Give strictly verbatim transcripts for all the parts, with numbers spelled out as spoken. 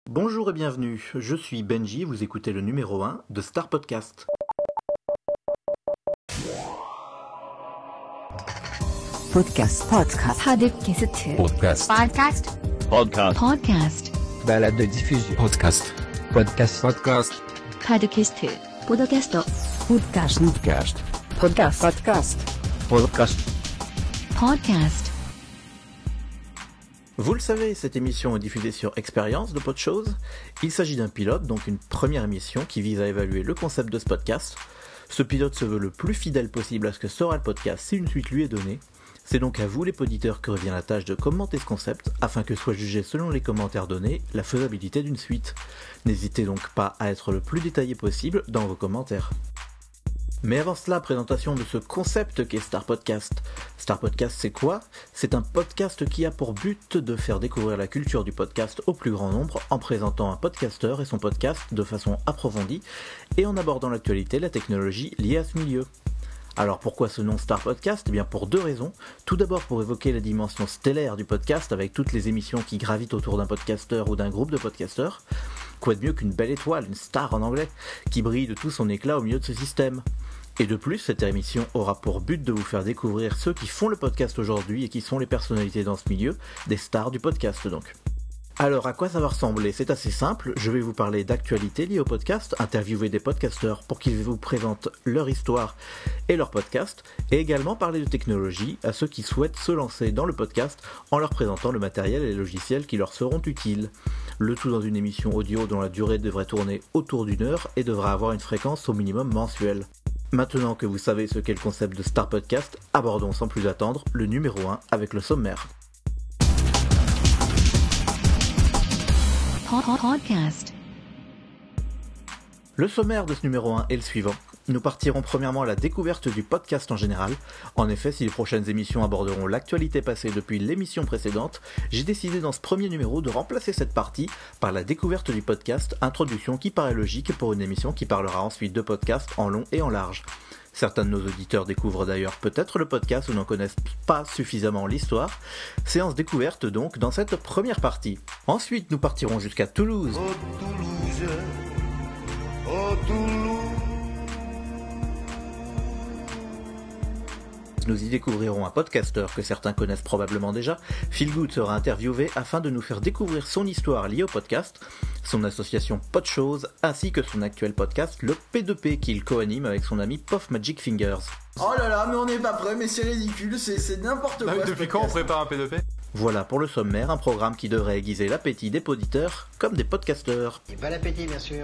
Bonjour et bienvenue, je suis Benji, vous écoutez le numéro un de Star Podcast. Podcast, podcast, 팟캐스트, podcast, podcast, podcast, podcast, balade de diffusion, podcast, podcast, podcast, 팟캐스트, 포드캐스트, podcast, podcast, podcast, podcast, podcast. podcast. Vous le savez, cette émission est diffusée sur Expérience de Podchose. Il s'agit d'un pilote, donc une première émission qui vise à évaluer le concept de ce podcast. Ce pilote se veut le plus fidèle possible à ce que sera le podcast si une suite lui est donnée. C'est donc à vous les poditeurs que revient la tâche de commenter ce concept, afin que soit jugée selon les commentaires donnés la faisabilité d'une suite. N'hésitez donc pas à être le plus détaillé possible dans vos commentaires. Mais avant cela, présentation de ce concept qu'est Star Podcast. Star Podcast, c'est quoi ? C'est un podcast qui a pour but de faire découvrir la culture du podcast au plus grand nombre en présentant un podcasteur et son podcast de façon approfondie et en abordant l'actualité et la technologie liée à ce milieu. Alors pourquoi ce nom Star Podcast ? Eh bien pour deux raisons. Tout d'abord pour évoquer la dimension stellaire du podcast avec toutes les émissions qui gravitent autour d'un podcasteur ou d'un groupe de podcasteurs. Quoi de mieux qu'une belle étoile, une star en anglais, qui brille de tout son éclat au milieu de ce système ? Et de plus, cette émission aura pour but de vous faire découvrir ceux qui font le podcast aujourd'hui et qui sont les personnalités dans ce milieu, des stars du podcast donc. Alors à quoi ça va ressembler ? C'est assez simple, je vais vous parler d'actualités liées au podcast, interviewer des podcasteurs pour qu'ils vous présentent leur histoire et leur podcast, et également parler de technologie à ceux qui souhaitent se lancer dans le podcast en leur présentant le matériel et les logiciels qui leur seront utiles. Le tout dans une émission audio dont la durée devrait tourner autour d'une heure et devra avoir une fréquence au minimum mensuelle. Maintenant que vous savez ce qu'est le concept de Star Podcast, abordons sans plus attendre le numéro un avec le sommaire. Podcast. Le sommaire de ce numéro un est le suivant. Nous partirons premièrement à la découverte du podcast en général. En effet, si les prochaines émissions aborderont l'actualité passée depuis l'émission précédente, j'ai décidé dans ce premier numéro de remplacer cette partie par la découverte du podcast, introduction qui paraît logique pour une émission qui parlera ensuite de podcast en long et en large. Certains de nos auditeurs découvrent d'ailleurs peut-être le podcast ou n'en connaissent pas suffisamment l'histoire. Séance découverte donc dans cette première partie. Ensuite, nous partirons jusqu'à Toulouse. Oh Toulouse, oh Toulouse. Nous y découvrirons un podcasteur que certains connaissent probablement déjà. Phil Good sera interviewé afin de nous faire découvrir son histoire liée au podcast, son association Podchose, ainsi que son actuel podcast, le P deux P, qu'il co-anime avec son ami Puff Magic Fingers. Oh là là, mais on n'est pas prêt, mais c'est ridicule, c'est, c'est n'importe Bah, quoi. depuis quand on prépare un P deux P ? Voilà pour le sommaire, un programme qui devrait aiguiser l'appétit des poditeurs comme des podcasteurs. Et bon appétit, bien sûr.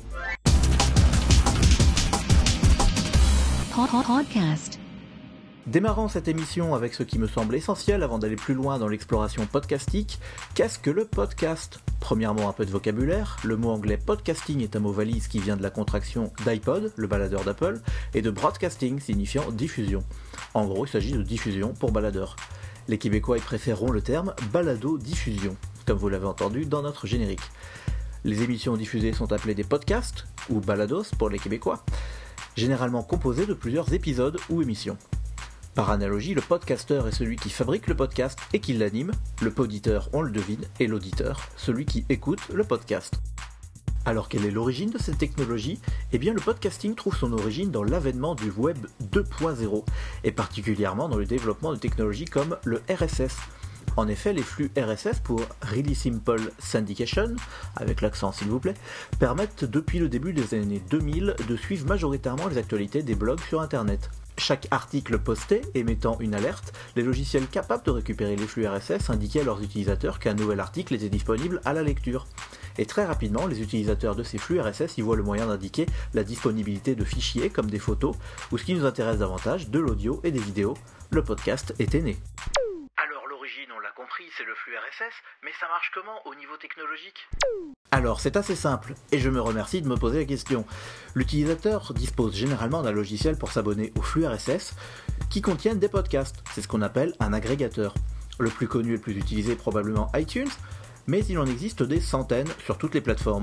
Podcast. Démarrons cette émission avec ce qui me semble essentiel avant d'aller plus loin dans l'exploration podcastique. Qu'est-ce que le podcast ? Premièrement, un peu de vocabulaire. Le mot anglais podcasting est un mot valise qui vient de la contraction d'iPod, le baladeur d'Apple, et de broadcasting, signifiant diffusion. En gros, il s'agit de diffusion pour baladeur. Les Québécois y préféreront le terme balado-diffusion, comme vous l'avez entendu dans notre générique. Les émissions diffusées sont appelées des podcasts, ou balados pour les Québécois, généralement composées de plusieurs épisodes ou émissions. Par analogie, le podcasteur est celui qui fabrique le podcast et qui l'anime, le poditeur, on le devine, et l'auditeur, celui qui écoute le podcast. Alors quelle est l'origine de cette technologie ? Eh bien le podcasting trouve son origine dans l'avènement du web deux point zéro, et particulièrement dans le développement de technologies comme le R S S. En effet, les flux R S S pour Really Simple Syndication, avec l'accent s'il vous plaît, permettent depuis le début des années deux mille de suivre majoritairement les actualités des blogs sur Internet. Chaque article posté émettant une alerte, les logiciels capables de récupérer les flux R S S indiquaient à leurs utilisateurs qu'un nouvel article était disponible à la lecture. Et très rapidement, les utilisateurs de ces flux R S S y voient le moyen d'indiquer la disponibilité de fichiers comme des photos, ou ce qui nous intéresse davantage, de l'audio et des vidéos. Le podcast était né. Alors l'origine, on l'a compris, c'est le flux R S S, mais ça marche comment au niveau technologique ? Alors c'est assez simple, et je me remercie de me poser la question. L'utilisateur dispose généralement d'un logiciel pour s'abonner aux flux R S S qui contiennent des podcasts, c'est ce qu'on appelle un agrégateur. Le plus connu et le plus utilisé est probablement iTunes, mais il en existe des centaines sur toutes les plateformes.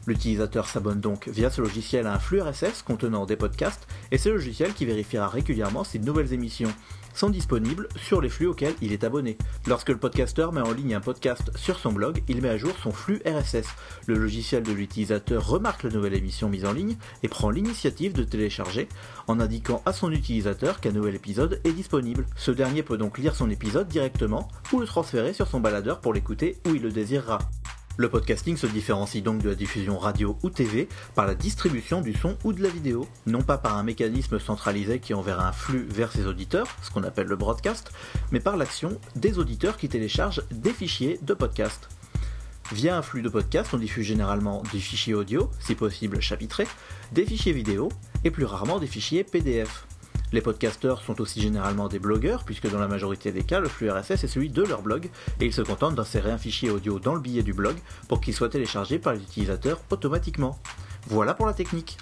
L'utilisateur s'abonne donc via ce logiciel à un flux R S S contenant des podcasts, et c'est le logiciel qui vérifiera régulièrement si de nouvelles émissions sont disponibles sur les flux auxquels il est abonné. Lorsque le podcasteur met en ligne un podcast sur son blog, il met à jour son flux R S S. Le logiciel de l'utilisateur remarque la nouvelle émission mise en ligne et prend l'initiative de télécharger en indiquant à son utilisateur qu'un nouvel épisode est disponible. Ce dernier peut donc lire son épisode directement ou le transférer sur son baladeur pour l'écouter où il le désirera. Le podcasting se différencie donc de la diffusion radio ou T V par la distribution du son ou de la vidéo, non pas par un mécanisme centralisé qui enverra un flux vers ses auditeurs, ce qu'on appelle le broadcast, mais par l'action des auditeurs qui téléchargent des fichiers de podcast. Via un flux de podcast, on diffuse généralement des fichiers audio, si possible chapitrés, des fichiers vidéo et plus rarement des fichiers P D F. Les podcasteurs sont aussi généralement des blogueurs, puisque dans la majorité des cas, le flux R S S est celui de leur blog, et ils se contentent d'insérer un fichier audio dans le billet du blog pour qu'il soit téléchargé par les utilisateurs automatiquement. Voilà pour la technique.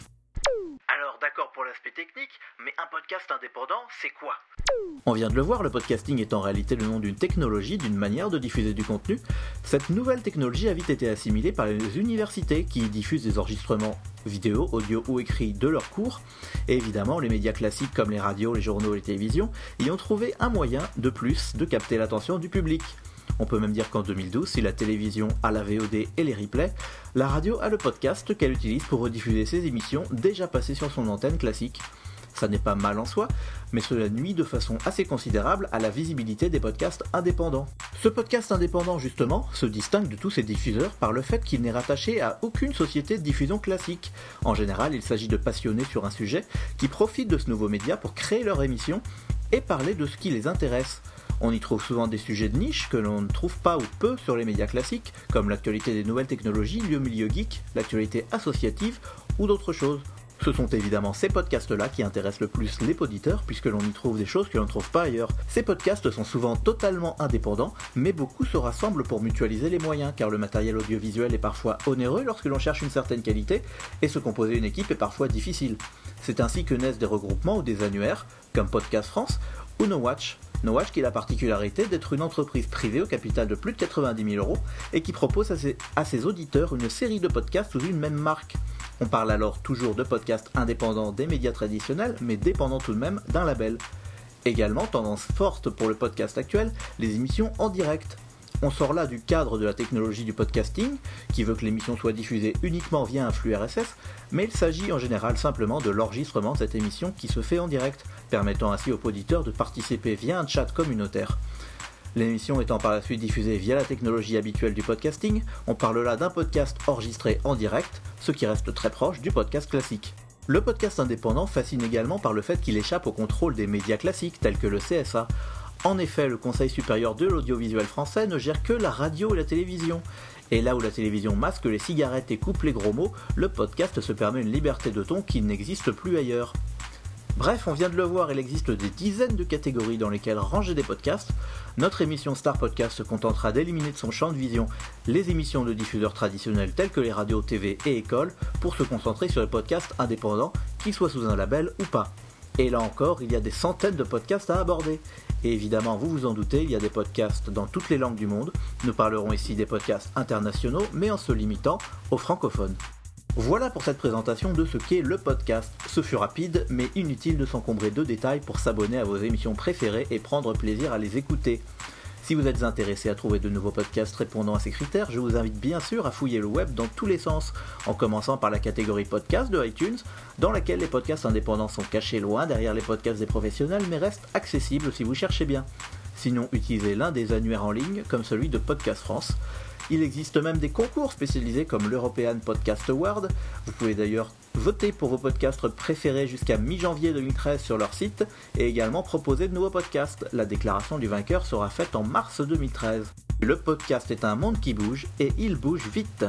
Alors d'accord pour l'aspect technique, mais un podcast indépendant, c'est quoi? On vient de le voir, le podcasting est en réalité le nom d'une technologie, d'une manière de diffuser du contenu. Cette nouvelle technologie a vite été assimilée par les universités qui diffusent des enregistrements vidéo, audio ou écrits de leurs cours, et évidemment les médias classiques comme les radios, les journaux et les télévisions y ont trouvé un moyen de plus de capter l'attention du public. On peut même dire qu'en deux mille douze, si la télévision a la V O D et les replays, la radio a le podcast qu'elle utilise pour rediffuser ses émissions déjà passées sur son antenne classique. Ça n'est pas mal en soi, mais cela nuit de façon assez considérable à la visibilité des podcasts indépendants. Ce podcast indépendant, justement, se distingue de tous ses diffuseurs par le fait qu'il n'est rattaché à aucune société de diffusion classique. En général, il s'agit de passionnés sur un sujet qui profitent de ce nouveau média pour créer leur émission et parler de ce qui les intéresse. On y trouve souvent des sujets de niche que l'on ne trouve pas ou peu sur les médias classiques, comme l'actualité des nouvelles technologies, le milieu geek, l'actualité associative ou d'autres choses. Ce sont évidemment ces podcasts-là qui intéressent le plus les auditeurs, puisque l'on y trouve des choses que l'on ne trouve pas ailleurs. Ces podcasts sont souvent totalement indépendants, mais beaucoup se rassemblent pour mutualiser les moyens, car le matériel audiovisuel est parfois onéreux lorsque l'on cherche une certaine qualité, et se composer une équipe est parfois difficile. C'est ainsi que naissent des regroupements ou des annuaires, comme Podcast France ou No Watch. No Watch qui a la particularité d'être une entreprise privée au capital de plus de quatre-vingt-dix mille euros, et qui propose à ses, à ses auditeurs une série de podcasts sous une même marque. On parle alors toujours de podcasts indépendants des médias traditionnels, mais dépendant tout de même d'un label. Également, tendance forte pour le podcast actuel, les émissions en direct. On sort là du cadre de la technologie du podcasting, qui veut que l'émission soit diffusée uniquement via un flux R S S, mais il s'agit en général simplement de l'enregistrement de cette émission qui se fait en direct, permettant ainsi aux auditeurs de participer via un chat communautaire. L'émission étant par la suite diffusée via la technologie habituelle du podcasting, on parle là d'un podcast enregistré en direct, ce qui reste très proche du podcast classique. Le podcast indépendant fascine également par le fait qu'il échappe au contrôle des médias classiques tels que le C S A. En effet, le Conseil supérieur de l'audiovisuel français ne gère que la radio et la télévision. Et là où la télévision masque les cigarettes et coupe les gros mots, le podcast se permet une liberté de ton qui n'existe plus ailleurs. Bref, on vient de le voir, il existe des dizaines de catégories dans lesquelles ranger des podcasts. Notre émission Star Podcast se contentera d'éliminer de son champ de vision les émissions de diffuseurs traditionnels tels que les radios, T V et écoles pour se concentrer sur les podcasts indépendants, qu'ils soient sous un label ou pas. Et là encore, il y a des centaines de podcasts à aborder. Et évidemment, vous vous en doutez, il y a des podcasts dans toutes les langues du monde. Nous parlerons ici des podcasts internationaux, mais en se limitant aux francophones. Voilà pour cette présentation de ce qu'est le podcast. Ce fut rapide, mais inutile de s'encombrer de détails pour s'abonner à vos émissions préférées et prendre plaisir à les écouter. Si vous êtes intéressé à trouver de nouveaux podcasts répondant à ces critères, je vous invite bien sûr à fouiller le web dans tous les sens, en commençant par la catégorie podcast de iTunes, dans laquelle les podcasts indépendants sont cachés loin derrière les podcasts des professionnels, mais restent accessibles si vous cherchez bien. Sinon, utilisez l'un des annuaires en ligne, comme celui de Podcast France. Il existe même des concours spécialisés comme l'European Podcast Award. Vous pouvez d'ailleurs voter pour vos podcasts préférés jusqu'à mi-janvier deux mille treize sur leur site et également proposer de nouveaux podcasts. La déclaration du vainqueur sera faite en mars deux mille treize. Le podcast est un monde qui bouge et il bouge vite.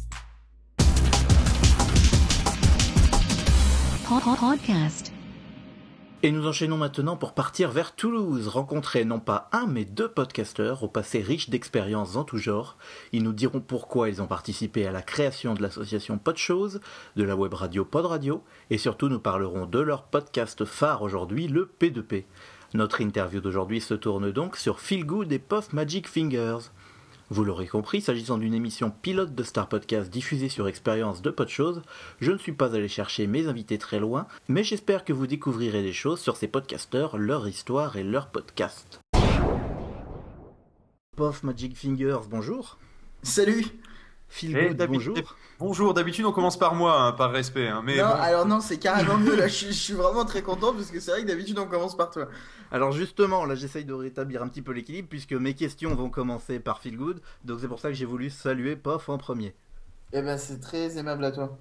Podcast. Et nous enchaînons maintenant pour partir vers Toulouse, rencontrer non pas un mais deux podcasteurs au passé riche d'expériences en tout genre. Ils nous diront pourquoi ils ont participé à la création de l'association Podchose, de la web radio Pod Radio, et surtout nous parlerons de leur podcast phare aujourd'hui, le P deux P. Notre interview d'aujourd'hui se tourne donc sur Feel Good et Puff Magic Fingers. Vous l'aurez compris, s'agissant d'une émission pilote de Star Podcast diffusée sur Expérience de Podchose, je ne suis pas allé chercher mes invités très loin, mais j'espère que vous découvrirez des choses sur ces podcasteurs, leur histoire et leur podcast. Pof Magic Fingers, bonjour. Salut. Phil Eh, Good, d'habitude- bonjour. Bonjour, d'habitude on commence par moi, hein, par respect, hein, mais Non, bon. alors non, c'est carrément mieux là. Je suis, je suis vraiment très content parce que c'est vrai que d'habitude on commence par toi. Alors justement, là j'essaye de rétablir un petit peu l'équilibre puisque mes questions vont commencer par Phil Good, donc c'est pour ça que j'ai voulu saluer Pof en premier. Eh ben, c'est très aimable à toi.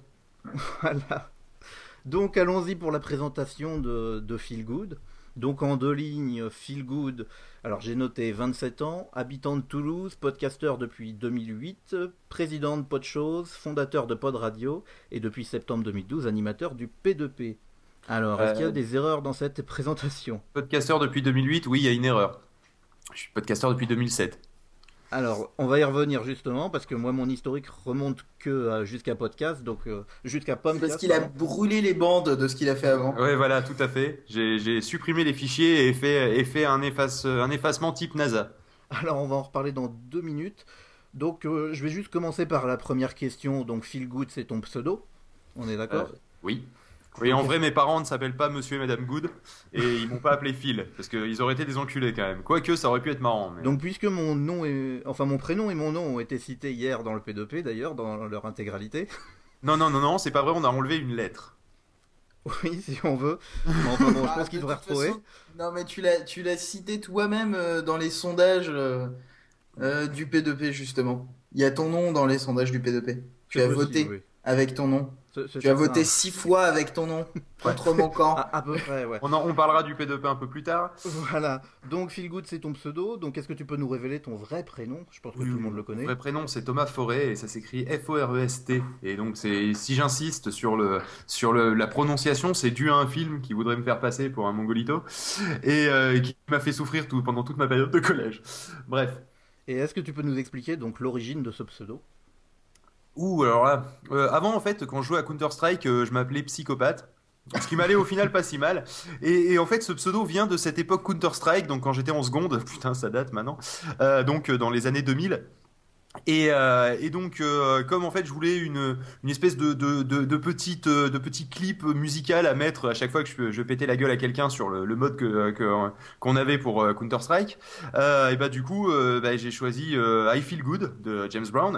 Voilà. Donc allons-y pour la présentation de, de Feel Good. Donc en deux lignes, Feel Good, alors j'ai noté vingt-sept ans, habitant de Toulouse, podcasteur depuis deux mille huit, président de Podchose, fondateur de Pod Radio et depuis septembre deux mille douze animateur du P deux P. Alors, est-ce qu'il y a Euh, des erreurs dans cette présentation? Podcasteur depuis deux mille huit, oui, il y a une erreur. Je suis podcasteur depuis deux mille sept. Alors, on va y revenir justement parce que moi mon historique remonte que euh, jusqu'à podcast, donc euh, jusqu'à C'est Pomcast. parce qu'il a pardon. brûlé les bandes de ce qu'il a fait avant. Ouais, voilà, tout à fait. J'ai j'ai supprimé les fichiers et fait, et fait un, efface, un effacement type NASA. Alors on va en reparler dans deux minutes. Donc euh, je vais juste commencer par la première question. Donc Feel Good, c'est ton pseudo. On est d'accord? Euh, oui. Oui, en vrai, mes parents ne s'appellent pas Monsieur et Madame Good et ils m'ont pas appelé Phil parce qu'ils auraient été des enculés quand même. Quoique, ça aurait pu être marrant. Mais... Donc puisque mon nom est, enfin mon prénom et mon nom ont été cités hier dans le P deux P d'ailleurs dans leur intégralité. Non, non, non, non, c'est pas vrai, on a enlevé une lettre. Oui, si on veut. Mais enfin bon, je Ah, pense qu'il de devrait toute retrouver. façon- Non, mais tu l'as, tu l'as cité toi-même euh, dans les sondages euh, euh, du P deux P justement. Il y a ton nom dans les sondages du P deux P. Tu C'est as possible, voté oui. avec ton nom. C'est- c'est Tu as certain. voté six fois avec ton nom contre mon camp. À, à peu près, ouais. On, en- on parlera du P deux P un peu plus tard. Voilà. Donc Feel Good, c'est ton pseudo. Donc est-ce que tu peux nous révéler ton vrai prénom? Je pense que tout le monde le connaît. Mon vrai prénom, c'est Thomas Forêt et ça s'écrit F O R E S T. Et donc, c'est, si j'insiste sur, le, sur le, la prononciation, c'est dû à un film qui voudrait me faire passer pour un mongolito et euh, qui m'a fait souffrir tout, pendant toute ma période de collège. Bref. Et est-ce que tu peux nous expliquer donc l'origine de ce pseudo? Ouh, alors là, euh, avant en fait, quand je jouais à Counter-Strike, euh, je m'appelais Psychopathe. Ce qui m'allait au final pas si mal. Et, et en fait, ce pseudo vient de cette époque Counter-Strike, donc quand j'étais en seconde, putain, ça date maintenant, euh, donc euh, dans les années deux mille. Et, euh, et donc, euh, comme en fait, je voulais une, une espèce de, de, de, de, petite, euh, de petit clip musical à mettre à chaque fois que je, je pétais la gueule à quelqu'un sur le, le mode que, que, qu'on avait pour euh, Counter-Strike, euh, et bah du coup, euh, bah, j'ai choisi euh, I Feel Good de James Brown.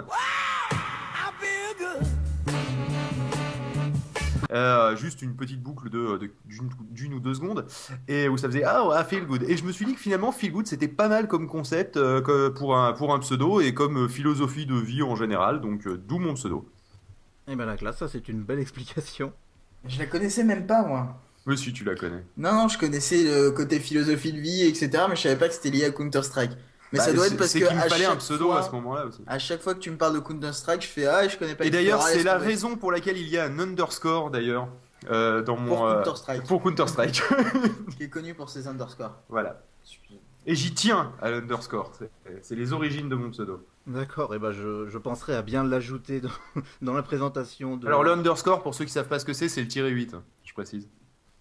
Euh, juste une petite boucle de, de- d'une, d'une ou deux secondes et où ça faisait ah ouais, feel good, et je me suis dit que finalement feel good c'était pas mal comme concept euh, que pour un pour un pseudo et comme euh, philosophie de vie en général, donc euh, d'où mon pseudo. Eh ben la classe, ça c'est une belle explication. Je la connaissais même pas moi. Mais si tu la connais. Non, non, je connaissais le côté philosophie de vie, et cetera. Mais je savais pas que c'était lié à Counter-Strike. Mais Bah, ça doit c'est- être parce c'est que qu'il me à fallait un chaque pseudo fois, à ce moment-là aussi. à chaque fois que tu me parles de Counter-Strike, je fais ah, je connais pas. Et le d'ailleurs tutoriel, c'est ça la doit être raison pour laquelle il y a un underscore d'ailleurs euh, dans mon Pour euh, Counter-Strike, pour Counter-Strike. qui est connu pour ses underscores. Voilà. Et j'y tiens à l'underscore. C'est, c'est les origines de mon pseudo. D'accord, et ben je, je penserai à bien l'ajouter dans, dans la présentation de. Alors le underscore, pour ceux qui savent pas ce que c'est, c'est le tiré huit, je précise.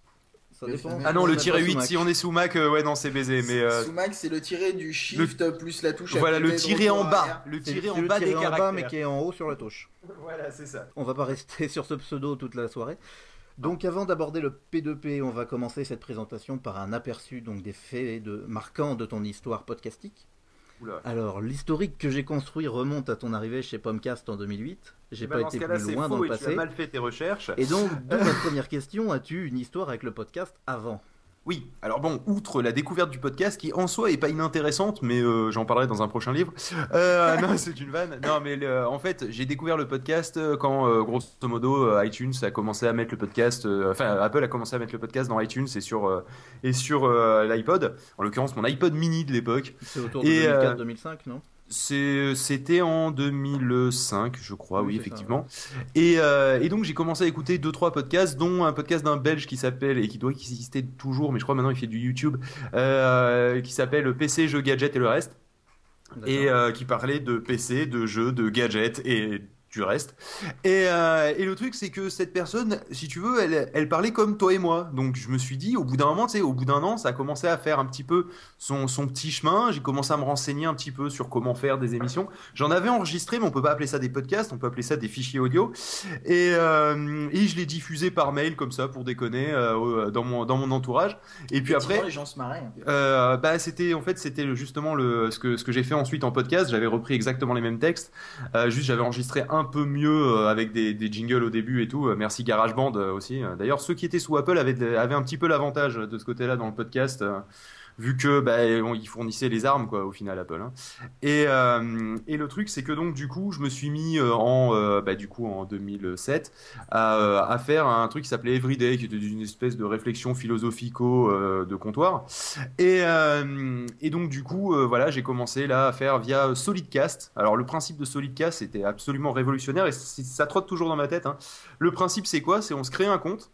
Ça dépend. Ah non, On le est tiré pas sous huit, Mac. si on est sous Mac, euh, ouais, non, c'est baisé. Mais euh, Sous Mac, c'est le tiré du shift plus la touche. à voilà, le côté, de tiré en retour bas. arrière. Le C'est tiré en c'est le bas tiré des en caractères. bas, mais qui est en haut sur la touche. Voilà, c'est ça. On va pas rester sur ce pseudo toute la soirée. Donc avant d'aborder le P deux P, on va commencer cette présentation par un aperçu donc des faits de, marquants de ton histoire podcastique. Oula. Alors l'historique que j'ai construit remonte à ton arrivée chez Pomcast en deux mille huit. J'ai Eh ben, pas dans ce été cas-là, plus c'est loin faux dans le et tu as passé. mal fait tes recherches. Et donc, d'où ma première question, as-tu une histoire avec le podcast avant? Oui, alors bon, outre la découverte du podcast qui en soi est pas inintéressante, mais euh, j'en parlerai dans un prochain livre. Euh, non, c'est une vanne. Non, mais le- en fait, j'ai découvert le podcast euh, quand, euh, grosso modo, euh, iTunes a commencé à mettre le podcast. euh, Enfin, Apple a commencé à mettre le podcast dans iTunes et sur euh, et sur euh, l'iPod. En l'occurrence, mon iPod Mini de l'époque. C'est autour de Et, deux mille quatre euh, deux mille cinq, non? C'est, c'était en deux mille cinq, je crois, Oui, oui, c'est effectivement. Et, euh, et donc j'ai commencé à écouter deux trois podcasts, dont un podcast d'un Belge qui s'appelle, et qui doit exister toujours, mais je crois maintenant il fait du YouTube, euh, qui s'appelle P C, jeux, gadgets et le reste, D'accord. et euh, qui parlait de P C, de jeux, de gadgets et du reste. Et, euh, et le truc, c'est que cette personne, si tu veux, elle, elle parlait comme toi et moi. Donc je me suis dit, au bout d'un moment, tu sais, au bout d'un an, ça a commencé à faire un petit peu son, son petit chemin. J'ai commencé à me renseigner un petit peu sur comment faire des émissions. J'en avais enregistré, mais on peut pas appeler ça des podcasts, on peut appeler ça des fichiers audio. Et, euh, et je l'ai diffusé par mail comme ça pour déconner euh, dans mon dans mon entourage. Et puis après, les gens se marraient. euh, bah c'était en fait c'était justement le ce que ce que j'ai fait ensuite en podcast. J'avais repris exactement les mêmes textes. Euh, juste j'avais enregistré un peu mieux euh, avec des des jingles au début et tout. Euh, merci GarageBand euh, aussi. D'ailleurs ceux qui étaient sous Apple avaient avaient un petit peu l'avantage de ce côté-là dans le podcast. Euh, vu que bah, on, ils fournissaient les armes quoi au final Apple hein. et euh, et le truc c'est que donc du coup je me suis mis euh, en euh, bah, du coup en deux mille sept à, euh, à faire un truc qui s'appelait Everyday qui était une espèce de réflexion philosophico euh, de comptoir et euh, et donc du coup euh, voilà j'ai commencé là à faire via Solidcast. Alors le principe de Solidcast c'était absolument révolutionnaire et ça trotte toujours dans ma tête hein. Le principe c'est quoi? C'est on se crée un compte.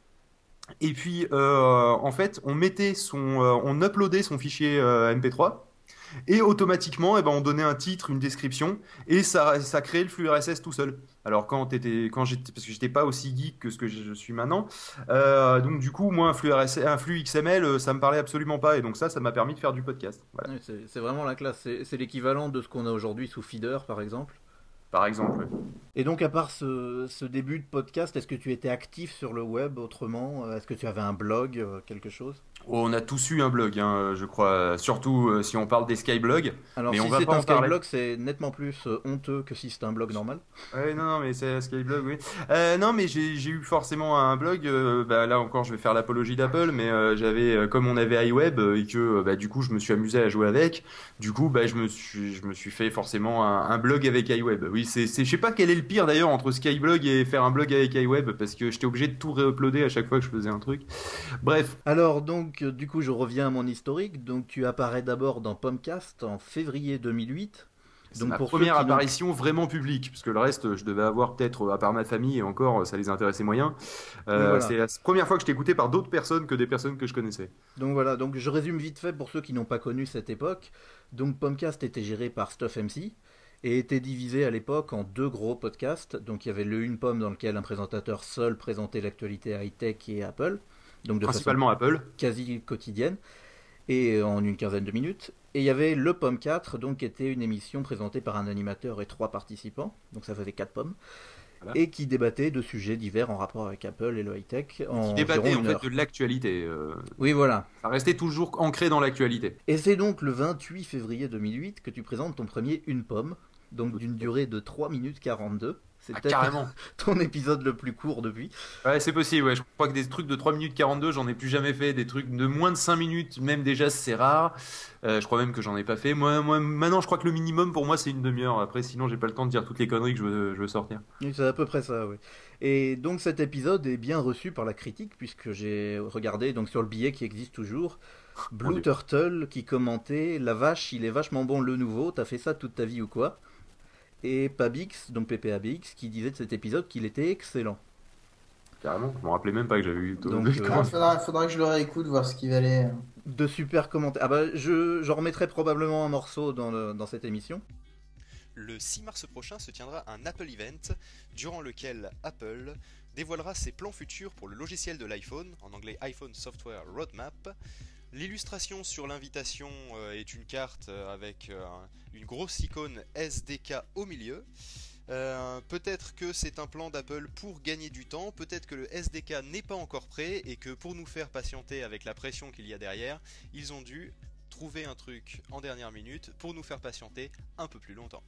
Et puis, euh, en fait, on mettait son, euh, on uploadait son fichier euh, M P trois et automatiquement, eh ben, on donnait un titre, une description et ça, ça créait le flux R S S tout seul. Alors quand t'étais, quand j'étais, parce que j'étais pas aussi geek que ce que je suis maintenant, euh, donc du coup, moi, un flux R S S, un flux X M L, ça me parlait absolument pas et donc ça, ça m'a permis de faire du podcast. Voilà. Oui, c'est, c'est vraiment la classe. C'est, c'est l'équivalent de ce qu'on a aujourd'hui sous Feeder, par exemple. Par exemple. Et donc, à part ce, ce début de podcast, est-ce que tu étais actif sur le web autrement? Est-ce que tu avais un blog, euh, quelque chose? Oh, on a tous eu un blog, hein, je crois, surtout euh, si on parle des skyblogs. Alors, mais si on va c'est pas un en parler. skyblog, c'est nettement plus euh, honteux que si c'était un blog normal. Ouais, non, non, mais c'est Skyblog, oui. Euh, non, mais j'ai j'ai eu forcément un blog. Euh, bah, là encore, je vais faire l'apologie d'Apple, mais euh, j'avais, euh, comme on avait iWeb euh, et que euh, bah, du coup, je me suis amusé à jouer avec. Du coup, bah, je me suis, je me suis fait forcément un, un blog avec iWeb. Oui, c'est, c'est, je sais pas quel est le pire d'ailleurs entre Skyblog et faire un blog avec iWeb parce que j'étais obligé de tout réuploader à chaque fois que je faisais un truc. Bref. Alors, donc, euh, du coup, je reviens à mon historique. Donc, tu apparais d'abord dans Pomcast en février deux mille huit. C'est Donc ma pour ceux première qui n'ont- apparition vraiment publique, parce que le reste, je devais avoir peut-être, à part ma famille, et encore, ça les intéressait moyen. Euh, Oui, voilà. C'est la première fois que j'étais écouté par d'autres personnes que des personnes que je connaissais. Donc voilà, donc je résume vite fait pour ceux qui n'ont pas connu cette époque. Donc Pomcast était géré par Stuff M C et était divisé à l'époque en deux gros podcasts. Donc il y avait le Une Pomme dans lequel un présentateur seul présentait l'actualité high-tech et Apple. Donc de Principalement Apple. façon quasi quotidienne et en une quinzaine de minutes. Et il y avait le Pomme quatre, donc qui était une émission présentée par un animateur et trois participants. Donc ça faisait quatre pommes. Voilà. Et qui débattait de sujets divers en rapport avec Apple et le high-tech en Qui débattait environ en une fait heure. de l'actualité. euh, Oui, voilà. Ça restait toujours ancré dans l'actualité. Et c'est donc le vingt-huit février deux mille huit que tu présentes ton premier Une Pomme, donc d'une durée de trois minutes quarante-deux. C'est Ah, peut-être carrément. ton épisode le plus court depuis. Ouais, c'est possible. Ouais. Je crois que des trucs de trois minutes quarante-deux, j'en ai plus jamais fait. Des trucs de moins de cinq minutes, même déjà, c'est rare. Euh, je crois même que j'en ai pas fait. Moi, moi, maintenant, je crois que le minimum pour moi, c'est une demi-heure. Après, sinon, j'ai pas le temps de dire toutes les conneries que je veux, je veux sortir. Oui, c'est à peu près ça, oui. Et donc cet épisode est bien reçu par la critique, puisque j'ai regardé donc sur le billet qui existe toujours, Blue Mon Dieu. Turtle qui commentait « La vache, il est vachement bon le nouveau, t'as fait ça toute ta vie ou quoi ?» Et Pabix, donc P P A B X, qui disait de cet épisode qu'il était excellent. Carrément. Je me rappelais même pas que j'avais eu. Donc, de- euh, Il faudra, faudra que je le réécoute, voir ce qu'il valait. De super commentaires. Ah bah, je, j'en remettrai probablement un morceau dans, le- dans cette émission. Le six mars prochain se tiendra un Apple Event, durant lequel Apple dévoilera ses plans futurs pour le logiciel de l'iPhone, en anglais iPhone Software Roadmap. L'illustration sur l'invitation euh, est une carte euh, avec euh, une grosse icône S D K au milieu. Euh, peut-être que c'est un plan d'Apple pour gagner du temps, peut-être que le S D K n'est pas encore prêt et que pour nous faire patienter avec la pression qu'il y a derrière, ils ont dû trouver un truc en dernière minute pour nous faire patienter un peu plus longtemps.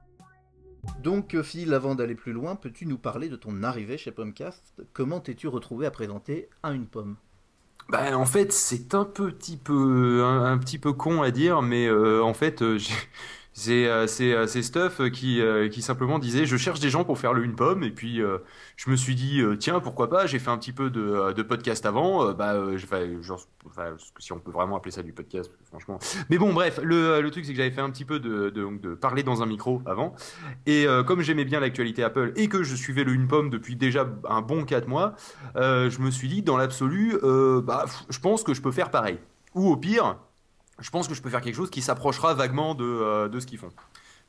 Donc Phil, avant d'aller plus loin, peux-tu nous parler de ton arrivée chez Pomcast? Comment t'es-tu retrouvé à présenter à Une Pomme? Bah, en fait, c'est un petit peu, un, un petit peu con à dire, mais euh, en fait, euh, j'ai- c'est euh, c'est euh, c'est Stuff euh, qui euh, qui simplement disait, je cherche des gens pour faire le Une Pomme, et puis euh, je me suis dit, euh, tiens, pourquoi pas. J'ai fait un petit peu de, euh, de podcast avant, euh, bah, euh, enfin, genre, enfin, si on peut vraiment appeler ça du podcast, franchement. Mais bon, bref, le le truc c'est que j'avais fait un petit peu de de, donc, de parler dans un micro avant, et euh, comme j'aimais bien l'actualité Apple et que je suivais le Une Pomme depuis déjà un bon quatre mois. Euh, je me suis dit, dans l'absolu, euh, bah, f- je pense que je peux faire pareil. Ou au pire, je pense que je peux faire quelque chose qui s'approchera vaguement de, euh, de ce qu'ils font.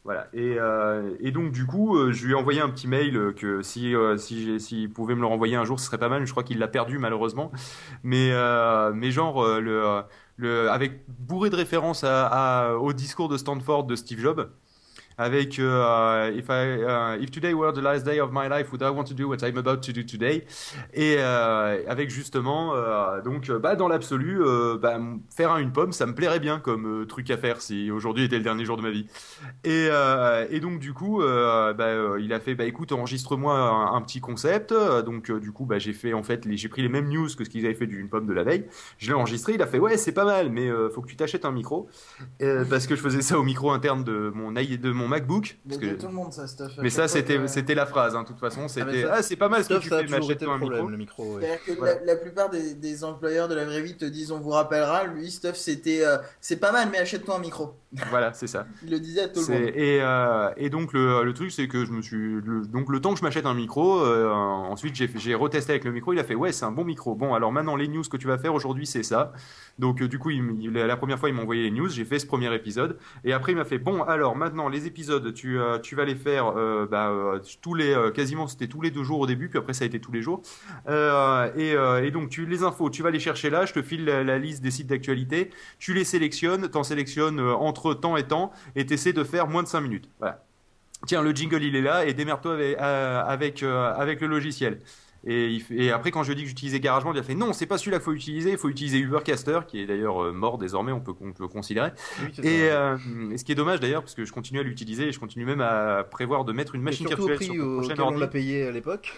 Voilà. Et, euh, et donc du coup, euh, je lui ai envoyé un petit mail euh, que si euh, si j'ai- s'il pouvait me le renvoyer un jour, ce serait pas mal. Je crois qu'il l'a perdu malheureusement. Mais euh, mais genre euh, le euh, le avec bourré de références à, à- au discours de Stanford de Steve Jobs. Avec euh, if I uh, if today were the last day of my life, would I want to do what I'm about to do today? Et euh, avec justement euh, donc euh, bah dans l'absolu euh, bah, m- faire un une pomme, ça me plairait bien comme euh, truc à faire si aujourd'hui était le dernier jour de ma vie. Et, euh, et donc du coup, euh, bah, euh, il a fait, bah écoute, enregistre-moi un, un petit concept. Euh, Donc euh, du coup, bah j'ai fait en fait, les- j'ai pris les mêmes news que ce qu'ils avaient fait d'une pomme de la veille. Je l'ai enregistré. Il a fait, ouais, c'est pas mal, mais euh, faut que tu t'achètes un micro. Euh, parce que je faisais ça au micro interne de mon i- de mon MacBook. Mais Parce de que... tout le monde, ça, stuff. À Mais chaque ça, fois c'était que- c'était la phrase. Hein, de toute façon, Ah, mais c'était, ça, ah, c'est pas mal ce que Stuff, tu ça a fais, toujours été m'achète-toi le un problème, micro. le micro. Ouais. C'est-à-dire que Voilà. la, la plupart des, des employeurs de la vraie vie te disent on vous rappellera. Lui, stuff, c'était euh, c'est pas mal, mais achète-toi un micro. Voilà, c'est ça. Il le disait à tout le C'est- monde. Et, euh, et donc le, le truc c'est que je me suis le, donc le temps que je m'achète un micro, euh, ensuite j'ai fait- j'ai retesté avec le micro, il a fait ouais c'est un bon micro. Bon alors maintenant les news que tu vas faire aujourd'hui c'est ça. Donc euh, du coup il, m- il- la première fois il m'a envoyé les news, j'ai fait ce premier épisode et après il m'a fait bon alors maintenant les épisodes tu euh, tu vas les faire euh, bah, euh, tous les euh, quasiment c'était tous les deux jours au début puis après ça a été tous les jours. Euh, et, euh, et donc tu les infos tu vas les chercher là, je te file la, la liste des sites d'actualité, tu les sélectionnes, t'en sélectionnes euh, entre temps et temps et t'essaies de faire moins de cinq minutes. Voilà. Tiens, le jingle il est là et démerde-toi avec, euh, avec, euh, avec le logiciel. Et, il fait- et après, quand je lui ai dit que j'utilisais GarageBand, il a fait non, c'est pas celui-là qu'il faut utiliser, il faut utiliser Ubercaster, qui est d'ailleurs euh, mort désormais, on peut, on peut le considérer. Oui, c'est Et, ça. euh, et ce qui est dommage d'ailleurs, parce que je continue à l'utiliser et je continue même à prévoir de mettre une Et machine surtout au virtuelle sur prix le prochain auquel on ordi. l'a payé à l'époque.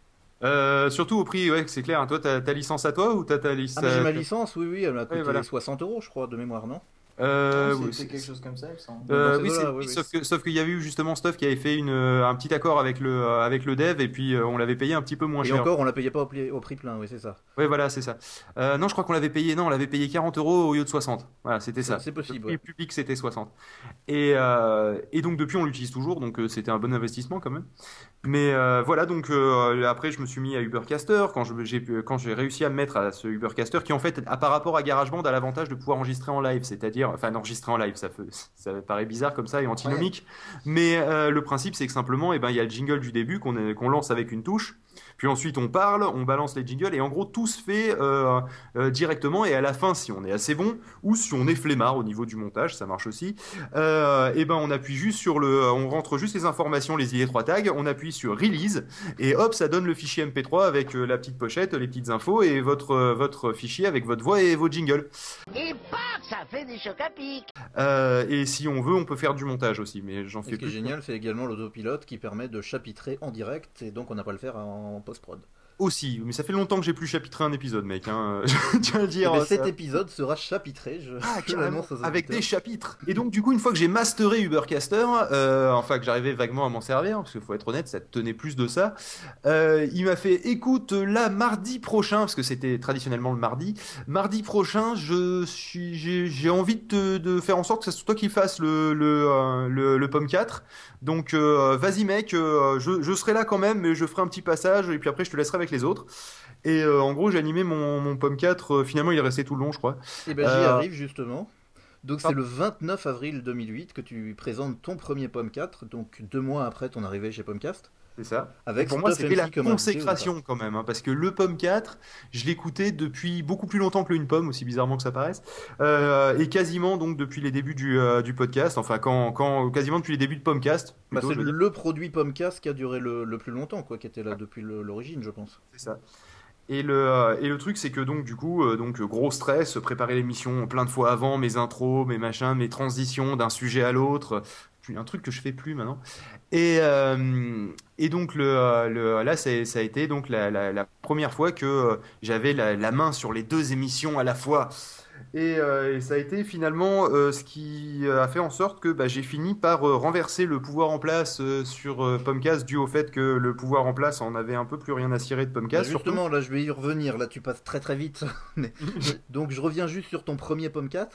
Euh, surtout au prix, ouais, c'est clair. Toi, t'as ta licence à toi ou t'as ta licence Ah, mais j'ai ma licence, oui, oui, elle m'a coûté voilà. soixante euros, je crois, de mémoire, non? euh, C'est- oui, c'est c'est- quelque chose comme ça, il me semble. Euh, Dans oui, ces c'est- eaux-là, oui, oui, oui. sauf que sauf qu'il y avait eu justement Stuff qui avait fait une euh, un petit accord avec le euh, avec le dev et puis euh, on l'avait payé un petit peu moins Et cher. encore, on la payait pas au, pli- au prix plein, oui, c'est ça. Ouais, voilà, c'est ça. Euh, non, je crois qu'on l'avait payé. Non, on l'avait payé quarante euros au lieu de soixante. Voilà, c'était ça. C'est possible, Le prix ouais. public, c'était soixante. Et euh, et donc depuis, on l'utilise toujours, donc euh, c'était un bon investissement quand même. Mais euh, voilà, donc euh, après, je me suis mis à Ubercaster quand je j'ai pu- quand j'ai réussi à me mettre à ce Ubercaster qui en fait, a, par rapport à GarageBand, a l'avantage de pouvoir enregistrer en live, c'est-à-dire, enfin, enregistrer en live, ça fait, ça paraît bizarre comme ça et antinomique, mais euh, le principe, c'est que simplement, eh ben, il y a le jingle du début qu'on est- qu'on lance avec une touche. Puis ensuite, on parle, on balance les jingles, et en gros, tout se fait euh, euh, directement. Et à la fin, si on est assez bon, ou si on est flemmard au niveau du montage, ça marche aussi, euh, et ben on appuie juste sur le, on rentre juste les informations, les I D trois tags, on appuie sur Release, et hop, ça donne le fichier M P trois avec euh, la petite pochette, les petites infos, et votre, euh, votre fichier avec votre voix et vos jingles. Et paf, ça fait des chocs à pic. Euh, et si on veut, on peut faire du montage aussi, mais j'en Et fais ce qui est plus. génial, c'est également l'autopilote qui permet de chapitrer en direct, et donc on n'a pas à le faire en post-prod. Aussi, mais ça fait longtemps que j'ai plus chapitré un épisode, mec. Hein. Je tiens à le Et dire. ben, ça- cet épisode sera chapitré, je, Ah, je carrément, l'annonce aux avec auditeurs. des chapitres. Et donc, du coup, une fois que j'ai masteré Ubercaster, euh, enfin que j'arrivais vaguement à m'en servir, parce qu'il faut être honnête, ça tenait plus de ça, euh, il m'a fait, écoute, là, mardi prochain, parce que c'était traditionnellement le mardi, mardi prochain, je suis, j'ai, j'ai envie de, te- de faire en sorte que ce soit toi qui fasses le, le, euh, le, le Pomme quatre. Donc, euh, vas-y, mec, euh, je, je serai là quand même, mais je ferai un petit passage, et puis après, je te laisserai avec les autres. Et euh, en gros, j'ai animé mon, mon Pomme quatre, euh, finalement, il est resté tout le long, je crois. Et ben j'y Euh, arrive justement. Donc c'est Ah. le vingt-neuf avril deux mille huit que tu présentes ton premier Pomme quatre, donc deux mois après ton arrivée chez Pommecast. C'est ça. Avec Et pour moi, Stuff c'était M C la comme invité au consécration quand même, hein, parce que le Pomme quatre, je l'écoutais depuis beaucoup plus longtemps que le Une Pomme, aussi bizarrement que ça paraisse, euh, et quasiment donc depuis les débuts du, euh, du podcast, enfin quand, quand quasiment depuis les débuts de Pommecast. Bah, plutôt, c'est je veux dire. le produit Pommecast qui a duré le, le plus longtemps, quoi, qui était là depuis le- l'origine, je pense. C'est ça. Et le, euh, et le truc, c'est que donc, du coup, euh, donc, euh, gros stress, préparer l'émission plein de fois avant, mes intros, mes machins, mes transitions d'un sujet à l'autre. Puis un truc que je fais plus maintenant. Et, euh, et donc, le, euh, le, là, c'est- ça a été donc la, la, la première fois que euh, j'avais la, la main sur les deux émissions à la fois. Et, euh, et ça a été finalement euh, ce qui a fait en sorte que bah, j'ai fini par euh, renverser le pouvoir en place euh, sur euh, Pommecast dû au fait que le pouvoir en place en avait un peu plus rien à cirer de Bah, Pommecast. surtout. justement, là je vais y revenir, là tu passes très très vite. Mais- donc je reviens juste sur ton premier Pomme quatre.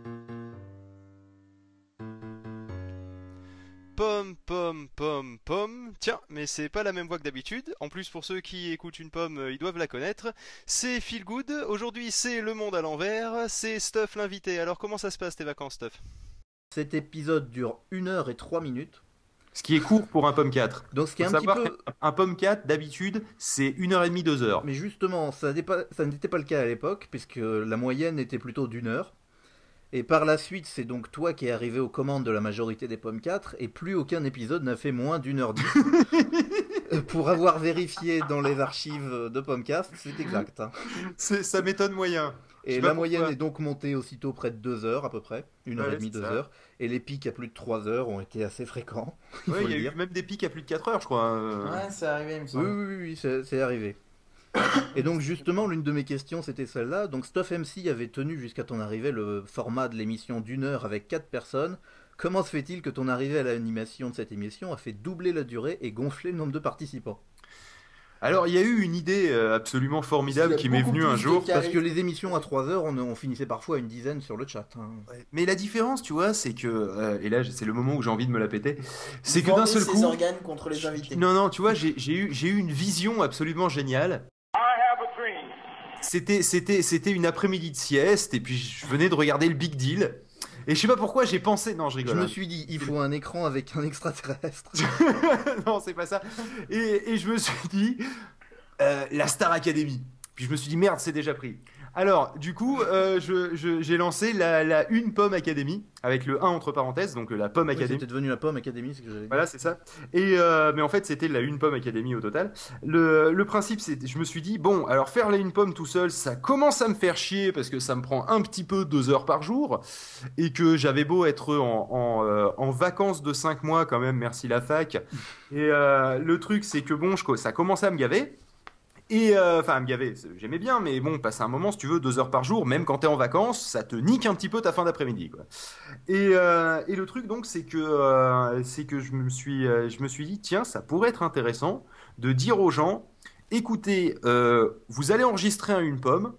Pomme, pomme, pomme, pomme. Tiens, mais c'est pas la même voix que d'habitude. En plus, pour ceux qui écoutent une pomme, euh, ils doivent la connaître. C'est Feel Good. Aujourd'hui, c'est Le Monde à l'envers. C'est Stuff l'invité. Alors, comment ça se passe tes vacances, Stuff? Cet épisode dure une heure et trois minutes. Ce qui est court pour un Pomme quatre. Donc ce qui est Faut un petit savoir peu... qu'un Pomme quatre, d'habitude, c'est une heure et demie, deux heures. Mais justement, ça n'était pas, ça n'était pas le cas à l'époque, puisque la moyenne était plutôt d'une heure. Et par la suite, c'est donc toi qui es arrivé aux commandes de la majorité des Pommes quatre, et plus aucun épisode n'a fait moins d'une heure dix. Pour avoir vérifié dans les archives de Pommecast, c'est exact. Hein. C'est, ça m'étonne moyen. Et la moyenne est donc montée aussitôt près de deux heures à peu près, une heure Ouais, et demie, c'est deux ça. heures. Et les pics à plus de trois heures ont été assez fréquents. Il Ouais, faut il y le a dire. eu même des pics à plus de quatre heures, je crois. euh. Ouais, c'est arrivé, il me Oui, semble. oui, oui, oui, c'est, c'est arrivé. Et donc justement, l'une de mes questions, c'était celle-là. Donc Stuff M C avait tenu jusqu'à ton arrivée le format de l'émission d'une heure avec quatre personnes. Comment se fait-il que ton arrivée à l'animation de cette émission a fait doubler la durée et gonfler le nombre de participants? Alors, il y a eu une idée euh, absolument formidable Il y a qui m'est beaucoup venue plus un de jour. carré- Parce que les émissions à trois heures, on, on finissait parfois à une dizaine sur le chat. hein. Mais la différence, tu vois, c'est que, euh, et là, c'est le moment où j'ai envie de me la péter, c'est que Vendre d'un seul ses coup, organes contre les invités. non, non, tu vois, j'ai, j'ai eu, j'ai eu une vision absolument géniale. C'était, c'était, c'était une après-midi de sieste, et puis je venais de regarder le Big Deal. Et je sais pas pourquoi j'ai pensé, non, je Je rigole. me hein. suis dit, il faut un écran avec un extraterrestre. Non, c'est pas ça. Et, et je me suis dit, euh, la Star Academy. Puis je me suis dit, merde, c'est déjà pris. Alors, du coup, euh, je, je- j'ai lancé la, la Une Pomme Academy, avec le un entre parenthèses, donc la Pomme Oui, Academy. c'était devenu la Pomme Academy, c'est ce que j'allais dire. Voilà, c'est ça. Et euh, mais en fait, c'était la Une Pomme Academy au total. Le, le principe, c'est, je me suis dit, bon, alors faire la Une Pomme tout seul, ça commence à me faire chier parce que ça me prend un petit peu deux heures par jour et que j'avais beau être en, en, euh, en vacances de cinq mois quand même, merci la fac. Et euh, le truc, c'est que bon, je, ça commençait à me gaver. Et euh, enfin, à me gaver, c'est- j'aimais bien, mais bon, passer un moment, si tu veux, deux heures par jour, même quand t'es en vacances, ça te nique un petit peu ta fin d'après-midi, quoi. Et, euh, et le truc, donc, c'est que, euh, c'est que je me suis, euh, je me suis dit, tiens, ça pourrait être intéressant de dire aux gens, écoutez, euh, vous allez enregistrer un Une Pomme.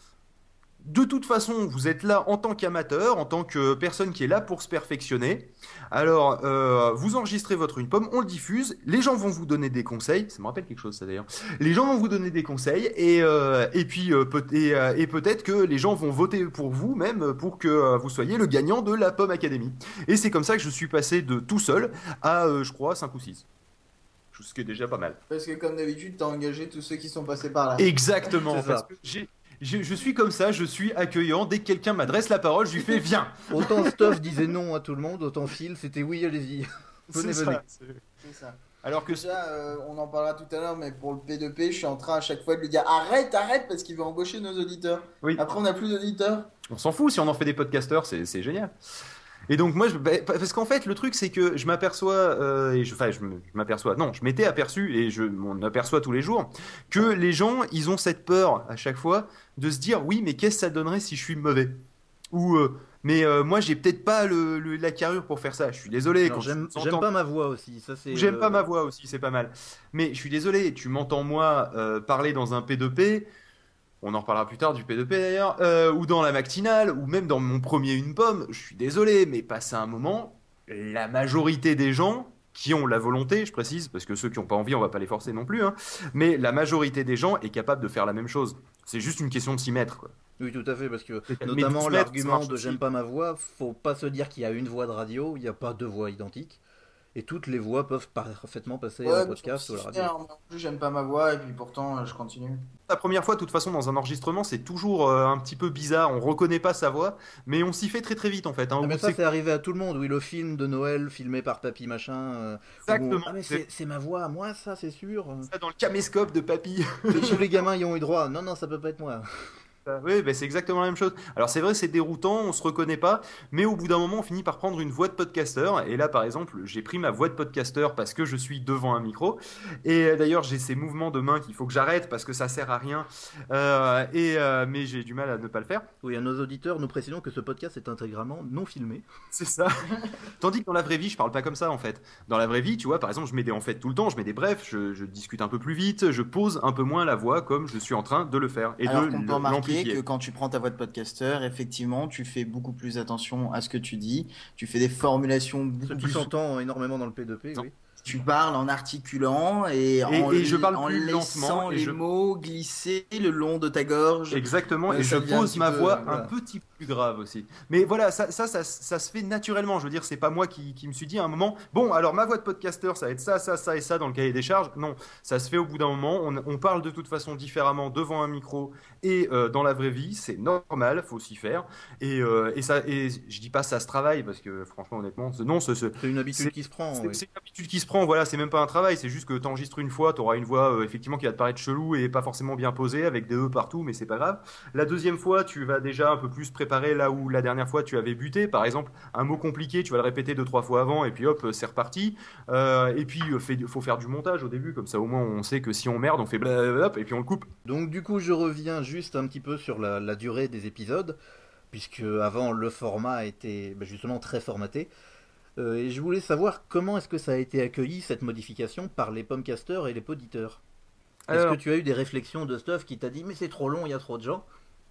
De toute façon, vous êtes là en tant qu'amateur, en tant que personne qui est là pour se perfectionner. Alors, euh, vous enregistrez votre Une Pomme, on le diffuse, les gens vont vous donner des conseils. Ça me rappelle quelque chose, ça d'ailleurs. Les gens vont vous donner des conseils et, euh, et puis euh, peut- et, euh, et peut-être que les gens vont voter pour vous même pour que euh, vous soyez le gagnant de la Pomme Academy. Et c'est comme ça que je suis passé de tout seul à, euh, je crois, cinq ou six. Ce qui est déjà pas mal. Parce que comme d'habitude, t'as engagé tous ceux qui sont passés par là. Exactement. C'est ça. Parce que j'ai- j'ai- je suis comme ça, je suis accueillant. Dès que quelqu'un m'adresse la parole, je lui fais viens. Autant Stuff disait non à tout le monde, autant Phil, c'était oui, allez-y. Venez, C'est venez. ça, c'est- C'est ça. Alors que Déjà, euh, on en parlera tout à l'heure, mais pour le P deux P, je suis en train à chaque fois de lui dire arrête, arrête, parce qu'il veut embaucher nos auditeurs. Oui. Après, on n'a plus d'auditeurs. on s'en fout si on en fait des podcasteurs, c'est c'est génial. Et donc moi, je, bah, parce qu'en fait, le truc c'est que je m'aperçois, euh, et je, enfin, je me- je m'aperçois, non, je m'étais aperçu et je m'en aperçois tous les jours que les gens, ils ont cette peur à chaque fois de se dire, oui, mais qu'est-ce que ça donnerait si je suis mauvais? Ou euh, mais euh, moi, j'ai peut-être pas le, le- la carrure pour faire ça. Je suis désolé. Alors, quand j'aime, tu j'aime m'entends- pas ma voix aussi, ça c'est. J'aime euh, pas ma voix aussi, c'est pas mal. Mais je suis désolé, tu m'entends moi euh, parler dans un P deux P, on en reparlera plus tard du P deux P d'ailleurs, euh, ou dans la matinale, ou même dans mon premier Une Pomme, je suis désolé, mais passer un moment, la majorité des gens qui ont la volonté, je précise, parce que ceux qui n'ont pas envie, on va pas les forcer non plus, hein, mais la majorité des gens est capable de faire la même chose. C'est juste une question de s'y mettre, quoi. Oui, tout à fait, parce que Mais notamment douze mètres, ça l'argument marche de aussi. j'aime pas ma voix, faut pas se dire qu'il y a une voix de radio, il n'y a pas deux voix identiques. Et toutes les voix peuvent parfaitement passer Ouais, en podcast ou à la radio. en plus, j'aime pas ma voix, et puis pourtant, euh, je continue. La première fois, de toute façon, dans un enregistrement, c'est toujours euh, un petit peu bizarre, on reconnaît pas sa voix, mais on s'y fait très très vite en fait. Hein, Ah, Au mais bout de ça, ces- c'est arrivé à tout le monde. Oui, le film de Noël filmé par Papy Machin. euh, où- Exactement. Ah, mais c'est, c'est ma voix, moi, ça, c'est sûr. Ça, dans le caméscope de Papy. Et tous les gamins y ont eu droit. Non, non, ça peut pas être moi. Oui, ben c'est exactement la même chose. Alors c'est vrai, c'est déroutant, on se reconnaît pas, mais au bout d'un moment, on finit par prendre une voix de podcasteur. Et là, par exemple, j'ai pris ma voix de podcasteur parce que je suis devant un micro. Et euh, d'ailleurs, j'ai ces mouvements de main qu'il faut que j'arrête parce que ça sert à rien. Euh, et euh, mais j'ai du mal à ne pas le faire. Oui, à nos auditeurs, nous précisons que ce podcast est intégralement non filmé. C'est ça. Tandis que dans la vraie vie, je parle pas comme ça en fait. Dans la vraie vie, tu vois, par exemple, je mets des en fait tout le temps, je mets des brefs, je, je discute un peu plus vite, je pose un peu moins la voix comme je suis en train de le faire et Alors de qu'on peut l- remarquer l'amplifier. que quand tu prends ta voix de podcasteur, effectivement, tu fais beaucoup plus attention à ce que tu dis, tu fais des formulations Ce beaucoup qui plus... s'entend énormément dans le P deux P, Non. oui. Tu parles en articulant et, Et, en, et je parle en plus laissant lentement. Et les je... mots glisser le long de ta gorge. Exactement, Euh, et ça je devient un pose petit ma peu, voix voilà. un petit peu plus grave aussi. Mais voilà, ça, ça, ça, ça se fait naturellement. Je veux dire, c'est pas moi qui, qui me suis dit à un moment, bon, alors ma voix de podcasteur, ça va être ça, ça, ça et ça dans le cahier des charges. Non, ça se fait au bout d'un moment. On, on parle de toute façon différemment devant un micro et euh, dans la vraie vie. C'est normal, faut s'y faire. Et, euh, et, ça, et je dis pas ça se travaille, parce que franchement, honnêtement, ce- non, ce, ce- C'est une habitude c'est- qui se prend. c'est oui. c'est une habitude qui se prend, voilà, c'est même pas un travail, c'est juste que t'enregistres une fois, t'auras une voix euh, effectivement qui va te paraître chelou et pas forcément bien posée avec des E partout, mais c'est pas grave. La deuxième fois, tu vas déjà un peu plus préparer là où la dernière fois tu avais buté. Par exemple, un mot compliqué, tu vas le répéter deux trois fois avant et puis hop, c'est reparti. Euh, et puis, euh, fait- faut faire du montage au début, comme ça au moins on sait que si on merde, on fait blablabla et puis on le coupe. Donc du coup, je reviens juste un petit peu sur la, la durée des épisodes, puisque avant le format était bah, justement très formaté. Euh, et je voulais savoir comment est-ce que ça a été accueilli, cette modification, par les pomcasters et les poditeurs. Est-ce Alors- que tu as eu des réflexions de stuff qui t'a dit mais c'est trop long, il y a trop de gens?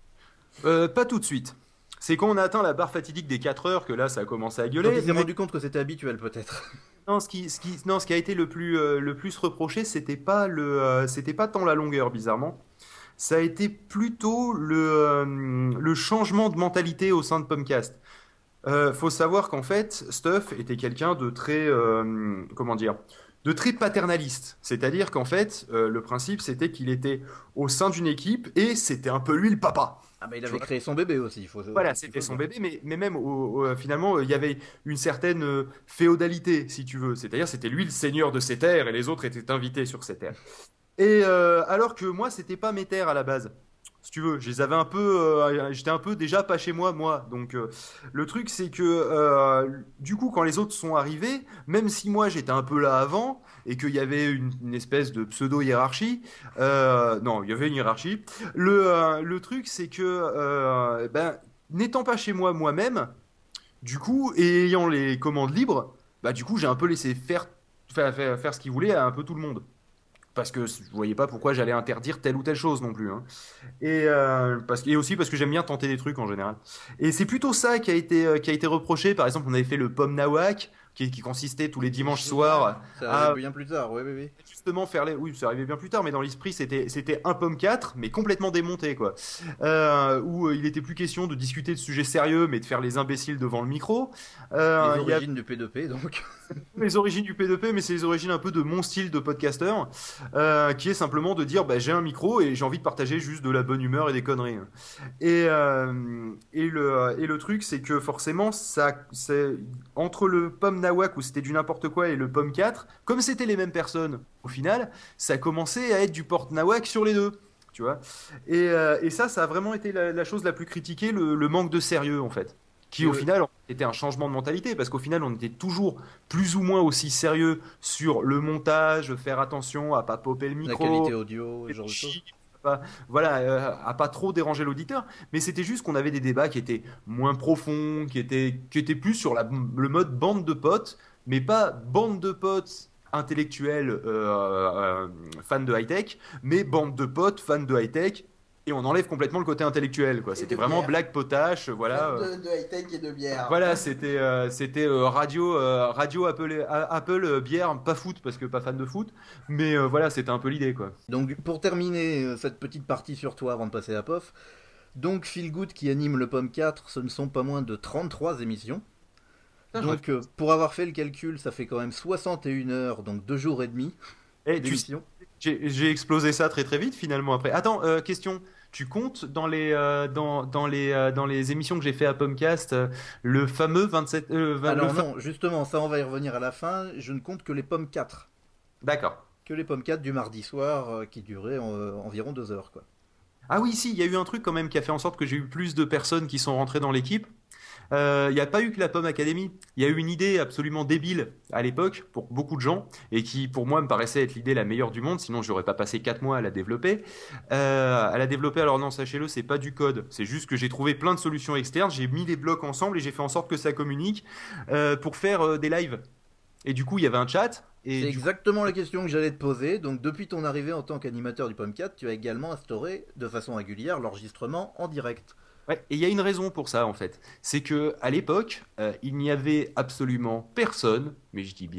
Euh, pas tout de suite. C'est quand on a atteint la barre fatidique des quatre heures que là ça a commencé à Donc gueuler. il s'est mais- rendu compte que c'était habituel peut-être. Non, ce qui, ce qui, non, ce qui a été le plus, euh, le plus reproché, c'était pas le, euh, c'était pas tant la longueur, bizarrement. Ça a été plutôt le, euh, le changement de mentalité au sein de Pomcast. Euh, faut savoir qu'en fait, Stuff était quelqu'un de très, euh, comment dire, de très paternaliste. C'est-à-dire qu'en fait, euh, le principe, c'était qu'il était au sein d'une équipe et c'était un peu lui le papa. Ah bah il Tu avait vois. créé son bébé aussi. Il faut, Voilà, il c'était faut son le dire. bébé, mais, mais même au- au- finalement, il y avait une certaine euh, féodalité, si tu veux. C'est-à-dire, c'était lui le seigneur de ces terres et les autres étaient invités sur ces terres. Et euh, alors que moi, c'était pas mes terres à la base. Si tu veux, je les avais un peu, euh, j'étais un peu déjà pas chez moi, moi. Donc euh, le truc, c'est que euh, du coup, quand les autres sont arrivés, même si moi j'étais un peu là avant et qu'il y avait une, une espèce de pseudo hiérarchie, euh, non, il y avait une hiérarchie. Le euh, le truc, c'est que euh, ben n'étant pas chez moi moi-même, du coup, et ayant les commandes libres, bah du coup, j'ai un peu laissé faire faire, faire, faire ce qu'il voulait à un peu tout le monde. Parce que je voyais pas pourquoi j'allais interdire telle ou telle chose non plus. Hein. Et, euh, parce, que- et aussi parce que j'aime bien tenter des trucs en général. Et c'est plutôt ça qui a été, euh, qui a été reproché. Par exemple, on avait fait le Pomme Nawak, qui, qui consistait tous les dimanches soirs Ça à arrive bien plus tard, oui, oui, oui. justement faire les... Oui, ça arrivait bien plus tard, mais dans l'esprit, c'était, c'était un Pomme quatre, mais complètement démonté, quoi. Euh, où euh, il était plus question de discuter de sujets sérieux, mais de faire les imbéciles devant le micro. Euh, Les il y a- origines du P deux P donc. les origines du P deux P, mais c'est les origines un peu de mon style de podcasteur, euh, qui est simplement de dire bah, j'ai un micro et j'ai envie de partager juste de la bonne humeur et des conneries. Et, euh, et, le, et le truc, c'est que forcément, ça, c'est, entre le Pomme Nawak où c'était du n'importe quoi et le Pomme quatre, comme c'était les mêmes personnes, au final, ça commençait à être du porte Nawak sur les deux. Tu vois, et, euh, et ça, ça a vraiment été la, la chose la plus critiquée, le, le manque de sérieux en fait. Qui Et au ouais. final était un changement de mentalité, parce qu'au final on était toujours plus ou moins aussi sérieux sur le montage, faire attention à pas popper le La micro, qualité audio, ce genre de choses. pas, voilà, euh, à pas trop déranger l'auditeur. Mais c'était juste qu'on avait des débats qui étaient moins profonds, qui étaient, qui étaient plus sur la, le mode bande de potes, mais pas bande de potes intellectuels euh, euh, fans de high-tech, mais bande de potes fans de high-tech. Et on enlève complètement le côté intellectuel, quoi. Et C'était de vraiment bière. blague potache, voilà. euh, De, de high-tech et de bière. Voilà, c'était euh, c'était euh, radio euh, radio Apple A- Apple euh, bière pas foot parce que pas fan de foot, mais euh, voilà, c'était un peu l'idée quoi. Donc pour terminer euh, cette petite partie sur toi avant de passer à P O F, donc Feel Good qui anime le Pomme quatre, ce ne sont pas moins de trente-trois émissions. Putain, Donc euh, pour avoir fait le calcul, ça fait quand même soixante et une heures, donc deux jours et demi Et tu sais, d'émission. j'ai j'ai explosé ça très très vite finalement après. Attends, euh, question. Tu comptes dans les euh, dans dans les euh, dans les émissions que j'ai fait à Pomcast euh, le fameux vingt-sept euh, vingt- Alors le fa- non, justement, ça on va y revenir à la fin, je ne compte que les Pommes quatre. D'accord. Que les Pommes quatre du mardi soir euh, qui duraient euh, environ deux heures quoi. Ah oui, si, il y a eu un truc quand même qui a fait en sorte que j'ai eu plus de personnes qui sont rentrées dans l'équipe. Euh, Il n'y a pas eu que la Pomme Academy. Il y a eu une idée absolument débile à l'époque pour beaucoup de gens et qui, pour moi, me paraissait être l'idée la meilleure du monde. Sinon, j'aurais pas passé quatre mois à la développer. Euh, à la développer, alors non, sachez-le, c'est pas du code. C'est juste que j'ai trouvé plein de solutions externes. J'ai mis les blocs ensemble et j'ai fait en sorte que ça communique euh, pour faire euh, des lives. Et du coup, il y avait un chat. Et C'est du exactement la question que j'allais te poser. Donc depuis ton arrivée en tant qu'animateur du Pomme quatre, tu as également instauré de façon régulière l'enregistrement en direct. Ouais, et il y a une raison pour ça en fait. C'est que à l'époque, euh, il n'y avait absolument personne, mais je dis bien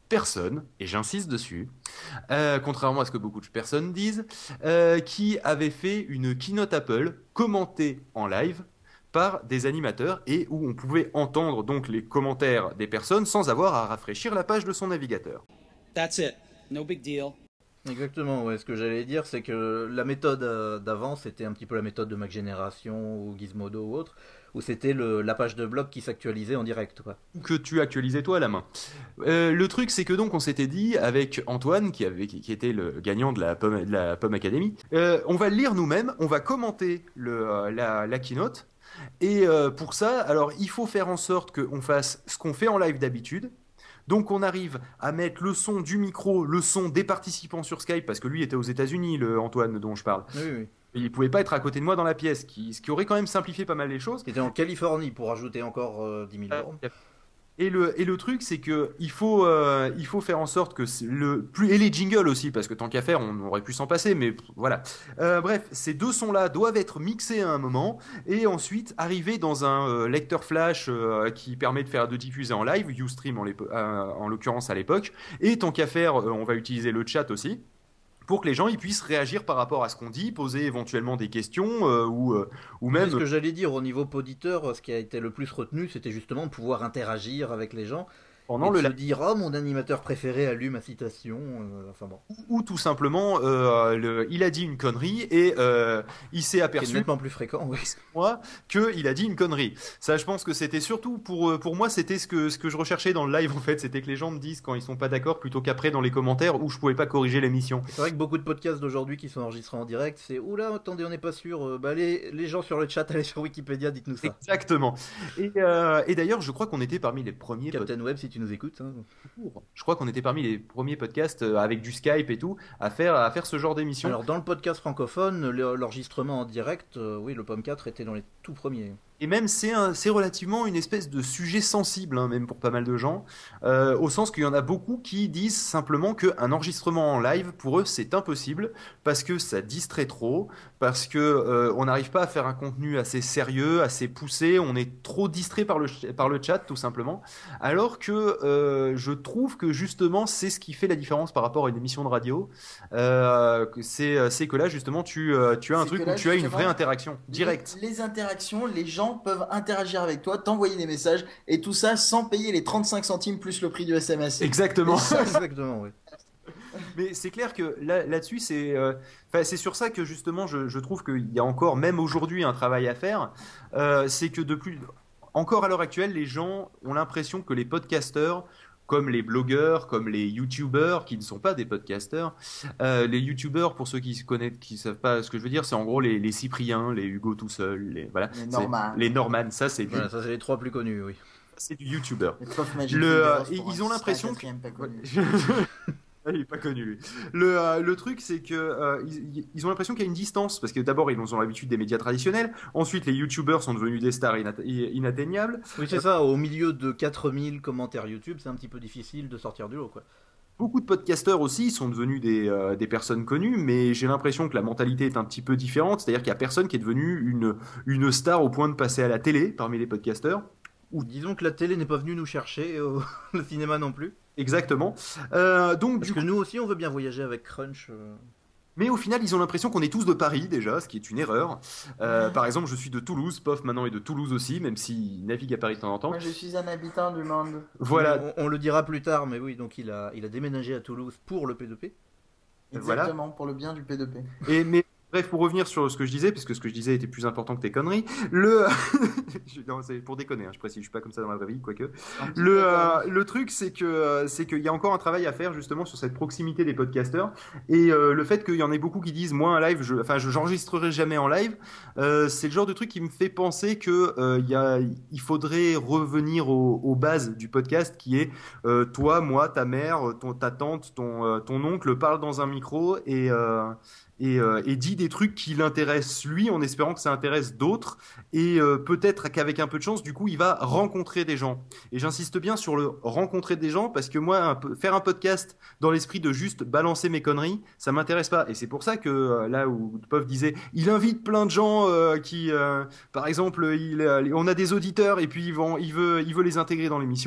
personne, et j'insiste dessus, euh, contrairement à ce que beaucoup de personnes disent, euh, qui avait fait une keynote Apple commentée en live par des animateurs et où on pouvait entendre donc les commentaires des personnes sans avoir à rafraîchir la page de son navigateur. That's it. No big deal. Exactement, ouais. Ce que j'allais dire, c'est que la méthode euh, d'avant, c'était un petit peu la méthode de Mac Génération ou Gizmodo ou autre, où c'était le, la page de blog qui s'actualisait en direct, quoi. Que tu actualisais toi à la main. Euh, le truc, c'est que donc on s'était dit avec Antoine, qui, avait, qui, qui était le gagnant de la Pomme, de la Pomme Academy, euh, on va le lire nous-mêmes, on va commenter le, euh, la, la keynote, et euh, pour ça, alors il faut faire en sorte qu'on fasse ce qu'on fait en live d'habitude. Donc on arrive à mettre le son du micro, le son des participants sur Skype, parce que lui était aux États-Unis, le Antoine dont je parle. Oui, oui. Et il pouvait pas être à côté de moi dans la pièce, qui, ce qui aurait quand même simplifié pas mal les choses. Il était en Californie pour ajouter encore euh, dix mille bornes. Et le, et le truc, c'est que il faut, euh, il faut faire en sorte que le plus et les jingles aussi, parce que tant qu'à faire, on aurait pu s'en passer, mais pff, voilà. Euh, bref, ces deux sons-là doivent être mixés à un moment et ensuite arriver dans un euh, lecteur flash euh, qui permet de faire de diffuser en live, Ustream en, euh, en l'occurrence à l'époque. Et tant qu'à faire, euh, on va utiliser le chat aussi, pour que les gens ils puissent réagir par rapport à ce qu'on dit, poser éventuellement des questions euh, ou, euh, ou même... C'est ce que j'allais dire, au niveau poditeur, ce qui a été le plus retenu, c'était justement de pouvoir interagir avec les gens. Pendant le se dire, oh, mon animateur préféré a lu ma citation. Euh, enfin bon. Ou, ou tout simplement, euh, le, il a dit une connerie et euh, il s'est aperçu. C'est nettement plus fréquent, oui. Moi, qu'il a dit une connerie. Ça, je pense que c'était surtout pour pour moi, c'était ce que ce que je recherchais dans le live en fait, c'était que les gens me disent quand ils sont pas d'accord, plutôt qu'après dans les commentaires où je pouvais pas corriger l'émission. C'est vrai que beaucoup de podcasts d'aujourd'hui qui sont enregistrés en direct, c'est oula, attendez, on n'est pas sûr. Euh, bah les les gens sur le chat, allez sur Wikipédia, dites-nous ça. Exactement. Et euh, et d'ailleurs, je crois qu'on était parmi les premiers. Captain Web, si tu nous écoutes. Hein. Je crois qu'on était parmi les premiers podcasts euh, avec du Skype et tout à faire à faire ce genre d'émission. Alors dans le podcast francophone, l'enregistrement en direct, euh, oui, le Pomme quatre était dans les tout premiers. Et même c'est un, c'est relativement une espèce de sujet sensible, hein, même pour pas mal de gens, euh, au sens qu'il y en a beaucoup qui disent simplement qu'un enregistrement en live pour eux c'est impossible parce que ça distrait trop, parce que euh, on n'arrive pas à faire un contenu assez sérieux, assez poussé, on est trop distrait par le par le chat tout simplement. Alors que euh, je trouve que justement c'est ce qui fait la différence par rapport à une émission de radio, euh, c'est c'est que là justement tu tu as un c'est truc où tu as une vraie interaction directe. Les, les interactions, les gens peuvent interagir avec toi, t'envoyer des messages et tout ça sans payer les trente-cinq centimes plus le prix du S M S. Exactement. Exactement, oui. Mais c'est clair que là, là-dessus, c'est, euh, c'est sur ça que justement je, je trouve qu'il y a encore, même aujourd'hui, un travail à faire. Euh, c'est que de plus, encore à l'heure actuelle, les gens ont l'impression que les podcasteurs, comme les blogueurs, comme les youtubeurs, qui ne sont pas des podcasteurs. Euh, les youtubeurs, pour ceux qui se connaissent, qui savent pas ce que je veux dire, c'est en gros les, les Cypriens, les Hugo tout seul, les voilà, les Norman. Les Norman, ça c'est voilà, ça c'est les trois plus connus, oui. C'est du youtubeur. Le, euh, ils ont l'impression que il est pas connu lui. Le, euh, le truc c'est que euh, ils, ils ont l'impression qu'il y a une distance parce que d'abord ils ont l'habitude des médias traditionnels, ensuite les youtubeurs sont devenus des stars inat- inatteignables. Oui c'est ça, au milieu de quatre mille commentaires YouTube c'est un petit peu difficile de sortir du lot quoi. Beaucoup de podcasteurs aussi sont devenus des, euh, des personnes connues, mais j'ai l'impression que la mentalité est un petit peu différente, c'est-à-dire qu'il y a personne qui est devenu une, une star au point de passer à la télé parmi les podcasteurs. Ou disons que la télé n'est pas venue nous chercher, euh, le cinéma non plus. Exactement. Euh, donc, Parce du que coup... nous aussi, on veut bien voyager avec Crunch. Euh... Mais au final, ils ont l'impression qu'on est tous de Paris déjà, ce qui est une erreur. Euh, par exemple, je suis de Toulouse, Pof maintenant est de Toulouse aussi, même s'il navigue à Paris de temps en temps. Moi, je suis un habitant du monde. Voilà. On, on le dira plus tard, mais oui, donc il a, il a déménagé à Toulouse pour le P deux P. Exactement, voilà. Pour le bien du P deux P. Et mais bref, pour revenir sur ce que je disais, puisque ce que je disais était plus important que tes conneries, le... non, c'est pour déconner, hein, je précise, je suis pas comme ça dans la vraie vie, quoique. Le, euh, le truc, c'est que c'est qu'il y a encore un travail à faire justement sur cette proximité des podcasteurs, et euh, le fait qu'il y en ait beaucoup qui disent, moi un live, je... enfin, je j'enregistrerai jamais en live, euh, c'est le genre de truc qui me fait penser que euh, y a... il faudrait revenir aux, aux bases du podcast, qui est euh, toi, moi, ta mère, ton, ta tante, ton, euh, ton oncle parle dans un micro et... Euh... Et, euh, et dit des trucs qui l'intéressent lui en espérant que ça intéresse d'autres et euh, peut-être qu'avec un peu de chance du coup il va rencontrer des gens et j'insiste bien sur le rencontrer des gens parce que moi un peu, faire un podcast dans l'esprit de juste balancer mes conneries ça m'intéresse pas et c'est pour ça que euh, là où Pof disait il invite plein de gens euh, qui euh, par exemple il, euh, on a des auditeurs et puis ils vont, il, veut, il veut les intégrer dans l'émission.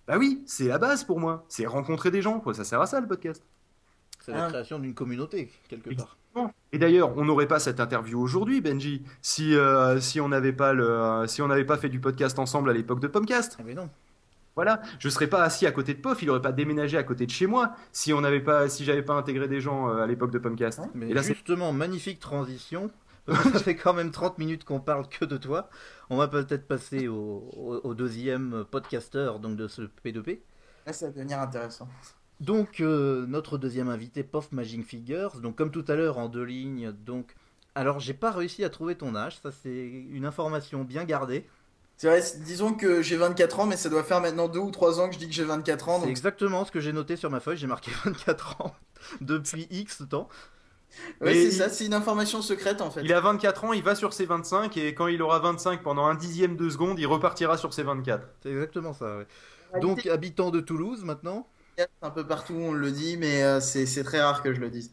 Bah oui, c'est la base pour moi. C'est rencontrer des gens, quoi. Ça sert à ça le podcast. C'est la Ah. création d'une communauté, quelque part. Et d'ailleurs, on n'aurait pas cette interview aujourd'hui, Benji, si, euh, si on n'avait pas le, euh, si on n'avait pas fait du podcast ensemble à l'époque de Pomcast. Ah mais non. Voilà, je serais pas assis à côté de Pof, il aurait pas déménagé à côté de chez moi si on n'avait pas, si j'avais pas intégré des gens euh, à l'époque de Pomcast. Mais Et là, c'est justement, magnifique transition. Parce que ça fait quand même trente minutes qu'on parle que de toi. On va peut-être passer au, au- au deuxième podcasteur donc de ce P deux P. Là, ça va devenir intéressant. Donc euh, notre deuxième invité, Pof Magic Fingers. Donc comme tout à l'heure en deux lignes. Donc alors j'ai pas réussi à trouver ton âge. Ça c'est une information bien gardée. C'est vrai, c- disons que j'ai vingt-quatre ans, mais ça doit faire maintenant deux ou trois ans que je dis que j'ai vingt-quatre ans. C'est Donc... exactement ce que j'ai noté sur ma feuille. J'ai marqué vingt-quatre ans depuis X temps. Ouais, Mais c'est il- ça, c'est une information secrète en fait. Il a vingt-quatre ans, il va sur ses vingt-cinq et quand il aura vingt-cinq pendant un dixième de seconde, il repartira sur ses vingt-quatre. C'est exactement ça. Ouais. En Donc réalité, habitant de Toulouse maintenant. un peu partout on le dit, mais euh, c'est c'est très rare que je le dise.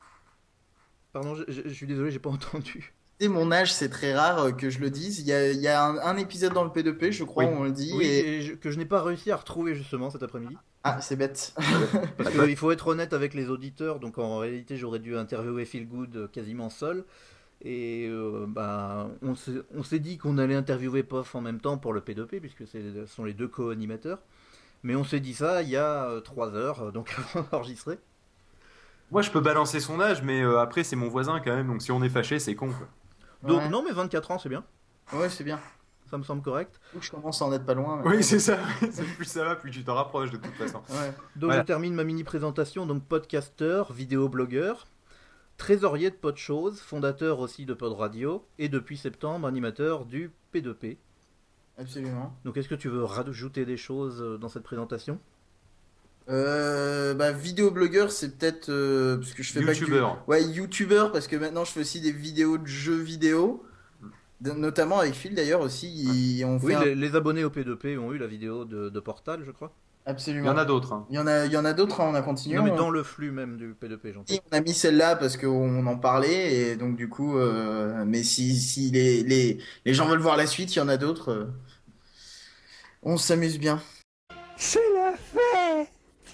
Pardon, je, je- je suis désolé, j'ai pas entendu. Et mon âge, c'est très rare euh, que je le dise. Il y a, il y a un, un épisode dans le P deux P, je crois, Oui. où on le dit. Oui, et... et je- que je n'ai pas réussi à retrouver justement cet après-midi. Ah, c'est bête. Parce qu'il faut être honnête avec les auditeurs, donc en réalité j'aurais dû interviewer Phil Good euh, quasiment seul. Et euh, bah, on s'est on s'est dit qu'on allait interviewer Pof en même temps pour le P deux P, puisque c'est- ce sont les deux co-animateurs. Mais on s'est dit ça il y a euh, trois heures, euh, donc avant d'enregistrer. Moi, je peux balancer son âge, mais euh, après, c'est mon voisin quand même, donc si on est fâché, c'est con, quoi. Donc Ouais. non, mais vingt-quatre ans c'est bien, Ouais, c'est bien. ça me semble correct. Je commence à en être pas loin. mais- Oui, c'est ça. Plus ça va, plus tu t'en rapproches de toute façon. Ouais. Donc Voilà. je termine ma mini présentation, donc podcasteur, vidéoblogueur, trésorier de Podchose, fondateur aussi de Pod Radio, et depuis septembre animateur du P deux P. Absolument. Donc est-ce que tu veux rajouter des choses euh, dans cette présentation? Euh, bah, vidéoblogueur, c'est peut-être euh, parce que je fais pas que du- Youtubeur. Ouais, youtubeur parce que maintenant je fais aussi des vidéos de jeux vidéo, de- notamment avec Phil d'ailleurs aussi. ils- on fait Oui, un- les, les abonnés au P deux P ont eu la vidéo de, de Portal, je crois. Il Absolument. y en a d'autres. hein. Il y en a, il y en a d'autres. hein, on a continué. Non, mais on- dans le flux même du P deux P, j'entends. Et on a mis celle-là parce qu'on en parlait et donc du coup, euh, mais si, si les, les, les gens veulent voir la suite, il y en a d'autres. euh, on s'amuse bien. C'est la fête.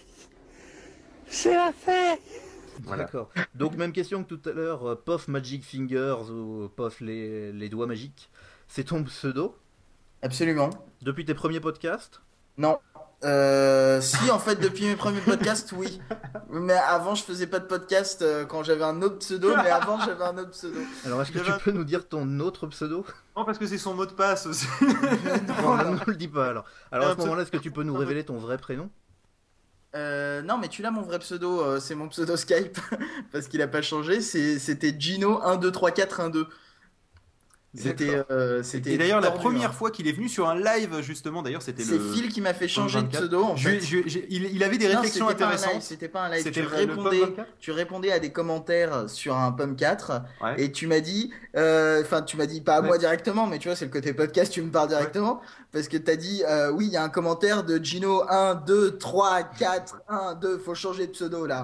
C'est la fête. Voilà. D'accord. Donc même question que tout à l'heure, euh, Pof Magic Fingers ou Pof les, les doigts magiques, c'est ton pseudo Absolument. depuis tes premiers podcasts? Non. Euh, si, en fait, depuis mes premiers podcasts, oui. Mais avant, je faisais pas de podcast euh, quand j'avais un autre pseudo, mais avant, j'avais un autre pseudo. Alors est-ce que Il y tu avait un- peux nous dire ton autre pseudo? Non, parce que c'est son mot de passe aussi. Non, ne nous le dis pas alors. Alors à Un ce pseudo- moment-là, est-ce que tu peux nous révéler ton vrai prénom? Euh, non, mais tu l'as, mon vrai pseudo, euh, c'est mon pseudo Skype, parce qu'il a pas changé. c'est- C'était Gino un deux trois quatre un deux. C'était. euh, c'était Et d'ailleurs, la tordu, première hein. fois qu'il est venu sur un live, justement, d'ailleurs, c'était C'est le. Phil qui m'a fait changer de vingt-quatre. pseudo, en Je- fait. je- je- il, il avait des Non, réflexions c'était pas un live, intéressantes. C'était pas un live. C'était Tu le- le Pop répondais, vingt-quatre tu répondais à des commentaires sur un P O M quatre Ouais. et tu m'as dit, euh, enfin tu m'as dit pas à Ouais. moi directement, mais tu vois c'est le côté podcast, tu me parles directement parce que t'as dit euh, oui il y a un commentaire de Gino un deux trois quatre un deux, faut changer de pseudo là.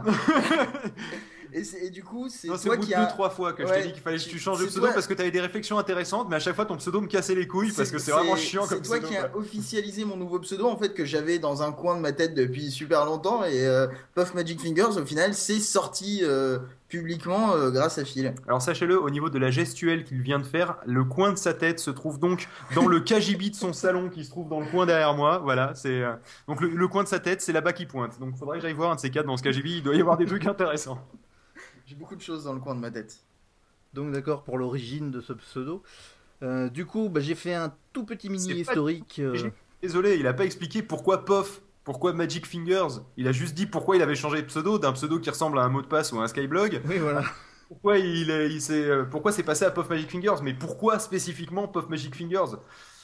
Et, c'est- et du coup c'est Non, c'est toi au bout qui de a deux, trois fois que je Ouais, t'ai dit qu'il fallait que tu c'est- changes de c'est pseudo toi- parce que t'avais des réflexions intéressantes, mais à chaque fois ton pseudo me cassait les couilles parce que c'est vraiment chiant comme C'est toi pseudo. qui a quoi. officialisé mon nouveau pseudo en fait que j'avais dans un coin de ma tête depuis super longtemps et euh, Puff Magic Fingers au final c'est sorti euh, publiquement euh, grâce à Phil. Alors sachez-le, au niveau de la gestuelle qu'il vient de faire, le coin de sa tête se trouve donc dans le K G B de son salon qui se trouve dans le coin derrière moi. Voilà, c'est euh, donc le, le coin de sa tête, c'est là-bas qui pointe. Donc faudrait que j'aille voir un de ces quatre dans ce K G B. Il doit y avoir des trucs intéressants. J'ai beaucoup de choses dans le coin de ma tête. Donc d'accord pour l'origine de ce pseudo. Euh, du coup, bah, j'ai fait un tout petit mini C'est pas- historique. euh, J'ai- Désolé, il a pas expliqué pourquoi Pof, pourquoi Magic Fingers. Il a juste dit pourquoi il avait changé de pseudo d'un pseudo qui ressemble à un mot de passe ou à un Skyblog. Oui, voilà. Pourquoi il, est- il s'est, euh, pourquoi c'est passé à Puff Magic Fingers, mais pourquoi spécifiquement Puff Magic Fingers?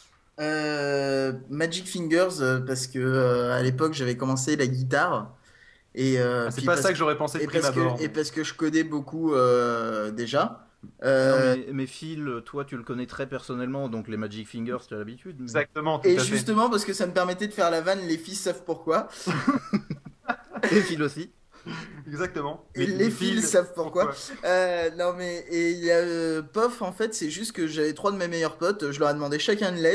Euh, Magic Fingers euh, parce que euh, à l'époque j'avais commencé la guitare et euh, Ah, c'est puis pas parce- ça que j'aurais pensé de et prime parce abord. que, et parce que je codais beaucoup euh, déjà. Non, Euh, mais, mais Phil, toi tu le connais très personnellement, donc les Magic Fingers tu as l'habitude. mais- Exactement, tout et à fait. justement parce que ça me permettait de faire la vanne, les filles savent pourquoi. Et Phil aussi. Exactement. Et Mais les Phil, filles savent pourquoi. Euh, non mais et il y a euh, Pof en fait c'est juste que j'avais trois de mes meilleurs potes, je leur ai demandé chacun une lettre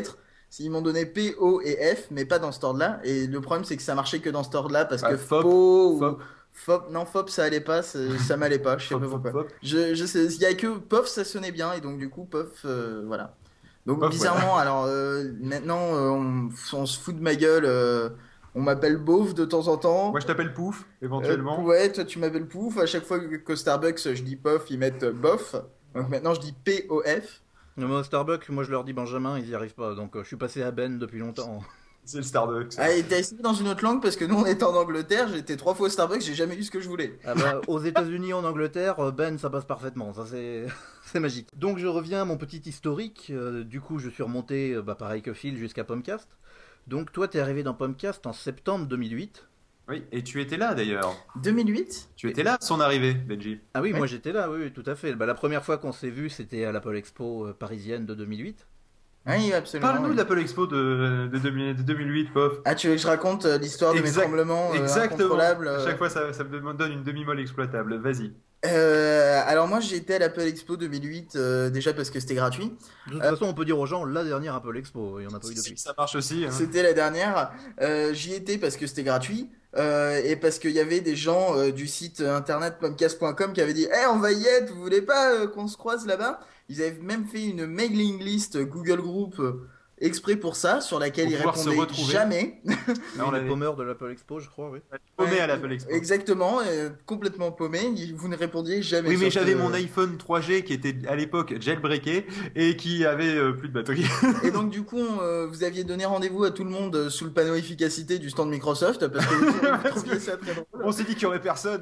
Ils m'ont donné P, O et F, mais pas dans cet ordre-là. Et le problème, c'est que ça marchait que dans cet ordre-là parce Ah, que Fop, Fo ou Fop. Fop, non, Fop, ça allait pas, ça, ça m'allait pas, je sais Fop, pas Fop, pourquoi. Fop. Je, je sais, il y a que Pof, ça sonnait bien, et donc du coup, Pof, euh, voilà. Donc Pof, bizarrement, alors euh, maintenant, euh, on, on se fout de ma gueule. euh, on m'appelle Beauf de temps en temps. Moi, je t'appelle Pouf, Euh, éventuellement. ouais, toi tu m'appelles Pouf. À chaque fois que, que Starbucks, je dis Pof, ils mettent euh, Bof. Donc maintenant, je dis P O F. Non, mais au Starbucks, moi je leur dis Benjamin, ils y arrivent pas. Donc euh, je suis passé à Ben depuis longtemps. C'est le Starbucks. Ah, et t'as essayé dans une autre langue parce que nous on était en Angleterre, j'étais trois fois au Starbucks, j'ai jamais eu ce que je voulais. Ah bah, aux États-Unis, en Angleterre, euh, Ben, ça passe parfaitement. Ça, c'est c'est magique. Donc, je reviens à mon petit historique. Euh, du coup, je suis remonté, euh, bah, pareil que Phil, jusqu'à Pomcast. Donc, toi, t'es arrivé dans Pomcast en septembre deux mille huit. Oui, et tu étais là d'ailleurs. deux mille huit? Tu étais là à son arrivée, Benji. Ah oui, Ouais. moi j'étais là, oui, oui, tout à fait. Bah, la première fois qu'on s'est vu, c'était à l'Apple Expo euh, parisienne de deux mille huit. Oui, absolument. Parle-nous oui. de l'Apple Expo de, de, deux mille de deux mille huit, Pof. Ah, tu veux que je raconte euh, l'histoire de mes Exact- tremblements euh, Exactement. incontrôlables euh, À chaque fois, ça, ça me donne une demi-molle exploitable. Vas-y. Euh, alors moi j'ai été à l'Apple Expo deux mille huit euh, déjà parce que c'était gratuit. De toute Euh, façon, on peut dire aux gens la dernière Apple Expo. Il n'y en a pas eu Si, depuis. ça marche aussi. Hein. C'était la dernière. Euh, j'y étais parce que c'était gratuit euh, et parce qu'il y avait des gens euh, du site internet pomcast point com qui avaient dit Eh, on va y être, vous voulez pas euh, qu'on se croise là-bas? Ils avaient même fait une mailing list Google Group euh, exprès pour ça, sur laquelle Pour ils pouvoir se répondaient retrouver. jamais. Là, on Oui, les l'avait paumeurs de l'Apple Expo, je crois, oui. paumé Ouais, à l'Apple Expo. Exactement, euh, complètement paumé. Ils- Vous ne répondiez jamais. Oui, mais sur j'avais ce- mon iPhone trois G qui était à l'époque jailbreaké et qui avait euh, plus de batterie. Et donc du coup, on, euh, vous aviez donné rendez-vous à tout le monde euh, sous le panneau efficacité du stand Microsoft parce que vous, vous trouviez ça très drôle. On s'est dit qu'il y aurait personne.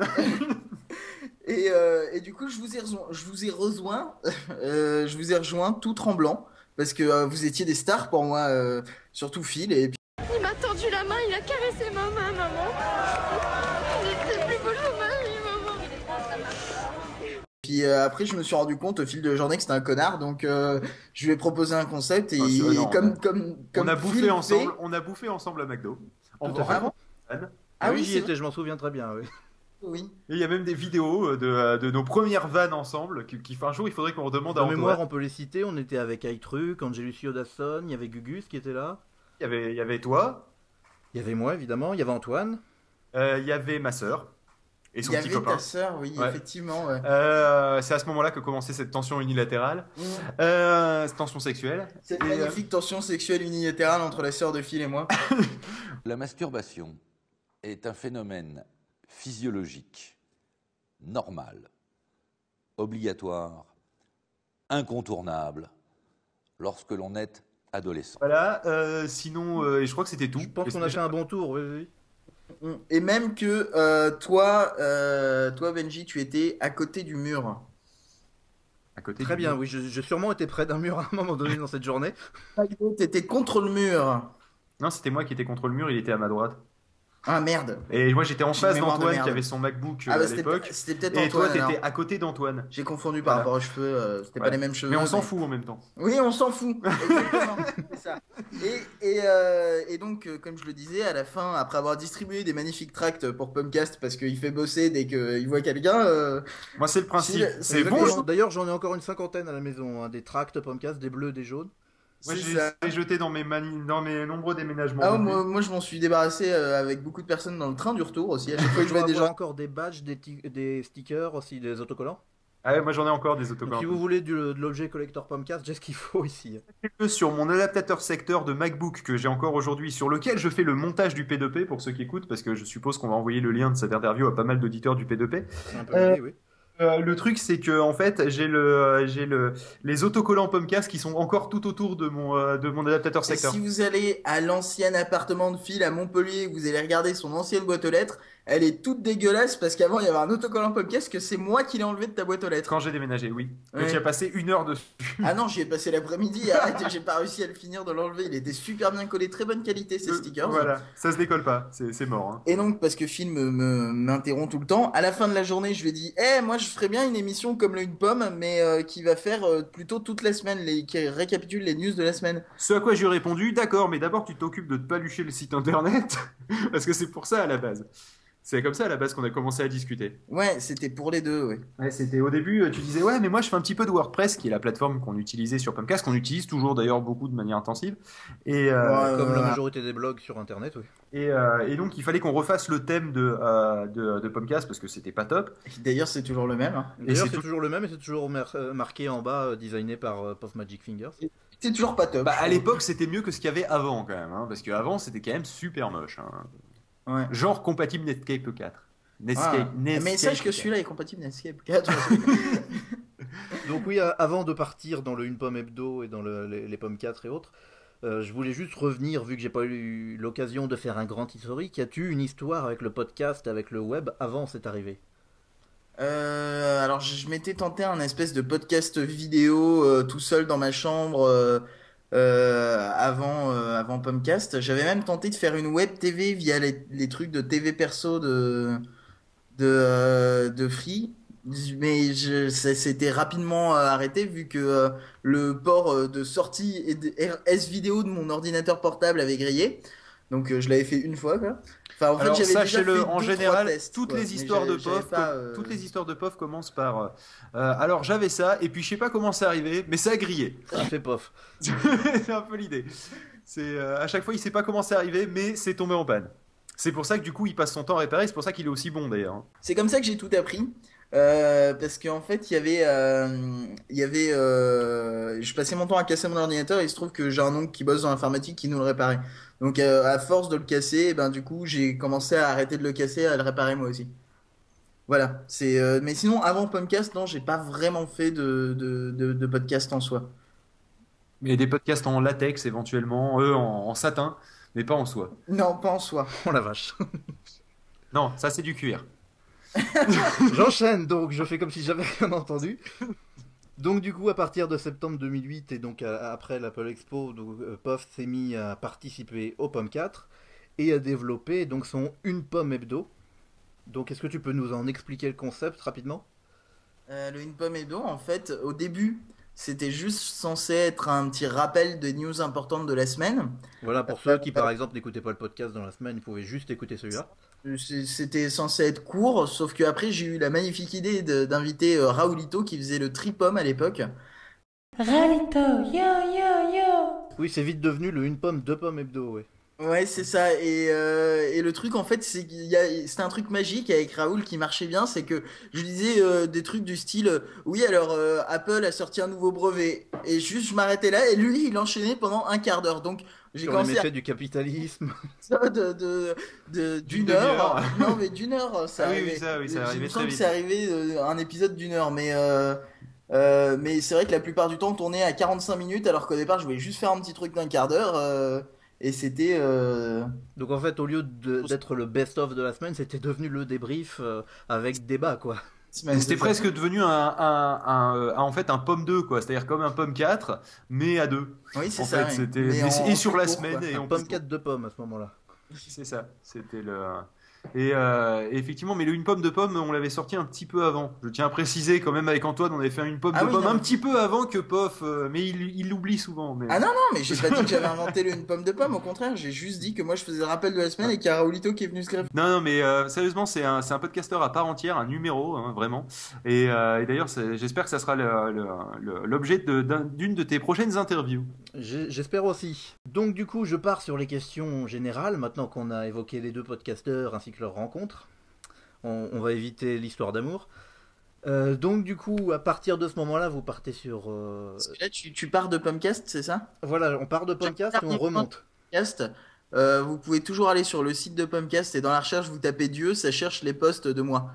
Et, euh, et du coup, je vous ai rejoint, je vous ai rejoint, euh, je vous ai rejoint tout tremblant parce que euh, vous étiez des stars pour moi, euh, surtout Phil. Et puis, Il m'a tendu la main, il a caressé ma main, maman. C'est le plus beau jour de ma vie, maman. puis, euh, après, je me suis rendu compte au fil de la journée que c'était un connard, donc euh, je lui ai proposé un concept et, Ah, c'est- et non, comme on- comme comme on a Phil bouffé fait- ensemble. On a bouffé ensemble à McDo. En Tout à fait. vraiment. Ah oui, oui, j'y c'est étais, je m'en souviens très bien, oui. Oui. Et il y a même des vidéos euh, de, euh, de nos premières vannes ensemble qui, qui un jour il faudrait qu'on redemande à De Antoine. mémoire, on peut les citer. On était avec iTruc, Angelus Yodasson, il y avait Gugus qui était là. Il y avait, il y avait toi, Il y avait moi, évidemment. Il y avait Antoine. euh, il y avait ma sœur et son Il y petit avait copain. ta sœur, oui, Ouais. effectivement. Ouais. Euh, c'est à ce moment-là que commençait cette tension unilatérale, Mmh. euh, cette tension sexuelle. Cette Et, euh, magnifique tension sexuelle unilatérale entre la sœur de Phil et moi. La masturbation est un phénomène physiologique, normal, obligatoire, incontournable, lorsque l'on est adolescent. Voilà, euh, sinon, euh, et je crois que c'était tout. Je pense Et qu'on c'est a fait déjà- un bon tour, oui, oui. Mm. Et même que euh, toi, euh, toi Benji, tu étais à côté du mur. à côté Très du bien, mur. oui. je- J'ai sûrement été près d'un mur à un moment donné dans cette journée. Tu étais contre le mur. Non, c'était moi qui étais contre le mur, il était à ma droite. Ah merde. Et moi j'étais en J'ai face une mémoire de d'Antoine merde. qui avait son MacBook euh, Ah bah à c'était l'époque. peut- c'était peut-être Et toi Antoine. t'étais alors. à côté d'Antoine. J'ai confondu par Voilà. rapport aux cheveux, euh, c'était pas Ouais. les mêmes cheveux. Mais on s'en fout en même temps. Oui, on s'en fout. Exactement. C'est ça. Et, et, euh, et donc, euh, comme je le disais, à la fin, après avoir distribué des magnifiques tracts pour Pumpcast, parce qu'il fait bosser dès qu'il voit quelqu'un, euh, Moi c'est le principe. Si- C'est Exactement. bon. D'ailleurs, j'en ai encore une cinquantaine à la maison. hein, Des tracts, Pomcast, des bleus, des jaunes. Moi c'est j'ai ça. j'ai jeté dans mes, mani- dans mes nombreux déménagements. Ah, depuis. moi, moi, je m'en suis débarrassé euh, avec beaucoup de personnes dans le train du retour aussi. À chaque fois que je Je vois des avoir gens. encore des badges, des, ti- des stickers, aussi des autocollants. Ah ouais, moi j'en ai encore des Donc, autocollants. si vous voulez du- de l'objet collector Pomcast, j'ai ce qu'il faut ici. Que sur mon adaptateur secteur de MacBook que j'ai encore aujourd'hui, sur lequel je fais le montage du P deux P pour ceux qui écoutent, parce que je suppose qu'on va envoyer le lien de cette interview à pas mal d'auditeurs du P deux P. C'est un peu Euh, l'idée, oui. Euh, le truc, c'est que en fait, j'ai le, euh, j'ai le, les autocollants Pomcast qui sont encore tout autour de mon, euh, de mon adaptateur Et secteur. si vous allez à l'ancien appartement de Phil à Montpellier, vous allez regarder son ancienne boîte aux lettres, elle est toute dégueulasse parce qu'avant il y avait un autocollant Pumpcast que c'est moi qui l'ai enlevé de ta boîte aux lettres. Quand j'ai déménagé, oui. Que Ouais. tu as passé une heure dessus. Ah non, j'y ai passé l'après-midi, arrête, j'ai pas réussi à le finir de l'enlever. Il était super bien collé, très bonne qualité ces Euh, stickers. Voilà, ça se décolle pas, c'est c'est mort. Hein. Et donc, parce que Phil me- me- m'interrompt tout le temps, à la fin de la journée, je lui ai dit Eh, moi je ferais bien une émission comme le Une Pomme, mais euh, qui va faire euh, plutôt toute la semaine, les, qui récapitule les news de la semaine. Ce à quoi j'ai répondu, d'accord, mais d'abord tu t'occupes de te palucher le site internet, parce que c'est pour ça à la base. C'est comme ça à la base qu'on a commencé à discuter. Ouais, c'était pour les deux, ouais. Ouais, c'était au début, euh, tu disais ouais, mais moi je fais un petit peu de WordPress, qui est la plateforme qu'on utilisait sur Pumpcast, qu'on utilise toujours d'ailleurs beaucoup de manière intensive. Et, euh, Comme euh, la majorité des blogs sur Internet, oui. et, euh, et donc il fallait qu'on refasse le thème de, euh, de, de Pumpcast parce que c'était pas top. D'ailleurs, c'est toujours le même. Hein. D'ailleurs, c'est c'est tout- toujours le même et c'est toujours mar- euh, marqué en bas, euh, designé par euh, Puff Magic Fingers. C'est toujours pas top. Bah, à l'époque, c'était mieux que ce qu'il y avait avant quand même, hein, parce qu'avant c'était quand même super moche. Hein. Ouais. Genre compatible Netscape quatre. Netscape, Ah. Netscape Mais sache que quatre. celui-là est compatible Netscape quatre. Donc oui, euh, avant de partir dans le Une Pomme Hebdo et dans le- les, les Pommes quatre et autres, euh, je voulais juste revenir, vu que j'ai pas eu l'occasion de faire un grand historique. As-tu une histoire avec le podcast, avec le web, avant cette arrivée? Euh, alors, je, je m'étais tenté un espèce de podcast vidéo euh, tout seul dans ma chambre euh, euh, avant, euh, avant Pumpcast. J'avais même tenté de faire une web T V via les, les trucs de T V perso de, de, euh, de Free. Mais je, ça s'était rapidement euh, arrêté vu que euh, le port euh, de sortie et de R S vidéo de mon ordinateur portable avait grillé. Donc euh, je l'avais fait une fois quoi. Enfin, en fait, Alors j'avais déjà sachez-le, fait en deux, général, trois tests, toutes quoi. les Mais histoires de j'avais- j'avais P O F, pas, com- euh, toutes les histoires de P O F commencent par. euh, euh, alors j'avais ça, et puis je sais pas comment c'est arrivé, mais ça a grillé. Ça fait pof. C'est un peu l'idée. C'est euh, à chaque fois, il sait pas comment c'est arrivé, mais c'est tombé en panne. C'est pour ça que du coup, il passe son temps à réparer. C'est pour ça qu'il est aussi bon d'ailleurs. hein. C'est comme ça que j'ai tout appris. Euh, parce qu'en fait, il y avait, euh, il y avait, euh, je passais mon temps à casser mon ordinateur et il se trouve que j'ai un oncle qui bosse dans l'informatique qui nous le réparait. Donc, euh, à force de le casser, ben du coup, j'ai commencé à arrêter de le casser, à le réparer moi aussi. Voilà. C'est, euh, mais sinon, avant Pumpcast, non, j'ai pas vraiment fait de, de, de, de podcast en soi. Mais des podcasts en latex éventuellement, eux en, en satin, mais pas en soie. Non, pas en soi. Oh la vache. Non, ça c'est du cuir. J'enchaîne donc, je fais comme si j'avais rien entendu. Donc du coup, à partir de septembre deux mille huit et donc à- après l'Apple Expo, donc, euh, Puff s'est mis à participer au Pomme quatre et à développer donc son Une Pomme Hebdo. Donc est-ce que tu peux nous en expliquer le concept rapidement? Euh, le Une Pomme Hebdo, en fait, au début, c'était juste censé être un petit rappel des news importantes de la semaine. Voilà, pour ceux qui par exemple n'écoutaient pas le podcast dans la semaine, ils pouvaient juste écouter celui-là. C'est- C'était censé être court, sauf que après j'ai eu la magnifique idée de- d'inviter euh, Raoulito qui faisait le tri-pomme à l'époque. Ralito, yo yo yo. Oui, c'est vite devenu le Une Pomme, Deux Pommes Hebdo, ouais. Ouais, c'est ça. Et, euh, et le truc, en fait, c'est qu'il y a, c'était un truc magique avec Raoul qui marchait bien. C'est que je disais euh, des trucs du style, euh, oui, alors euh, Apple a sorti un nouveau brevet. Et juste, je m'arrêtais là. Et lui, il enchaînait pendant un quart d'heure. Donc, j'ai Sur les commencé à méfaits du capitalisme. ça de, de, de- d'une D'une heure. demi-heure. Non, mais d'une heure, ça Ah oui, oui, arrivait. ça, oui, ça Il arrivait me très semble que vite. c'est arrivé euh, un épisode d'une heure. Mais, euh, euh, mais c'est vrai que la plupart du temps, on tournait à quarante-cinq minutes, alors qu'au départ, je voulais juste faire un petit truc d'un quart d'heure. euh, et c'était. euh, Donc en fait, au lieu de- d'être le best-of de la semaine, c'était devenu le débrief euh, avec débat, quoi. semaine, C'était c'est ça. presque devenu un, un, un, euh, en fait un pomme deux quoi, c'est-à-dire comme un pomme quatre mais à deux. Oui, c'est En ça. fait, oui. c'était Mais mais c'est- en- et sur en la plus court, semaine quoi. et Un en Pomme plus- quatre de pommes à ce moment-là. C'est ça, c'était le. Et euh, effectivement, mais le une pomme de pomme, on l'avait sorti un petit peu avant. Je tiens à préciser quand même avec Antoine, on avait fait une pomme Ah de oui, pomme non, un mais- petit peu avant que Pof, euh, mais il il l'oublie souvent. Mais... Ah non, non, mais j'ai pas dit que j'avais inventé le- une pomme de pomme, au contraire, j'ai juste dit que moi je faisais le rappel de la semaine et qu'il y a Raoulito qui est venu se greffer. Non, non, mais euh, sérieusement, c'est un, c'est un podcasteur à part entière, un numéro, hein, vraiment. Et, euh, et d'ailleurs, c'est- j'espère que ça sera le- le- le- l'objet de- d'un- d'une de tes prochaines interviews. J'ai- J'espère aussi. Donc du coup, je pars sur les questions générales, maintenant qu'on a évoqué les deux podcasteurs ainsi que leur rencontre. On, on va éviter l'histoire d'amour. Euh, donc du coup, à partir de ce moment-là, vous partez sur... euh, Parce que là, tu, tu pars de Pumpcast, c'est ça? Voilà, on part de podcast et on remonte. Pumpcast, euh, vous pouvez toujours aller sur le site de Pumpcast et dans la recherche, vous tapez Dieu, ça cherche les posts de moi.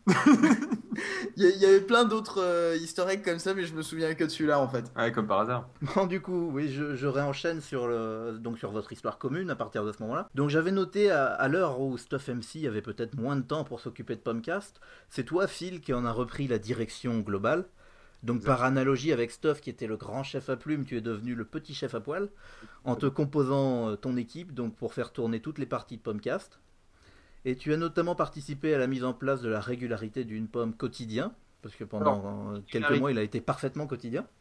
Il y, a- il y avait plein d'autres euh, easter eggs comme ça, mais je me souviens que de celui-là en fait. Ouais, comme par hasard. Bon, du coup, oui, je, je réenchaîne sur, le, donc sur votre histoire commune à partir de ce moment-là. Donc j'avais noté à, à l'heure où Stuff M C avait peut-être moins de temps pour s'occuper de Pumpcast, c'est toi, Phil, qui en a repris la direction globale. Donc par analogie avec Stuff, qui était le grand chef à plume, tu es devenu le petit chef à poil, en te composant euh, ton équipe donc pour faire tourner toutes les parties de Pumpcast. Et tu as notamment participé à la mise en place de la régularité d'une pomme quotidien, parce que pendant euh, quelques Oui. mois il a été parfaitement quotidien.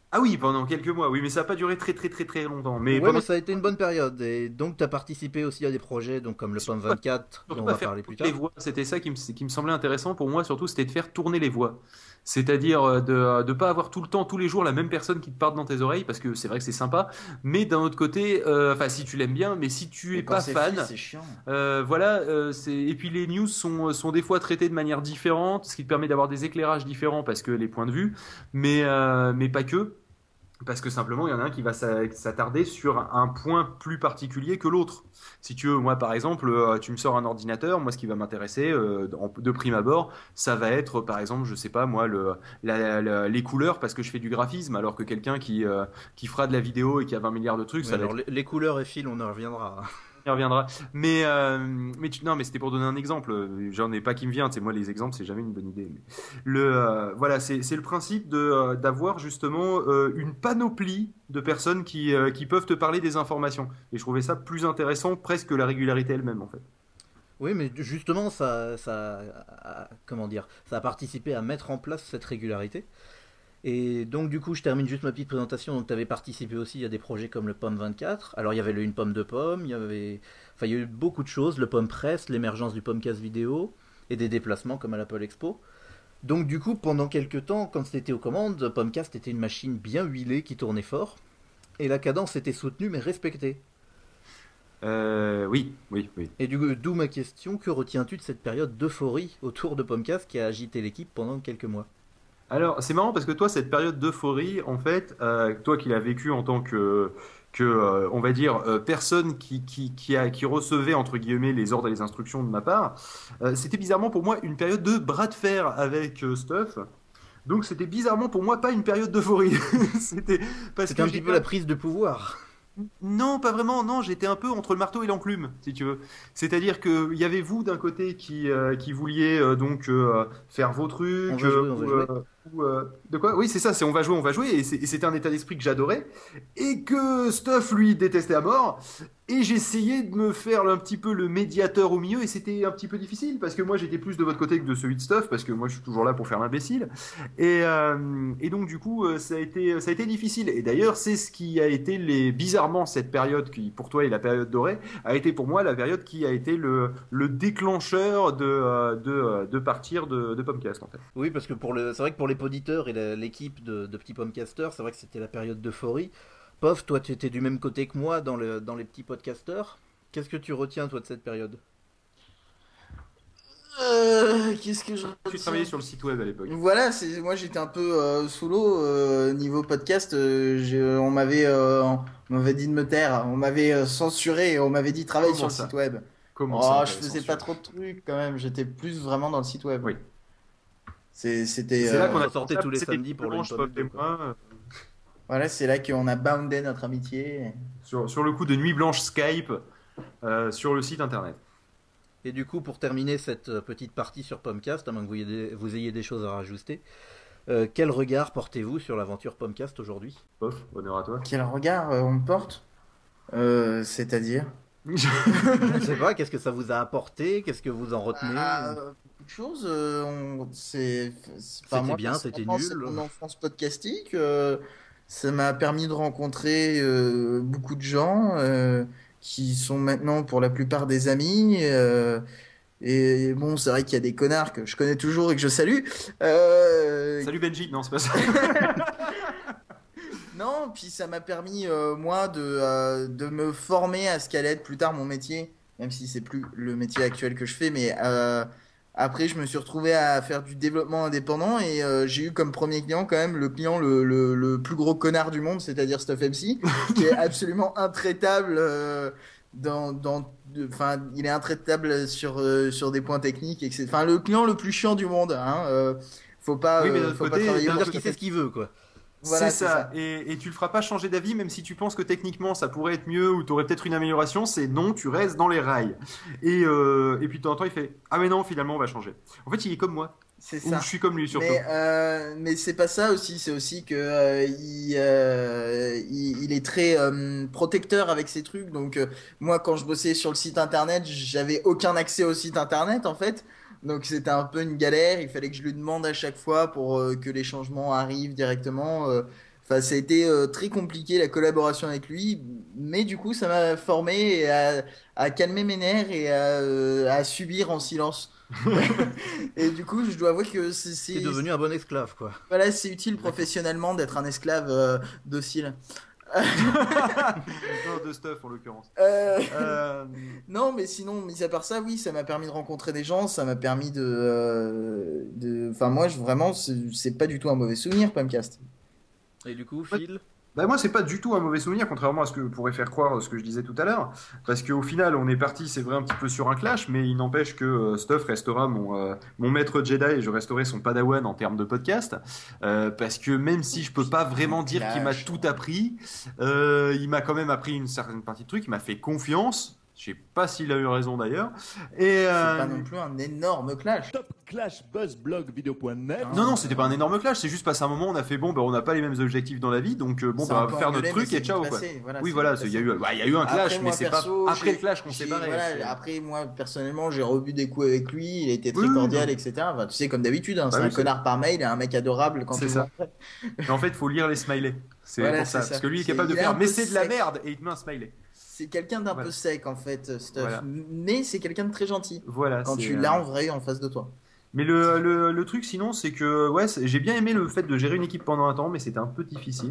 Ah oui, pendant quelques mois, oui, mais ça n'a pas duré très très très très longtemps. Mais ouais, pendant... mais ça a été une bonne période. Et donc, tu as participé aussi à des projets donc, comme le P O M vingt-quatre, dont on va parler plus tard. Les voix, c'était ça qui me, qui me semblait intéressant pour moi, surtout, c'était de faire tourner les voix. C'est-à-dire euh, de ne pas avoir tout le temps, tous les jours, la même personne qui te parle dans tes oreilles, parce que c'est vrai que c'est sympa, mais d'un autre côté, euh, enfin, si tu l'aimes bien, mais si tu es pas fan, fini, c'est chiant. Euh, voilà, euh, c'est... et puis les news sont, sont des fois traitées de manière différente, ce qui te permet d'avoir des éclairages différents, parce que les points de vue, mais, euh, mais pas que. Parce que simplement, il y en a un qui va s'attarder sur un point plus particulier que l'autre. Si tu veux, moi par exemple, euh, tu me sors un ordinateur, moi ce qui va m'intéresser euh, de prime abord, ça va être par exemple, je sais pas moi, le, la, la, les couleurs parce que je fais du graphisme, alors que quelqu'un qui, euh, qui fera de la vidéo et qui a vingt milliards de trucs, ouais, ça alors va être... les, les couleurs et fils, on en reviendra. Il reviendra. Mais, euh, mais tu, non, mais c'était pour donner un exemple. J'en ai pas qui me vient. C'est moi les exemples, c'est jamais une bonne idée. Mais le, euh, voilà, c'est, c'est le principe de euh, d'avoir justement euh, une panoplie de personnes qui euh, qui peuvent te parler des informations. Et je trouvais ça plus intéressant presque que la régularité elle-même en fait. Oui, mais justement, ça, ça, a, comment dire, ça a participé à mettre en place cette régularité. Et donc du coup je termine juste ma petite présentation. Donc tu avais participé aussi à des projets comme le P O M vingt-quatre. Alors il y avait le Une pomme de pomme, il y avait, enfin il y a eu beaucoup de choses, le P O M Press, l'émergence du POMcast vidéo et des déplacements comme à l'Apple Expo. Donc du coup pendant quelques temps, quand c'était aux commandes, POMcast était une machine bien huilée qui tournait fort et la cadence était soutenue mais respectée. Euh, oui, oui, oui. Et du coup, d'où ma question, que retiens-tu de cette période d'euphorie autour de POMcast qui a agité l'équipe pendant quelques mois? Alors, c'est marrant parce que toi, cette période d'euphorie, en fait, euh, toi qui l'as vécu en tant que, que euh, on va dire, euh, personne qui, qui, qui, a, qui recevait, entre guillemets, les ordres et les instructions de ma part, euh, c'était bizarrement pour moi une période de bras de fer avec euh, Stuff. Donc, c'était bizarrement pour moi pas une période d'euphorie. c'était parce c'était que un petit peu la prise de pouvoir. Non, pas vraiment. Non, j'étais un peu entre le marteau et l'enclume, si tu veux. C'est-à-dire que il y avait vous d'un côté qui euh, qui vouliez euh, donc euh, faire vos trucs. On va jouer, on va ou, jouer. Euh, ou, euh, de quoi? Oui, c'est ça. C'est on va jouer, on va jouer. Et, c'est, et c'était un état d'esprit que j'adorais et que Stuff lui détestait à mort. Et j'essayais de me faire un petit peu le médiateur au milieu et c'était un petit peu difficile parce que moi j'étais plus de votre côté que de celui de Stuff parce que moi je suis toujours là pour faire l'imbécile. Et, euh, et donc du coup ça a été ça a été difficile. Et d'ailleurs c'est ce qui a été les bizarrement cette période qui pour toi est la période dorée a été pour moi la période qui a été le, le déclencheur de, de, de partir de, de POMcast en fait. Oui parce que pour le c'est vrai que pour les poditeurs et la, l'équipe de, de petits POMcasters c'est vrai que c'était la période d'euphorie. Pof, toi tu étais du même côté que moi dans, le, dans les petits podcasters. Qu'est-ce que tu retiens toi de cette période? euh, Qu'est-ce que je retiens? Tu travaillais sur le site web à l'époque. Voilà, c'est, moi j'étais un peu euh, sous l'eau euh, niveau podcast. Euh, j'ai, on m'avait, euh, on m'avait dit de me taire, on m'avait euh, censuré, et on m'avait dit travailler sur ça le site web. Comment oh, ça je faisais pas trop de trucs quand même. J'étais plus vraiment dans le site web. Oui. C'est, c'était. C'est euh, là qu'on a sortait tous les samedis pour le Pop et moi. Voilà, c'est là qu'on a boundé notre amitié. Sur, sur le coup de nuit blanche Skype euh, sur le site internet. Et du coup, pour terminer cette petite partie sur POMcast, à moins que vous ayez des, vous ayez des choses à rajouter, euh, quel regard portez-vous sur l'aventure POMcast aujourd'hui? Pof, honneur à toi. Quel regard euh, on me porte euh, C'est-à-dire Je ne sais pas, qu'est-ce que ça vous a apporté? Qu'est-ce que vous en retenez? ah, Beaucoup de choses. Euh, on, c'est, c'est, enfin, c'était moi, bien, c'était nul. C'est mon enfance podcastique. Euh, ça m'a permis de rencontrer euh, beaucoup de gens euh, qui sont maintenant pour la plupart des amis. Euh, et bon, c'est vrai qu'il y a des connards que je connais toujours et que je salue. Euh... Salut Benji, non, c'est pas ça. Non, puis ça m'a permis, euh, moi, de, euh, de me former à ce qu'allait être plus tard mon métier, même si c'est plus le métier actuel que je fais, mais euh, après, je me suis retrouvé à faire du développement indépendant et euh, j'ai eu comme premier client quand même le client le, le, le plus gros connard du monde, c'est-à-dire StuffMC, qui est absolument intraitable euh, dans... dans Enfin, il est intraitable sur, euh, sur des points techniques, et cetera. Enfin, le client le plus chiant du monde, hein, euh, faut pas, oui, mais euh, faut côté, pas travailler. C'est-à-dire qu'il sait ce qu'il veut, quoi. Voilà, c'est, c'est ça, ça. Et, et tu le feras pas changer d'avis, même si tu penses que techniquement ça pourrait être mieux ou tu aurais peut-être une amélioration, c'est non, tu restes dans les rails. Et, euh, et puis de temps en temps il fait ah mais non, finalement on va changer. En fait il est comme moi. C'est ou ça. je suis comme lui surtout. Mais, euh, mais c'est pas ça aussi, c'est aussi que euh, il, euh, il, il est très euh, protecteur avec ses trucs. Donc euh, moi quand je bossais sur le site internet, j'avais aucun accès au site internet en fait. Donc c'était un peu une galère, il fallait que je lui demande à chaque fois pour euh, que les changements arrivent directement. Euh, Enfin, ça a été euh, très compliqué la collaboration avec lui, mais du coup, ça m'a formé et à, à calmer mes nerfs et à, euh, à subir en silence. Et du coup, je dois avouer que c'est. c'est T'es devenu un bon esclave, quoi. Voilà, c'est utile professionnellement d'être un esclave euh, docile. Non, de stuff en l'occurrence. Euh, Euh, Non, mais sinon, mis à part ça, oui, ça m'a permis de rencontrer des gens, ça m'a permis de, euh, de... Enfin, moi, je, vraiment, c'est c'est pas du tout un mauvais souvenir, Pamcast. Et du coup, Phil, Bah moi c'est pas du tout un mauvais souvenir, contrairement à ce que pourrait faire croire ce que je disais tout à l'heure, parce qu'au final on est parti, c'est vrai, un petit peu sur un clash, mais il n'empêche que euh, Stuff restera mon, euh, mon maître Jedi et je resterai son padawan en termes de podcast, euh, parce que même si je peux pas vraiment dire qu'il m'a tout appris, euh, il m'a quand même appris une certaine partie de trucs, il m'a fait confiance. Je sais pas s'il a eu raison d'ailleurs. Et euh... C'est pas non plus un énorme clash. Top Clash Buzz Blog Vidéo point net. Non, non, c'était pas un énorme clash, c'est juste passé un moment, on a fait bon, bah, on n'a pas les mêmes objectifs dans la vie, donc euh, bon, C'est bah, un on peu va faire engueulé, notre truc mais et c'est ciao, vite quoi. passé, voilà, Oui, c'est voilà, vite il y a passé. eu, bah, il y a eu un clash, Après, mais moi, c'est perso, pas après j'ai- le clash qu'on s'est j'ai- barré. voilà, c'est- après, moi, personnellement, j'ai rebu des coups avec lui, il a été très Oui, oui, cordial, non. et cetera. Enfin, tu sais, comme d'habitude, hein, Bah c'est oui, un c'est- connard par mail et un mec adorable quand C'est tu ça. le vois. Mais en fait, il faut lire les smileys. C'est Voilà, pour c'est ça. ça. Parce que lui il est C'est- capable de il est faire, un mais peu c'est de la sec. merde, et il te met un smiley. C'est quelqu'un d'un Voilà. peu sec, en fait, Stuff. Voilà. Mais c'est quelqu'un de très gentil. Voilà. Quand c'est, tu euh, l'as en vrai en face de toi. Mais le, le, le truc sinon, c'est que ouais, c'est- j'ai bien aimé le fait de gérer une équipe pendant un temps, mais c'était un peu difficile.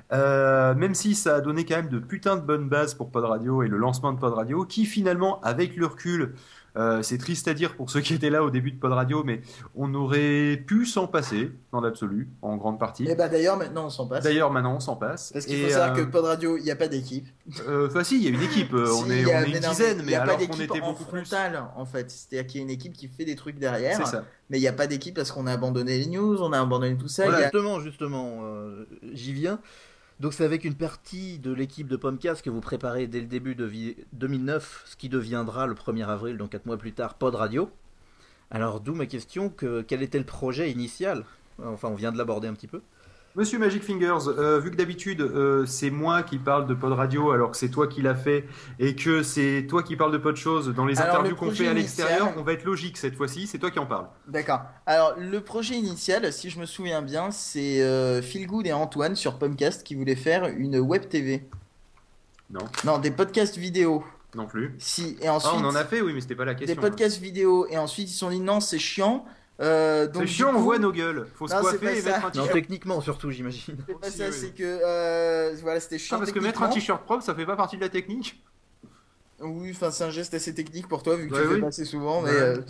Euh, même si ça a donné quand même de putain de bonnes bases pour Pod Radio et le lancement de Pod Radio, qui finalement, avec le recul, euh, c'est triste à dire pour ceux qui étaient là au début de Pod Radio, mais on aurait pu s'en passer dans l'absolu, en grande partie. Et bah d'ailleurs, maintenant, on s'en passe. D'ailleurs, maintenant, on s'en passe. Parce qu'il Et, faut savoir euh, que Pod Radio, il n'y a pas d'équipe. euh, Enfin, si, il y a une équipe. euh, on Si, est, il y a- on est une mais non, dizaine, il mais y a pas alors qu'on d'équipe était en beaucoup plus. frontal, en fait. C'est-à-dire qu'il y a une équipe qui fait des trucs derrière. C'est ça. Mais il n'y a pas d'équipe parce qu'on a abandonné les news, on a abandonné tout ça. voilà, il y a- justement, justement, euh, j'y viens. Donc c'est avec une partie de l'équipe de Pomcast que vous préparez dès le début de vi- deux mille neuf, ce qui deviendra le premier avril, donc quatre mois plus tard, Pod Radio. Alors d'où ma question, que, quel était le projet initial? Enfin, on vient de l'aborder un petit peu. Monsieur Magic Fingers, euh, vu que d'habitude euh, c'est moi qui parle de Pod Radio alors que c'est toi qui l'as fait et que c'est toi qui parles de Pod Chose dans les Alors, interviews le qu'on projet fait à initial- l'extérieur, on va être logique cette fois-ci, c'est toi qui en parles. D'accord. Alors, le projet initial, si je me souviens bien, c'est euh, Phil Good et Antoine sur Pomcast qui voulaient faire une web T V. Non. Non, des podcasts vidéo. Non plus. Si, et ensuite. Ah, on en a fait, oui, mais c'était pas la question. Des podcasts vidéo. Et ensuite, ils se sont dit non, c'est chiant. Euh, donc, C'est du chiant, on coup- voit nos gueules. Faut se Non, c'est coiffer pas et ça. mettre un Non, t-shirt. techniquement surtout, j'imagine. C'est pas Aussi, ça, oui. c'est que euh, voilà, c'était chiant. Ah, parce que mettre un techniquement. t-shirt propre, ça fait pas partie de la technique. Oui, enfin c'est un geste assez technique pour toi vu que Ouais, tu le oui. fais pas assez souvent. Mais, Ouais. euh,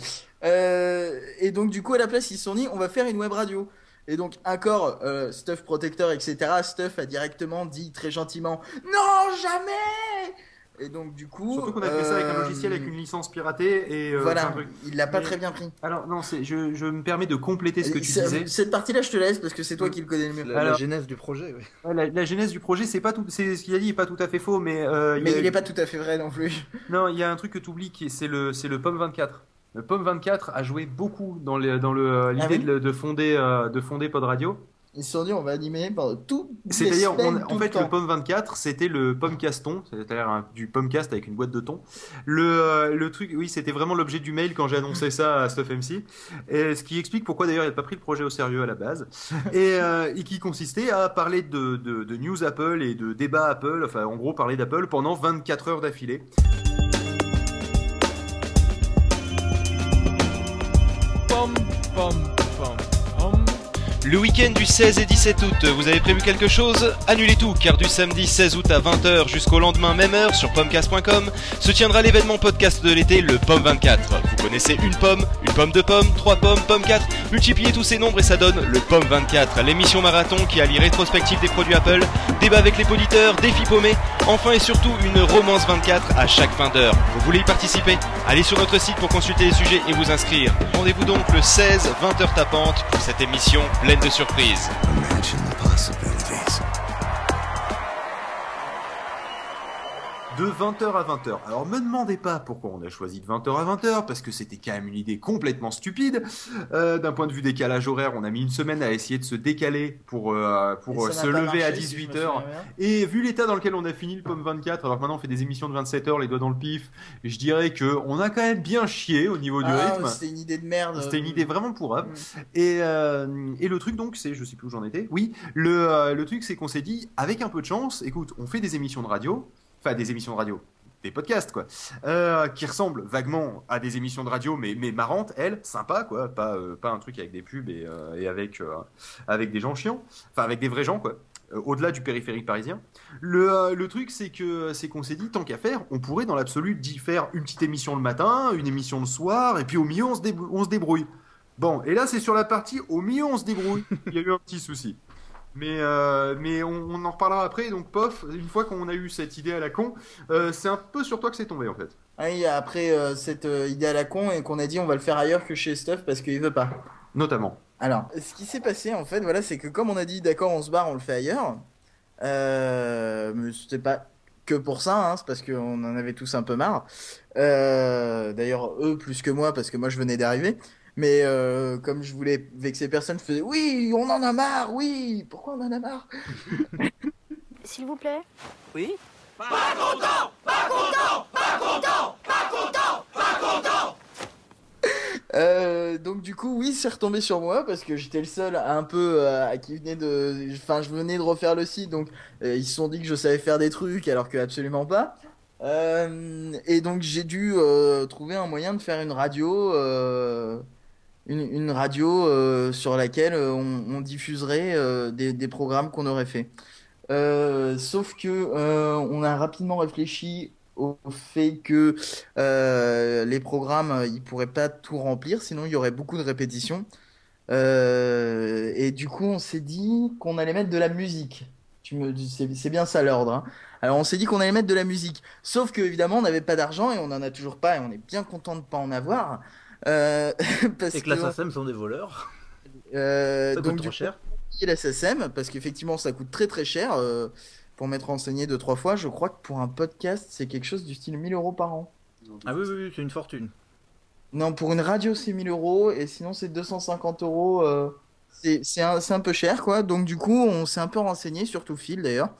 euh, et donc du coup à la place ils se sont dit on va faire une web radio. Et donc encore euh, Stuff Protector et cetera. Stuff a directement dit très gentiment non jamais. Et donc du coup. Surtout qu'on a fait ça avec un euh, logiciel avec une licence piratée et euh, Voilà, plein de trucs. il l'a pas Mais- très bien pris. Alors non, c'est, je, je me permets de compléter ce que tu Ça- disais. Cette partie-là je te laisse parce que c'est toi qui le connais le mieux. La, la Alors- genèse du projet, oui. Ouais, La, la genèse du projet, c'est pas tout, c'est ce qu'il a dit, est pas tout à fait faux, mais euh, Mais y a- il est pas tout à fait vrai non plus. Non, il y a un truc que tu oublies, qui est- c'est le, c'est le P O M vingt-quatre. Le P O M vingt-quatre a joué beaucoup dans, les, dans le, euh, l'idée Ah oui de, de fonder, euh, de fonder Pod Radio. Ils se sont dit on va animer pendant tout. C'est-à-dire, on- en fait, le P O M vingt-quatre, c'était le Pomcaston, c'est-à-dire un- du Pomcast avec une boîte de thon. Le, euh, le truc, oui, c'était vraiment l'objet du mail quand j'ai annoncé ça à Stuff M C. Et ce qui explique pourquoi d'ailleurs il n'a pas pris le projet au sérieux à la base. Et, euh, et qui consistait à parler de, de, de news Apple et de débats Apple, enfin, en gros, parler d'Apple pendant vingt-quatre heures d'affilée. Pom, pom, pom, pom. Le week-end du seize et dix-sept août, vous avez prévu quelque chose? Annulez tout, car du samedi seize août à vingt heures jusqu'au lendemain même heure sur pomcast point com se tiendra l'événement podcast de l'été, le P O M vingt-quatre. Vous connaissez une pomme, une pomme de pomme, trois pommes, pomme quatre, multipliez tous ces nombres et ça donne le P O M vingt-quatre, l'émission marathon qui allie rétrospective des produits Apple, débat avec les poditeurs, défis paumés, enfin et surtout une romance vingt-quatre à chaque fin d'heure. Vous voulez y participer? Allez sur notre site pour consulter les sujets et vous inscrire. Rendez-vous donc le seize, vingt heures tapante pour cette émission pleine de surprises. de vingt heures à vingt heures. Alors me demandez pas pourquoi on a choisi de vingt heures à vingt heures, parce que c'était quand même une idée complètement stupide. Euh, d'un point de vue décalage horaire, on a mis une semaine à essayer de se décaler pour, euh, pour euh, se lever marché, à dix-huit heures. Si et vu l'état dans lequel on a fini le Pomme vingt-quatre, alors que maintenant on fait des émissions de vingt-sept heures, les doigts dans le pif, je dirais qu'on a quand même bien chié au niveau du ah, rythme. C'était une idée de merde. C'était une idée vraiment pourrave. Mmh. Et, euh, et le truc donc, c'est, je sais plus où j'en étais, oui, le, euh, le truc c'est qu'on s'est dit, avec un peu de chance, écoute, on fait des émissions de radio, enfin des émissions de radio, des podcasts quoi, euh, qui ressemblent vaguement à des émissions de radio, mais, mais marrantes, elles, sympa quoi, pas, euh, pas un truc avec des pubs et, euh, et avec, euh, avec des gens chiants, enfin avec des vrais gens quoi, euh, au-delà du périphérique parisien. Le, euh, le truc c'est que c'est qu'on s'est dit, tant qu'à faire, on pourrait dans l'absolu d'y faire une petite émission le matin, une émission le soir, et puis au milieu on se, débrou- on se débrouille. Bon, et là c'est sur la partie au milieu on se débrouille, il y a eu un petit souci. Mais, euh, mais on, on en reparlera après. Donc, Pof, une fois qu'on a eu cette idée à la con, euh, c'est un peu sur toi que c'est tombé en fait. Oui, après euh, cette euh, idée à la con et qu'on a dit on va le faire ailleurs que chez Stuff parce qu'il veut pas. Notamment. Alors, ce qui s'est passé en fait, voilà, c'est que comme on a dit d'accord, on se barre, on le fait ailleurs. Euh, mais c'était pas que pour ça, hein, c'est parce qu'on en avait tous un peu marre. Euh, d'ailleurs, eux plus que moi parce que moi je venais d'arriver. Mais euh, comme je voulais vexer personne, je faisais oui, on en a marre, oui, pourquoi on en a marre? S'il vous plaît. Oui. Pas content, pas content, pas content, pas content, pas content. Euh, donc du coup, oui, c'est retombé sur moi parce que j'étais le seul à un peu euh, qui venait de, enfin, je venais de refaire le site, donc euh, ils se sont dit que je savais faire des trucs alors que absolument pas. Euh, et donc j'ai dû euh, trouver un moyen de faire une radio. Euh, Une, une radio euh, sur laquelle euh, on, on diffuserait euh, des, des programmes qu'on aurait fait. Euh, sauf que euh, on a rapidement réfléchi au fait que euh, les programmes euh, ils pourraient pas tout remplir, sinon il y aurait beaucoup de répétitions. Euh, et du coup, on s'est dit qu'on allait mettre de la musique. Tu me, c'est, c'est bien ça l'ordre. Hein. Alors on s'est dit qu'on allait mettre de la musique. Sauf que évidemment, on n'avait pas d'argent et on en a toujours pas et on est bien content de pas en avoir. Euh, parce et que, que la S A C E M sont des voleurs. Euh, ça donc coûte trop du cher. Et la S A C E M, parce qu'effectivement ça coûte très très cher. Euh, pour m'être renseigné deux trois fois, je crois que pour un podcast c'est quelque chose du style mille euros par an. Ah oui, oui, oui, c'est une fortune. Non, pour une radio c'est mille euros et sinon c'est deux cent cinquante euros. Euh, c'est, c'est, un, c'est un peu cher quoi. Donc du coup on s'est un peu renseigné, surtout Phil d'ailleurs.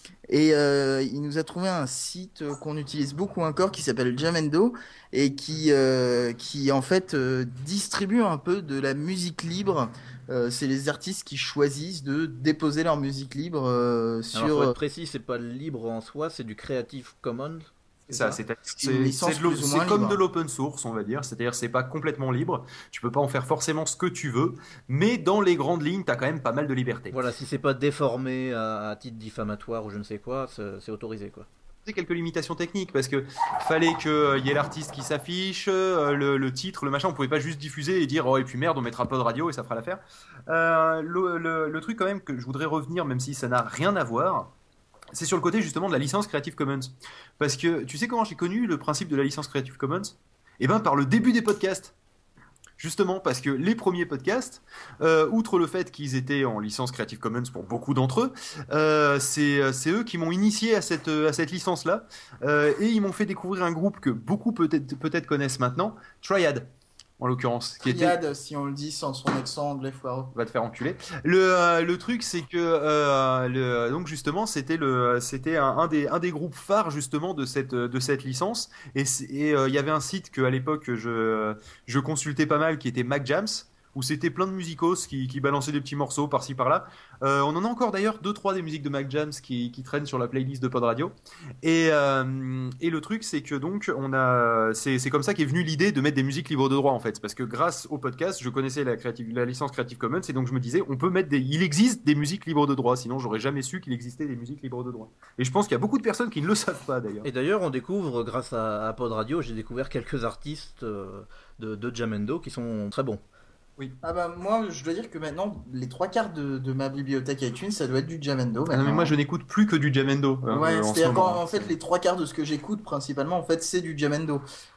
Et euh, il nous a trouvé un site qu'on utilise beaucoup encore qui s'appelle Jamendo et qui, euh, qui en fait euh, distribue un peu de la musique libre. Euh, c'est les artistes qui choisissent de déposer leur musique libre euh, sur. Alors, faut être précis, c'est pas libre en soi, c'est du Creative Commons. C'est ça, c'est, c'est, c'est, c'est, de c'est comme de l'open source, on va dire. C'est-à-dire, c'est pas complètement libre. Tu peux pas en faire forcément ce que tu veux, mais dans les grandes lignes, t'as quand même pas mal de liberté. Voilà, si c'est pas déformé à, à titre diffamatoire ou je ne sais quoi, c'est, c'est autorisé, quoi. C'est quelques limitations techniques parce que fallait qu'il euh, y ait l'artiste qui s'affiche, euh, le, le titre, le machin. On pouvait pas juste diffuser et dire oh et puis merde, on mettra pas de radio et ça fera l'affaire. Euh, le, le, le truc quand même que je voudrais revenir, même si ça n'a rien à voir. C'est sur le côté justement de la licence Creative Commons. Parce que tu sais comment j'ai connu le principe de la licence Creative Commons ? Eh ben par le début des podcasts. Justement parce que les premiers podcasts, euh, outre le fait qu'ils étaient en licence Creative Commons pour beaucoup d'entre eux, euh, c'est, c'est eux qui m'ont initié à cette, à cette licence-là. Euh, et ils m'ont fait découvrir un groupe que beaucoup peut-être, peut-être connaissent maintenant, Triad. En l'occurrence, qui Triad, était... si on le dit sans son accent anglais foireux. Va te faire enculer. Le, euh, le truc, c'est que euh, le, donc justement, c'était le, c'était un, un des, un des groupes phares justement de cette, de cette licence. Et il et, euh, y avait un site que à l'époque je, je consultais pas mal, qui était Mac Jams, où c'était plein de musicos qui, qui balançaient des petits morceaux par-ci par-là. Euh, on en a encore d'ailleurs deux trois des musiques de Mac Jams qui, qui traînent sur la playlist de Pod Radio. Et, euh, et le truc c'est que donc on a c'est, c'est comme ça qu'est venue l'idée de mettre des musiques libres de droit en fait, parce que grâce au podcast je connaissais la, créative, la licence Creative Commons et donc je me disais on peut mettre des il existe des musiques libres de droit, sinon j'aurais jamais su qu'il existait des musiques libres de droit. Et je pense qu'il y a beaucoup de personnes qui ne le savent pas d'ailleurs. Et d'ailleurs on découvre grâce à, à Pod Radio, j'ai découvert quelques artistes euh, de, de Jamendo qui sont très bons. Oui. Ah bah moi je dois dire que maintenant les trois quarts de, de ma bibliothèque iTunes ça doit être du Jamendo. Ah non mais moi je n'écoute plus que du Jamendo. Euh, ouais, euh, c'est-à-dire qu'en en fait les trois quarts de ce que j'écoute principalement en fait c'est du Jamendo.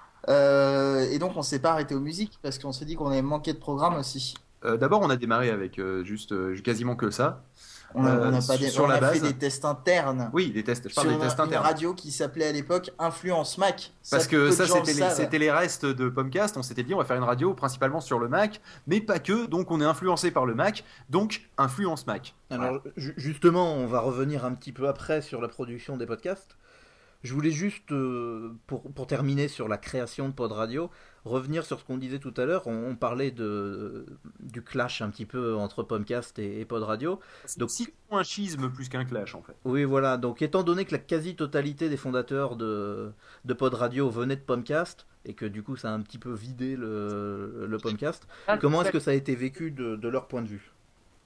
Euh, et donc on s'est pas arrêté aux musiques parce qu'on s'est dit qu'on avait manqué de programme aussi. Euh, d'abord on a démarré avec euh, juste euh, quasiment que ça. On a, euh, on a, pas des, sur on la a base. fait des tests internes. Oui, des tests. Je parle sur des tests une, internes. une radio qui s'appelait à l'époque Influence Mac. Parce Ça, que peu de ça, gens c'était le les, savent. c'était les restes de Pomcast. On s'était dit, on va faire une radio principalement sur le Mac, mais pas que. Donc, on est influencé par le Mac. Donc, Influence Mac. Alors, Voilà. ju- justement, on va revenir un petit peu après sur la production des podcasts. Je voulais juste, euh, pour, pour terminer sur la création de Pod Radio, revenir sur ce qu'on disait tout à l'heure. On, on parlait de, du clash un petit peu entre Pomcast et, et Pod Radio. Donc, si un schisme plus qu'un clash, en fait. Oui, voilà. Donc, étant donné que la quasi-totalité des fondateurs de, de Pod Radio venaient de Pomcast, et que du coup, ça a un petit peu vidé le, le Pomcast, Ah, comment est-ce ça- que ça a été vécu de, de leur point de vue?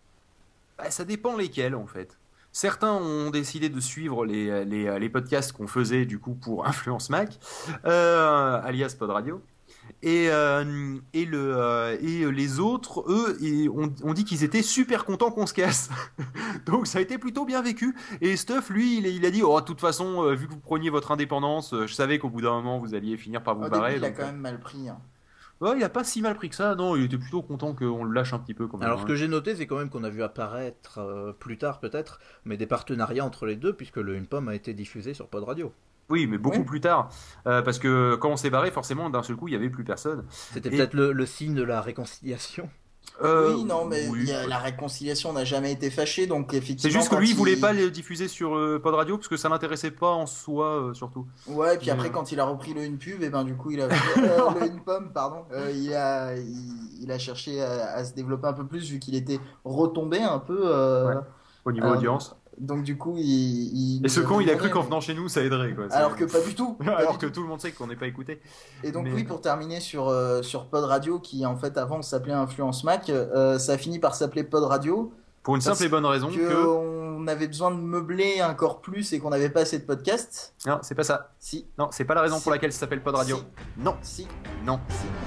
Bah, ça dépend lesquels, en fait. Certains ont décidé de suivre les, les, les podcasts qu'on faisait du coup pour Influence Mac, euh, alias Pod Radio. Et, euh, et, le, euh, et les autres, eux, ils- on, on dit qu'ils étaient super contents qu'on se casse. Donc ça a été plutôt bien vécu. Et Stuff, lui, il, il a dit, oh, de toute façon, euh, vu que vous preniez votre indépendance, euh, je savais qu'au bout d'un moment, vous alliez finir par vous Au barrer. début, il a donc, quand même mal pris. hein. ouais, il a pas si mal pris que ça. Non, il était plutôt content qu'on le lâche un petit peu quand même. Alors, ce hein. que j'ai noté, c'est quand même qu'on a vu apparaître euh, plus tard, peut-être, mais des partenariats entre les deux, puisque le Une Pomme a été diffusé sur Pod Radio. Oui, mais beaucoup Oui. plus tard. Euh, parce que quand on s'est barré, forcément, d'un seul coup, il y avait plus personne. C'était Et- peut-être le, le signe de la réconciliation. Euh, oui, non, mais oui. il y a- la réconciliation n'a jamais été fâchée, donc effectivement. C'est juste que quand lui, il il voulait pas les diffuser sur euh, Pod Radio parce que ça l'intéressait pas en soi, euh, surtout. Ouais, et puis Mais, après, euh, quand il a repris le Une Pub, et ben du coup, il a euh, le Une Pomme, pardon, euh, il a il, il a cherché à, à se développer un peu plus vu qu'il était retombé un peu euh, Ouais, au niveau euh, audience. Donc du coup, il, il Et ce nous con, il a livré, cru qu'en mais- venant chez nous, ça aiderait. Quoi. C'est- Alors que pas du tout. pas Alors du que tout le monde sait qu'on n'est pas écouté. Et donc Mais- oui, pour terminer sur, euh, sur Pod Radio, qui en fait avant s'appelait Influence Mac, euh, ça a fini par s'appeler Pod Radio. Pour une parce simple et bonne raison que, que- on avait besoin de meubler encore plus et qu'on n'avait pas assez de podcasts. Non, c'est pas ça. Si. Non, c'est pas la raison pour laquelle ça s'appelle Pod Radio. Si. Non. Si. Non.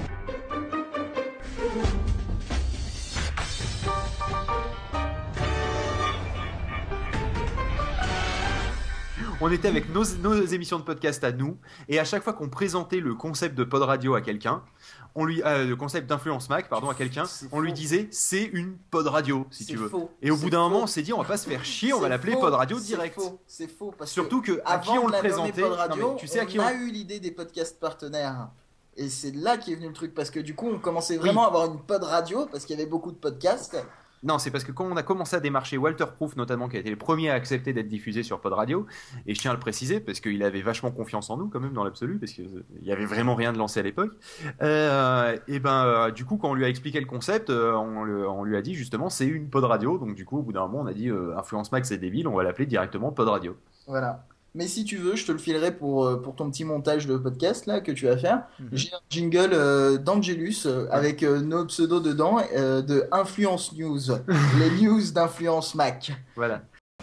On était avec nos, nos émissions de podcast à nous, et à chaque fois qu'on présentait le concept de Pod Radio à quelqu'un, on lui, euh, le concept d'Influence Mac, pardon, à quelqu'un, on lui disait c'est une Pod Radio, si C'est tu veux. faux. Et au C'est bout d'un faux. moment, on s'est dit on va pas se faire chier, on va C'est l'appeler faux. Pod Radio C'est direct. faux. C'est faux parce Surtout que, à qui avant on de le la nommer présentait, Pod Radio, non, mais tu sais à on qui on- a eu l'idée des podcasts partenaires. Et c'est là qu'est venu le truc parce que du coup, on commençait vraiment à avoir une Pod Radio parce qu'il y avait beaucoup de podcasts. Non, c'est parce que quand on a commencé à démarcher Walter Proof, notamment, qui a été le premier à accepter d'être diffusé sur Pod Radio, et je tiens à le préciser, parce qu'il avait vachement confiance en nous, quand même, dans l'absolu, parce qu'il y avait vraiment rien de lancé à l'époque, euh, et ben, euh, du coup, quand on lui a expliqué le concept, euh, on, le- on lui a dit, justement, c'est une Pod Radio, donc du coup, au bout d'un moment, on a dit, euh, Influence Max, c'est débile, on va l'appeler directement Pod Radio. Voilà. Mais si tu veux, je te le filerai pour, euh, pour ton petit montage de podcast là que tu vas faire. J'ai un jingle euh, d'Angelus euh, avec euh, nos pseudos dedans euh, de Influence News, les news d'Influence Mac. Voilà.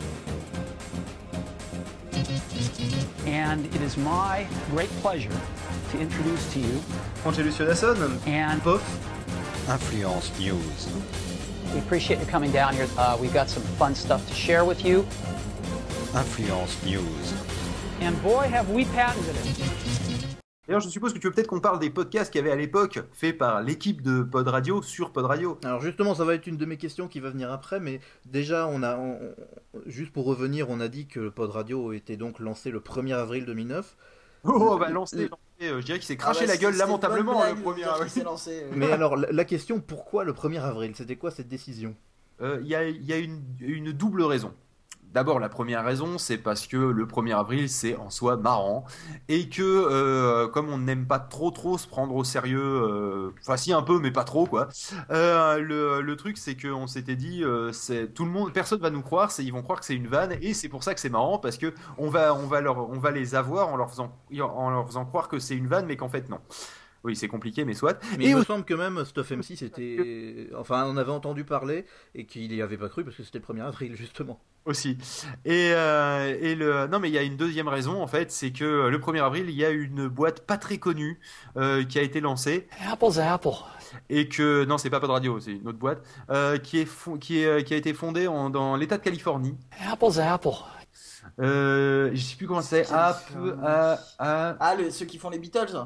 And it is my great pleasure to introduce to you Angelus Jonasson and Pof. Influence News. we appreciate you coming down here. Uh, we've got some fun stuff to share with you. Influence News. And boy, have we patented it. D'ailleurs, je suppose que tu veux peut-être qu'on parle des podcasts qu'il y avait à l'époque, faits par l'équipe de Pod Radio sur Pod Radio. Alors justement, ça va être une de mes questions qui va venir après, mais déjà, on a, on- on- juste pour revenir, on a dit que le Pod Radio était donc lancé le premier avril deux mille neuf. Oh, bah lancez, lancez, euh, je dirais qu'il s'est craché Ah bah, la gueule c'était une lamentablement bonne le blague, premier de dire qu'il avril. s'est lancé, euh. Mais alors, la, la question, pourquoi le premier avril? C'était quoi cette décision? Euh, Il y a, il y a une, une double raison. D'abord, la première raison, c'est parce que le premier avril, c'est en soi marrant, et que euh, comme on n'aime pas trop trop se prendre au sérieux, euh, enfin si un peu, mais pas trop quoi. Euh, le, le truc, c'est qu'on s'était dit, euh, c'est tout le monde, personne va nous croire, c'est ils vont croire que c'est une vanne, et c'est pour ça que c'est marrant parce que on va on va leur on va les avoir en leur faisant en leur faisant croire que c'est une vanne, mais qu'en fait non. Oui, c'est compliqué, mais soit. Mais Et il me aussi- semble que même Stuff M C, c'était... Enfin, on avait entendu parler, et qu'il n'y avait pas cru, parce que c'était le premier avril, justement. Aussi. Et, euh, et le non mais il y a une deuxième raison en fait, c'est que le premier avril il y a une boîte pas très connue euh, qui a été lancée. Apple's Apple. Et que non c'est pas Pod Radio, c'est une autre boîte euh, qui est fo- qui est qui a été fondée en, dans l'État de Californie. Apple's Apple. Euh, je sais plus comment c'est. App, A, A... Ah, le- ceux qui font les Beatles.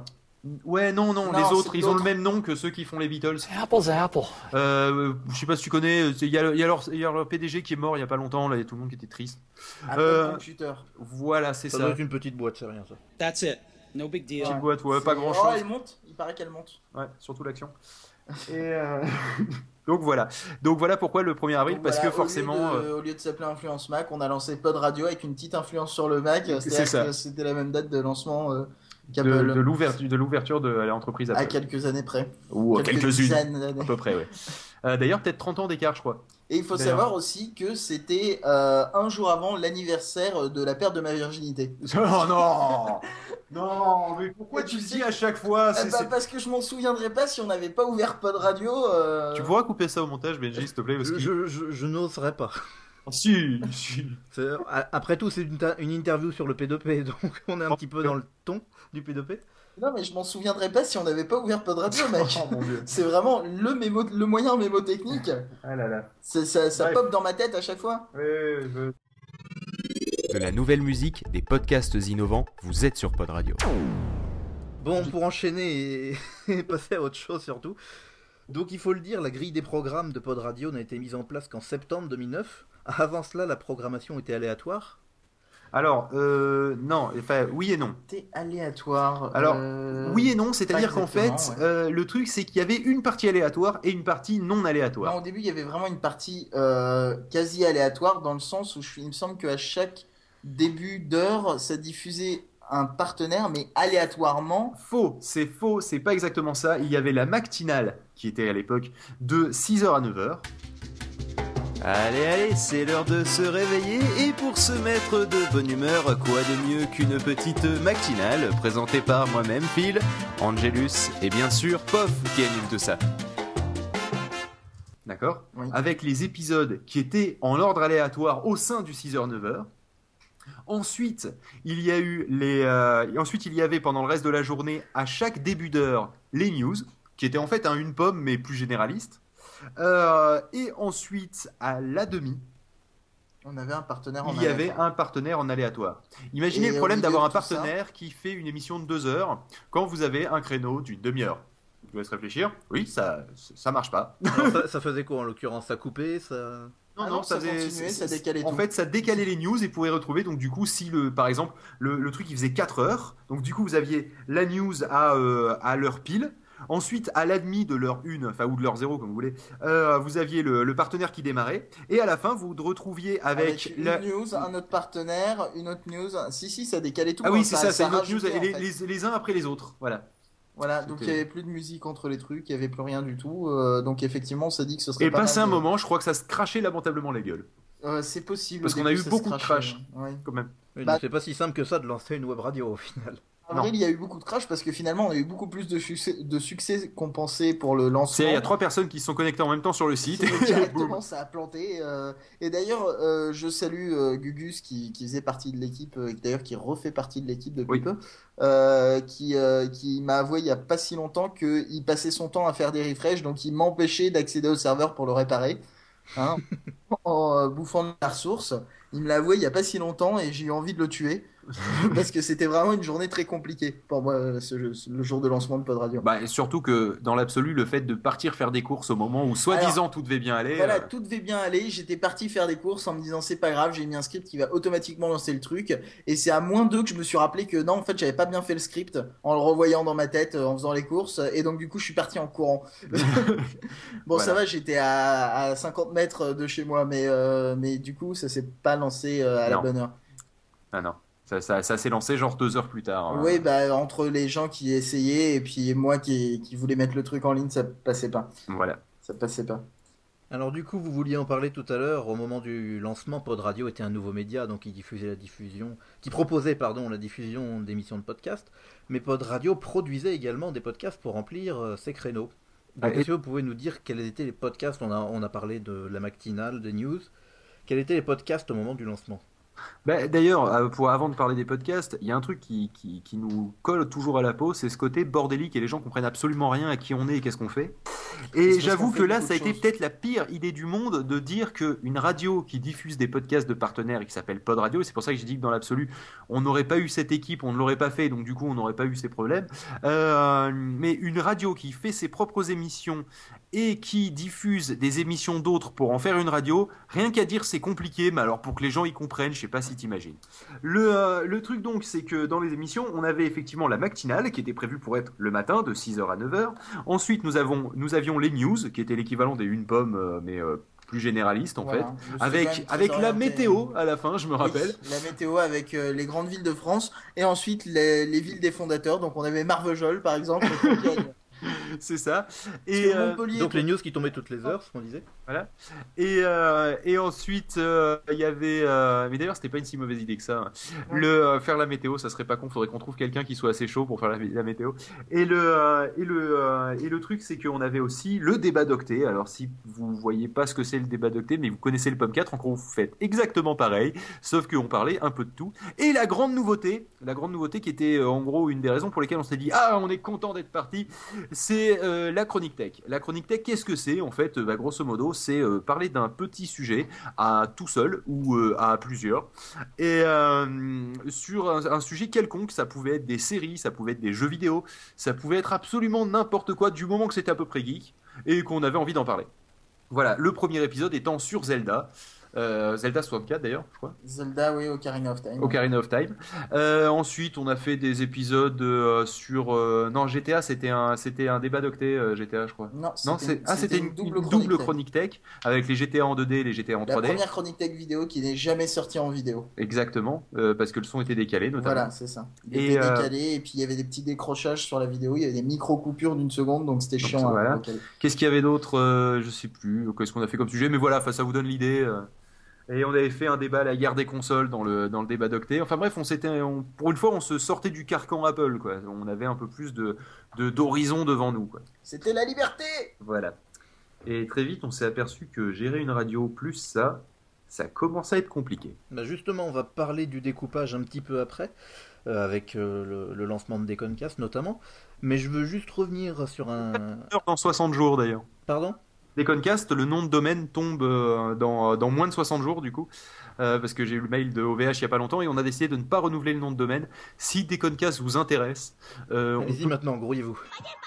Ouais, non, non, Non, les c'est autres, ils ont l'autre. le même nom que ceux qui font les Beatles. Apple's Apple. Euh, je sais pas si tu connais, il y, a le- il y, a leur- il y a leur P D G qui est mort il y a pas longtemps, là, il y a tout le monde qui était triste. Apple Euh, Computer. Voilà, c'est Ça ça. doit être une petite boîte, c'est rien ça. That's it. No big deal. Petite boîte, ouais, pas C'est- grand Oh, chose. elle monte. Il paraît qu'elle monte. Ouais, surtout l'action. Et euh, donc voilà. Donc voilà pourquoi le premier avril, Donc parce voilà, que forcément. Au lieu, de, euh, au lieu de s'appeler Influence Mac, on a lancé Pod Radio avec une petite influence sur le Mac. C'est C'est-à-dire ça. que c'était la même date de lancement euh, de, qu'Apple. de l'ouverture de l'ouverture de l'entreprise À Apple. quelques années près. Ou à quelques quelques-unes. dizaines d'années. À peu près, ouais. Euh, D'ailleurs, peut-être trente ans d'écart, je crois. Et il faut D'ailleurs. savoir aussi que c'était euh, un jour avant l'anniversaire de la perte de ma virginité. Oh non Non, mais pourquoi tu le dis à chaque fois? Eh c'est- bah, c'est- parce que je m'en souviendrai pas si on n'avait pas ouvert Pod Radio. euh, Tu pourras couper ça au montage, Benji, s'il te plaît, parce Je, que... je, je- je n'oserais pas. Si, si. C'est- a- Après tout, c'est une, ta- une interview sur le P deux P, donc on est un petit peu dans le ton du P deux P. Non, mais je m'en souviendrai pas si on n'avait pas ouvert Pod Radio, mec. Oh mon dieu. C'est vraiment le, mémo, le moyen mémotechnique. Ah là là. C'est- Ça, ça Bref. pop dans ma tête à chaque fois. Ouais, je- De la nouvelle musique, des podcasts innovants, vous êtes sur Pod Radio. Bon, pour enchaîner et, et passer à autre chose surtout. Donc il faut le dire, la grille des programmes de Pod Radio n'a été mise en place qu'en septembre deux mille neuf. Avant cela, la programmation était aléatoire. Alors, euh, non, enfin, oui et non. C'était aléatoire. Alors, euh, oui et non, c'est-à-dire pas qu'en fait, exactement, ouais. euh, le truc, c'est qu'il y avait une partie aléatoire et une partie non aléatoire. Non, au début, il y avait vraiment une partie euh, quasi aléatoire dans le sens où je, il me semble qu'à chaque début d'heure, ça diffusait un partenaire, mais aléatoirement. Faux, c'est faux, c'est pas exactement ça. Il y avait la matinale, qui était à l'époque de six heures à neuf heures. Allez, allez, c'est l'heure de se réveiller et pour se mettre de bonne humeur, quoi de mieux qu'une petite matinale présentée par moi-même, Phil, Angelus et bien sûr Pof qui anime tout ça. D'accord Oui. Avec les épisodes qui étaient en ordre aléatoire au sein du six heures neuf heures. Ensuite, il y a eu les, euh, et ensuite, il y avait pendant le reste de la journée, à chaque début d'heure, les news, qui étaient en fait un une pomme mais plus généraliste. Euh, et ensuite, à la demi, On avait un partenaire en il y avait aléatoire. un partenaire en aléatoire. Imaginez Et le au problème milieu d'avoir de un tout ça- partenaire qui fait une émission de deux heures quand vous avez un créneau d'une demi-heure. Je vous laisse réfléchir. Oui, ça, ça marche pas. Alors, ça, ça faisait quoi en l'occurrence? Ça coupait ça... Non, Ah non, non, ça faisait- continuait, ça c'est- décalait En tout. fait, ça décalait les news et pouvait retrouver. Donc, du coup, si le, par exemple, le, le truc il faisait quatre heures, donc du coup, vous aviez la news à, euh, à l'heure pile. Ensuite, à la demi de l'heure une, enfin, ou de l'heure zéro, comme vous voulez, euh, vous aviez le, le partenaire qui démarrait. Et à la fin, vous vous retrouviez avec, Avec une la. news, un autre partenaire, une autre news. Si, si, ça décalait tout. Ah hein, oui, c'est ça, c'est une autre rajoutait, news, et en les, fait. les, les uns après les autres. Voilà. Voilà, donc il C'était- n'y avait plus de musique entre les trucs, il n'y avait plus rien du tout. euh, donc effectivement, on s'est dit que ce serait Et pas passé mal un de- moment, je crois que ça se crachait lamentablement la gueule. Euh, c'est possible. Parce au qu'on a début, eu ça se beaucoup de crachait, crash, ouais. quand même. Oui, Bah- donc c'est pas si simple que ça de lancer une web radio au final. En Non. vrai, il y a eu beaucoup de crash parce que finalement, on a eu beaucoup plus de succès, de succès qu'on pensait pour le lancement. C'est, il y a trois personnes qui se sont connectées en même temps sur le site. C'est- et Directement, boum. ça a planté. euh, Et d'ailleurs, euh, je salue euh, Gugus qui, qui faisait partie de l'équipe, euh, et d'ailleurs qui refait partie de l'équipe depuis Oui. peu, euh, qui, euh, qui m'a avoué il y a pas si longtemps qu'il passait son temps à faire des refresh, donc il m'empêchait d'accéder au serveur pour le réparer, hein, en euh, bouffant de la ressource. Il me l'a avoué il y a pas si longtemps et j'ai eu envie de le tuer parce que c'était vraiment une journée très compliquée pour moi, ce jeu- le jour de lancement de Pod Radio. Bah, et surtout que dans l'absolu, le fait de partir faire des courses au moment où soi-disant tout devait bien aller. Voilà, euh, tout devait bien aller. J'étais parti faire des courses en me disant c'est pas grave, j'ai mis un script qui va automatiquement lancer le truc. Et c'est à moins deux que je me suis rappelé que non, en fait, j'avais pas bien fait le script en le revoyant dans ma tête euh, en faisant les courses. Et donc, du coup, je suis parti en courant. Bon, ça Voilà. va, j'étais à, à cinquante mètres de chez moi, mais, euh, mais du coup, ça s'est pas lancé euh, à la Non. bonne heure. Ah non, ça, ça, ça s'est lancé genre deux heures plus tard. hein. Oui, bah, entre les gens qui essayaient et puis moi qui, qui voulais mettre le truc en ligne, ça passait pas. Voilà. Ça passait pas. Alors du coup, vous vouliez en parler tout à l'heure, au moment du lancement, Pod Radio était un nouveau média, donc il diffusait la diffusion, qui proposait pardon la diffusion d'émissions de podcasts, mais Pod Radio produisait également des podcasts pour remplir euh, ses créneaux. Donc Ah, et- est-ce que vous pouvez nous dire quels étaient les podcasts? On a, on a parlé de la matinale, des news. Quels étaient les podcasts au moment du lancement? Bah, d'ailleurs, euh, pour, avant de parler des podcasts, il y a un truc qui, qui, qui nous colle toujours à la peau, c'est ce côté bordélique et les gens comprennent absolument rien à qui on est et qu'est-ce qu'on fait. Et j'avoue que là, ça a été peut-être la pire idée du monde de dire qu'une radio qui diffuse des podcasts de partenaires et qui s'appelle Pod Radio, et c'est pour ça que j'ai dit que dans l'absolu, on n'aurait pas eu cette équipe, on ne l'aurait pas fait, donc du coup, on n'aurait pas eu ces problèmes. Euh, mais une radio qui fait ses propres émissions et qui diffuse des émissions d'autres pour en faire une radio, rien qu'à dire c'est compliqué, mais alors pour que les gens y comprennent, je sais pas si t'imagines. Le, euh, le truc donc, c'est que dans les émissions, on avait effectivement la matinale qui était prévue pour être le matin de six heures à neuf heures. Ensuite, nous, avons, nous avions les news qui étaient l'équivalent des une pomme, euh, mais euh, plus généraliste en Voilà. fait, Je sais avec, quand même très avec la orienté. météo à la fin, je me rappelle. Oui, la météo avec euh, les grandes villes de France et ensuite les, les villes des fondateurs. Donc on avait Marvejols par exemple. C'est ça. Et Sur euh, Montpellier, Donc les news qui tombaient toutes les heures, ce qu'on disait. Voilà. Et, euh, et ensuite, euh, il y avait. Euh, mais d'ailleurs, c'était pas une si mauvaise idée que ça. Le euh, faire la météo, ça serait pas con. Faudrait qu'on trouve quelqu'un qui soit assez chaud pour faire la, la météo. Et le euh, et le euh, et le truc, c'est qu'on avait aussi le débat d'octet. Alors, si vous voyez pas ce que c'est le débat d'octet, mais vous connaissez le P O M quatre, encore vous faites exactement pareil, sauf qu'on parlait un peu de tout. Et la grande nouveauté, la grande nouveauté qui était euh, en gros une des raisons pour lesquelles on s'est dit ah, on est content d'être parti, c'est euh, la chronique tech. La chronique tech, qu'est-ce que c'est en fait? Bah, grosso modo, c'est euh, parler d'un petit sujet à tout seul ou euh, à plusieurs et euh, sur un, un sujet quelconque. Ça pouvait être des séries, ça pouvait être des jeux vidéo, ça pouvait être absolument n'importe quoi du moment que c'était à peu près geek et qu'on avait envie d'en parler. Voilà, le premier épisode étant sur Zelda. Euh, Zelda soixante-quatre d'ailleurs, je crois. Zelda, oui, Ocarina of Time. Ocarina of Time. Euh, ensuite, on a fait des épisodes euh, sur. Euh, non, G T A, c'était un, c'était un débat d'octet, euh, G T A, je crois. Non, non c'était- c'est, ah, c'était c'était une une, double une chronique double tech. chronique tech avec les G T A en deux D et les G T A en La trois D. première chronique tech vidéo qui n'est jamais sortie en vidéo. Exactement, euh, parce que le son était décalé notamment. Voilà, c'est ça. Il Et, était euh, décalé et puis il y avait des petits décrochages sur la vidéo. Il y avait des micro-coupures d'une seconde, donc c'était donc, chiant. à voilà. recaler. Qu'est-ce qu'il y avait d'autre euh, Je sais plus. Qu'est-ce qu'on a fait comme sujet, mais voilà, enfin, ça vous donne l'idée. euh. Et on avait fait un débat à la guerre des consoles dans le, dans le débat d'octet. Enfin bref, on s'était, on- pour une fois, on se sortait du carcan Apple, quoi. On avait un peu plus de, de, d'horizon devant nous, quoi. C'était la liberté. Voilà. Et très vite, on s'est aperçu que gérer une radio plus ça, ça commence à être compliqué. Bah justement, on va parler du découpage un petit peu après, euh, avec euh, le, le lancement de Deconcast notamment. Mais je veux juste revenir sur un... Dans soixante jours d'ailleurs. Pardon ? Deconcast, le nom de domaine tombe euh, dans, dans moins de soixante jours du coup, euh, parce que j'ai eu le mail de O V H il y a pas longtemps et on a décidé de ne pas renouveler le nom de domaine. Si Deconcast vous intéresse, euh, on Allez-y peut- maintenant, grouillez-vous.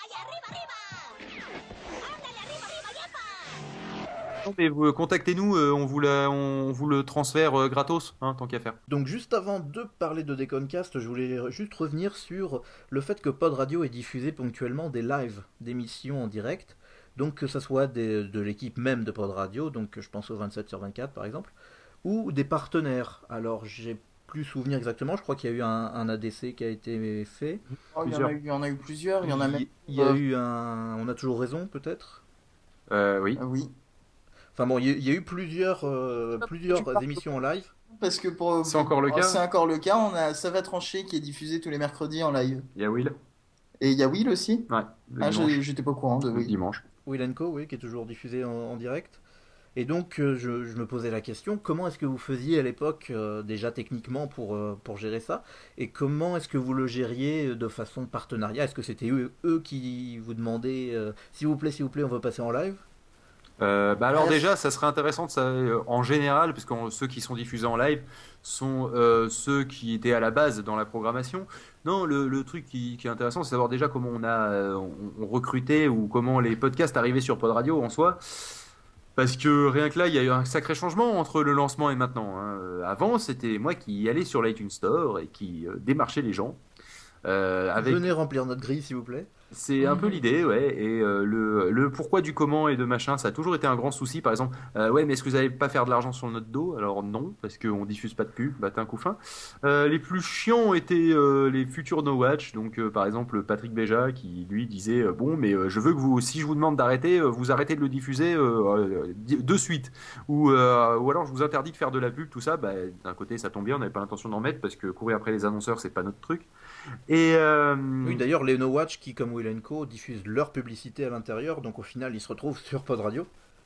Non, mais vous, contactez-nous, euh, on, vous la- on vous le transfère euh, gratos, hein, tant qu'à faire. Donc juste avant de parler de Deconcast, je voulais juste revenir sur le fait que Pod Radio ait diffusé ponctuellement des lives d'émissions en direct, donc que ce soit des- de l'équipe même de Pod Radio, donc je pense au vingt-sept sur vingt-quatre par exemple, ou des partenaires. Alors j'ai plus souvenir exactement, je crois qu'il y a eu un, un A D C qui a été fait. Oh, il, y en a eu, il y en a eu plusieurs. Il y en a même. Il y a euh, eu un... On a toujours raison peut-être Euh, oui. Oui. Enfin bon, il y a, il y a eu plusieurs, euh, plusieurs parles- émissions en live. Parce que pour. C'est encore le Oh, cas C'est encore le cas. On a Ça va trancher qui est diffusé tous les mercredis en live. Il y a Will. Et il y a Will aussi. Ouais. Le Ah, dimanche. je- j'étais pas au courant de Le Will. dimanche. Will Co, oui, qui est toujours diffusé en, en direct. Et donc, euh, je, je me posais la question, comment est-ce que vous faisiez à l'époque, euh, déjà techniquement, pour, euh, pour gérer ça? Et comment est-ce que vous le gériez de façon partenariat? Est-ce que c'était eux, eux qui vous demandaient, euh, s'il vous plaît, s'il vous plaît, on veut passer en live? Euh, bah alors Ouais. déjà, ça serait intéressant de savoir, en général, parce que ceux qui sont diffusés en live sont euh, ceux qui étaient à la base dans la programmation. Non, le, le truc qui, qui est intéressant, c'est savoir déjà comment on a euh, on, on recrutait ou comment les podcasts arrivaient sur Pod Radio en soi. Parce que rien que là, il y a eu un sacré changement entre le lancement et maintenant, hein. Euh, Avant, c'était moi qui allais sur l'iTunes Store et qui euh, démarchais les gens. Euh, avec... Venez remplir notre grille, s'il vous plaît. C'est un peu l'idée, ouais. Et euh, le, le pourquoi du comment et de machin, ça a toujours été un grand souci. Par exemple, euh, ouais, mais est-ce que vous n'allez pas faire de l'argent sur notre dos? Alors non, parce qu'on diffuse pas de pub, bah t'as un coup fin. Euh, les plus chiants ont été euh, les futurs No Watch. Donc euh, par exemple Patrick Béja qui lui disait euh, bon, mais euh, je veux que vous, si je vous demande d'arrêter, euh, vous arrêtez de le diffuser euh, euh, de suite. Ou euh, ou alors je vous interdis de faire de la pub, tout ça. Bah, d'un côté ça tombe bien, on n'avait pas l'intention d'en mettre parce que courir après les annonceurs c'est pas notre truc. Et euh, Oui, d'ailleurs, les No Watch qui, comme Will Co, diffusent leur publicité à l'intérieur, donc au final, ils se retrouvent sur Pod Radio.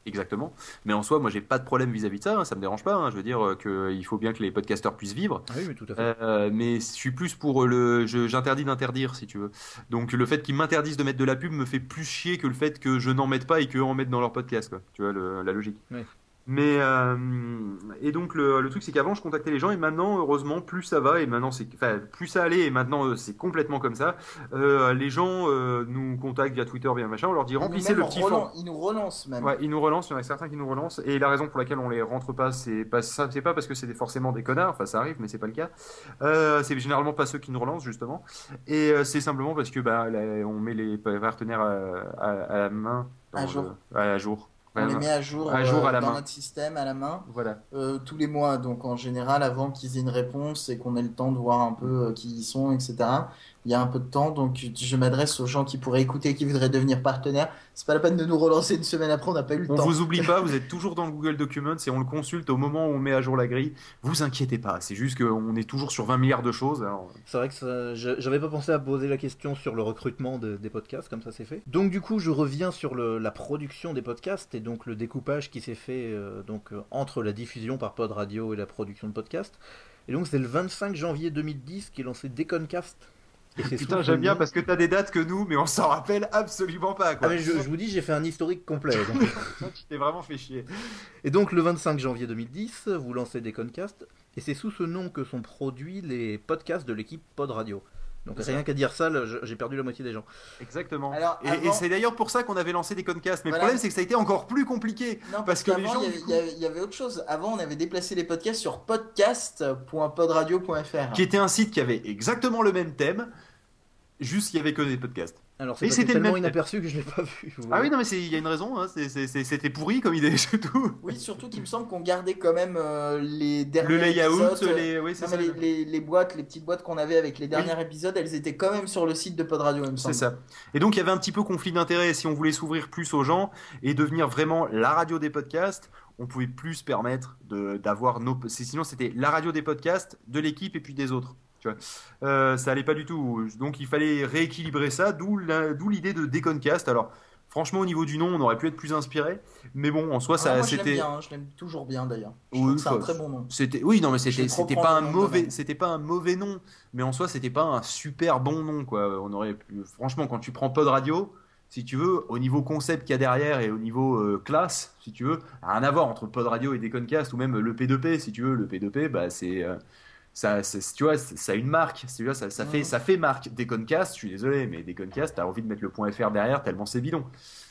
Exactement. Mais en soi, moi, j'ai pas de problème vis-à-vis de ça. Hein, ça me dérange pas. Hein, je veux dire euh, qu'il faut bien que les podcasteurs puissent vivre. Ah oui, mais tout à fait. Euh, mais je suis plus pour le. je- J'interdis d'interdire, si tu veux. Donc le fait qu'ils m'interdisent de mettre de la pub me fait plus chier que le fait que je n'en mette pas et qu'eux en mettent dans leur podcast, quoi. Tu vois le- la logique. Oui. Mais euh, et donc le, le truc c'est qu'avant je contactais les gens et maintenant heureusement plus ça va et maintenant c'est enfin plus ça allait et maintenant euh, c'est complètement comme ça. Euh, les gens euh, nous contactent via Twitter via machin, on leur dit remplissez le petit relan- form- Ils nous relancent même. Ouais, ils nous relancent, il y en a certains qui nous relancent et la raison pour laquelle on les rentre pas c'est pas ça, c'est pas parce que c'est des- forcément des connards, enfin ça arrive mais c'est pas le cas. Euh, c'est généralement pas ceux qui nous relancent justement et euh, c'est simplement parce que bah là, on met les partenaires à, à, à la main dans À le- jour. ouais, à jour. On les Ouais, met à jour, à jour euh, à la dans main. notre système à la main Voilà. euh, tous les mois. Donc en général, avant qu'ils aient une réponse et qu'on ait le temps de voir un peu euh, qui ils sont, et cetera. Il y a un peu de temps, donc je m'adresse aux gens qui pourraient écouter, qui voudraient devenir partenaires. C'est pas la peine de nous relancer une semaine après, on n'a pas eu le On temps. vous oublie pas, vous êtes toujours dans le Google Documents et on le consulte au moment où on met à jour la grille. Vous inquiétez pas, c'est juste qu'on est toujours sur vingt milliards de choses. Alors... C'est vrai que ça- je- j'avais pas pensé à poser la question sur le recrutement de- des podcasts, comme ça c'est fait. Donc du coup, je reviens sur le- la production des podcasts et donc le découpage qui s'est fait euh, donc, euh, entre la diffusion par Pod Radio et la production de podcasts. Et donc c'est le vingt-cinq janvier deux mille dix qu'est lancé Deconcast. Et c'est Putain, sous j'aime ce bien nom- parce que t'as des dates que nous, mais on s'en rappelle absolument pas. Quoi. Ah mais je, je vous dis, j'ai fait un historique complet. donc. Tu t'es vraiment fait chier. Et donc le vingt-cinq janvier deux mille dix, vous lancez Deconcast, et c'est sous ce nom que sont produits les podcasts de l'équipe Pod Radio. Donc C'est rien ça. qu'à dire ça, là, je- j'ai perdu la moitié des gens. Exactement. Alors, et, avant- et c'est d'ailleurs pour ça qu'on avait lancé des concasts. Mais Voilà. le problème, c'est que ça a été encore plus compliqué. Non, parce que les qu'avant, gens. il y du avait- coup, il y, avait, il y avait autre chose. Avant, on avait déplacé les podcasts sur podcast point podradio point f r. qui était un site qui avait exactement le même thème, juste qu'il y avait que des podcasts. Alors c'est Et passé c'était le tellement même thème. inaperçu que je l'ai pas vu. vous Ah voyez. oui, non, mais c'est- il y a une raison. Hein, c'est- c'est- c'est- c'était pourri comme idée, c'est tout. Oui, surtout qu'il me semble qu'on gardait quand même euh, les derniers Le layout, épisodes. euh, les- oui, c'est non, mais ça. les, les- les boîtes, les petites boîtes qu'on avait avec les derniers épisodes, elles étaient quand même sur le site de Pod Radio, il me C'est semble. ça. Et donc il y avait un petit peu conflit d'intérêts. Si on voulait s'ouvrir plus aux gens et devenir vraiment la radio des podcasts, on pouvait plus se permettre de- d'avoir nos. c'est- Sinon c'était la radio des podcasts, de l'équipe et puis des autres. Tu vois. Euh, ça allait pas du tout. Donc il fallait rééquilibrer ça, d'où la- d'où l'idée de Deconcast. Alors franchement au niveau du nom, on aurait pu être plus inspiré, mais bon en soi Ah, ça moi, je l'aime c'était. bien, hein, je l'aime toujours bien d'ailleurs. Je Oui, trouve que c'est un enfin, très bon nom. C'était oui non mais Je c'était vais c'était reprendre pas un le nom de mauvais domaine. c'était pas un mauvais nom, mais en soi c'était pas un super bon nom quoi. On aurait pu franchement quand tu prends Pod Radio, si tu veux, au niveau concept qu'il y a derrière et au niveau euh, classe, si tu veux, rien à voir entre Pod Radio et Deconcast ou même le P deux P si tu veux. Le P deux P bah c'est euh, ça, c'est- tu vois, c'est- ça a une marque, tu vois, ça, ça fait, ça fait marque. Deconcast, je suis désolé, mais Deconcast, t'as envie de mettre le point .fr derrière tellement c'est bidon.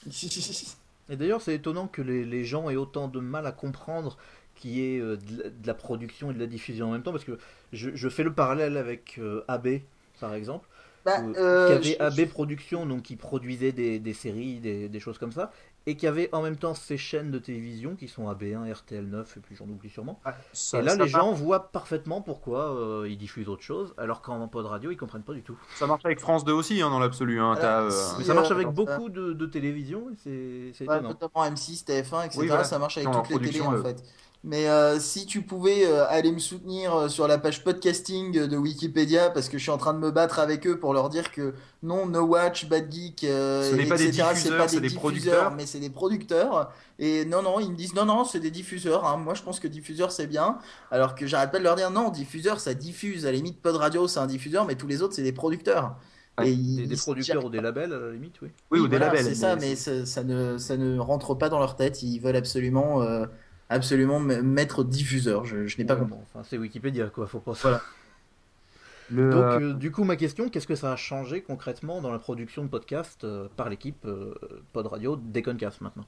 Et d'ailleurs, c'est étonnant que les, les gens aient autant de mal à comprendre qu'il y ait euh, de, la, de la production et de la diffusion en même temps, parce que je, je fais le parallèle avec euh, A B, par exemple, Bah, où- euh, qui avait je- A B Productions, donc qui produisait des, des séries, des, des choses comme ça, et qui avait en même temps ces chaînes de télévision qui sont A B un, R T L neuf, et puis j'en oublie sûrement. ça- et là, ça les marche. gens voient parfaitement pourquoi euh, ils diffusent autre chose, alors qu'en Pod Radio, ils comprennent pas du tout. Ça marche avec France deux aussi, hein, dans l'absolu. Hein, t'as, euh, Mais ça marche euh, avec euh, beaucoup de, de télévisions, et c'est c'est Ouais, étonnant. notamment M six, T F un, et cetera. Oui, voilà. Ça marche avec Dans leur toutes les télés production, en euh. fait. Mais euh, si tu pouvais euh, aller me soutenir euh, sur la page podcasting de Wikipédia, parce que je suis en train de me battre avec eux pour leur dire que non, No Watch, Bad Geek, euh, Ce n'est pas des et cetera, diffuseurs, pas c'est des diffuseurs, producteurs. mais c'est des producteurs. Et non, non, ils me disent non, non, c'est des diffuseurs. hein. Moi, je pense que diffuseur c'est bien. Alors que j'arrête pas de leur dire non, diffuseur ça diffuse. À la limite, Pod Radio c'est un diffuseur, mais tous les autres c'est des producteurs. Ouais. Et ils- Des, des ils- producteurs ou des labels, à la limite, oui. Oui, ou des voilà, labels. c'est ça, mais mais ça, ça ne, ça ne rentre pas dans leur tête. Ils veulent absolument, euh, absolument me- mettre diffuseur. Je, je n'ai pas Ouais, compris. bon, enfin, c'est Wikipédia, quoi, faut pas... Voilà. Le, Donc, euh, euh, du coup, ma question, qu'est-ce que ça a changé concrètement dans la production de podcasts euh, par l'équipe euh, Pod Radio Deconcast maintenant?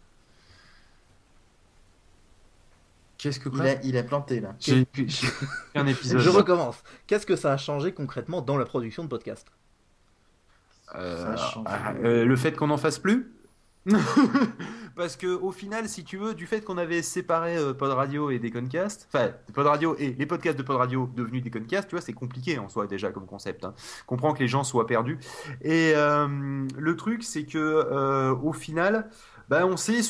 Qu'est-ce que Il quoi a, il a planté là. J'ai j'ai un épisode. Je recommence. Qu'est-ce que ça a changé concrètement dans la production de podcasts? Euh, Ça a changé. euh, le fait qu'on en fasse plus parce que au final si tu veux du fait qu'on avait séparé euh, Pod Radio et Deconcast, enfin Pod Radio et les podcasts de Pod Radio devenus Deconcast, tu vois c'est compliqué en soi déjà comme concept, hein. Comprends que les gens soient perdus et euh, le truc c'est que euh, au final bah, on s'est essoufflé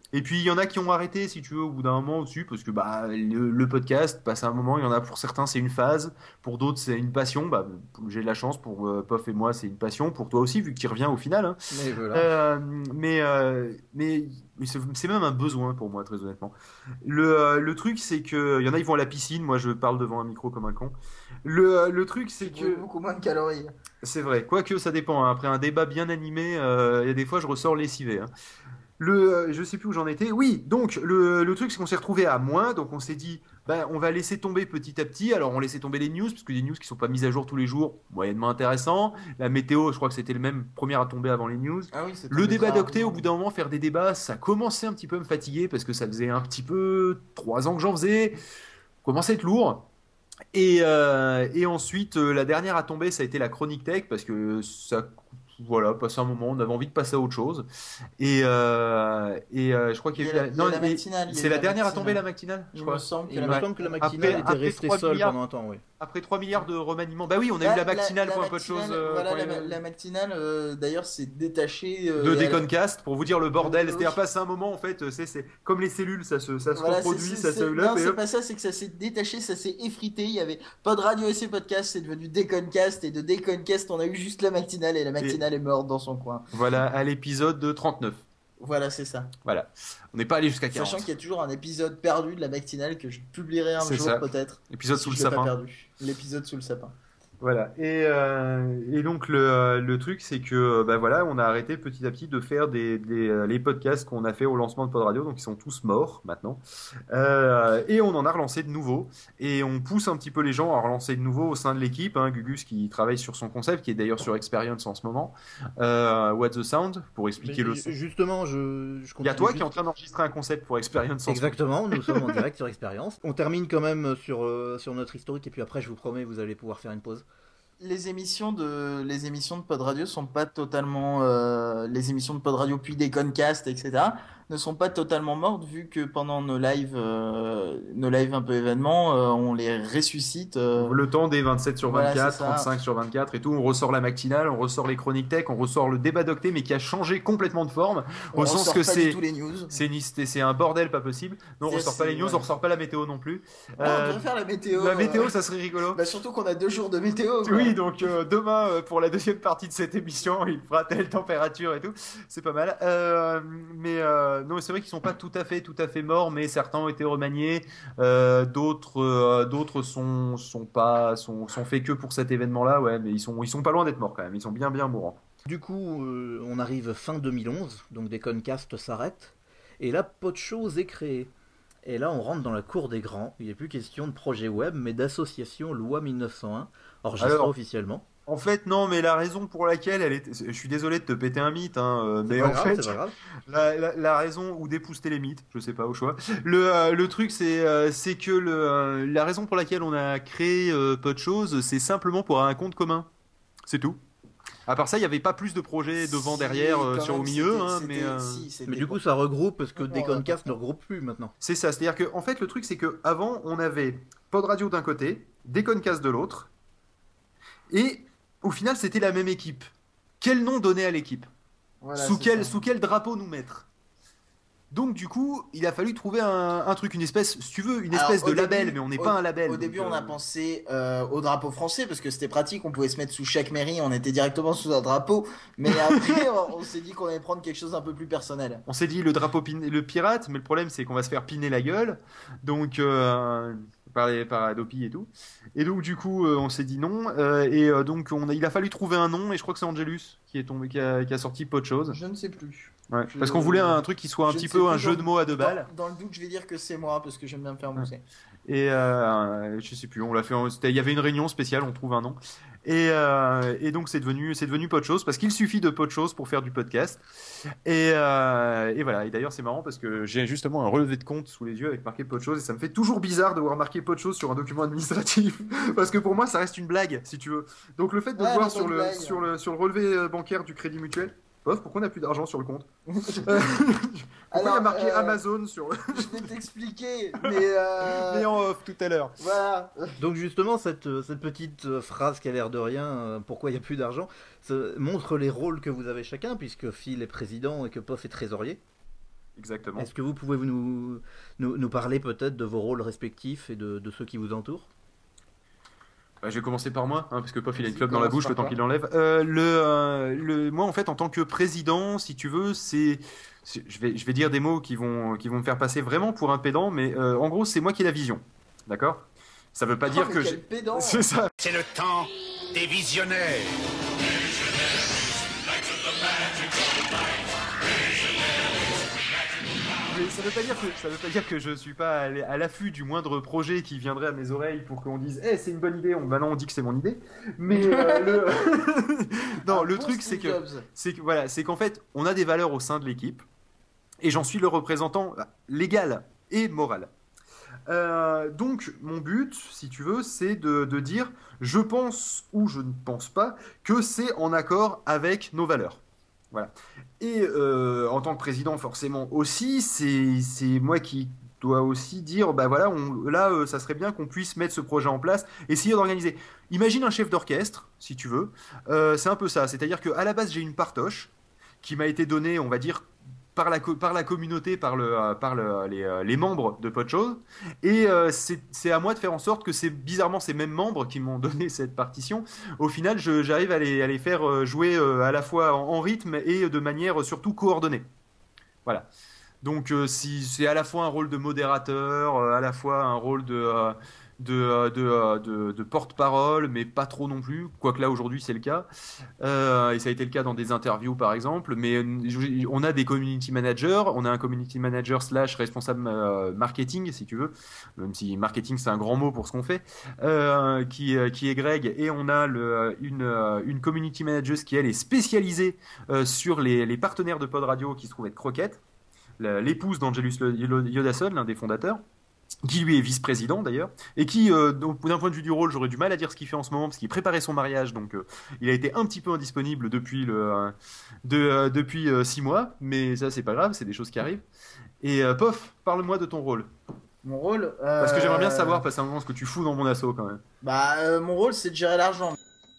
Et puis il y en a qui ont arrêté, si tu veux, au bout d'un moment au-dessus, parce que bah le, le podcast passe un moment. Il y en a pour certains c'est une phase, pour d'autres c'est une passion. Bah j'ai de la chance pour euh, Pof et moi c'est une passion, pour toi aussi vu que tu reviens au final. Hein. Mais voilà. Euh, mais euh, mais, mais c'est, c'est même un besoin pour moi très honnêtement. Le, euh, le truc c'est que il y en a ils vont à la piscine, moi je parle devant un micro comme un con. Le, euh, le truc c'est que beaucoup moins de calories. C'est vrai, quoique ça dépend. Hein. Après un débat bien animé, euh, il y a des fois je ressors lessivé. Hein. Le, euh, je sais plus où j'en étais. Oui, donc le, le truc c'est qu'on s'est retrouvé à moins, donc on s'est dit, ben on va laisser tomber petit à petit. Alors on laissait tomber les news parce que les news qui sont pas mises à jour tous les jours, moyennement intéressant. La météo, je crois que c'était le même premier à tomber avant les news. Ah oui, c'est le débat d'octet, au bout d'un moment, faire des débats, ça commençait un petit peu à me fatiguer parce que ça faisait un petit peu trois ans que j'en faisais, commençait à être lourd. Et, euh, et ensuite, euh, la dernière à tomber, ça a été la chronique tech parce que ça, voilà, passé un moment, on avait envie de passer à autre chose. Et, euh, et euh, je crois qu'il y a eu la, non, la matinale. C'est la dernière à tomber, la matinale, je Il crois. me semble que Il la me semble que la matinale Après- était après restée trois seule milliards- pendant un temps, oui. Après trois milliards de remaniements, bah oui, on a Bah, eu la matinale la pour un peu de choses. matinale, euh, voilà, pour la, les- ma- la matinale, euh, d'ailleurs, c'est détaché euh, de et elle- Déconcast pour vous dire le bordel. Oui. C'est-à-dire passer un moment en fait, c'est, c'est comme les cellules, ça se, ça se Voilà, reproduit, c'est- ça c'est- se c'est- up Non, et c'est hop. pas ça, c'est que ça s'est détaché, ça s'est effrité. Il y avait Pod Radio et ses podcasts, c'est devenu Déconcast, et de Déconcast, on a eu juste la matinale, et la matinale est morte dans son coin. Voilà, à l'épisode de trente-neuf. Voilà, c'est ça. Voilà, on n'est pas allé jusqu'à quarante. Sachant qu'il y a toujours un épisode perdu de la matinale que je publierai un C'est jour ça. peut-être. Épisode si sous le je l'ai pas sapin. perdu. L'épisode sous le sapin. Voilà. Et, euh, et donc le, euh, le truc c'est que bah voilà, on a arrêté petit à petit de faire des, des euh, les podcasts qu'on a fait au lancement de Pod Radio, donc ils sont tous morts maintenant. Euh, et on en a relancé de nouveaux et on pousse un petit peu les gens à relancer de nouveau au sein de l'équipe. Hein, Gugus qui travaille sur son concept, qui est d'ailleurs sur Experience en ce moment. Euh, What the Sound pour expliquer Mais le ju- son. Justement, je, je Il y a continue toi juste- qui est en train d'enregistrer un concept pour Experience. en ce moment. Exactement, nous sommes en direct sur Expérience. On termine quand même sur, euh, sur notre historique et puis après, je vous promets, vous allez pouvoir faire une pause. Les émissions de les émissions de Pod Radio sont pas totalement euh, les émissions de Pod Radio puis des Concast, et cetera ne sont pas totalement mortes vu que pendant nos lives euh, nos lives un peu événements euh, on les ressuscite. euh, Le temps des vingt-sept sur Voilà, vingt-quatre, c'est ça. trente-cinq sur vingt-quatre et tout, on ressort la matinale, on ressort les chroniques tech, on ressort le débat d'octet, mais qui a changé complètement de forme, On au sens ressort que pas c'est du tout les news. c'est une- c'est c'est un bordel pas possible. Non, on C'est- ressort pas c'est- les news, ouais. on ressort pas la météo non plus. Ah, on Euh, devrait faire la météo. la euh, météo, ça serait rigolo. Bah, surtout qu'on a deux jours de météo. quoi. Oui, donc euh, demain, euh, pour la deuxième partie de cette émission, il fera telle température et tout. C'est pas mal. Euh, mais euh, non, c'est vrai qu'ils sont pas tout à fait, tout à fait morts, mais certains ont été remaniés. Euh, d'autres, euh, d'autres sont, sont pas, sont, sont faits que pour cet événement-là. Ouais, mais ils sont, ils sont pas loin d'être morts quand même. Ils sont bien, bien mourants. Du coup, euh, on arrive fin deux mille onze, donc des Concast s'arrêtent, et là, pas de chose est créée. Et là, on rentre dans la cour des grands. Il n'y a plus question de projet web, mais d'association loi mille neuf cent un, enregistrée Alors, officiellement. En fait, non, mais la raison pour laquelle elle est, je suis désolé de te péter un mythe, hein, euh, mais pas en grave, fait, c'est pas grave. la, la, la raison ou d'épouster les mythes, je sais pas au choix. Le, euh, le truc, c'est, euh, c'est que le, euh, la raison pour laquelle on a créé euh, peu de choses, c'est simplement pour avoir un compte commun. C'est tout. À part ça, il n'y avait pas plus de projets devant, Si, derrière, euh, quand sur même, au milieu, c'était- hein, c'était- mais. euh, si, c'était Mais du pour- coup, ça regroupe parce que Non, des on va Concast pas- ne regroupent plus maintenant. C'est ça, c'est-à-dire que en fait le truc c'est que avant on avait Pod Radio d'un côté, des Concast de l'autre, et au final c'était la même équipe. Quel nom donner à l'équipe? Voilà, sous, c'est quel, ça. sous quel drapeau nous mettre? Donc du coup il a fallu trouver un, un truc, une espèce, si tu veux, une Alors, espèce au de label, début- mais on n'est au- pas un label. Au donc, début, on euh, a pensé euh, au drapeau français parce que c'était pratique, on pouvait se mettre sous chaque mairie, on était directement sous un drapeau. Mais après, on, on s'est dit qu'on allait prendre quelque chose d'un peu plus personnel. On s'est dit le drapeau pin- le pirate, mais le problème c'est qu'on va se faire piner la gueule, donc euh, par, les, par Adopi et tout. Et donc du coup euh, on s'est dit non, euh, et euh, donc on a, il a fallu trouver un nom, et je crois que c'est Angelus qui est tombé, qui a, qui a sorti peu de choses. Je ne sais plus. Ouais, Je- parce qu'on voulait un truc qui soit un je petit ne sais peu plus, un jeu dans- de mots à deux dans- balles. Dans le doute, je vais dire que c'est moi parce que j'aime bien me faire mousser. Et euh, je sais plus, on l'a fait. en- c'était- Il y avait une réunion spéciale, on trouve un nom. Et, euh, et donc c'est devenu, c'est devenu peu de choses parce qu'il suffit de peu de choses pour faire du podcast. Et, euh, et voilà. Et d'ailleurs c'est marrant parce que j'ai justement un relevé de compte sous les yeux avec marqué peu de choses et ça me fait toujours bizarre de voir marquer peu de choses sur un document administratif parce que pour moi ça reste une blague si tu veux. Donc le fait de Ouais, voir la sur bonne le blague. sur le sur le relevé euh, bancaire du Crédit Mutuel. Pof, pourquoi on n'a plus d'argent sur le compte? Euh, Pourquoi il y a marqué euh, Amazon sur le... Je vais t'expliquer, mais. euh, Mais en off tout à l'heure. Voilà. Donc justement, cette, euh, cette petite euh, phrase qui a l'air de rien, euh, pourquoi il n'y a plus d'argent, ça montre les rôles que vous avez chacun, puisque Phil est président et que Pof est trésorier. Exactement. Est-ce que vous pouvez nous, nous, nous parler peut-être de vos rôles respectifs et de, de ceux qui vous entourent ? Bah, je vais commencer par moi, hein, parce que Pof il a une Vas-y, clope dans la commence bouche par le temps toi. qu'il l'enlève. Euh, le, euh, le, moi en fait en tant que président, si tu veux, c'est, c'est- je vais, je vais dire des mots qui vont, qui vont me faire passer vraiment pour un pédant, mais euh, en gros c'est moi qui ai la vision, d'accord ? Ça veut pas dire Oh, mais que quel j'ai... pédant. C'est ça. C'est le temps des visionnaires. Mais ça veut pas dire que ça veut pas dire que je suis pas à l- à l'affût du moindre projet qui viendrait à mes oreilles pour qu'on dise eh c'est une bonne idée. On, maintenant on dit que c'est mon idée. Mais euh, le non Un le bon truc Steve c'est que Jobs. c'est que voilà c'est qu'en fait on a des valeurs au sein de l'équipe et j'en suis le représentant bah, légal et moral. Euh, donc mon but, si tu veux, c'est de, de dire je pense ou je ne pense pas que c'est en accord avec nos valeurs. Voilà. Et euh, en tant que président, forcément aussi, c'est c'est moi qui dois aussi dire bah voilà, on, là, euh, ça serait bien qu'on puisse mettre ce projet en place, essayer d'organiser. Imagine un chef d'orchestre, si tu veux. Euh, c'est un peu ça. C'est-à-dire qu'à la base, j'ai une partoche qui m'a été donnée, on va dire, par la, co- par la communauté, par, le, euh, par le- les, euh, les membres de Podchose. Et euh, c'est c'est à moi de faire en sorte que c'est bizarrement ces mêmes membres qui m'ont donné cette partition. Au final, je- j'arrive à les, à les faire euh, jouer euh, à la fois en, en rythme et de manière euh, surtout coordonnée. Voilà. Donc euh, si c'est à la fois un rôle de modérateur, euh, à la fois un rôle de, euh, de, euh, de, euh, de- de porte-parole, mais pas trop non plus, quoique là aujourd'hui c'est le cas. Euh, et ça a été le cas dans des interviews par exemple. Mais euh, on a des community managers, on a un community manager slash responsable euh, marketing si tu veux, même si marketing c'est un grand mot pour ce qu'on fait, euh, qui, euh, qui est Greg, et on a le, une, euh, une community manager qui elle est spécialisée euh, sur les, les partenaires de Pod Radio qui se trouvent être Croquette, la- l'épouse d'Angelus Yodasson, l'un des fondateurs, qui lui est vice-président d'ailleurs, et qui, euh, donc, d'un point de vue du rôle, j'aurais du mal à dire ce qu'il fait en ce moment, parce qu'il préparait son mariage, donc euh, il a été un petit peu indisponible depuis, le, euh, de, euh, depuis euh, six mois, mais ça c'est pas grave, c'est des choses qui arrivent. Et euh, Pof, parle-moi de ton rôle. Mon rôle. euh, Parce que j'aimerais bien savoir, passer un moment, ce que tu fous dans mon assaut quand même. Bah, euh, mon rôle, c'est de gérer l'argent.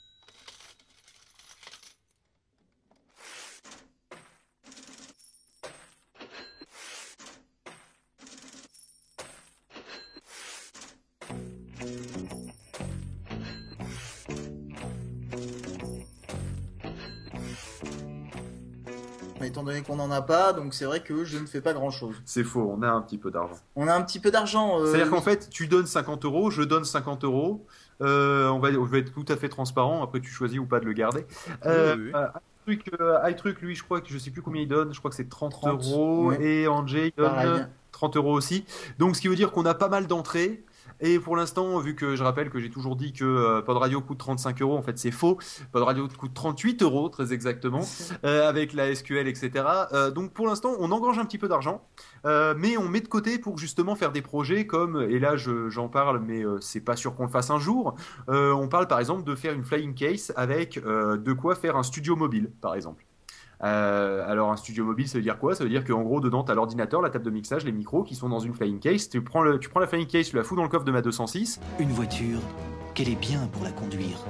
Mais étant donné qu'on n'en a pas, donc c'est vrai que je ne fais pas grand-chose. C'est faux, on a un petit peu d'argent. On a un petit peu d'argent. euh, C'est-à-dire qu'en oui. fait, tu donnes cinquante euros, je donne cinquante euros. Euh, on va, je vais être tout à fait transparent. Après, tu choisis ou pas de le garder. Euh, Oui, oui. euh, iTruc, euh, iTruc, lui, je crois que je sais plus combien il donne. Je crois que c'est trente, trente, euros. ouais. Et Angé, il donne Pareil. trente euros aussi. Donc, ce qui veut dire qu'on a pas mal d'entrées. Et pour l'instant, vu que je rappelle que j'ai toujours dit que euh, Pod Radio coûte trente-cinq euros, en fait c'est faux. Pod Radio coûte trente-huit euros très exactement, euh, avec la S Q L, et cetera. Euh, donc pour l'instant, on engrange un petit peu d'argent, euh, mais on met de côté pour justement faire des projets comme, et là je- j'en parle, mais euh, c'est pas sûr qu'on le fasse un jour. Euh, on parle par exemple de faire une flying case avec euh, de quoi faire un studio mobile, par exemple. Euh, alors un studio mobile, ça veut dire quoi? Ça veut dire qu'en gros dedans t'as l'ordinateur, la table de mixage, les micros qui sont dans une flying case. Tu prends, le, tu prends la flying case, tu la fous dans le coffre de ma deux cent six. Une voiture, qu'elle est bien pour la conduire.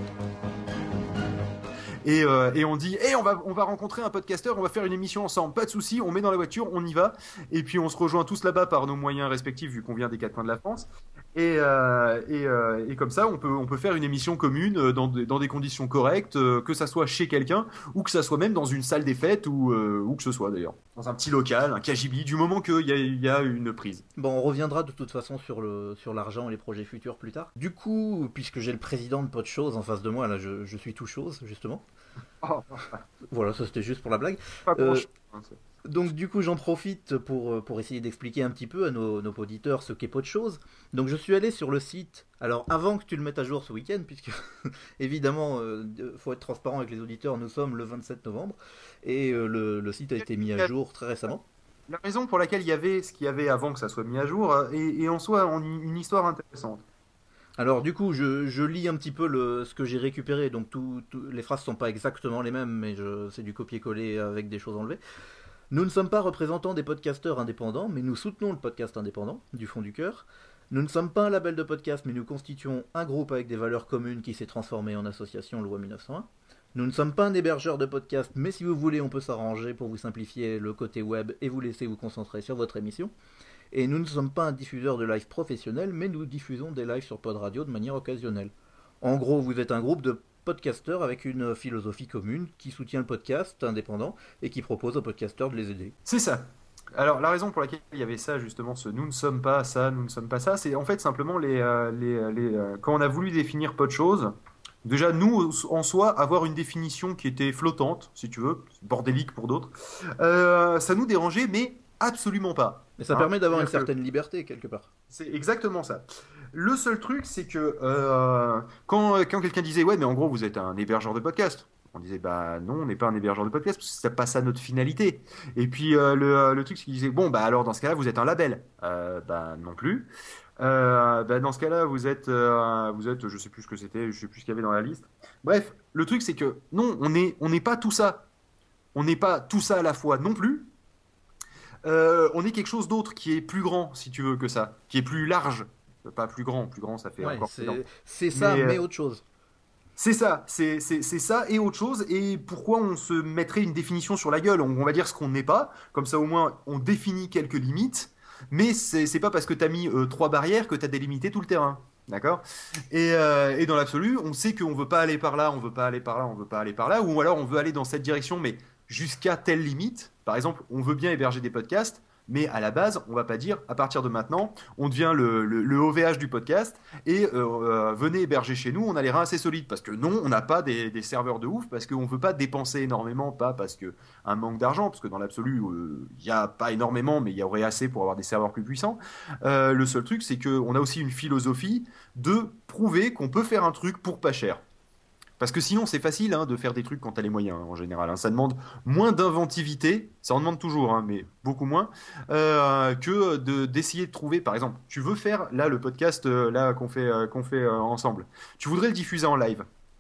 Et, euh, et on dit, hey, on va, on va rencontrer un podcasteur, on va faire une émission ensemble, pas de souci, on met dans la voiture, on y va, et puis on se rejoint tous là-bas par nos moyens respectifs vu qu'on vient des quatre coins de la France. Et, euh, et, euh, et comme ça, on peut, on peut faire une émission commune euh, dans, des- dans des conditions correctes, euh, que ça soit chez quelqu'un ou que ça soit même dans une salle des fêtes ou euh, où que ce soit d'ailleurs, dans un petit local, un K J B, du moment qu'il y a, il y a une prise. Bon, on reviendra de toute façon sur le sur l'argent et les projets futurs plus tard. Du coup, puisque j'ai le président de Podchose en face de moi, là, je, je suis tout chose, justement. Voilà, ça c'était juste pour la blague. Pas Euh, grand-chose, hein, c'est- donc du coup, j'en profite pour, pour essayer d'expliquer un petit peu à nos, nos auditeurs ce qu'est Podchose. Donc je suis allé sur le site, alors avant que tu le mettes à jour ce week-end, puisque évidemment, il faut être transparent avec les auditeurs, nous sommes le vingt-sept novembre, et euh, le, le site a été mis à jour très récemment. La raison pour laquelle il y avait ce qu'il y avait avant que ça soit mis à jour euh, est, est en soi en- une histoire intéressante. Alors du coup, je, je lis un petit peu le, ce que j'ai récupéré, donc tout, tout- les phrases sont pas exactement les mêmes, mais je- c'est du copier-coller avec des choses enlevées. Nous ne sommes pas représentants des podcasteurs indépendants, mais nous soutenons le podcast indépendant, du fond du cœur. Nous ne sommes pas un label de podcast, mais nous constituons un groupe avec des valeurs communes qui s'est transformé en association loi mille neuf cent un. Nous ne sommes pas un hébergeur de podcast, mais si vous voulez, on peut s'arranger pour vous simplifier le côté web et vous laisser vous concentrer sur votre émission. Et nous ne sommes pas un diffuseur de live professionnel, mais nous diffusons des lives sur Pod Radio de manière occasionnelle. En gros, vous êtes un groupe de podcasteurs avec une philosophie commune qui soutient le podcast indépendant et qui propose aux podcasteurs de les aider. C'est ça. Alors la raison pour laquelle il y avait ça justement, ce nous ne sommes pas ça, nous ne sommes pas ça, c'est en fait simplement les, euh, les, les euh, quand on a voulu définir peu de choses. Déjà nous en soi avoir une définition qui était flottante, si tu veux, bordélique pour d'autres, euh, ça nous dérangeait, mais absolument pas. Mais ça hein, permet d'avoir une que... certaine liberté quelque part. C'est exactement ça. Le seul truc, c'est que euh, quand, quand quelqu'un disait ouais, mais en gros vous êtes un hébergeur de podcast. On disait bah non, on n'est pas un hébergeur de podcast parce que c'est pas ça notre finalité. Et puis euh, le, le truc c'est qu'il disait bon bah alors dans ce cas-là vous êtes un label. Euh, bah non plus. Euh, bah dans ce cas-là vous êtes euh, vous êtes je sais plus ce que c'était, je sais plus ce qu'il y avait dans la liste. Bref, le truc c'est que non, on est on n'est pas tout ça. On n'est pas tout ça à la fois non plus. Euh, on est quelque chose d'autre qui est plus grand si tu veux que ça, qui est plus large, pas plus grand, plus grand ça fait ouais, encore c'est, plus c'est ça mais, mais autre chose. C'est ça, c'est, c'est, c'est ça et autre chose. Et pourquoi on se mettrait une définition sur la gueule ? On, on va dire ce qu'on n'est pas, comme ça au moins on définit quelques limites, mais c'est, c'est pas parce que t'as mis euh, trois barrières que t'as délimité tout le terrain. D'accord ? et, euh, et dans l'absolu, on sait qu'on veut pas aller par là, on veut pas aller par là, on veut pas aller par là, ou alors on veut aller dans cette direction, mais jusqu'à telle limite. Par exemple, on veut bien héberger des podcasts, mais à la base, on va pas dire à partir de maintenant, on devient le, le, le O V H du podcast et euh, euh, venez héberger chez nous, on a les reins assez solides. Parce que non, on n'a pas des, des serveurs de ouf, parce qu'on veut pas dépenser énormément, pas parce que un manque d'argent, parce que dans l'absolu, il euh, y a pas énormément, mais il y aurait assez pour avoir des serveurs plus puissants. Euh, le seul truc, c'est qu'on a aussi une philosophie de prouver qu'on peut faire un truc pour pas cher. Parce que sinon, c'est facile hein, de faire des trucs quand t'as les moyens, hein, en général. Hein. Ça demande moins d'inventivité, ça en demande toujours, hein, mais beaucoup moins, euh, que de, d'essayer de trouver, par exemple, tu veux faire, là, le podcast euh, là, qu'on fait, euh, qu'on fait euh, ensemble. Tu voudrais le diffuser en live, d'accord ?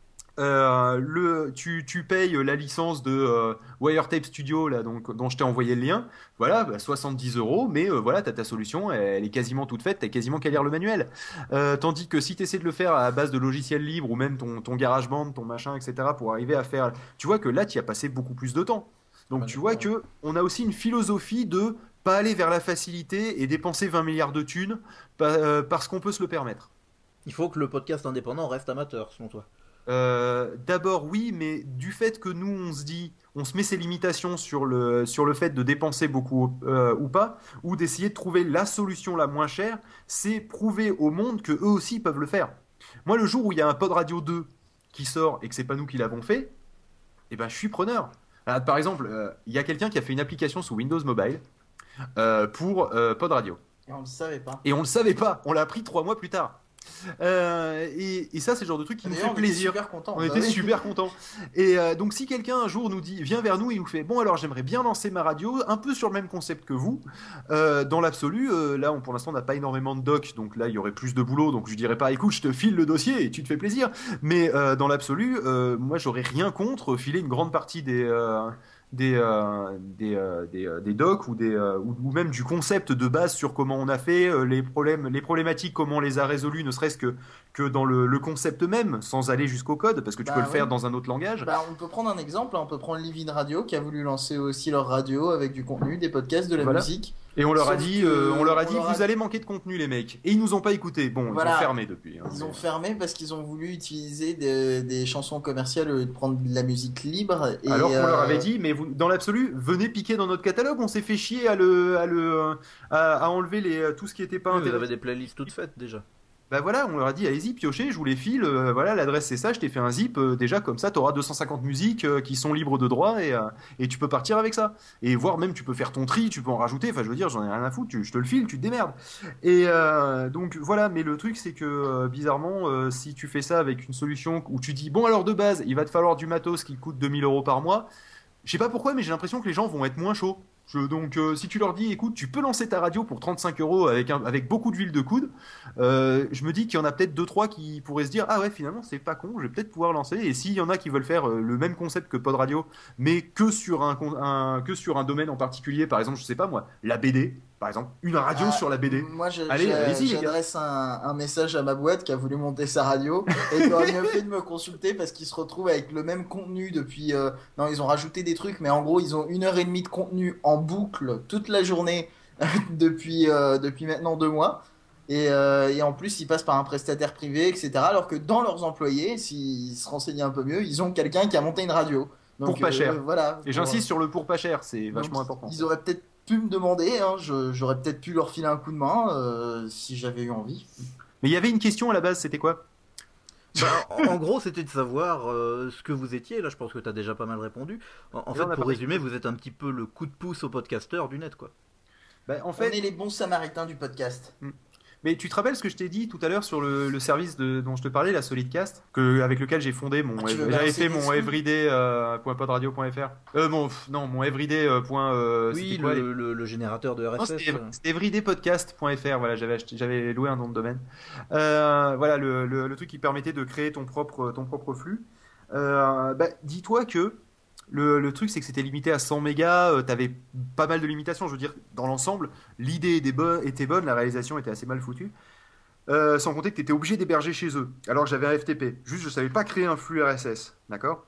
Euh, le, tu, tu payes la licence de euh, Wiretape Studio là, donc, dont je t'ai envoyé le lien, voilà, bah, soixante-dix euros, mais euh, voilà, t'as ta solution, elle, elle est quasiment toute faite, t'as quasiment qu'à lire le manuel. Euh, tandis que si t'essaies de le faire à base de logiciels libres ou même ton, ton GarageBand, ton machin, et cetera, pour arriver à faire, tu vois que là, tu y as passé beaucoup plus de temps. Donc tu vois que on a aussi une philosophie de pas aller vers la facilité et dépenser vingt milliards de thunes euh, parce qu'on peut se le permettre. Il faut que le podcast indépendant reste amateur, selon toi. Euh, d'abord oui, mais du fait que nous on se dit, on se met ces limitations sur le, sur le fait de dépenser beaucoup euh, ou pas, ou d'essayer de trouver la solution la moins chère, c'est prouver au monde que eux aussi peuvent le faire. Moi le jour où il y a un Pod Radio deux qui sort et que c'est pas nous qui l'avons fait, eh ben je suis preneur. Alors, par exemple, il euh, y a quelqu'un qui a fait une application sous Windows Mobile euh, pour euh, Pod Radio. Et on le savait pas. Et on le savait pas, on l'a appris trois mois plus tard. Euh, et, et ça c'est le genre de truc qui nous fait plaisir. Super content, on bah était oui. super contents. Et euh, donc si quelqu'un un jour nous dit, vient vers nous et nous fait bon alors j'aimerais bien lancer ma radio un peu sur le même concept que vous, euh, dans l'absolu euh, là on, pour l'instant on n'a pas énormément de docs, donc là il y aurait plus de boulot, donc je dirais pas écoute je te file le dossier et tu te fais plaisir, mais euh, dans l'absolu euh, moi j'aurais rien contre filer une grande partie des euh, Des, euh, des, euh, des, euh, des docs ou, des, euh, ou, ou même du concept de base sur comment on a fait, euh, les, problèmes, les problématiques, comment on les a résolus, ne serait-ce que, que dans le, le concept même, sans aller jusqu'au code, parce que tu bah, peux le oui. faire dans un autre langage. Bah, on peut prendre un exemple, on peut prendre Living Radio qui a voulu lancer aussi leur radio avec du contenu, des podcasts, de la voilà. musique. Et on leur Sauf a dit, que, euh, on leur a dit, leur a... vous allez manquer de contenu les mecs. Et ils nous ont pas écoutés. Bon, voilà. Ils ont fermé depuis. Hein, ils mais... ont fermé parce qu'ils ont voulu utiliser des, des chansons commerciales au lieu de prendre de la musique libre. Et Alors qu'on euh... leur avait dit, mais vous, dans l'absolu, venez piquer dans notre catalogue. On s'est fait chier à le, à le, à, à enlever les, tout ce qui était pas oui, intéressant. Vous avez des playlists toutes faites déjà. Bah voilà, on leur a dit allez-y, piochez, je vous les file, euh, voilà, l'adresse c'est ça, je t'ai fait un zip, euh, déjà comme ça t'auras deux cent cinquante musiques euh, qui sont libres de droit et, euh, et tu peux partir avec ça. Et voire même tu peux faire ton tri, tu peux en rajouter, enfin je veux dire, j'en ai rien à foutre, tu, je te le file, tu te démerdes. Et euh, donc voilà, mais le truc c'est que euh, bizarrement, euh, si tu fais ça avec une solution où tu dis bon alors de base, il va te falloir du matos qui coûte deux mille euros par mois, je sais pas pourquoi, mais j'ai l'impression que les gens vont être moins chauds. Je, donc euh, si tu leur dis écoute tu peux lancer ta radio pour trente-cinq euros avec, un, avec beaucoup d'huile de coude, euh, je me dis qu'il y en a peut-être deux trois qui pourraient se dire ah ouais finalement c'est pas con, je vais peut-être pouvoir lancer. Et s'il y en a qui veulent faire euh, le même concept que Pod Radio mais que sur un, un, que sur un domaine en particulier, par exemple je sais pas moi la B D Par exemple, une radio Ah, sur la B D. Moi, je, Allez, je- allez-y, les gars. j'adresse un, un message à ma boîte qui a voulu monter sa radio et qui aurait mieux fait de me consulter parce qu'ils se retrouvent avec le même contenu depuis. euh, Non, ils ont rajouté des trucs, mais en gros, ils ont une heure et demie de contenu en boucle toute la journée depuis, euh, depuis maintenant deux mois. Et, euh, et en plus, ils passent par un prestataire privé, et cetera. Alors que dans leurs employés, s'ils se renseignaient un peu mieux, ils ont quelqu'un qui a monté une radio. Donc, Pour pas euh, cher. Voilà. Et j'insiste sur le pour pas cher, c'est vachement Donc, important. Ils auraient peut-être pu me demander, hein, je- j'aurais peut-être pu leur filer un coup de main euh, si j'avais eu envie. Mais il y avait une question à la base, c'était quoi? Bah, en, en gros, c'était de savoir euh, ce que vous étiez. Là, je pense que tu as déjà pas mal répondu. En, en Et fait, on a pour pas résumer, vous êtes un petit peu le coup de pouce au podcasteur du net, quoi. Bah, en On fait, est les bons samaritains du podcast. mais tu te rappelles ce que je t'ai dit tout à l'heure sur le, le service de, dont je te parlais, la Solidcast, que, avec lequel j'ai fondé mon, Ah, tu veux j'avais balancer fait des mon sous everyday point pod radio point f r. Euh, mon, pff, non, mon everyday. euh, point, euh, Oui, c'était quoi, le, le- le générateur de Non, R S S. c'était euh. c'était everyday podcast point f r, voilà, j'avais acheté- j'avais loué un nom de domaine. Euh, voilà, le, le- le truc qui permettait de créer ton propre, ton propre flux. Euh, bah, dis-toi que le, le truc, c'est que c'était limité à cent mégas, euh, t'avais pas mal de limitations, je veux dire, dans l'ensemble, l'idée était, bo- était bonne, la réalisation était assez mal foutue. Euh, sans compter que tu étais obligé d'héberger chez eux. Alors j'avais un F T P, juste je savais pas créer un flux R S S, d'accord.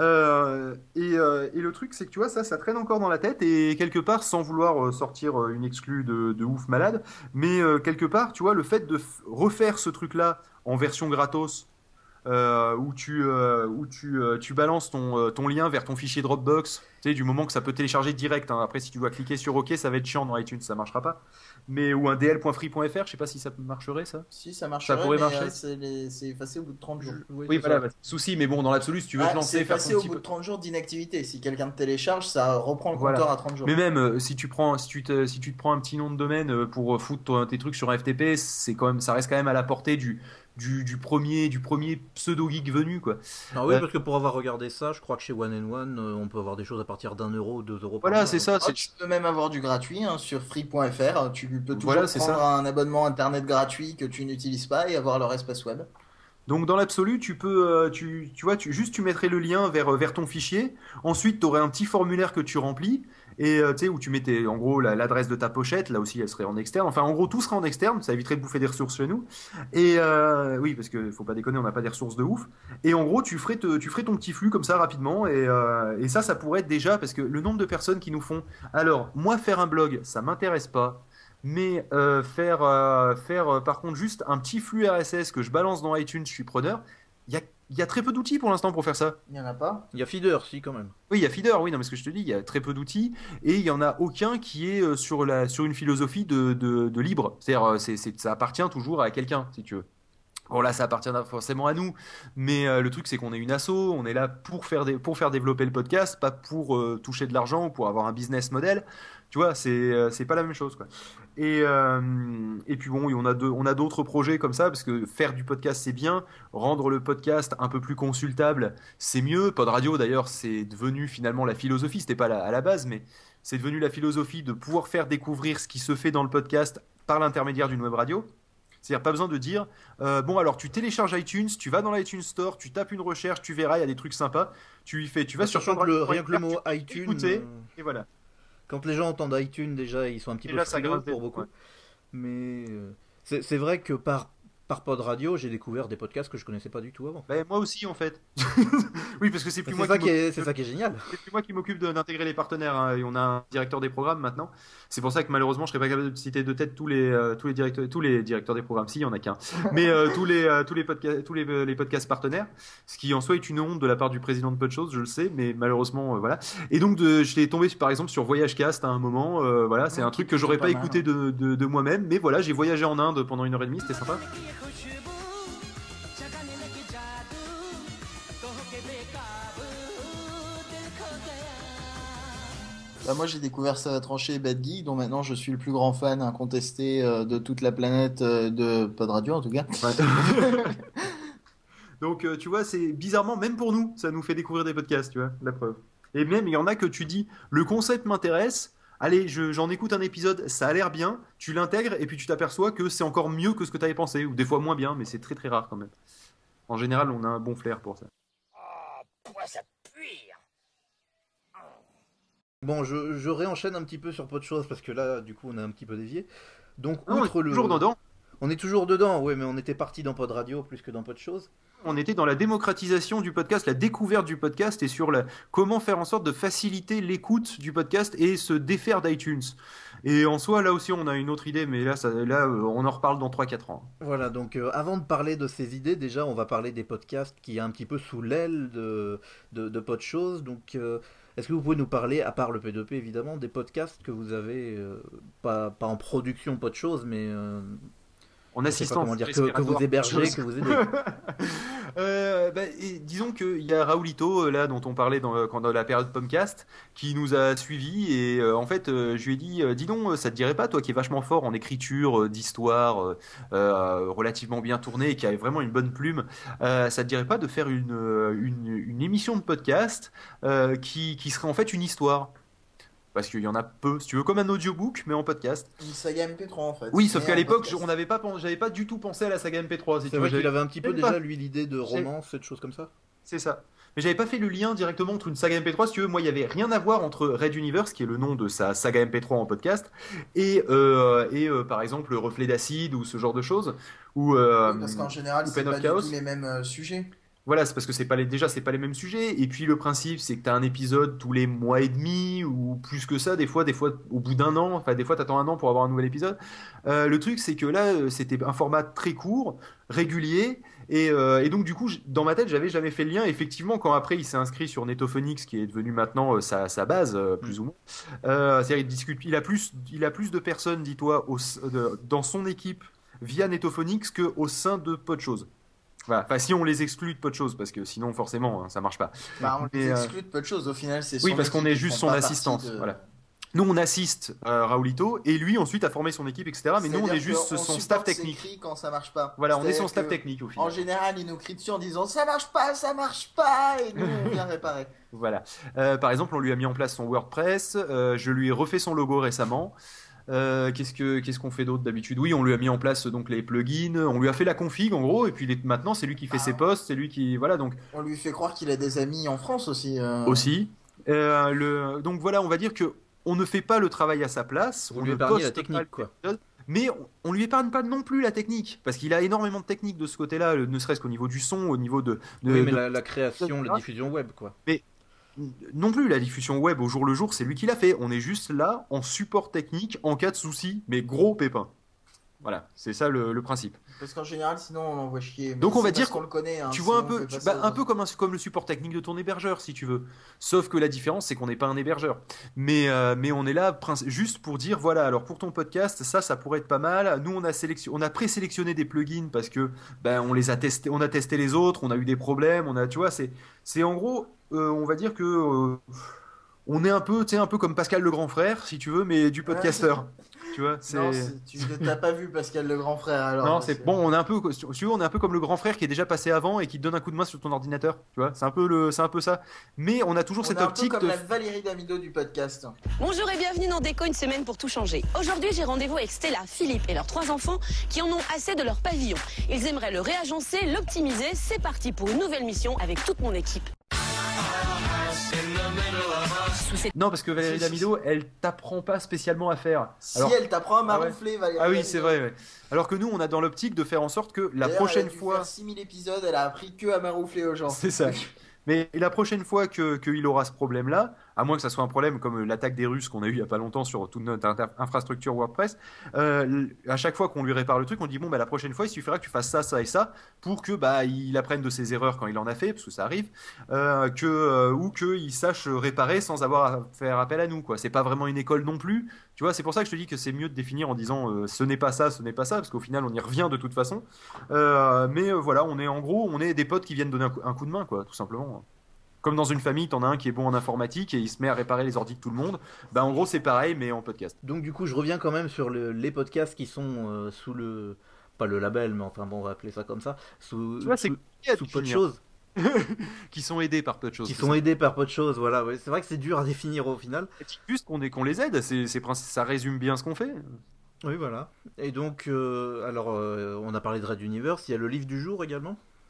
Euh, et, euh, et le truc c'est que tu vois ça, ça traîne encore dans la tête et quelque part sans vouloir euh, sortir euh, une exclue de, de ouf malade, mais euh, quelque part tu vois le fait de f- refaire ce truc là en version gratos. Euh, où tu, euh, où tu, euh, tu balances ton, euh, ton lien vers ton fichier Dropbox, tu sais, du moment que ça peut télécharger direct. Hein. Après, si tu dois cliquer sur OK, ça va être chiant dans iTunes, ça marchera pas. Mais ou un d l point free point f r, je sais pas si ça marcherait ça. Si, ça marcherait, Ça pourrait mais marcher. euh, c'est les- c'est effacé au bout de trente jours. Oui, voilà, bah, souci, mais bon, dans l'absolu, si tu veux Ah, te lancer, c'est faire effacé ton au petit bout peu- de trente jours d'inactivité. Si quelqu'un te télécharge, ça reprend le Voilà. compteur à trente jours. Mais même euh, si tu prends, si tu te, si tu te prends un petit nom de domaine euh, pour euh, foutre ton- tes trucs sur un F T P, c'est quand même, ça reste quand même à la portée du, du, du premier, du premier pseudo geek venu quoi. Ah oui, Euh, parce que pour avoir regardé ça, je crois que chez One and One, euh, on peut avoir des choses à partir d'un euro, deux euros. par Voilà, mois, c'est donc. ça. Ah, C'est tu peux même avoir du gratuit hein, sur free point f r. Tu peux toujours Voilà, c'est prendre ça. un abonnement internet gratuit que tu n'utilises pas et avoir leur espace web. Donc dans l'absolu, tu peux, euh, tu, tu vois, tu, juste tu mettrais le lien vers, vers ton fichier. Ensuite, tu aurais un petit formulaire que tu remplis et euh, tu sais où tu mettais en gros la- l'adresse de ta pochette. Là aussi, elle serait en externe. Enfin, en gros, tout serait en externe. Ça éviterait de bouffer des ressources chez nous. Et euh, oui, parce que faut pas déconner, on n'a pas des ressources de ouf. Et en gros, tu ferais, te- tu ferais ton petit flux comme ça rapidement. Et, euh, et ça, ça pourrait être déjà parce que le nombre de personnes qui nous font. Alors, moi, faire un blog, ça m'intéresse pas. Mais euh, faire, euh, faire euh, par contre juste un petit flux R S S que je balance dans iTunes, je suis preneur. Il y a, il y a très peu d'outils pour l'instant pour faire ça. Il n'y en a pas. Il y a Feeder, si, quand même. Oui, il y a Feeder, oui, non, mais ce que je te dis, il y a très peu d'outils et il y en a aucun qui est euh, sur, la, sur une philosophie de, de, de libre. C'est-à-dire, euh, c'est, c'est, ça appartient toujours à quelqu'un, si tu veux. Bon, là, ça appartient forcément à nous, mais euh, le truc, c'est qu'on est une asso, on est là pour faire, des, pour faire développer le podcast, pas pour euh, toucher de l'argent ou pour avoir un business model. Tu vois, c'est, euh, c'est pas la même chose, quoi. Et, euh, et puis bon, oui, on a, deux, on a d'autres projets comme ça, parce que faire du podcast, c'est bien. Rendre le podcast un peu plus consultable, c'est mieux. Pod Radio, d'ailleurs, c'est devenu finalement la philosophie, c'était pas la, à la base, mais c'est devenu la philosophie de pouvoir faire découvrir ce qui se fait dans le podcast par l'intermédiaire d'une web radio. C'est-à-dire pas besoin de dire euh, bon alors tu télécharges iTunes, tu vas dans l'iTunes Store, tu tapes une recherche, tu verras il y a des trucs sympas, tu y fais, tu vas sur Sachant que le- rien que le mot tu- iTunes, écouter, euh, et voilà. Quand les gens entendent iTunes, déjà, ils sont un petit Déjà, peu ça frileux grince des pour dents, beaucoup. ouais. Mais euh, c'est c'est vrai que par, par Pod Radio, j'ai découvert des podcasts que je connaissais pas du tout avant. Ben, moi aussi en fait. Oui parce que c'est plus C'est moi ça qui qui est- m'occupe- c'est ça qui est génial. C'est plus moi qui m'occupe de- d'intégrer les partenaires. Hein, et on a un directeur des programmes maintenant. C'est pour ça que malheureusement je serais pas capable de citer de tête tous les euh, tous les directeurs tous les directeurs des programmes. Si il y en a qu'un. Mais euh, tous les euh, tous les podcasts tous les, euh, les podcasts partenaires. Ce qui en soi est une honte de la part du président de Podchose, je le sais. Mais malheureusement euh, voilà. Et donc de, j'étais tombé par exemple sur Voyagecast à un moment. Euh, voilà, c'est un truc que j'aurais pas pas mal, écouté de, de, de moi-même. Mais voilà, j'ai voyagé en Inde pendant une heure et demie. C'était sympa. Bah, moi j'ai découvert ça à trancher et Bad Geek, dont maintenant je suis le plus grand fan incontesté euh, de toute la planète euh, de Pod Radio en tout cas. Donc, euh, tu vois, c'est bizarrement, même pour nous, ça nous fait découvrir des podcasts, tu vois, la preuve. Et même, il y en a que tu dis, le concept m'intéresse, allez, je- j'en écoute un épisode, ça a l'air bien, tu l'intègres, et puis tu t'aperçois que c'est encore mieux que ce que tu avais pensé, ou des fois moins bien, mais c'est très très rare quand même. En général, on a un bon flair pour ça. Moi, ça Bon, je, je réenchaîne un petit peu sur peu de choses parce que là, du coup, on a un petit peu dévié. Donc, Non, on outre est le. toujours dedans. On est toujours dedans, oui, mais on était parti dans Pod Radio plus que dans Pod Choses. On était dans la démocratisation du podcast, la découverte du podcast et sur la... comment faire en sorte de faciliter l'écoute du podcast et se défaire d'iTunes. Et en soi, là aussi, on a une autre idée, mais là, ça, là euh, on en reparle dans trois quatre ans. Voilà, donc euh, avant de parler de ces idées, déjà, on va parler des podcasts qui est un petit peu sous l'aile de, de, de Pod Choses. Donc, euh, est-ce que vous pouvez nous parler, à part le P deux P évidemment, des podcasts que vous avez, euh, pas, pas en production Pod Choses, mais... Euh, en assistance, comment dire, que, que vous hébergez, que vous aidez. euh, bah, et disons qu'il y a Raoulito, là, dont on parlait dans, quand, dans la période Pomcast, qui nous a suivis, et euh, en fait, euh, je lui ai dit, euh, dis donc, ça te dirait pas, toi qui es vachement fort en écriture, euh, d'histoire, euh, euh, relativement bien tournée, et qui a vraiment une bonne plume, euh, ça te dirait pas de faire une, une, une émission de podcast euh, qui, qui serait en fait une histoire? Parce qu'il y en a peu, si tu veux, comme un audiobook, mais en podcast. Une saga M P trois en fait. Oui, sauf qu'à l'époque, on n'avait pas, j'avais pas du tout pensé à la saga M P trois. Si c'est vrai qu'il avait un petit peu déjà, pas... lui, l'idée de romance, cette chose comme ça. C'est ça. Mais j'avais pas fait le lien directement entre une saga M P trois, si tu veux. Moi, il y avait rien à voir entre Red Universe, qui est le nom de sa saga M P trois en podcast, et, euh, et euh, par exemple, le Reflet d'acide ou ce genre de choses. Ou, euh, oui, parce qu'en général, c'est pas du tout les mêmes euh, sujets. Voilà, c'est parce que c'est pas les, déjà c'est pas les mêmes sujets, et puis le principe c'est que t'as un épisode tous les mois et demi ou plus que ça, des fois, des fois au bout d'un an, enfin des fois t'attends un an pour avoir un nouvel épisode. Euh, le truc c'est que là c'était un format très court, régulier, et, euh, et donc du coup dans ma tête j'avais jamais fait le lien. Effectivement, quand après il s'est inscrit sur Netophonix, qui est devenu maintenant euh, sa, sa base euh, plus ou moins, euh, c'est-à-dire il discute, il a plus, il a plus de personnes, dis-toi, au, de, dans son équipe via Netophonix que au sein de Pod Choses. Voilà. Enfin, si on les exclut de peu de choses, parce que sinon, forcément, hein, ça marche pas. Bah, on Mais, les exclut de peu de choses, au final, c'est oui, parce qu'on est juste son assistante. De... Voilà. Nous, on assiste euh, Raoulito, et lui, ensuite, a formé son équipe, et cetera. Mais nous, on est juste on son staff technique. Ses cris quand ça marche pas. Voilà, on est son staff technique, au final. En général, il nous crie dessus en disant ça marche pas, ça marche pas, et nous, on vient réparer. Voilà. Euh, par exemple, on lui a mis en place son WordPress, euh, je lui ai refait son logo récemment. Euh, qu'est-ce que qu'est-ce qu'on fait d'autre d'habitude? Oui, on lui a mis en place donc les plugins, on lui a fait la config en gros, et puis les, maintenant c'est lui qui fait ah. ses posts, c'est lui qui voilà donc. On lui fait croire qu'il a des amis en France aussi. Euh... Aussi. Euh, le donc voilà, on va dire que on ne fait pas le travail à sa place. On, on lui épargne la technique quoi. Mais on, on lui épargne pas non plus la technique, parce qu'il a énormément de technique de ce côté-là, ne serait-ce qu'au niveau du son, au niveau de. de oui, mais de, la, la création, de, la diffusion web quoi. Mais non plus, la diffusion web au jour le jour, c'est lui qui l'a fait. On est juste là en support technique en cas de souci, mais gros pépin. Voilà, c'est ça le, le principe. Parce qu'en général, sinon on envoie chier. Donc on va dire qu'on le connaît. Hein, tu vois un peu, tu, bah, un peu comme, un, comme le support technique de ton hébergeur, si tu veux. Sauf que la différence, c'est qu'on n'est pas un hébergeur. Mais, euh, mais on est là juste pour dire, voilà, alors pour ton podcast, ça, ça pourrait être pas mal. Nous, on a, sélection, on a présélectionné des plugins parce que ben, on les a testés, on a testé les autres, on a eu des problèmes, on a, tu vois, c'est, c'est en gros, euh, on va dire que euh, on est un peu, tu sais, un peu comme Pascal le grand frère, si tu veux, mais du podcasteur. Tu vois, c'est... Non, c'est... tu n'as pas vu Pascal le grand frère alors. Non, c'est bon, on est un peu, si tu veux, on est un peu comme le grand frère qui est déjà passé avant et qui te donne un coup de main sur ton ordinateur. Tu vois, c'est un peu le, c'est un peu ça. Mais on a toujours on cette est un optique peu comme de. la Valérie Damido du podcast. Bonjour et bienvenue dans Déco, une semaine pour tout changer. Aujourd'hui, j'ai rendez-vous avec Stella, Philippe et leurs trois enfants qui en ont assez de leur pavillon. Ils aimeraient le réagencer, l'optimiser. C'est parti pour une nouvelle mission avec toute mon équipe. Non, parce que Valérie Damido, elle t'apprend pas spécialement à faire. Si, alors... elle t'apprend à maroufler, ah ouais. Valérie. Ah oui, c'est vrai. Ouais. Alors que nous, on a dans l'optique de faire en sorte que la D'ailleurs, prochaine elle a dû fois. Faire six mille épisodes, elle a appris que à maroufler aux gens. C'est ça. Mais la prochaine fois que qu'il aura ce problème-là, à moins que ça soit un problème comme l'attaque des Russes qu'on a eu il y a pas longtemps sur toute notre inter- infrastructure WordPress, euh, à chaque fois qu'on lui répare le truc, on dit bon bah la prochaine fois il suffira que tu fasses ça, ça et ça pour que bah il apprenne de ses erreurs quand il en a fait, parce que ça arrive, euh, que euh, ou qu'il sache réparer sans avoir à faire appel à nous quoi. C'est pas vraiment une école non plus, tu vois. C'est pour ça que je te dis que c'est mieux de définir en disant euh, ce n'est pas ça, ce n'est pas ça, parce qu'au final on y revient de toute façon. Euh, mais euh, voilà, on est en gros, on est des potes qui viennent donner un coup, un coup de main quoi, tout simplement. Comme dans une famille, t'en as un qui est bon en informatique et il se met à réparer les ordi de tout le monde. Bah en gros c'est pareil mais en podcast. Donc du coup je reviens quand même sur le, les podcasts qui sont euh, sous le, pas le label mais enfin bon on va appeler ça comme ça, sous, vois, c'est sous, sous peu de choses. Qui sont aidés par peu de choses. Qui sont aidés par peu de choses, voilà. Ouais. C'est vrai que c'est dur à définir au final. C'est juste qu'on, est, qu'on les aide, c'est, c'est, ça résume bien ce qu'on fait. Oui voilà. Et donc, euh, alors euh, on a parlé de Red Universe, il y a le livre du jour également.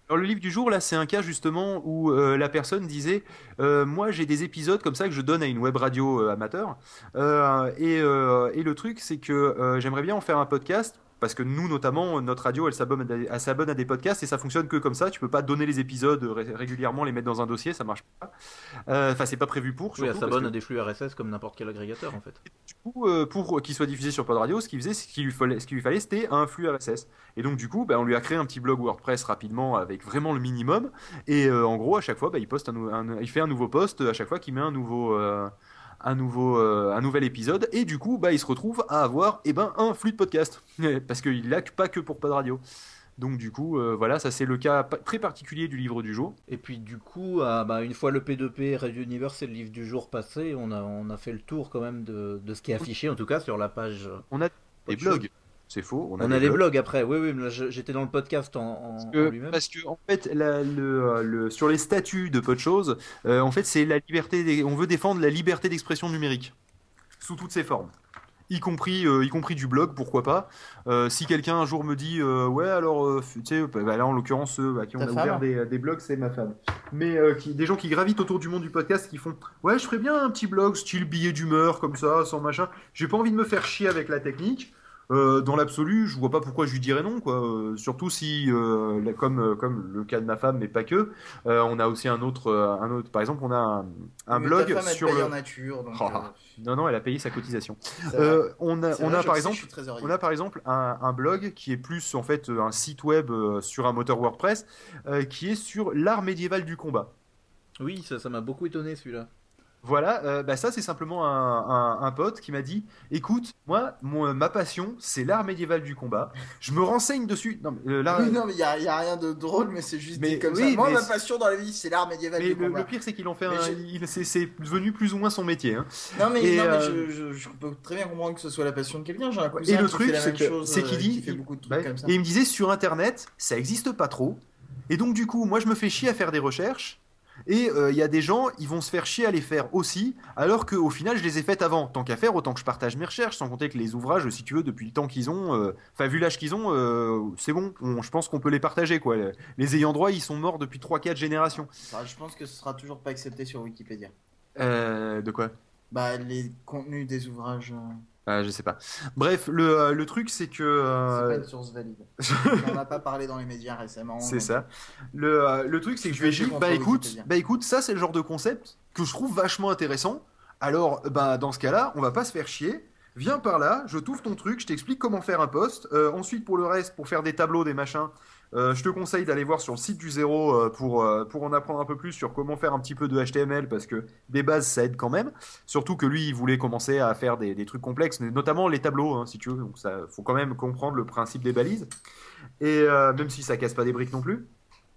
Alors le livre du jour, là, c'est un cas justement où euh, la personne disait euh, moi j'ai des épisodes comme ça que je donne à une web radio euh, amateur euh, et, euh, et le truc c'est que euh, j'aimerais bien en faire un podcast. Parce que nous, notamment, notre radio, elle s'abonne à, des, elle s'abonne à des podcasts et ça fonctionne que comme ça. Tu peux pas donner les épisodes ré- régulièrement, les mettre dans un dossier, ça marche pas. Euh, Enfin, c'est pas prévu pour. Oui, elle surtout s'abonne parce à des flux R S S comme n'importe quel agrégateur en fait. Du coup, euh, pour qu'il soit diffusé sur Pod Radio, ce qu'il faisait, ce qu'il lui fallait, ce qu'il lui fallait, c'était un flux R S S. Et donc, du coup, bah, on lui a créé un petit blog WordPress rapidement avec vraiment le minimum. Et euh, en gros, à chaque fois, bah, il poste un, nou- un- il fait un nouveau post à chaque fois qu'il met un nouveau. Euh, un nouveau euh, un nouvel épisode et du coup bah il se retrouve à avoir eh ben un flux de podcast parce qu'il l'a pas que pour Pod Radio. Donc du coup euh, voilà, ça c'est le cas pa- très particulier du livre du jour. Et puis du coup ah, bah, une fois le P deux P Radio Universe et le livre du jour passé, on a on a fait le tour quand même de, de ce qui est affiché en tout cas sur la page. On a des blogs. C'est faux. On a, on a des blogs. blogs après. Oui oui, mais là, j'étais dans le podcast en, en, parce que, en lui-même. Parce que en fait la, le, le sur les statuts de peu de choses, euh, en fait c'est la liberté. Des, on veut défendre la liberté d'expression numérique sous toutes ses formes. Y compris, euh, y compris du blog, pourquoi pas. Euh, si quelqu'un un jour me dit euh, ouais alors euh, tu sais bah, là en l'occurrence euh, à qui on Ta a femme ouvert des, des blogs c'est ma femme. Mais euh, qui, des gens qui gravitent autour du monde du podcast qui font ouais je ferais bien un petit blog style billet d'humeur comme ça sans machin. J'ai pas envie de me faire chier avec la technique. Euh, dans l'absolu, je vois pas pourquoi je lui dirais non, quoi. Euh, surtout si, euh, la- comme euh, comme le cas de ma femme, mais pas que, euh, on a aussi un autre, euh, un autre. Par exemple, on a un, un Mais blog ta femme, elle sur paye le. en nature, donc, Oh, euh, non non, elle a payé sa cotisation. C'est Euh, vrai. on a C'est on vrai, a je par sais, exemple, je suis trésorier. on a par exemple un, un blog qui est plus en fait un site web euh, sur un moteur WordPress euh, qui est sur l'art médiéval du combat. Oui, ça ça m'a beaucoup étonné celui-là. Voilà, euh, bah ça c'est simplement un, un, un pote qui m'a dit écoute, moi, mon, ma passion c'est l'art médiéval du combat. Je me renseigne dessus. Non, mais, euh, l'art- Oui, non, mais il n'y a, y a rien de drôle, mais c'est juste Mais dit comme oui, ça. Moi, mais ma c'est- passion dans la vie, c'est l'art médiéval Mais du le, combat. le pire c'est qu'ils ont fait Mais un, je- il- c'est, c'est devenu plus ou moins son métier. Hein. Non, mais, Et, non, mais euh, je, je, je peux très bien comprendre que ce soit la passion de quelqu'un. J'ai un Et cousin le qui truc fait la c'est même que chose, c'est qu'il euh, dit, qui fait il- beaucoup de trucs ouais, comme ça. et il me disait sur internet ça existe pas trop. Et donc du coup moi je me fais chier à faire des recherches. Et il euh, y a des gens, ils vont se faire chier à les faire aussi, alors qu'au final, je les ai faites avant. Tant qu'à faire, autant que je partage mes recherches, sans compter que les ouvrages, si tu veux, depuis le temps qu'ils ont, euh, enfin, vu l'âge qu'ils ont, euh, c'est bon, on- je pense qu'on peut les partager, quoi. Les, les ayants droit, ils sont morts depuis trois quatre générations. Enfin, je pense que ce sera toujours pas accepté sur Wikipédia. Euh, de quoi Bah, les contenus des ouvrages. euh, Ah, je sais pas. Bref, le, euh, le truc, c'est que... euh, C'est pas une source valide. On n'en a pas parlé dans les médias récemment. C'est donc- ça. Le, euh, le truc, c'est que je lui ai Je vais dit, contre bah écoute, Wikipédia. bah écoute, ça c'est le genre de concept que je trouve vachement intéressant. Alors, bah dans ce cas-là, on va pas se faire chier. Viens par là, je t'ouvre ton truc, je t'explique comment faire un post. Euh, ensuite, pour le reste, pour faire des tableaux, des machins, euh, je te conseille d'aller voir sur le site du Zéro euh, pour, euh, pour en apprendre un peu plus sur comment faire un petit peu de H T M L parce que des bases, ça aide quand même. Surtout que lui, il voulait commencer à faire des, des trucs complexes, mais notamment les tableaux, hein, si tu veux. Donc, ça faut quand même comprendre le principe des balises. Et euh, même si ça casse pas des briques non plus.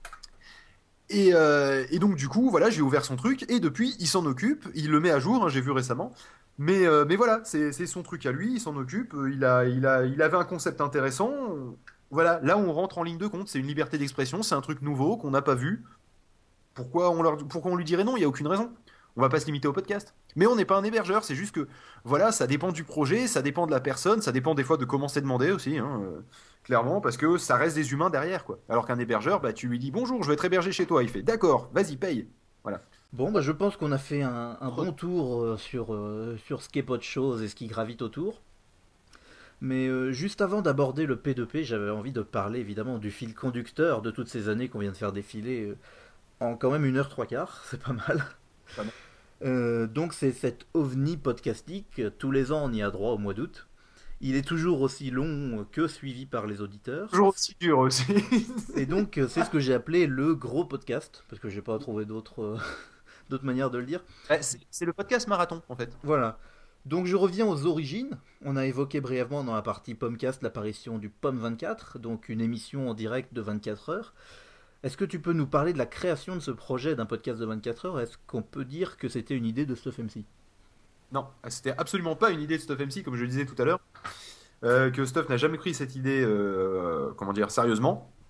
Et, euh, et donc du coup, voilà, j'ai ouvert son truc et depuis, il s'en occupe, il le met à jour, hein, j'ai vu récemment. Mais, euh, mais voilà, c'est c'est son truc à lui, il s'en occupe. euh, Il, a, il, a, il avait un concept intéressant. Voilà, là on rentre en ligne de compte, c'est une liberté d'expression, c'est un truc nouveau qu'on n'a pas vu. Pourquoi on, leur, pourquoi on lui dirait non? Il n'y a aucune raison. On va pas se limiter au podcast. Mais on n'est pas un hébergeur, c'est juste que voilà, ça dépend du projet, ça dépend de la personne, ça dépend des fois de comment c'est demandé aussi, hein, euh, clairement, parce que ça reste des humains derrière, quoi. Alors qu'un hébergeur, bah tu lui dis bonjour, je vais être hébergé chez toi, il fait d'accord, vas-y paye, voilà. Bon, bah, je pense qu'on a fait un, un bon tour euh, sur, euh, sur ce qu'est pas de choses et ce qui gravite autour. Mais euh, juste avant d'aborder le P deux P, j'avais envie de parler évidemment du fil conducteur de toutes ces années qu'on vient de faire défiler euh, en quand même une heure trois quarts, c'est pas mal. Pas mal. Euh, donc c'est cet ovni podcastique, tous les ans on y a droit au mois d'août. Il est toujours aussi long que suivi par les auditeurs. Toujours aussi dur aussi. Et donc euh, c'est ce que j'ai appelé le gros podcast, parce que j'ai pas trouvé d'autres euh, d'autres manières de le dire. Ouais, c'est c'est le podcast marathon en fait. Voilà. Donc je reviens aux origines. On a évoqué brièvement dans la partie Pomcast l'apparition du Pom vingt-quatre, donc une émission en direct de vingt-quatre heures. Est-ce que tu peux nous parler de la création de ce projet d'un podcast de vingt-quatre heures? Est-ce qu'on peut dire que c'était une idée de Stuff M C? Non, c'était absolument pas une idée de Stuff M C, comme je le disais tout à l'heure. Euh, que Stuff n'a jamais pris cette idée, euh, comment dire, sérieusement.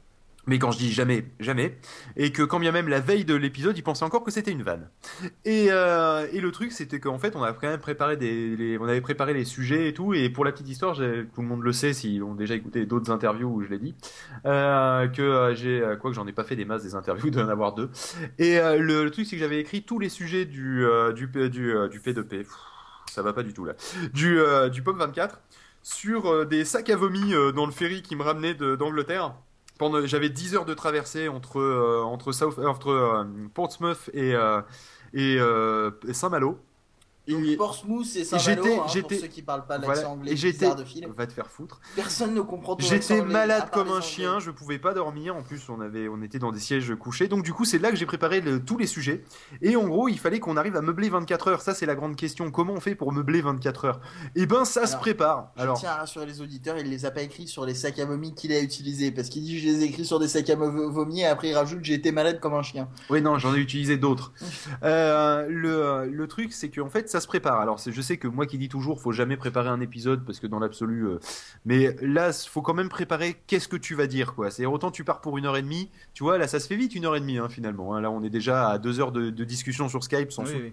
Mais quand je dis jamais, jamais, et que quand bien même la veille de l'épisode, il pensait encore que c'était une vanne. Et, euh, et le truc, c'était qu'en fait, on a quand même préparé des, les, on avait préparé les sujets et tout. Et pour la petite histoire, j'ai, tout le monde le sait s'ils ont déjà écouté d'autres interviews où je l'ai dit, euh, que euh, j'ai, quoi que j'en ai pas fait des masses des interviews, d'en avoir deux. Et euh, le, le truc, c'est que j'avais écrit tous les sujets du euh, du du, du, euh, du P deux P. Pff, ça va pas du tout là. Du euh, du P O M vingt-quatre sur euh, des sacs à vomi euh, dans le ferry qui me ramenait de, d'Angleterre. Pendant, j'avais dix heures de traversée entre, euh, entre, South, entre euh, Portsmouth et, euh, et euh, Saint-Malo. Donc Et Portsmouth et Saint-Malo, j'étais, hein, j'étais, pour ceux qui parlent pas l'accent voilà, anglais et j'étais, bizarre de film. va te faire foutre. Personne ne comprend ton J'étais accent anglais, à malade part comme les un Anglais. chien, je pouvais pas dormir. En plus, on avait, on était dans des sièges couchés. Donc du coup, c'est là que j'ai préparé le- tous les sujets. Et en gros, il fallait qu'on arrive à meubler vingt-quatre heures. Ça, c'est la grande question. Comment on fait pour meubler vingt-quatre heures? Eh ben, ça se Alors, prépare. Je Alors, tiens à rassurer les auditeurs, il les a pas écrits sur les sacs à vomi qu'il a utilisés. Parce qu'il dit je les ai écrits sur des sacs à vo- vomi et après il rajoute j'ai été malade comme un chien. oui, non, j'en ai utilisé d'autres. Euh, le, le truc, c'est qu'en fait, ça se prépare. Alors, c'est, je sais que moi qui dis toujours, faut jamais préparer un épisode parce que dans l'absolu, euh, mais là, faut quand même préparer qu'est-ce que tu vas dire, quoi. C'est autant tu pars pour une heure et demie, tu vois, là, ça se fait vite une heure et demie, hein, finalement. Hein. Là, on est déjà à deux heures de, de discussion sur Skype, sans Oui, sou- oui.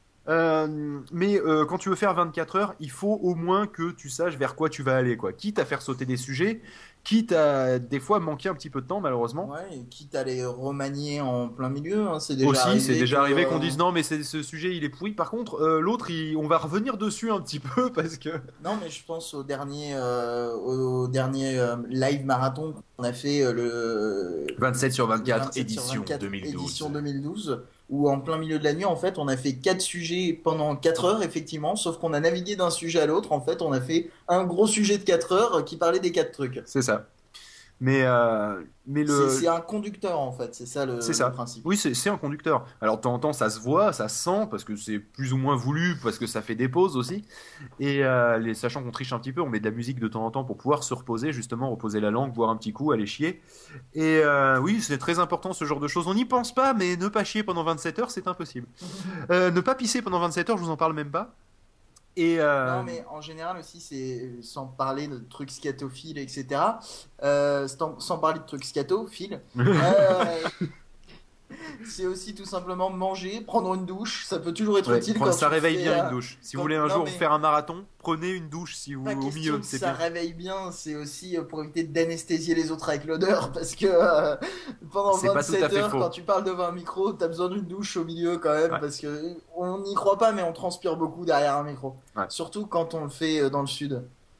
Euh, mais euh, quand tu veux faire vingt-quatre heures, il faut au moins que tu saches vers quoi tu vas aller, quoi. Quitte à faire sauter des sujets, quitte à des fois manquer un petit peu de temps, malheureusement. Ouais, et quitte à les remanier en plein milieu, hein, c'est déjà Aussi, arrivé. c'est déjà que, arrivé qu'on euh, dise non, mais c'est, ce sujet il est pourri. Par contre, euh, l'autre, il- on va revenir dessus un petit peu parce que. Non, mais je pense au dernier, euh, au dernier euh, live marathon qu'on a fait, euh, le vingt-sept sur vingt-quatre, vingt-sept sur édition vingt-quatre, deux mille douze. édition deux mille douze, où en plein milieu de la nuit, en fait, on a fait quatre sujets pendant quatre heures, effectivement, sauf qu'on a navigué d'un sujet à l'autre. En fait, on a fait un gros sujet de quatre heures qui parlait des quatre trucs. C'est ça. Mais, euh, mais le. C'est c'est un conducteur, en fait, c'est ça le, C'est ça. le principe. Oui, c'est, c'est un conducteur. Alors, de temps en temps, ça se voit, ça se sent, parce que c'est plus ou moins voulu, parce que ça fait des pauses aussi. Et euh, les, sachant qu'on triche un petit peu, on met de la musique de temps en temps pour pouvoir se reposer, justement, reposer la langue, boire un petit coup, aller chier. Et euh, oui, c'est très important ce genre de choses. On n'y pense pas, mais ne pas chier pendant vingt-sept heures, c'est impossible. euh, ne pas pisser pendant vingt-sept heures, je vous en parle même pas. Et euh... Non, mais en général aussi, c'est sans parler de trucs scatophiles, et cetera. Euh, sans, sans parler de trucs scatophiles, euh, c'est aussi tout simplement manger, prendre une douche. Ça peut toujours être Ouais, utile prendre- quand ça tu réveille fais, bien euh, une douche. Si quand- vous voulez un non, jour mais faire un marathon, prenez une douche si vous pas au question milieu, que c'est ça bien. réveille bien, c'est aussi euh, pour éviter d'anesthésier les autres avec l'odeur, parce que euh, pendant C'est pas tout à vingt-sept fait heures, faux. quand tu parles devant un micro, t'as besoin d'une douche au milieu quand même, Ouais. parce que on n'y croit pas, mais on transpire beaucoup derrière un micro. Ouais. Surtout quand on le fait euh, dans le sud.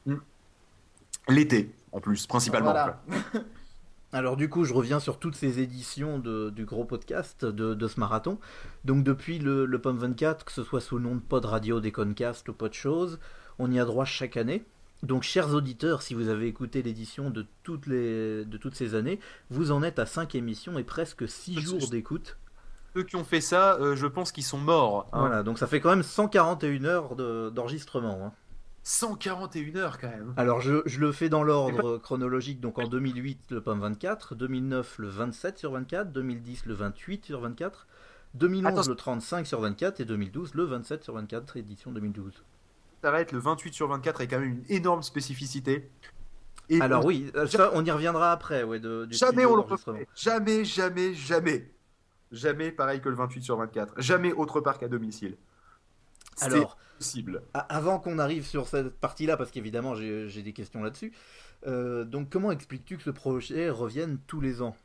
L'été, en plus, principalement. Voilà. quoi. Alors du coup, je reviens sur toutes ces éditions de, du gros podcast de, de ce marathon. Donc depuis le, le P O M vingt-quatre, que ce soit sous le nom de Pod Radio, Déconcast ou Pod Chose, on y a droit chaque année. Donc chers auditeurs, si vous avez écouté l'édition de toutes, les, de toutes ces années, vous en êtes à cinq émissions et presque six jours d'écoute. Ceux qui ont fait ça, euh, je pense qu'ils sont morts. hein. Voilà, donc ça fait quand même cent quarante et une heures de- d'enregistrement. hein. cent quarante et une heures quand même. Alors je, je le fais dans l'ordre chronologique, donc en deux mille huit le P O M vingt-quatre, deux mille neuf le vingt-sept sur vingt-quatre, deux mille dix le vingt-huit sur vingt-quatre, deux mille onze Attends. le trente-cinq sur vingt-quatre et deux mille douze le vingt-sept sur vingt-quatre, édition deux mille douze. S'arrête, le vingt-huit sur vingt-quatre est quand même une énorme spécificité. Et Alors on- oui, euh, ça on y reviendra après, ouais, de, du jamais studio on le d'enregistrement. refait. Jamais, jamais, jamais. Jamais pareil que le vingt-huit sur vingt-quatre. Jamais autre part qu'à domicile. C'est Alors, possible. a- avant qu'on arrive sur cette partie-là, parce qu'évidemment j'ai j'ai des questions là-dessus, euh, donc comment expliques-tu que ce projet revienne tous les ans?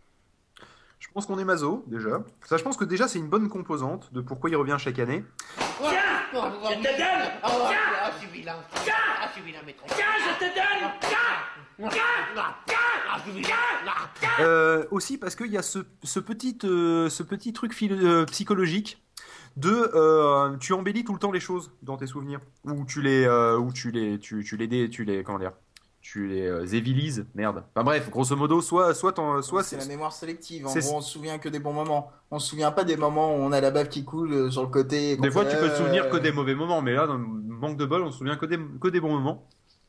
Je pense qu'on est maso, déjà. Ça, je pense que déjà, c'est une bonne composante de pourquoi il revient chaque année. Tiens, je te donne. Tiens, ah, je suis vilain. Tiens, ah, je suis vilain, maître. Tiens, je te donne. Tiens, tiens, tiens, ah, je suis vilain. Tiens. Euh, aussi parce qu'il y a ce, ce, petit, euh, ce petit truc philo- euh, psychologique de euh, tu embellis tout le temps les choses dans tes souvenirs ou tu les euh, ou tu les tu, tu les dé- tu les comment dire tu les euh, évilises, merde. Enfin bref, grosso modo, soit soit t'en- soit C'est la mémoire sélective. En c'est- gros, on se souvient que des bons moments. On se souvient pas des moments où on a la bave qui coule euh, sur le côté. et qu'on des fois fait, tu peux te euh, souvenir que des mauvais moments, mais là dans le manque de bol, on se souvient que des que des bons moments.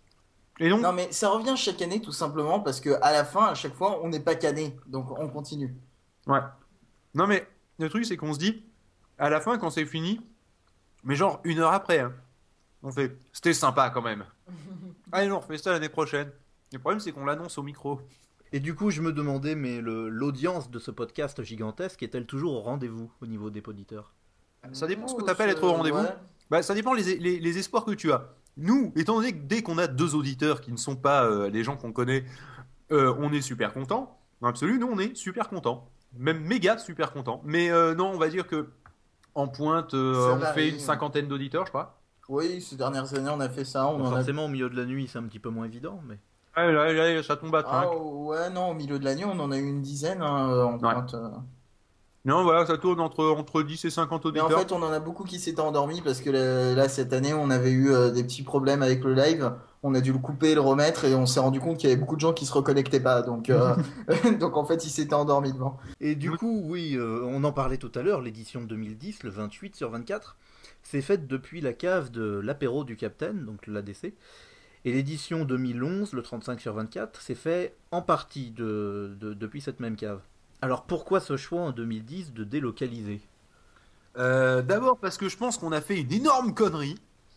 Et donc Non, mais ça revient chaque année tout simplement parce que à la fin, à chaque fois, on n'est pas cané. Donc on continue. ouais. Non mais le truc c'est qu'on se dit à la fin quand c'est fini, mais genre une heure après, hein, on fait c'était sympa quand même. Allez, on refait ça l'année prochaine. Le problème, c'est qu'on l'annonce au micro. Et du coup, je me demandais, mais le, l'audience de ce podcast gigantesque est-elle toujours au rendez-vous au niveau des auditeurs? Ça dépend ce que Oh, tu appelles ça- être au rendez-vous. ouais. Bah, ça dépend les, les, les espoirs que tu as. Nous, étant donné que dès qu'on a deux auditeurs qui ne sont pas euh, les gens qu'on connaît, euh, on est super content. Dans l'absolu, nous, on est super content. Même méga super content. Mais euh, non, on va dire que en pointe, euh, Ça on varie. fait une cinquantaine d'auditeurs, je crois. Oui, ces dernières années, on a fait ça. On Bon, en a... forcément, au milieu de la nuit, c'est un petit peu moins évident, mais... Ouais, là, là, ça tombe à Ah, trinque. ouais, non, au milieu de la nuit, on en a eu une dizaine hein, en Ouais. pointe. euh. Non, voilà, ça tourne entre, entre dix et cinquante Mais en auditeurs. fait, on en a beaucoup qui s'étaient endormis parce que là, là, cette année, on avait eu euh, des petits problèmes avec le live. On a dû le couper, le remettre et on s'est rendu compte qu'il y avait beaucoup de gens qui se reconnectaient pas. Donc, euh, donc en fait, ils s'étaient endormis devant. Et du coup, oui, euh, on en parlait tout à l'heure, l'édition de deux mille dix, le vingt-huit sur vingt-quatre, c'est faite depuis la cave de l'apéro du Capitaine, donc l'A D C. Et l'édition deux mille onze, le trente-cinq sur vingt-quatre, c'est fait en partie de, de- depuis cette même cave. Alors pourquoi ce choix en deux mille dix de délocaliser? Euh, d'abord parce que je pense qu'on a fait une énorme connerie.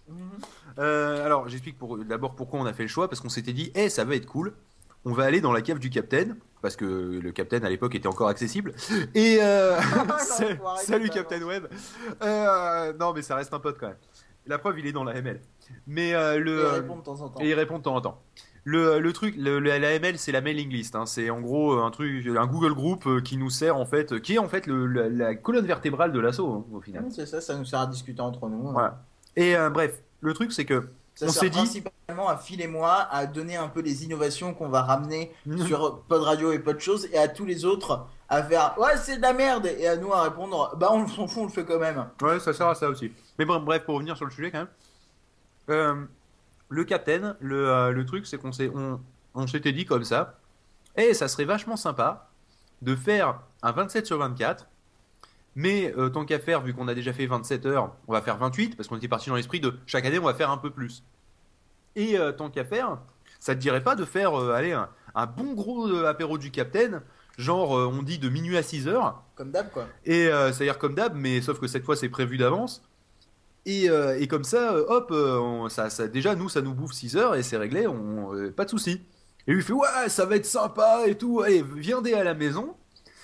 Euh, alors, j'explique pour, d'abord pourquoi on a fait le choix. Parce qu'on s'était dit, eh, ça va être cool. On va aller dans la cave du Capitaine. Parce que le Capitaine à l'époque était encore accessible. Et euh, sa- salut Captain Web. Euh, non, mais ça reste un pote quand même. La preuve, il est dans la M L. Mais euh, le Et il répond de temps en temps. Et il répond de temps en temps. Le, le truc, le, le- la M L, c'est la mailing list. Hein. C'est en gros un truc, un Google Group euh, qui nous sert en fait, qui est en fait le- la, la colonne vertébrale de l'assaut hein, au final. Oui, c'est ça, ça nous sert à discuter entre nous. Voilà. Et euh, bref, le truc c'est que Ça on sert s'est dit, principalement à Phil et moi à donner un peu les innovations qu'on va ramener sur Pod Radio et Pod Choses et à tous les autres à faire ouais c'est de la merde et à nous à répondre bah on s'en fout on le fait quand même. ouais, ça sert à ça aussi. Mais bon, bref, pour revenir sur le sujet quand même, euh, le Captain, le, euh, le truc c'est qu'on s'est, on, on s'était dit comme ça, et ça serait vachement sympa de faire un vingt-sept sur vingt-quatre. Mais euh, tant qu'à faire, vu qu'on a déjà fait vingt-sept heures, on va faire vingt-huit, parce qu'on était parti dans l'esprit de chaque année on va faire un peu plus. Et euh, tant qu'à faire, ça te dirait pas de faire euh, allez, un, un bon gros euh, apéro du Capitaine, genre euh, on dit de minuit à six heures, Comme d'hab quoi. et euh, c'est-à-dire comme d'hab, mais sauf que cette fois c'est prévu d'avance. Et, euh, et comme ça, euh, hop, euh, on- ça, ça, déjà nous ça nous bouffe six heures et c'est réglé, on, euh, pas de souci. Et lui il fait ouais, ça va être sympa et tout, allez, viendez à la maison,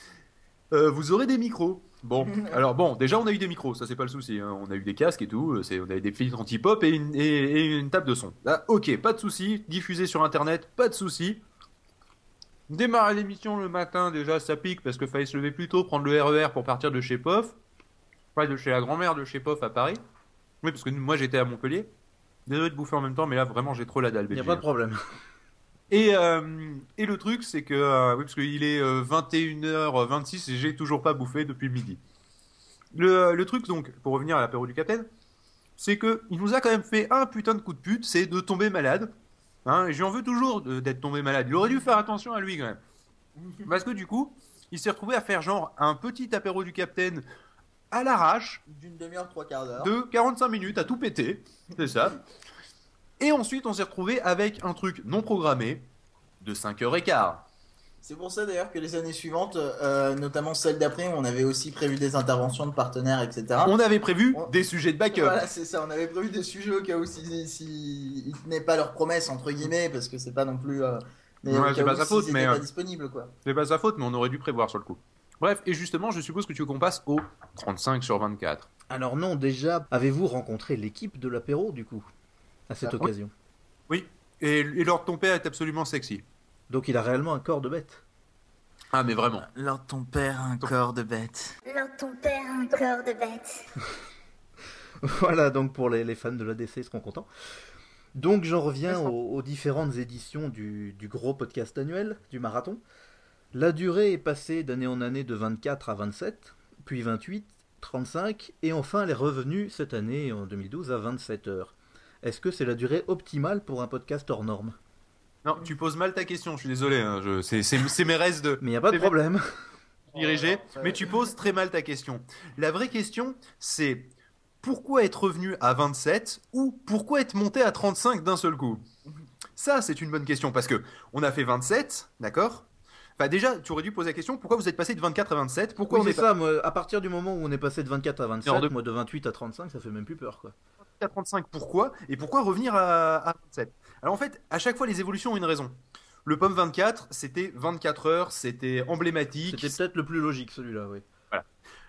euh, vous aurez des micros. Bon, alors bon, déjà on a eu des micros, ça c'est pas le souci, hein. On a eu des casques et tout, euh, c'est, on a eu des filtres anti-pop et une, et, et une table de son. Là, ok, pas de souci, diffusé sur internet, pas de souci. Démarrer l'émission le matin, déjà ça pique parce que fallait se lever plus tôt, prendre le R E R pour partir de chez Pof, pas de chez la grand-mère de chez Pof à Paris. Oui, parce que moi j'étais à Montpellier. Désolé de bouffer en même temps, mais là vraiment j'ai trop la dalle. Il n'y a baby. pas de problème. Et, euh, et le truc, c'est que, euh, oui, parce qu'il est euh, vingt et une heures vingt-six et j'ai toujours pas bouffé depuis midi. Le, le truc, donc, pour revenir à l'apéro du Capitaine, c'est que il nous a quand même fait un putain de coup de pute, c'est de tomber malade. Hein, et j'en veux toujours de- d'être tombé malade. Il aurait dû faire attention à lui quand même. Parce que du coup, il s'est retrouvé à faire genre un petit apéro du Capitaine à l'arrache, D'une demi-heure, trois quarts d'heure. de quarante-cinq minutes à tout péter, c'est ça. Et ensuite, on s'est retrouvé avec un truc non programmé de cinq heures quinze. C'est pour ça d'ailleurs que les années suivantes, euh, notamment celle d'après, où on avait aussi prévu des interventions de partenaires, et cetera. On avait prévu des sujets de backup. Voilà, c'est ça, on avait prévu des sujets au cas où si, si ils tenaient pas leurs promesses, entre guillemets, parce que c'est pas non plus. euh, mais au Ouais, cas c'est pas où sa s'ils faute, étaient mais, pas euh, disponibles, quoi. C'est pas sa faute, mais on aurait dû prévoir sur le coup. Bref, et justement, je suppose que tu veux qu'on passe au trente-cinq sur vingt-quatre. Alors non, déjà, avez-vous rencontré l'équipe de l'apéro du coup, à cette Ah, oui. occasion? Oui, et, et Lord ton père est absolument sexy. Donc il a réellement un corps de bête. Ah, mais vraiment. Lord ton père a un corps de bête. Lord ton père a un corps de bête. Voilà, donc pour les, les fans de l'A D C, ils seront contents. Donc j'en reviens aux, aux différentes éditions du, du gros podcast annuel, du marathon. La durée est passée d'année en année de vingt-quatre à vingt-sept, puis vingt-huit, trente-cinq, et enfin elle est revenue cette année, en deux mille douze, à vingt-sept heures. Est-ce que c'est la durée optimale pour un podcast hors norme? Non, tu poses mal ta question, je suis désolé. Hein, je, c'est, c'est, c'est mes restes de. Mais il n'y a pas de problème. Dirigé, mais tu poses très mal ta question. La vraie question, c'est pourquoi être revenu à vingt-sept ou pourquoi être monté à trente-cinq d'un seul coup? Ça, c'est une bonne question parce que on a fait vingt-sept, d'accord? Enfin, déjà, tu aurais dû poser la question pourquoi vous êtes passé de vingt-quatre à vingt-sept? Pourquoi Oui, on c'est est ça, moi, à partir du moment où on est passé de vingt-quatre à Alors, vingt-sept, de- moi de vingt-huit à trente-cinq, ça fait même plus peur, quoi. à trente-cinq, pourquoi? Et pourquoi revenir à, à vingt-sept? Alors en fait, à chaque fois, les évolutions ont une raison. le Pomme vingt-quatre, c'était vingt-quatre heures, c'était emblématique. C'était peut-être le plus logique celui-là, oui. Voilà.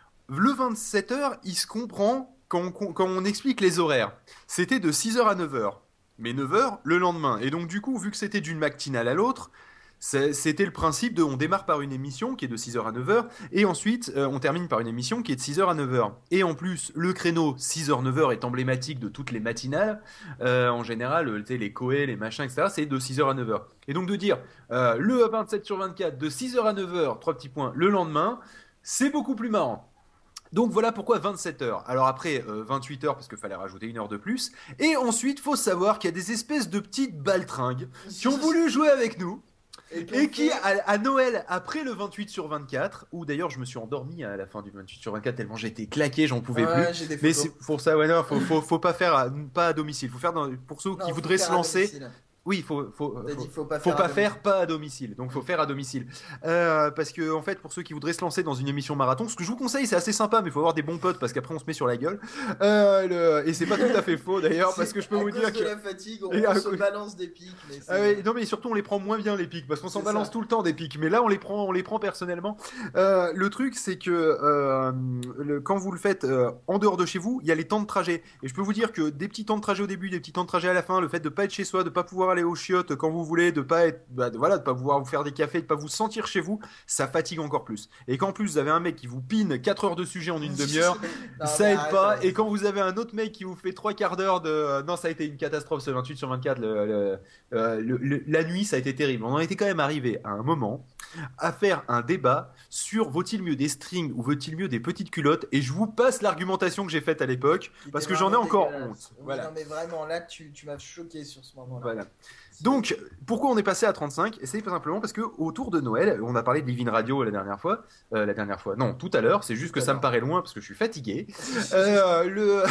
Le vingt-sept heures, il se comprend quand on, quand on explique les horaires. C'était de six heures à neuf heures. Mais neuf heures le lendemain. Et donc du coup, vu que c'était d'une matinale à l'autre, c'est- c'était le principe de on démarre par une émission qui est de six heures à neuf heures et ensuite euh, on termine par une émission qui est de six heures à neuf heures. Et en plus, le créneau six heures neuf heures est emblématique de toutes les matinales. Euh, en général, euh, tu sais, les Coé, les machins, et cetera, c'est de six heures à neuf heures. Et donc de dire euh, le vingt-sept sur vingt-quatre de six heures à neuf heures, trois petits points, le lendemain, c'est beaucoup plus marrant. Donc voilà pourquoi vingt-sept heures. Alors après, euh, vingt-huit heures parce qu'il fallait rajouter une heure de plus. Et ensuite, faut savoir qu'il y a des espèces de petites baltringues qui ont voulu jouer avec nous. Et qui ont Et qui, fait- à, à Noël, après le vingt-huit sur vingt-quatre, où d'ailleurs je me suis endormi à la fin du vingt-huit sur vingt-quatre tellement j'étais claqué, j'en pouvais Ouais, plus. j'ai des Mais photos. c'est pour ça, ouais, non, faut, faut, faut pas faire, à, pas à domicile. Faut faire dans, pour ceux Non, qui faut voudraient faire se à lancer. domicile. Oui, faut, faut, T'as faut, dit, faut pas faut faire pas à faire domicile. pas à domicile. Donc faut faire à domicile. Euh, parce que en fait, pour ceux qui voudraient se lancer dans une émission marathon, ce que je vous conseille, c'est assez sympa, mais il faut avoir des bons potes parce qu'après on se met sur la gueule. Euh, le- Et c'est pas tout à fait faux d'ailleurs, parce que je peux à vous cause dire de que la fatigue, on, Et on à se cause- balance des pics. Mais c'est- ah ouais, non mais surtout on les prend moins bien les pics parce qu'on s'en C'est balance ça. tout le temps des pics, mais là on les prend, on les prend personnellement. Euh, le truc c'est que euh, le- quand vous le faites euh, en dehors de chez vous, il y a les temps de trajet et je peux vous dire que des petits temps de trajet au début, des petits temps de trajet à la fin, le fait de pas être chez soi, de pas pouvoir aller aux chiottes quand vous voulez, de pas être, bah, de, voilà, de pas pouvoir vous faire des cafés, de pas vous sentir chez vous, ça fatigue encore plus. Et qu'en plus vous avez un mec qui vous pine quatre heures de sujet en une demi-heure, Non, ça mais aide arrête, pas. arrête. Et quand vous avez un autre mec qui vous fait trois quarts d'heure de, non ça a été une catastrophe ce vingt-huit sur vingt-quatre. Le, le- euh, le- le- la nuit, ça a été terrible. On en était quand même arrivé à un moment à faire un débat sur vaut-il mieux des strings ou vaut-il mieux des petites culottes. Et je vous passe l'argumentation que j'ai faite à l'époque Qui parce était que j'en ai vraiment encore dégueulasse. honte. Oui, Voilà. Non, mais vraiment, là, tu, tu m'as choqué sur ce moment-là. Voilà. Donc, pourquoi on est passé à trente-cinq? Et c'est pas simplement parce que autour de Noël, on a parlé de Living Radio la dernière fois. Euh, la dernière fois, non, tout à l'heure. C'est juste que ça me paraît loin parce que je suis fatigué. Euh, le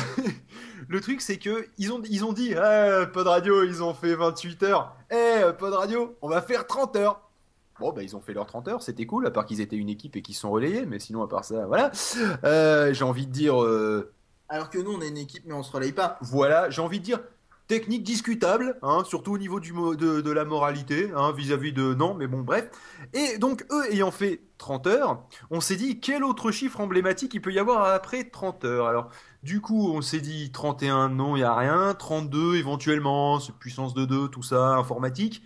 le truc, c'est que ils ont ils ont dit, ah, Pod Radio, ils ont fait vingt-huit heures. Eh, Pod Radio, on va faire trente heures. Bon, bah, ils ont fait leurs trente heures, c'était cool, à part qu'ils étaient une équipe et qu'ils se sont relayés, mais sinon, à part ça, voilà. Euh, j'ai envie de dire, euh, Alors que nous, on est une équipe, mais on se relaye pas. voilà, j'ai envie de dire, technique discutable, hein, surtout au niveau du mo- de, de la moralité, hein, vis-à-vis de non, mais bon, bref. Et donc, eux ayant fait trente heures, on s'est dit, quel autre chiffre emblématique il peut y avoir après trente heures? Alors, du coup, on s'est dit trente et un, non, il n'y a rien. trente-deux, éventuellement, c'est puissance de deux, tout ça, informatique.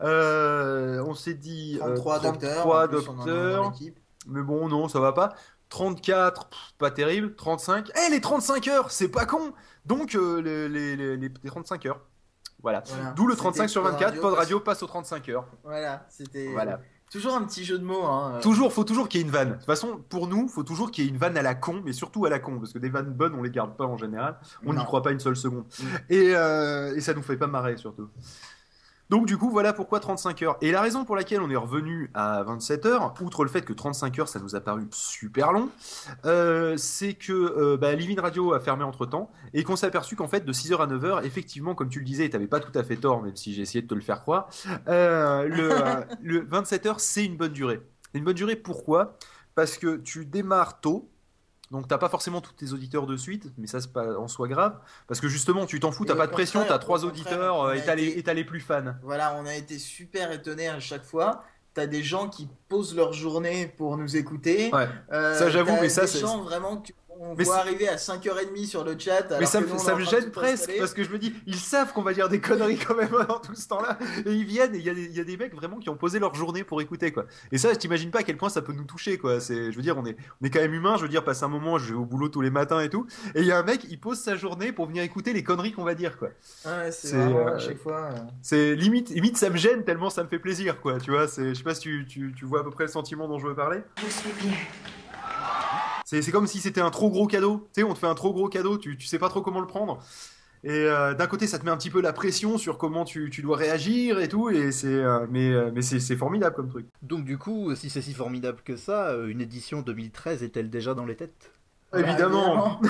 Euh, on s'est dit euh, trente-trois docteurs, trente-trois en plus, on en a un dans docteurs. l'équipe. Mais bon, non, ça va pas. trente-quatre, pff, pas terrible. trente-cinq, eh, les trente-cinq heures, c'est pas con. Donc, euh, les, les, les, les trente-cinq heures. Voilà. Voilà. D'où le C'était trente-cinq sur Pod vingt-quatre, Radio Pod passe- Radio passe aux trente-cinq heures. Voilà, c'était. Voilà. Toujours un petit jeu de mots. Hein. euh. Toujours, faut toujours qu'il y ait une vanne. De toute façon, pour nous, faut toujours qu'il y ait une vanne à la con, mais surtout à la con, parce que des vannes bonnes, on les garde pas en général. On n'y Non. croit pas une seule seconde. Et, euh, et ça nous fait pas marrer, surtout. Donc du coup, voilà pourquoi trente-cinq heures. Et la raison pour laquelle on est revenu à vingt-sept heures, outre le fait que trente-cinq heures, ça nous a paru super long, euh, c'est que euh, bah, Living Radio a fermé entre-temps, et qu'on s'est aperçu qu'en fait, de six heures à neuf heures, effectivement, comme tu le disais, et t'avais pas tout à fait tort, même si j'ai essayé de te le faire croire, euh, le, euh, le vingt-sept heures, c'est une bonne durée. Une bonne durée, pourquoi? Parce que tu démarres tôt, donc t'as pas forcément tous tes auditeurs de suite, mais ça c'est pas en soi grave, parce que justement tu t'en fous, Et t'as au pas de pression, contraire, t'as trois au contraire, auditeurs on euh, a et t'as les, été- et t'as les plus fans. Voilà, on a été super étonnés à chaque fois. T'as des gens qui posent leur journée pour nous écouter. Ouais. Euh, Ça, j'avoue, t'as mais ça, des c'est- gens vraiment qu'on Mais voit c'est- arriver à cinq heures trente sur le chat. Mais alors ça que me, nous, on ça est en me train de gêne tout presque, installer. parce que je me dis, ils savent qu'on va dire des conneries quand même dans tout ce temps-là, et ils viennent, et il y, a des- il y a des mecs vraiment qui ont posé leur journée pour écouter, quoi. Et ça, je t'imagine pas à quel point ça peut nous toucher, quoi. C'est, je veux dire, on est, on est quand même humain, je veux dire, passer un moment, je vais au boulot tous les matins et tout, et il y a un mec, il pose sa journée pour venir écouter les conneries qu'on va dire, quoi. Ouais, c'est C'est, vraiment euh, à chaque fois. euh, C'est limite, limite ça me gêne tellement ça me fait plaisir, quoi. Tu vois, c'est, je sais pas si tu, tu, tu vois à peu près le sentiment dont je veux parler. Je suis bien. C'est, c'est comme si c'était un trop gros cadeau. Tu sais, on te fait un trop gros cadeau, tu, tu sais pas trop comment le prendre. Et euh, d'un côté, ça te met un petit peu la pression sur comment tu, tu dois réagir et tout. Et c'est, euh, mais, euh, mais c'est, c'est formidable comme truc. Donc du coup, si c'est si formidable que ça, euh, une édition deux mille treize est-elle déjà dans les têtes? Évidemment.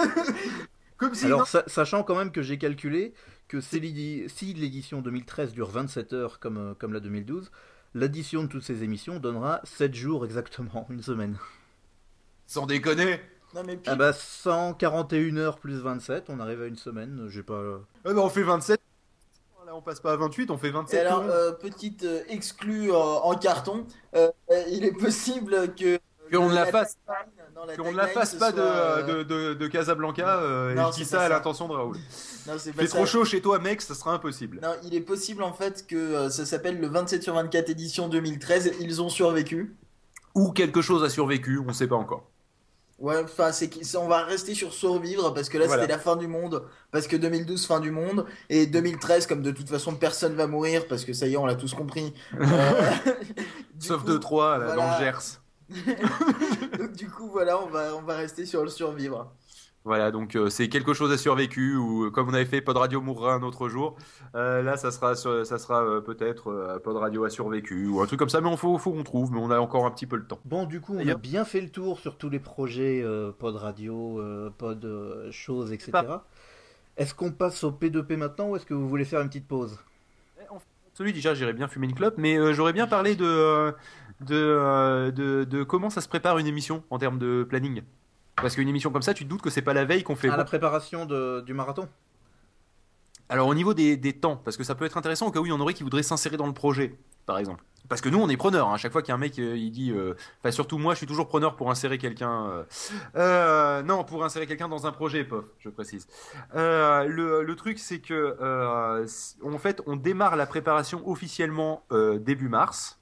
Comme si. Alors non- sa- sachant quand même que j'ai calculé que si l'édi- si l'édition deux mille treize dure vingt-sept heures comme, euh, comme la deux mille douze, l'addition de toutes ces émissions donnera sept jours exactement, une semaine. Sans déconner. Non, mais puis, Ah bah cent quarante et une heures plus vingt-sept, on arrive à une semaine, j'ai pas... Ah bah, on fait vingt-sept. Là, on passe pas à vingt-huit, on fait Et vingt-sept. alors, tout. euh, petite euh, exclue en, en carton, euh, euh, il est possible que Qu'on ne la la fasse, tagline- non, la qu'on ne la tagline, fasse ce pas soit, de, euh, de, de, de Casablanca, euh, et non, je dis c'est ça pas à ça. l'intention de Raoul. Non, c'est Il pas fait ça. trop chaud chez toi, mec, ça sera impossible. Non, il est possible en fait que euh, ça s'appelle le vingt-sept sur vingt-quatre édition deux mille treize. Ils ont survécu. Ou quelque chose a survécu, on sait pas encore. Ouais, enfin, c'est qu'- c'est- on va rester sur survivre parce que là Voilà. c'était la fin du monde. Parce que deux mille douze, fin du monde. Et deux mille treize, comme de toute façon personne va mourir parce que ça y est, on l'a tous compris. Euh, du Sauf coup, deux trois là, voilà. dans le Gers. Donc, du coup, voilà, on va, on va rester sur le survivre. Voilà, donc euh, c'est quelque chose a survécu, ou euh, comme on avait fait Pod Radio mourra un autre jour, euh, là ça sera, sur- ça sera euh, peut-être euh, Pod Radio a survécu, ou un truc comme ça, mais il faut, faut qu'on trouve, mais on a encore un petit peu le temps. Bon, du coup, on a D'ailleurs- bien fait le tour sur tous les projets euh, pod radio, euh, pod euh, choses, et cetera. Est-ce qu'on passe au P deux P maintenant ou est-ce que vous voulez faire une petite pause? Celui déjà, j'irais bien fumer une clope, mais euh, j'aurais bien parlé de, euh, de, euh, de, de comment ça se prépare une émission en termes de planning. Parce qu'une émission comme ça, tu te doutes que c'est pas la veille qu'on fait. À bon. la préparation de- du marathon? Alors au niveau des, des temps, parce que ça peut être intéressant au cas où il y en aurait qui voudraient s'insérer dans le projet, par exemple. Parce que nous, on est preneurs. Hein. À chaque fois qu'il y a un mec, euh, il dit, euh, enfin surtout moi, je suis toujours preneur pour insérer quelqu'un. Euh, euh, non, pour insérer quelqu'un dans un projet, pof, je précise. Euh, le, le truc, c'est que, euh, en fait, on démarre la préparation officiellement euh, début mars.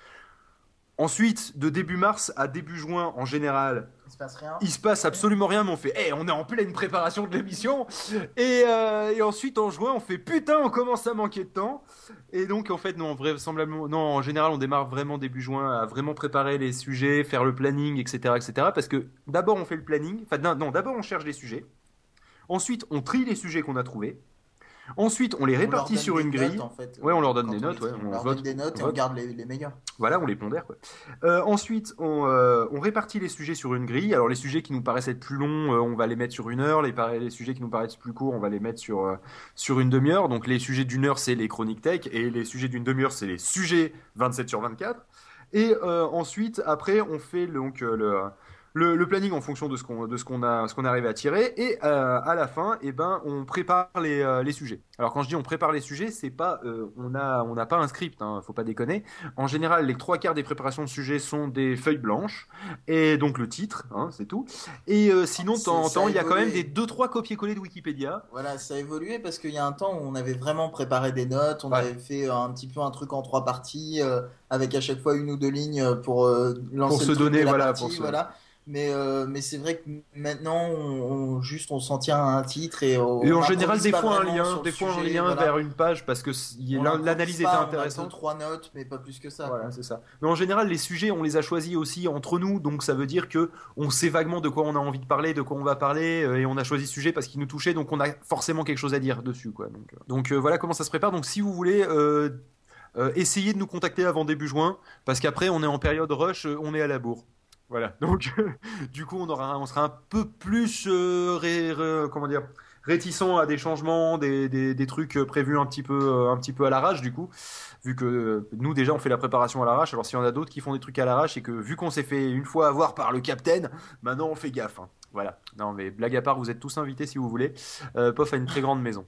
Ensuite, de début mars à début juin, en général, Il se passe rien. il se passe absolument rien, mais on fait, hey, on est en pleine préparation de l'émission. Et, euh, et ensuite, en juin, on fait, putain, on commence à manquer de temps. Et donc, en fait, non, vraisemblablement, non, en général, on démarre vraiment début juin à vraiment préparer les sujets, faire le planning, et cetera, et cetera. Parce que d'abord, on fait le planning. Enfin, non, non, d'abord, on cherche les sujets. Ensuite, on trie les sujets qu'on a trouvés. Ensuite, on les On leur répartit donne sur des une grille. notes, en fait. Ouais, on leur donne Quand des on notes. les Ouais, trie, on on leur vote, donne des notes et vote. on garde les, les meilleurs. Voilà, on les pondère. Quoi. Euh, ensuite, on, euh, on répartit les sujets sur une grille. Alors, les sujets qui nous paraissent être plus longs, euh, on va les mettre sur une heure. Les, par- les sujets qui nous paraissent plus courts, on va les mettre sur, euh, sur une demi-heure. Donc, les sujets d'une heure, c'est les chroniques tech. Et les sujets d'une demi-heure, c'est les sujets vingt-sept sur vingt-quatre. Et euh, ensuite, après, on fait le- donc, euh, le, le, le planning en fonction de ce qu'on de ce qu'on a, ce qu'on arrive à tirer. Et euh, à la fin, eh ben, on prépare les, euh, les sujets. Alors, quand je dis on prépare les sujets, c'est pas, euh, on a, on n'a pas un script, hein, faut pas déconner. En général, les trois quarts des préparations de sujets sont des feuilles blanches, et donc le titre, hein, c'est tout. Et euh, sinon, de temps en Ça temps, a il y a quand même évolué. des deux trois copier-coller de Wikipédia. Voilà, ça a évolué parce qu'il y a un temps où on avait vraiment préparé des notes, on avait fait euh, un petit peu un truc en trois parties, euh, avec à chaque fois une ou deux lignes pour euh, lancer Pour le se truc donner, de la voilà, partie, pour se- voilà. Mais, euh, mais c'est vrai que maintenant, on, on- juste on s'en tient à un titre et on, Et en on général, improvise des pas fois un vraiment lien, sur le des fois un sujet, lien voilà. vers une page parce que s- y- On l'an- improvise l'analyse était pas, on a intéressante. deux, trois notes, mais pas plus que ça. Voilà, c'est ça. Mais en général, les sujets, on les a choisis aussi entre nous, donc ça veut dire que on sait vaguement de quoi on a envie de parler, de quoi on va parler, euh, et on a choisi ce sujet parce qu'il nous touchait, donc on a forcément quelque chose à dire dessus, quoi. Donc, euh, donc euh, voilà comment ça se prépare. Donc si vous voulez. Euh, euh, essayez de nous contacter avant début juin, parce qu'après on est en période rush, euh, on est à la bourre. Voilà. Donc du coup on aura, on sera un peu plus, euh, ré- ré- comment dire, réticent à des changements, des, des, des trucs prévus un petit peu, euh, un petit peu à l'arrache du coup. Vu que euh, nous déjà on fait la préparation à l'arrache, alors s'il y en a d'autres qui font des trucs à l'arrache et que vu qu'on s'est fait une fois avoir par le capitaine, maintenant on fait gaffe. Hein. Voilà. Non mais blague à part, vous êtes tous invités si vous voulez. Euh, Pof a une très grande maison.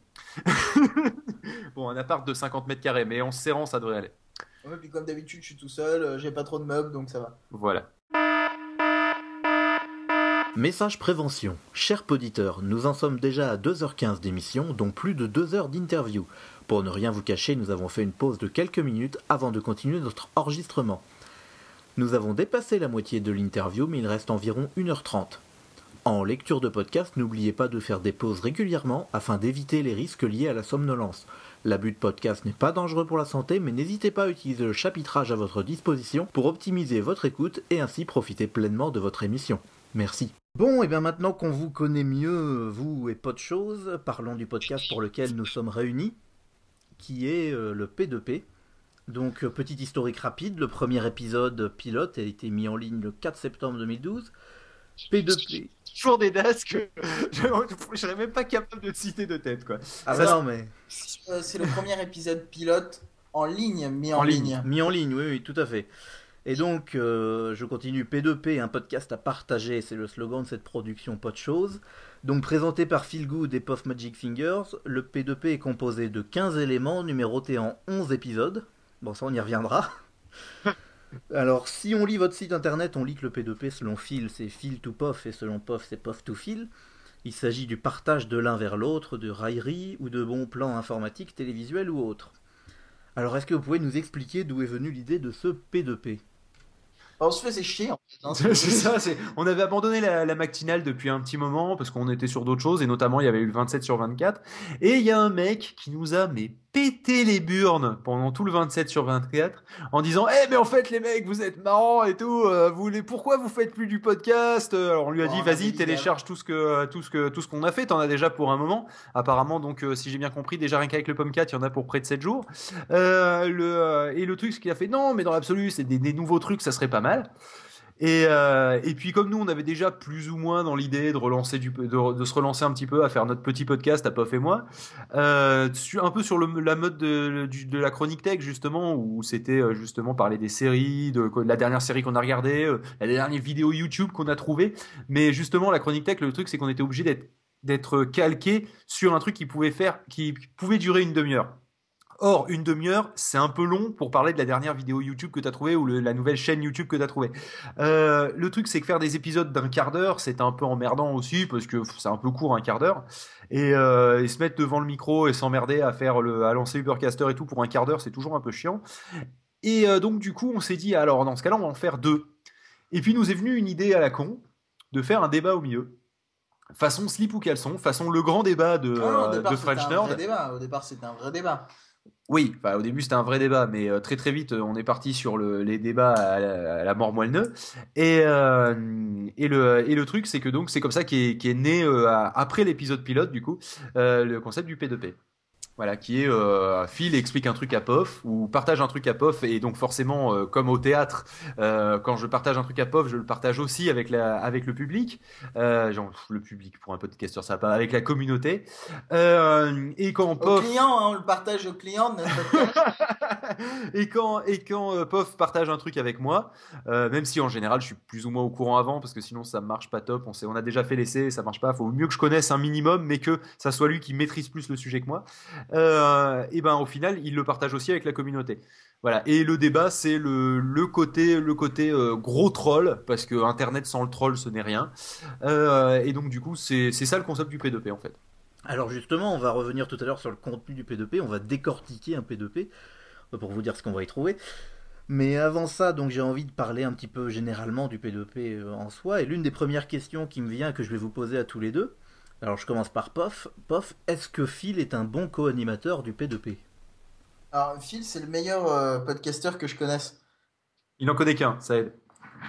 Bon, un appart de cinquante mètres carrés, mais en se serrant ça devrait aller. Ouais, puis comme d'habitude, je suis tout seul, euh, j'ai pas trop de meubles, donc ça va. Voilà. Message prévention. Chers auditeurs, nous en sommes déjà à deux heures quinze d'émission, dont plus de deux heures d'interview. Pour ne rien vous cacher, nous avons fait une pause de quelques minutes avant de continuer notre enregistrement. Nous avons dépassé la moitié de l'interview, mais il reste environ une heure trente. En lecture de podcast, n'oubliez pas de faire des pauses régulièrement afin d'éviter les risques liés à la somnolence. L'abus de podcast n'est pas dangereux pour la santé, mais n'hésitez pas à utiliser le chapitrage à votre disposition pour optimiser votre écoute et ainsi profiter pleinement de votre émission. Merci. Bon, et bien maintenant qu'on vous connaît mieux, vous et pas de choses, parlons du podcast pour lequel nous sommes réunis, qui est euh, le P deux P. Donc, euh, petit historique rapide, le premier épisode pilote a été mis en ligne le quatre septembre deux mille douze. P deux P. Toujours des dates que je, je serais même pas capable de citer de tête, quoi. Ah Ça, non, mais... Euh, c'est le premier épisode pilote en ligne, mis en, En ligne. ligne. Mis en ligne, oui, oui, tout à fait. Et donc, euh, je continue P deux P, un podcast à partager, c'est le slogan de cette production Podchose. Donc, présenté par Feel Good et Puff Magic Fingers, le P deux P est composé de quinze éléments numérotés en onze épisodes. Bon, ça, on y reviendra. Alors, si on lit votre site internet, on lit que le P deux P, selon Phil, c'est Phil to Puff, et selon Puff, c'est Puff to Phil. Il s'agit du partage de l'un vers l'autre, de railleries ou de bons plans informatiques, télévisuels ou autres. Alors, est-ce que vous pouvez nous expliquer d'où est venue l'idée de ce P deux P ? On se faisait chier en fait. Hein, c'est ça, c'est... on avait abandonné la, la matinale depuis un petit moment parce qu'on était sur d'autres choses et notamment il y avait eu le vingt-sept sur vingt-quatre et il y a un mec qui nous a mais pété les burnes pendant tout le vingt-sept sur vingt-quatre en disant eh mais en fait les mecs vous êtes marrants et tout, euh, vous les pourquoi vous faites plus du podcast. Alors on lui a dit oh, vas-y télécharge tout ce que tout ce que tout ce qu'on a fait, t'en as déjà pour un moment apparemment, donc euh, si j'ai bien compris déjà rien qu'avec le Pomcat il y en a pour près de sept jours. Euh, le euh, et le truc ce qu'il a fait non mais dans l'absolu c'est des, des nouveaux trucs, ça serait pas mal. Et, euh, et puis comme nous on avait déjà plus ou moins dans l'idée de relancer du, de, de se relancer un petit peu à faire notre petit podcast à Puff et moi, euh, un peu sur le, la mode de, de, de la chronique tech justement, où c'était justement parler des séries, de, de la dernière série qu'on a regardée, euh, la dernière vidéo YouTube qu'on a trouvée, mais justement la chronique tech, le truc c'est qu'on était obligé d'être, d'être calqué sur un truc qui pouvait faire, qui pouvait durer une demi-heure. Or, une demi-heure, c'est un peu long pour parler de la dernière vidéo YouTube que tu as trouvée ou le, la nouvelle chaîne YouTube que tu as trouvée. Euh, le truc, c'est que faire des épisodes d'un quart d'heure, c'est un peu emmerdant aussi parce que c'est un peu court un quart d'heure. Et, euh, et se mettre devant le micro et s'emmerder à faire le, à lancer Ubercaster et tout pour un quart d'heure, c'est toujours un peu chiant. Et euh, donc, du coup, on s'est dit, alors dans ce cas-là, on va en faire deux. Et puis, nous est venue une idée à la con de faire un débat au milieu. Façon slip ou caleçon, façon le grand débat de, ah non, au départ, de French c'était un Nerd. vrai débat. Au départ, c'était un vrai débat. Oui, enfin, au début c'était un vrai débat, mais euh, très très vite on est parti sur le, les débats à la, à la mort moelle-neu. Et, euh, et, le, et le truc c'est que donc c'est comme ça qu'est, qu'est né euh, après l'épisode pilote du coup euh, le concept du P deux P. Voilà, qui est euh, Phil explique un truc à Puff ou partage un truc à Puff et donc forcément euh, comme au théâtre euh, quand je partage un truc à Puff je le partage aussi avec la avec le public euh, genre le public pour un podcasteur ça va pas avec la communauté euh, et quand Puff au client hein, on le partage au client de notre podcast. et quand et quand euh, Puff partage un truc avec moi euh, même si en général je suis plus ou moins au courant avant parce que sinon ça marche pas top, on sait on a déjà fait l'essai ça marche pas, faut mieux que je connaisse un minimum mais que ça soit lui qui maîtrise plus le sujet que moi. Euh, et ben au final il le partage aussi avec la communauté. Voilà. Et le débat c'est le, le côté le côté euh, gros troll parce que internet sans le troll ce n'est rien. Euh, et donc du coup c'est c'est ça le concept du P deux P en fait. Alors justement on va revenir tout à l'heure sur le contenu du P deux P, on va décortiquer un P deux P pour vous dire ce qu'on va y trouver. Mais avant ça, donc j'ai envie de parler un petit peu généralement du P deux P en soi. Et l'une des premières questions qui me vient que je vais vous poser à tous les deux. Alors je commence par Puff. Puff, est-ce que Phil est un bon co-animateur du P deux P ? Alors Phil, c'est le meilleur euh, podcasteur que je connaisse. Il n'en connaît qu'un, ça aide.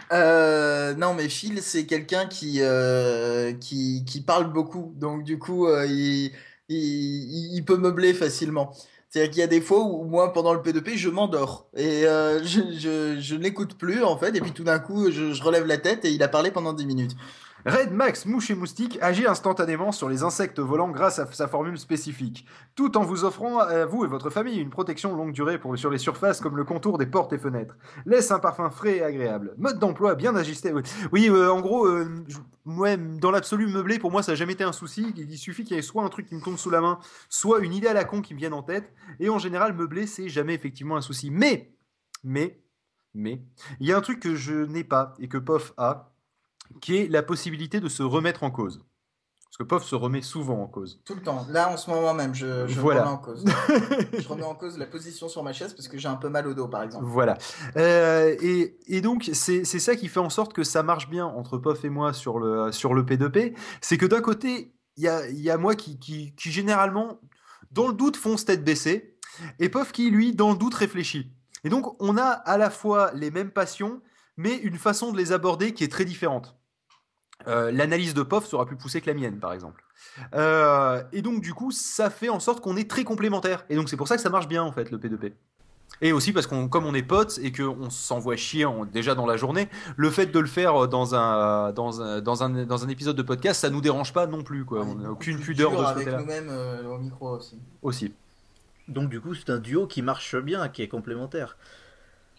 Euh, non mais Phil, c'est quelqu'un qui, euh, qui, qui parle beaucoup. Donc du coup, euh, il, il, il peut meubler facilement. C'est-à-dire qu'il y a des fois où moi, pendant le P deux P, je m'endors. Et euh, je, je, je n'écoute plus en fait. Et puis tout d'un coup, je, je relève la tête et il a parlé pendant dix minutes. Red Max Mouche et Moustique agit instantanément sur les insectes volants grâce à sa formule spécifique, tout en vous offrant à vous et votre famille une protection longue durée pour, sur les surfaces comme le contour des portes et fenêtres. Laisse un parfum frais et agréable. Mode d'emploi bien ajusté. Oui, oui euh, en gros, euh, je, ouais, dans l'absolu meublé, pour moi, ça n'a jamais été un souci. Il suffit qu'il y ait soit un truc qui me tombe sous la main, soit une idée à la con qui me vienne en tête. Et en général, meublé, c'est jamais effectivement un souci. Mais, mais, mais, il y a un truc que je n'ai pas et que Puff a, qui est la possibilité de se remettre en cause. Parce que Puff se remet souvent en cause. Tout le temps. Là, en ce moment même, je, je voilà. me remets en cause. Je remets en cause la position sur ma chaise parce que j'ai un peu mal au dos, par exemple. Voilà. Euh, et, et donc, c'est, c'est ça qui fait en sorte que ça marche bien entre Puff et moi sur le, sur le P deux P. C'est que d'un côté, il y a, y a moi qui, qui, qui, généralement, dans le doute, fonce tête baissée. Et Puff qui, lui, dans le doute, réfléchit. Et donc, on a à la fois les mêmes passions, mais une façon de les aborder qui est très différente. Euh, l'analyse de Puff sera plus poussée que la mienne, par exemple. Euh, et donc, du coup, ça fait en sorte qu'on est très complémentaires. Et donc, c'est pour ça que ça marche bien, en fait, le P deux P. Et aussi parce qu'on, comme on est potes et qu'on s'envoie chier en, déjà dans la journée, le fait de le faire dans un, dans un, dans un, dans un épisode de podcast, ça nous dérange pas non plus, quoi. On n'a aucune pudeur de ce avec côté-là. Nous-mêmes euh, au micro aussi. Aussi. Donc, du coup, c'est un duo qui marche bien, qui est complémentaire.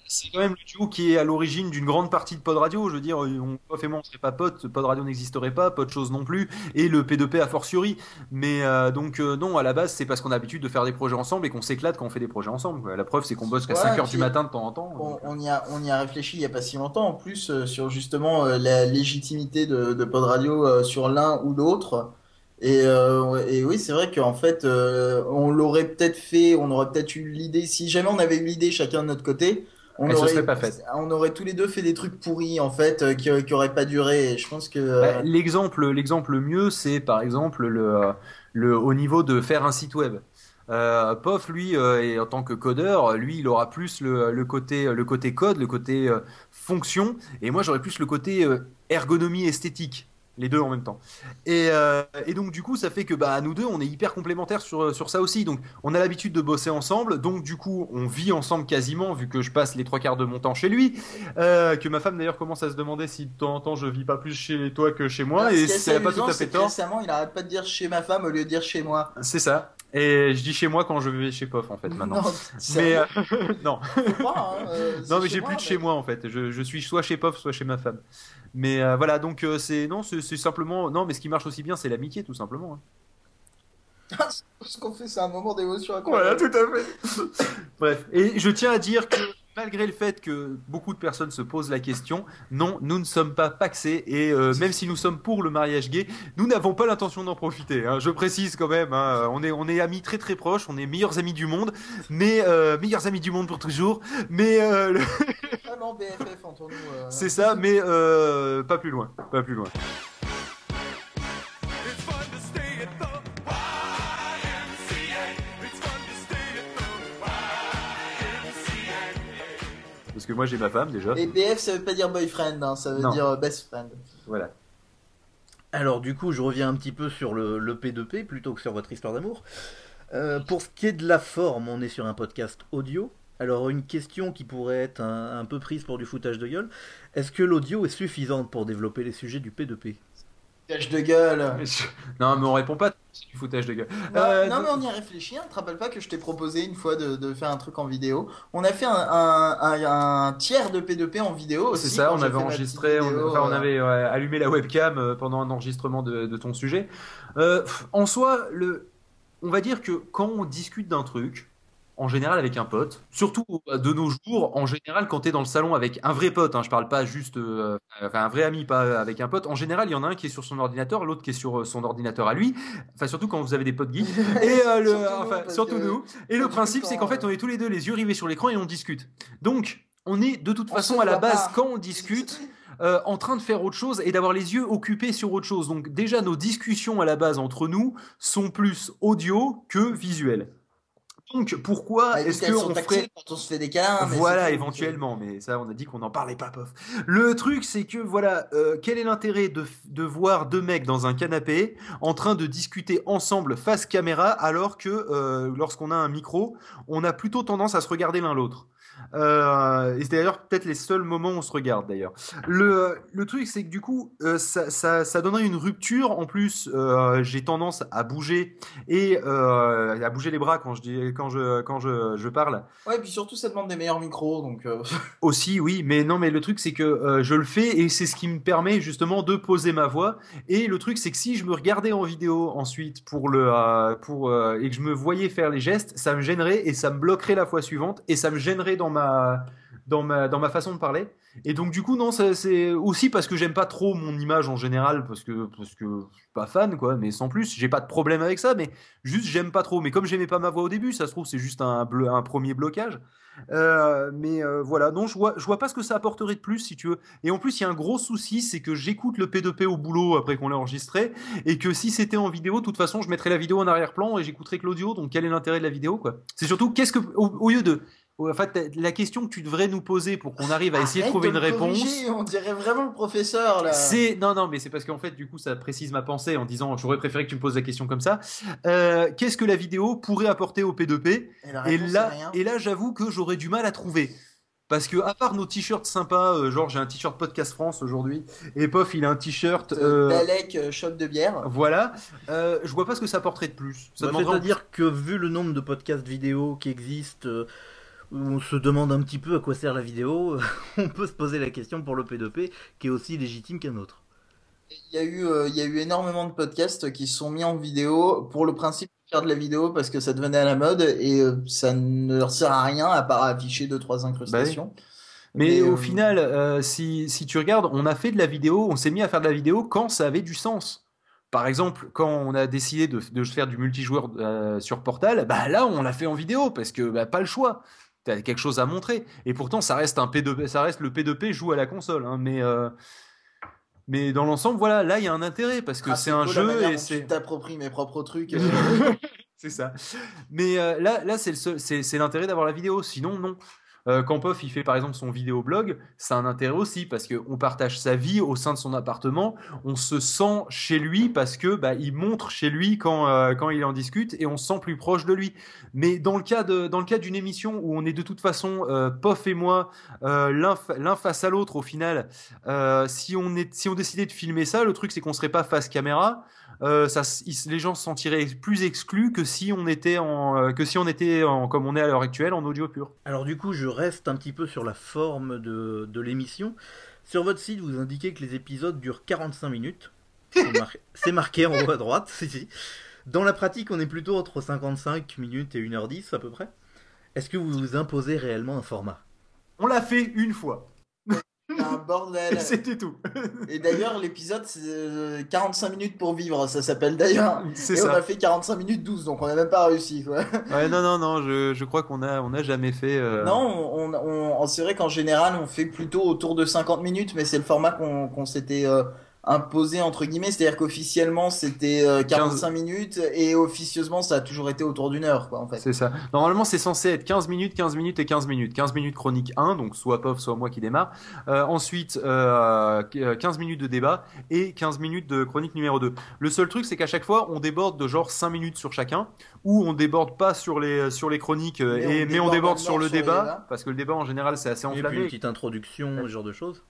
c'est quand même le duo qui est à l'origine d'une grande partie de Pod Radio. Je veux dire, on, Pof et moi, on serait pas potes, Pod Radio n'existerait pas, Pod Chose non plus, et le P deux P a fortiori. Mais euh, donc euh, non, à la base, c'est parce qu'on a l'habitude de faire des projets ensemble et qu'on s'éclate quand on fait des projets ensemble. Quoi. La preuve, c'est qu'on bosse qu'à Ouais, cinq heures puis, du matin de temps en temps. On, on y a, on y a réfléchi il y a pas si longtemps en plus euh, sur justement euh, la légitimité de, de Pod Radio euh, sur l'un ou l'autre. Et, euh, et oui, c'est vrai qu'en fait, euh, on l'aurait peut-être fait, on aurait peut-être eu l'idée, si jamais on avait eu l'idée chacun de notre côté, on Elle se aurait, serait pas faite. on aurait tous les deux fait des trucs pourris en fait, euh, qui, qui auraient pas duré. Et je pense que euh, Bah, l'exemple, l'exemple mieux, c'est par exemple le, le, au niveau de faire un site web. Euh, Pof, lui, euh, et en tant que codeur, lui, il aura plus le, le côté, le côté code, le côté euh, fonction, et moi, j'aurais plus le côté euh, ergonomie esthétique. Les deux en même temps. Et, euh, et donc du coup, ça fait que bah nous deux, on est hyper complémentaires sur sur ça aussi. Donc on a l'habitude de bosser ensemble. Donc du coup, on vit ensemble quasiment, vu que je passe les trois quarts de mon temps chez lui. Euh, que ma femme d'ailleurs commence à se demander si de temps en temps je vis pas plus chez toi que chez moi. ce Et qui est c'est assez pas tout amusant, à c'est fait que tort. récemment, il arrête pas de dire chez ma femme au lieu de dire chez moi. C'est ça. Et je dis chez moi quand je vais chez Pof en fait maintenant. Non, mais sérieux euh, non. Faut pas, hein, euh, c'est non mais chez j'ai moi, plus de mais- chez moi en fait. Je, je suis soit chez Pof, soit chez ma femme. Mais euh, voilà, donc euh, c'est non, c'est c'est simplement non, mais ce qui marche aussi bien, c'est l'amitié tout simplement. Hein. Ce qu'on fait, c'est un moment d'émotion Voilà, incroyable. tout à fait. Bref, et je tiens à dire que malgré le fait que beaucoup de personnes se posent la question, non, nous ne sommes pas paxés et euh, même si nous sommes pour le mariage gay, nous n'avons pas l'intention d'en profiter. Hein. Je précise quand même, hein, on est on est amis très très proches, on est meilleurs amis du monde, mais euh, meilleurs amis du monde pour toujours. Mais euh, le- Ah non, B F F entre nous. euh. c'est ça, mais euh, pas plus loin, pas plus loin. Parce que moi j'ai ma femme déjà. Et B F, ça veut pas dire boyfriend, hein, ça veut Non. dire euh, best friend. Voilà. Alors du coup, je reviens un petit peu sur le, le P deux P plutôt que sur votre histoire d'amour. Euh, pour ce qui est de la forme, on est sur un podcast audio. Alors une question qui pourrait être un, un peu prise pour du foutage de gueule. Est-ce que l'audio est suffisante pour développer les sujets du P deux P? Foutage de gueule. Non, mais on répond pas, c'est du foutage de gueule. Non, Euh, non, mais on y a réfléchi, hein. Tu te rappelles pas que je t'ai proposé une fois de, de faire un truc en vidéo. On a fait un, un, un, un tiers de P deux P en vidéo aussi. C'est ça, quand on j'ai avait fait ma enregistré, petite on, vidéo, enfin, on euh, avait ouais, allumé la webcam euh, pendant un enregistrement de, de ton sujet. Euh, pff, en soi, le, on va dire que quand on discute d'un truc, en général avec un pote, surtout euh, de nos jours, en général quand tu es dans le salon avec un vrai pote, hein, je parle pas juste, euh, enfin un vrai ami, pas avec un pote, en général il y en a un qui est sur son ordinateur, l'autre qui est sur euh, son ordinateur à lui, enfin surtout quand vous avez des potes geeks, et euh, le, Surtout nous, enfin parce surtout que- nous, et le du coup, principe c'est quand, qu'en fait on est tous les deux les yeux rivés sur l'écran et on discute. Donc on est de toute On façon se à la voit base pas. quand on discute euh, en train de faire autre chose et d'avoir les yeux occupés sur autre chose. Donc déjà nos discussions à la base entre nous sont plus audio que visuelles. Donc pourquoi à est-ce l'éducation qu'on tactile, ferait quand on se fait des câlins, mais voilà, c'est tout. éventuellement, mais ça, on a dit qu'on n'en parlait pas, Pof. Le truc, c'est que, voilà, euh, quel est l'intérêt de, de voir deux mecs dans un canapé en train de discuter ensemble face caméra, alors que euh, lorsqu'on a un micro, on a plutôt tendance à se regarder l'un l'autre. Euh, et c'est d'ailleurs peut-être les seuls moments où on se regarde d'ailleurs. Le, le truc c'est que du coup euh, ça, ça, ça donnerait une rupture. En plus euh, j'ai tendance à bouger et euh, à bouger les bras quand je dis quand je quand je, je parle. Ouais, et puis surtout, ça demande des meilleurs micros, donc. euh, Aussi, oui, mais non, mais le truc c'est que euh, je le fais et c'est ce qui me permet justement de poser ma voix. Et le truc c'est que si je me regardais en vidéo ensuite pour le euh, pour euh, et que je me voyais faire les gestes, ça me gênerait et ça me bloquerait la fois suivante et ça me gênerait dans ma dans ma dans ma façon de parler. Et donc du coup non, ça, c'est aussi parce que j'aime pas trop mon image en général parce que parce que je suis pas fan quoi, mais sans plus, j'ai pas de problème avec ça, mais juste j'aime pas trop. Mais comme j'aimais pas ma voix au début, ça se trouve c'est juste un bleu, un premier blocage. Euh, mais euh, voilà, non, je vois, je vois pas ce que ça apporterait de plus si tu veux. Et en plus, il y a un gros souci, c'est que j'écoute le P deux P au boulot après qu'on l'ait enregistré, et que si c'était en vidéo, de toute façon, je mettrais la vidéo en arrière-plan et j'écouterais que l'audio. Donc, quel est l'intérêt de la vidéo, quoi? C'est surtout qu'est-ce que, au, au lieu de, en fait, la question que tu devrais nous poser pour qu'on arrive à essayer de Arrête trouver de une le réponse. corriger, on dirait vraiment le professeur là. C'est non non mais c'est parce qu'en fait du coup ça précise ma pensée en disant j'aurais préféré que tu me poses la question comme ça. Euh, qu'est-ce que la vidéo pourrait apporter au P deux P? Et la Et réponse, là c'est rien. et là j'avoue que j'aurais du mal à trouver. Parce que à part nos t-shirts sympas, euh, genre j'ai un t-shirt Podcast France aujourd'hui et Pof il a un t-shirt euh, Dalek euh, shop de bière. voilà, euh, je vois pas ce que ça apporterait de plus. Ça Bah, demanderait en- C'est-à-dire que vu le nombre de podcasts vidéo qui existent, euh, on se demande un petit peu à quoi sert la vidéo, on peut se poser la question pour le P deux P, qui est aussi légitime qu'un autre. Il y a eu, euh, il y a eu énormément de podcasts qui se sont mis en vidéo pour le principe de faire de la vidéo parce que ça devenait à la mode et euh, ça ne leur sert à rien à part à afficher deux trois incrustations. Bah oui. Mais, Mais, au euh, final, euh, si, si tu regardes, on a fait de la vidéo, on s'est mis à faire de la vidéo quand ça avait du sens. Par exemple, quand on a décidé de, de faire du multijoueur euh, sur Portal, bah là, on l'a fait en vidéo parce que bah, pas le choix. T'as quelque chose à montrer. Et pourtant, ça reste un P deux P, ça reste le P deux P joue à la console, hein, mais. Euh, Mais dans l'ensemble, voilà, là, il y a un intérêt parce que ah, c'est un beau, jeu la manière et dont c'est. tu t'appropries mes propres trucs. euh. C'est ça. Mais euh, là, là, c'est le seul- c'est, c'est l'intérêt d'avoir la vidéo. Sinon, non. Euh, quand Pof, il fait par exemple son vidéoblog, c'est un intérêt aussi parce que on partage sa vie au sein de son appartement. On se sent chez lui parce que bah, il montre chez lui quand euh, quand il en discute et on se sent plus proche de lui. Mais dans le cas de dans le cas d'une émission où on est de toute façon euh, Pof et moi euh, l'un, fa- l'un face à l'autre au final, euh, si on est si on décidait de filmer ça, le truc c'est qu'on serait pas face caméra. Euh, ça, s- ils- les gens se sentiraient plus exclus que si on était en euh, que si on était en, comme on est à l'heure actuelle en audio pur. Alors du coup, je reste un petit peu sur la forme de, de l'émission. Sur votre site, vous indiquez que les épisodes durent quarante-cinq minutes. C'est, mar- c'est marqué en haut à droite. Si, si. Dans la pratique, on est plutôt entre cinquante-cinq minutes et une heure dix à peu près. Est-ce que vous vous imposez réellement un format ? On l'a fait une fois. C'est un bordel. C'était tout. Et d'ailleurs, l'épisode, c'est euh, quarante-cinq minutes pour vivre, ça s'appelle d'ailleurs. C'est Et ça. on a fait quarante-cinq minutes douze, donc on n'a même pas réussi. Quoi. Ouais, non, non, non, je, je crois qu'on a, on a jamais fait. euh, Non, on, on, on- c'est vrai qu'en général, on fait plutôt autour de cinquante minutes, mais c'est le format qu'on qu'on s'était euh, imposé, entre guillemets. C'est-à-dire qu'officiellement, c'était euh, quarante-cinq minutes, et officieusement, ça a toujours été autour d'une heure, quoi, en fait. C'est ça. Normalement, c'est censé être quinze minutes, quinze minutes et quinze minutes. quinze minutes chronique un, donc soit Pof, soit moi qui démarre. Euh, ensuite, euh, quinze minutes de débat et quinze minutes de chronique numéro deux. Le seul truc, c'est qu'à chaque fois, on déborde de genre cinq minutes sur chacun, ou on déborde pas sur les, sur les chroniques, euh, Mais et, on mais on déborde déborde d'abord sur le sur les débat, débats. parce que le débat, en général, c'est assez Et puis une enflammé. petite introduction, ce genre de choses.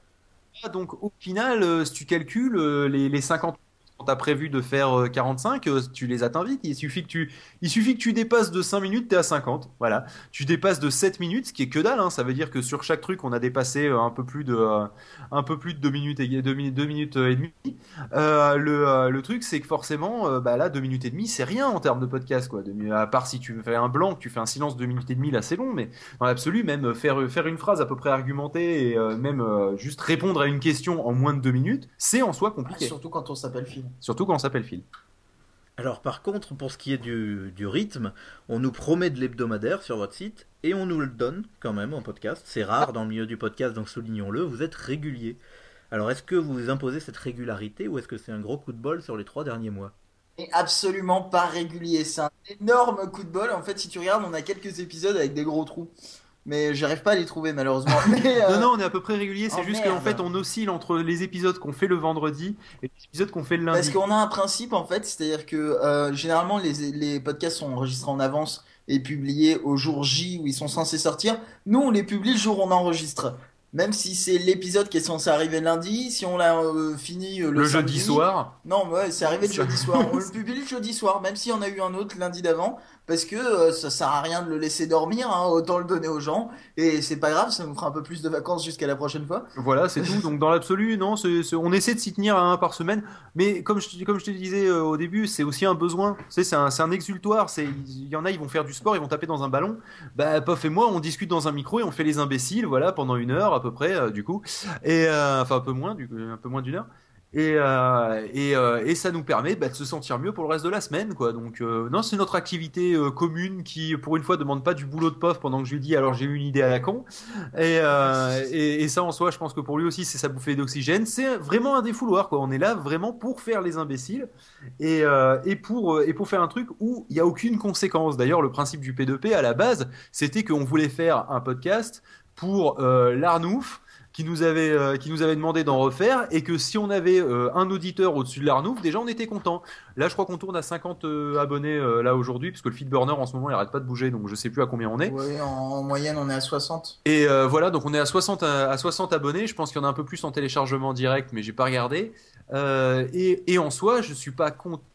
Ah, donc au final, euh, si tu calcules euh, les, les cinquante quand t'as prévu de faire euh, quarante-cinq, euh, tu les atteins vite. Il suffit que tu, il suffit que tu dépasses de cinq minutes, t'es à cinquante. Voilà. Tu dépasses de sept minutes, ce qui est que dalle, hein. Ça veut dire que sur chaque truc, on a dépassé euh, un peu plus de, euh, un peu plus de deux minutes et deux minutes, deux minutes et demie. Euh, le, euh, le truc, c'est que forcément, euh, bah là, deux minutes et demie, c'est rien en termes de podcast, quoi. De- à part si tu fais un blanc, que tu fais un silence de deux minutes et demie, là, c'est long, mais dans l'absolu, même euh, faire, faire une phrase à peu près argumentée et euh, même euh, juste répondre à une question en moins de deux minutes, c'est en soi compliqué. Surtout quand on s'appelle Phil. Surtout quand on s'appelle Phil. Alors par contre, pour ce qui est du, du rythme, on nous promet de l'hebdomadaire sur votre site et on nous le donne quand même en podcast. C'est rare dans le milieu du podcast, donc soulignons-le, vous êtes régulier. Alors est-ce que vous imposez cette régularité ou est-ce que c'est un gros coup de bol sur les trois derniers mois ? Et absolument pas régulier. C'est un énorme coup de bol. En fait, si tu regardes, on a quelques épisodes avec des gros trous. Mais j'arrive pas à les trouver, malheureusement. Mais, euh, Non, non, on est à peu près régulier, c'est oh, juste merde. qu'en fait on oscille entre les épisodes qu'on fait le vendredi et les épisodes qu'on fait le lundi. Parce qu'on a un principe, en fait, c'est-à-dire que euh, généralement, les, les podcasts sont enregistrés en avance et publiés au jour J où ils sont censés sortir. Nous, on les publie le jour où on enregistre. Même si c'est l'épisode qui est censé arriver lundi, si on l'a euh, fini euh, le, Le samedi- jeudi soir. Non, ouais, c'est arrivé le jeudi soir. On le publie le jeudi soir, même s'il y en a eu un autre lundi d'avant, parce que euh, ça sert à rien de le laisser dormir, hein, autant le donner aux gens. Et c'est pas grave, ça nous fera un peu plus de vacances jusqu'à la prochaine fois. Voilà, c'est tout. Donc dans l'absolu, non, c'est, c'est- on essaie de s'y tenir à un par semaine. Mais comme je, comme je te disais euh, au début, c'est aussi un besoin. Tu sais, c'est un, c'est un exutoire. C'est, il y en a, ils vont faire du sport, ils vont taper dans un ballon. Bah, Pof et moi, on discute dans un micro et on fait les imbéciles, voilà, pendant une heure à peu près, euh, du coup. Et euh, enfin un peu moins, du coup, un peu moins d'une heure. Et, euh, et, euh, et ça nous permet bah, de se sentir mieux pour le reste de la semaine, quoi. Donc euh, non, c'est notre activité euh, commune qui, pour une fois, demande pas du boulot de Pof pendant que je lui dis alors j'ai eu une idée à la con. Et, euh, et, et ça en soi, je pense que pour lui aussi, c'est sa bouffée d'oxygène. C'est vraiment un défouloir, quoi. On est là vraiment pour faire les imbéciles et, euh, et pour et pour faire un truc où il y a aucune conséquence. D'ailleurs, le principe du P deux P à la base, c'était qu'on voulait faire un podcast pour euh, l'Arnouf, qui nous avait euh, qui nous avait demandé d'en refaire et que si on avait euh, un auditeur au-dessus de l'Arnouf, déjà on était content. Là, je crois qu'on tourne à cinquante euh, abonnés euh, là aujourd'hui parce que le feedburner en ce moment il arrête pas de bouger, donc je sais plus à combien on est. Ouais, en, en moyenne, on est à soixante. Et euh, voilà, donc on est à soixante à, à soixante abonnés. Je pense qu'il y en a un peu plus en téléchargement direct, mais j'ai pas regardé. Euh, et, et en soi, je suis pas contre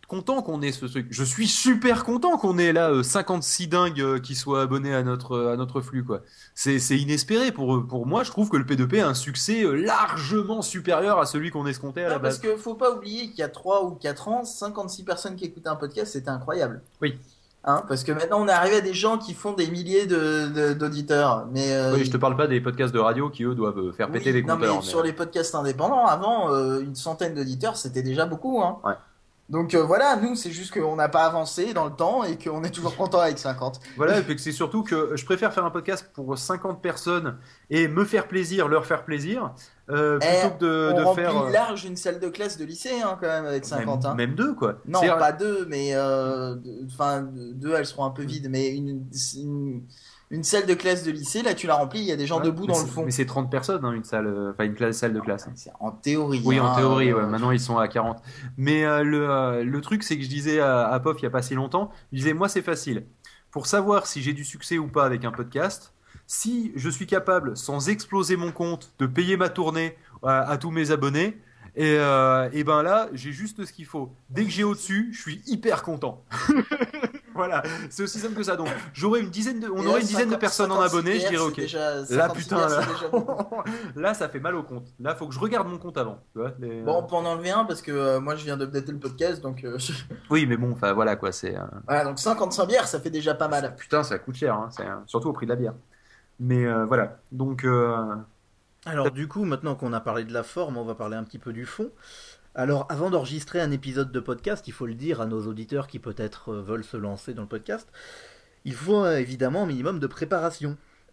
content qu'on ait ce truc. Je suis super content qu'on ait là euh, cinquante-six dingues euh, qui soient abonnés à notre à notre flux quoi. C'est c'est inespéré pour pour moi. Je trouve que le P deux P a un succès euh, largement supérieur à celui qu'on escomptait à Non, la base. parce que faut pas oublier qu'il y a trois ou quatre ans, cinquante-six personnes qui écoutaient un podcast, c'était incroyable. Oui. Hein, parce que maintenant on est arrivé à des gens qui font des milliers de, de- d'auditeurs. Mais euh, Oui, je te parle pas des podcasts de radio qui eux doivent faire péter oui, les non, compteurs. mais sur les podcasts indépendants, avant, euh, une centaine d'auditeurs, c'était déjà beaucoup. Hein. Ouais. Donc euh, voilà, nous, c'est juste qu'on n'a pas avancé dans le temps et qu'on est toujours content avec cinquante. Voilà, et puis que c'est surtout que je préfère faire un podcast pour cinquante personnes et me faire plaisir, leur faire plaisir, euh, plutôt Eh, que de, on de remplit faire. euh, large une salle de classe de lycée, hein, quand même, avec cinquante. Même, hein. même deux, quoi. Non, C'est- pas deux, mais euh, deux- enfin deux, elles seront un peu vides, mais une, une, une salle de classe de lycée, là, tu la remplis, il y a des gens Ouais, debout mais dans le c'est- fond. Mais c'est trente personnes, hein, une salle, euh, enfin une classe, salle de classe. C'est en théorie. Oui, en hein, théorie, euh, ouais. Maintenant ils sont à quarante. Mais euh, le, euh, le truc, c'est que je disais à, à Pof il y a pas si longtemps, je disais, moi c'est facile. Pour savoir si j'ai du succès ou pas avec un podcast, si je suis capable, sans exploser mon compte, de payer ma tournée à, à tous mes abonnés, et, euh, et ben là, j'ai juste ce qu'il faut. Dès que j'ai au-dessus, je suis hyper content. Voilà, c'est aussi simple que ça. Donc, j'aurais une dizaine de, on Et aurait là, une dizaine de cinquante- personnes en abonnés, je cinquante-six dirais ok. c'est déjà- Là, cinquante-six putain, là, c'est déjà beaucoup. là, ça fait mal au compte. Là, faut que je regarde mon compte avant. Tu vois, les- Bon, on peut en enlever un parce que euh, moi je viens d'updater le podcast, donc euh, je- Oui, mais bon, enfin voilà quoi, c'est. euh, voilà, donc cinquante-cinq bières, ça fait déjà pas mal. Putain, ça coûte cher, hein, c'est, euh, surtout au prix de la bière. Mais euh, voilà, donc. euh, Alors du coup, maintenant qu'on a parlé de la forme, on va parler un petit peu du fond. Alors avant d'enregistrer un épisode de podcast, il faut le dire à nos auditeurs qui peut-être euh, veulent se lancer dans le podcast, il faut euh, évidemment un minimum de préparation.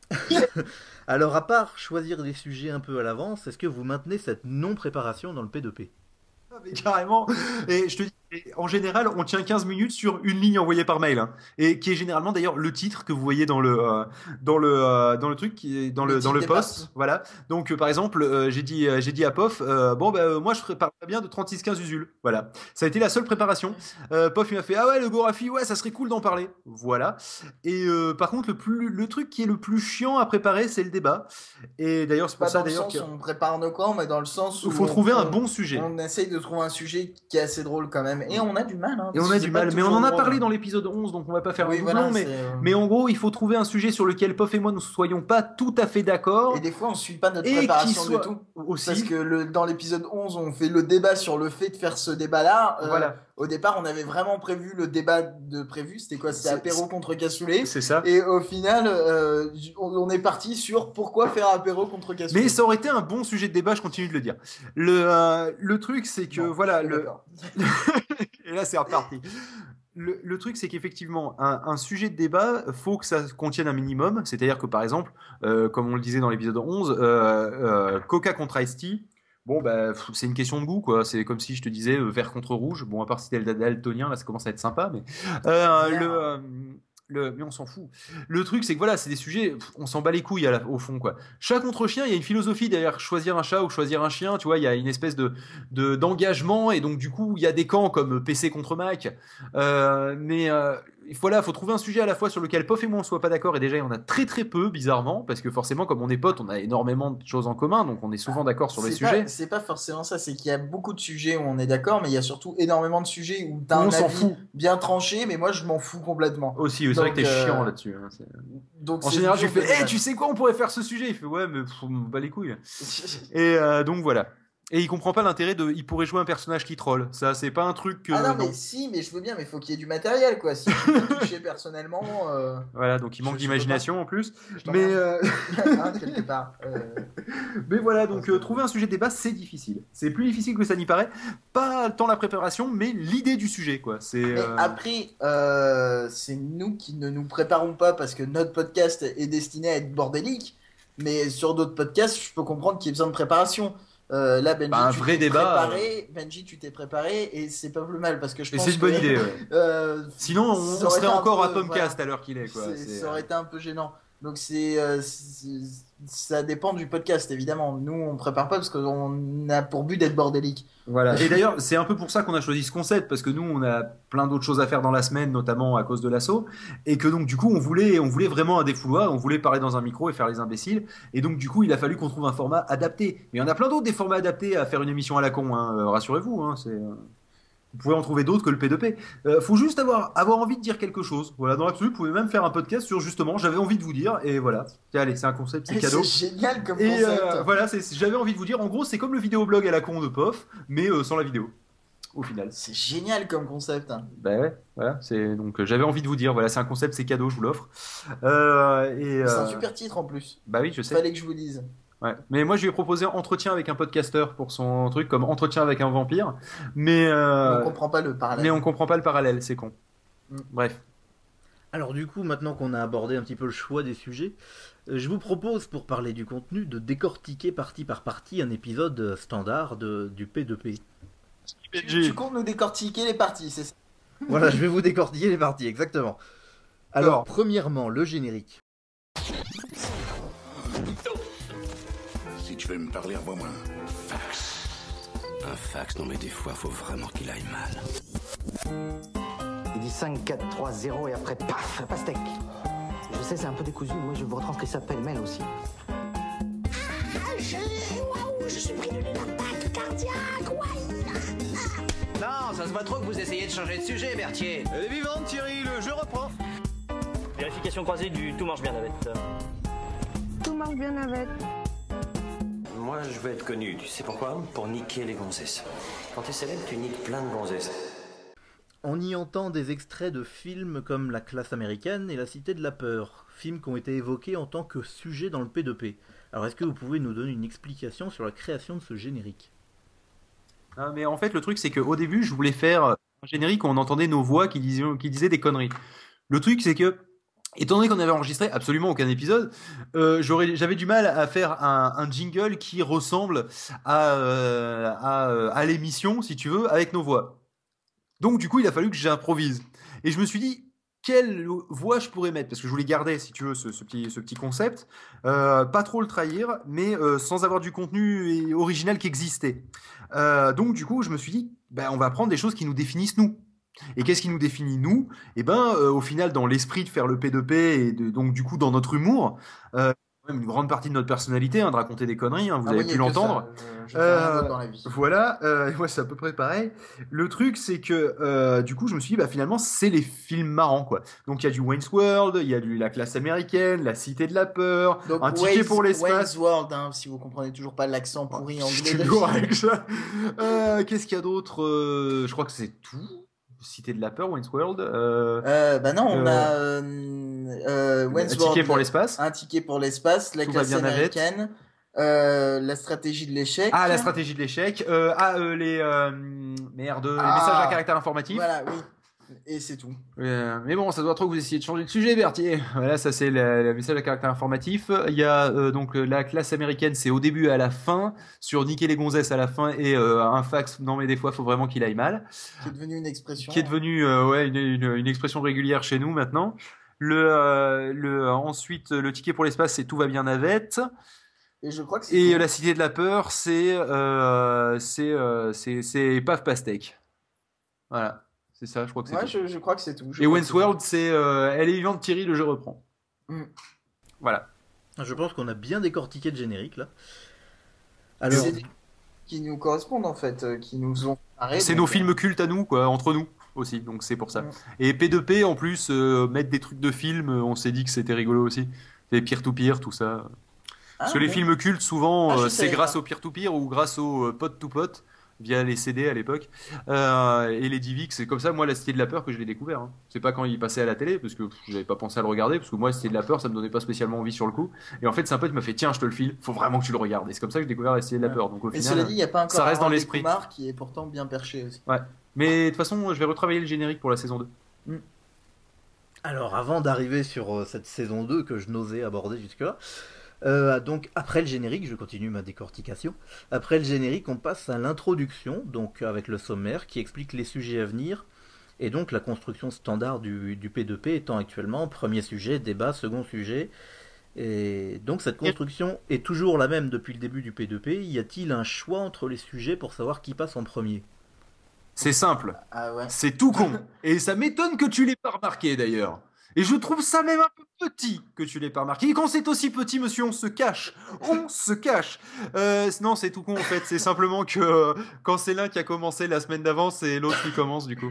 Alors à part choisir des sujets un peu à l'avance, est-ce que vous maintenez cette non-préparation dans le P deux P ? Mais carrément. Et je te dis, et en général, on tient quinze minutes sur une ligne envoyée par mail, hein, et qui est généralement d'ailleurs le titre que vous voyez dans le euh, dans le euh, dans le truc qui est dans le, Le dans titre le des post. passes. Voilà. Donc euh, par exemple, euh, j'ai dit euh, j'ai dit à Pof, euh, bon bah euh, moi je ferais pas bien de trente-six quinze Usul. Voilà. Ça a été la seule préparation. Euh, Pof il m'a fait ah ouais le Gorafi, ouais ça serait cool d'en parler. Voilà. Et euh, par contre le plus le truc qui est le plus chiant à préparer, c'est le débat. Et d'ailleurs c'est pour Pas ça dans le d'ailleurs sens que où on prépare nos camps, mais dans le sens où il faut on- trouver un on- bon sujet. On essaye de trouver un sujet qui est assez drôle quand même, et on a du mal. Hein, Et parce on a que du c'est pas mal, mais on toujours en a drôle. parlé dans l'épisode onze, donc on va pas faire Oui, un voilà, doublon, mais, c'est, euh, mais en gros, il faut trouver un sujet sur lequel Pof et moi ne soyons pas tout à fait d'accord. Et des fois, on suit pas notre Et qui préparation soit du tout. aussi. Parce que le, dans l'épisode onze, on fait le débat sur le fait de faire ce débat-là. Euh, Voilà. Au départ, on avait vraiment prévu le débat de prévu. C'était quoi? C'était C'est- apéro contre cassoulet. C'est ça. Et au final, euh, on, on est parti sur pourquoi faire apéro contre cassoulet. Mais ça aurait été un bon sujet de débat, je continue de le dire. Le, euh, le truc, c'est que, Non, voilà, je suis le... d'accord. et là, c'est reparti. Le, le truc, c'est qu'effectivement, un, un sujet de débat, faut que ça contienne un minimum. C'est-à-dire que, par exemple, euh, comme on le disait dans l'épisode onze, euh, euh, Coca contre Ice Tea, bon, bah, pff, c'est une question de goût, quoi. C'est comme si je te disais euh, vert contre rouge. Bon, à part si t'es le daltonien, là, ça commence à être sympa, mais euh, le, euh, le, mais on s'en fout. Le truc, c'est que voilà, c'est des sujets, pff, on s'en bat les couilles à la- au fond, quoi. Chat contre chien, il y a une philosophie derrière choisir un chat ou choisir un chien, tu vois, il y a une espèce de, de d'engagement, et donc du coup, il y a des camps comme P C contre Mac. Euh, mais euh, voilà, faut trouver un sujet à la fois sur lequel Pof et moi on soit pas d'accord, et déjà il y en a très très peu, bizarrement, parce que forcément, comme on est potes, on a énormément de choses en commun, donc on est souvent d'accord sur les C'est pas- sujets. C'est pas forcément ça, c'est qu'il y a beaucoup de sujets où on est d'accord, mais il y a surtout énormément de sujets où t'as Où on un s'en avis fout. bien tranché, mais moi je m'en fous complètement. Aussi, c'est vrai que Donc, t'es euh, chiant là-dessus. hein, c'est- Donc En c'est général, je lui toujours fais, hé, dommage. tu sais quoi, on pourrait faire ce sujet. Il fait, ouais, mais pff, on me bat les couilles. Et euh, donc voilà. Et il comprend pas l'intérêt de. Il pourrait jouer un personnage qui troll. Ça, c'est pas un truc que. Ah non, non. mais si, mais je veux bien, mais faut qu'il y ait du matériel, quoi. Si tu peux toucher personnellement. euh, Voilà, donc il manque Je- je d'imagination en plus. je t'en Mais, remercie. euh, hein, quelque part. Euh, mais voilà, donc euh, trouver un sujet de débat, c'est difficile. C'est plus difficile que ça n'y paraît. Pas tant la préparation, mais l'idée du sujet, quoi. C'est. Mais euh, après, euh, c'est nous qui ne nous préparons pas parce que notre podcast est destiné à être bordélique. Mais sur d'autres podcasts, je peux comprendre qu'il y ait besoin de préparation. Euh, là, Benji, Bah, un tu vrai t'es débat, préparé. Benji, tu t'es préparé et c'est pas plus mal parce que je Et pense c'est une bonne que, idée, ouais. euh, Sinon, on, ça on aurait serait été un encore peu- à Pomcast voilà. à l'heure qu'il est, quoi. C'est- C'est, ça euh, aurait été un peu gênant. Donc c'est, euh, c'est- ça dépend du podcast évidemment. Nous on prépare pas parce qu'on a pour but d'être bordélique. Voilà. Et d'ailleurs, c'est un peu pour ça qu'on a choisi ce concept, parce que nous, on a plein d'autres choses à faire dans la semaine, notamment à cause de l'assaut, et que donc du coup, on voulait, on voulait vraiment un défouloir, on voulait parler dans un micro et faire les imbéciles, et donc du coup, il a fallu qu'on trouve un format adapté. Mais il y en a plein d'autres des formats adaptés à faire une émission à la con, hein, euh, rassurez-vous. Hein, c'est. euh, Vous pouvez en trouver d'autres que le P deux P. Euh, faut juste avoir, avoir envie de dire quelque chose. Voilà, dans l'absolu, vous pouvez même faire un podcast sur justement, j'avais envie de vous dire, et voilà. Tiens, allez, c'est un concept, c'est cadeau. C'est génial comme et, concept. Euh, voilà, c'est, j'avais envie de vous dire, en gros, c'est comme le vidéoblog à la con de P O F, mais euh, sans la vidéo. Au final. C'est génial comme concept. Hein. Bah ouais, voilà. C'est donc euh, j'avais envie de vous dire, voilà, c'est un concept, c'est cadeau, je vous l'offre. Euh, et, euh... C'est un super titre en plus. Bah oui, je sais. Fallait que je vous dise. Ouais. Mais moi, je lui ai proposé entretien avec un podcasteur pour son truc, comme entretien avec un vampire. Mais, euh... mais on comprend pas le parallèle. Mais on comprend pas le parallèle, c'est con. Mm. Bref. Alors du coup, maintenant qu'on a abordé un petit peu le choix des sujets, euh, je vous propose, pour parler du contenu, de décortiquer partie par partie un épisode standard de, du P deux P. Tu, tu comptes nous décortiquer les parties, c'est ça? Voilà, je vais vous décortiquer les parties, exactement. Alors, Alors premièrement, le générique. Si tu veux me parler, envoie-moi un fax. Un fax, non mais des fois, faut vraiment qu'il aille mal. Il dit cinq, quatre, trois, zéro et après, paf, pastèque. Je sais, c'est un peu décousu, moi je vous retranscris ça pêle-mêle aussi. Ah, je... Waouh, je suis pris d'une attaque cardiaque, ouais. Non, ça se voit trop que vous essayez de changer de sujet, Berthier. Elle est vivante, Thierry, le jeu reprend. Vérification croisée du tout marche bien, Navette. Tout marche bien, Navette. Moi, je veux être connu, tu sais pourquoi? Pour niquer les gonzesses. Quand t'es célèbre, tu niques plein de gonzesses. On y entend des extraits de films comme La Classe américaine et La Cité de la Peur, films qui ont été évoqués en tant que sujet dans le P deux P. Alors est-ce que vous pouvez nous donner une explication sur la création de ce générique? Ah, mais en fait, le truc, c'est qu'au début, je voulais faire un générique où on entendait nos voix qui disaient, qui disaient des conneries. Le truc, c'est que, étant donné qu'on avait enregistré absolument aucun épisode, euh, j'aurais, j'avais du mal à faire un, un jingle qui ressemble à, euh, à, à l'émission, si tu veux, avec nos voix. Donc, du coup, il a fallu que j'improvise. Et je me suis dit, quelle voix je pourrais mettre? Parce que je voulais garder, si tu veux, ce, ce, petit, ce petit concept, euh, pas trop le trahir, mais euh, sans avoir du contenu original qui existait. Euh, donc, du coup, je me suis dit, ben, on va prendre des choses qui nous définissent nous. Et qu'est-ce qui nous définit nous? Et ben, euh, au final, dans l'esprit de faire le P deux P et de, donc du coup dans notre humour, euh, même une grande partie de notre personnalité, hein, de raconter des conneries. Hein, vous ah avez oui, pu l'entendre. Ça, je, je euh, dans la vie. Voilà, euh, ouais, c'est à peu près pareil. Le truc, c'est que euh, du coup, je me suis dit, bah finalement, c'est les films marrants, quoi. Donc il y a du Wayne's World, il y a du La Classe américaine, La Cité de la Peur, donc, Un ticket Wayne's, pour l'espace. Wayne's World, hein, si vous comprenez toujours pas l'accent pourri oh, anglais. Toujours avec ça. Euh, qu'est-ce qu'il y a d'autre? euh, Je crois que c'est tout. Cité de la Peur, Wayne's World. Euh, euh, bah non, on euh, a euh, euh, Wayne's un World, ticket pour l'espace. Un ticket pour l'espace, La Classe américaine, euh, La stratégie de l'échec. Ah, La stratégie de l'échec. Euh, ah, euh, les euh, merde, ah, les messages à caractère informatif. Voilà, oui. Et c'est tout. Euh, mais bon, ça doit trop que vous essayez de changer de sujet, Berthier. Voilà, ça c'est le message à caractère informatif. Il y a euh, donc La Classe américaine, c'est au début et à la fin, sur niquer les gonzesses à la fin et euh, un fax. Non mais des fois, faut vraiment qu'il aille mal. Qui est devenu une expression. Qui est devenu euh, ouais une, une, une expression régulière chez nous maintenant. Le euh, le ensuite le ticket pour l'espace, c'est Tout va bien Navette. Et je crois que c'est. Et tout. La Cité de la Peur, c'est euh, c'est euh, c'est c'est Paf Pastèque. Voilà. C'est ça, je crois que c'est ouais, tout. Je, je crois que c'est tout. Je et Wayne's World, c'est euh, Elle est vivante, Thierry, le jeu reprend. Mm. Voilà. Je pense qu'on a bien décortiqué le générique, là. Alors... C'est des qui nous correspondent, en fait, euh, qui nous ont parlé. C'est donc... nos films cultes à nous, quoi, entre nous aussi, donc c'est pour ça. Mm. Et P deux P, en plus, euh, mettre des trucs de films, on s'est dit que c'était rigolo aussi. Les peer-to-peer, tout ça. Ah, Parce que ouais. les films cultes, souvent, ah, euh, c'est grâce pas. au peer-to-peer ou grâce au pote-to-pote. Via les C D à l'époque euh, et les D V X, c'est comme ça moi La Cité de la Peur que je l'ai découvert hein. C'est pas quand il passait à la télé parce que pff, j'avais pas pensé à le regarder parce que moi La Cité de la Peur ça me donnait pas spécialement envie sur le coup et en fait c'est un pote qui m'a fait tiens je te le file faut vraiment que tu le regardes et c'est comme ça que j'ai découvert La Cité de la Peur donc au et final cela dit il y a pas encore ça reste dans l'esprit qui est pourtant bien perché aussi ouais mais de toute façon je vais retravailler le générique pour la saison deux. mm. Alors avant d'arriver sur euh, cette saison deux que je n'osais aborder jusque là Euh, donc après le générique, je continue ma décortication. Après le générique, on passe à l'introduction, donc avec le sommaire qui explique les sujets à venir, et donc la construction standard du, du P deux P étant actuellement premier sujet, débat, second sujet. Et donc cette construction est toujours la même depuis le début du P deux P. Y a-t-il un choix entre les sujets pour savoir qui passe en premier? C'est simple. Ah ouais. C'est tout con. Et ça m'étonne que tu l'aies pas remarqué d'ailleurs. Et je trouve ça même un peu petit que tu l'aies pas remarqué. Et quand c'est aussi petit, monsieur, on se cache. On se cache. Euh, non, c'est tout con en fait. C'est simplement que euh, quand c'est l'un qui a commencé la semaine d'avant, c'est l'autre qui commence du coup.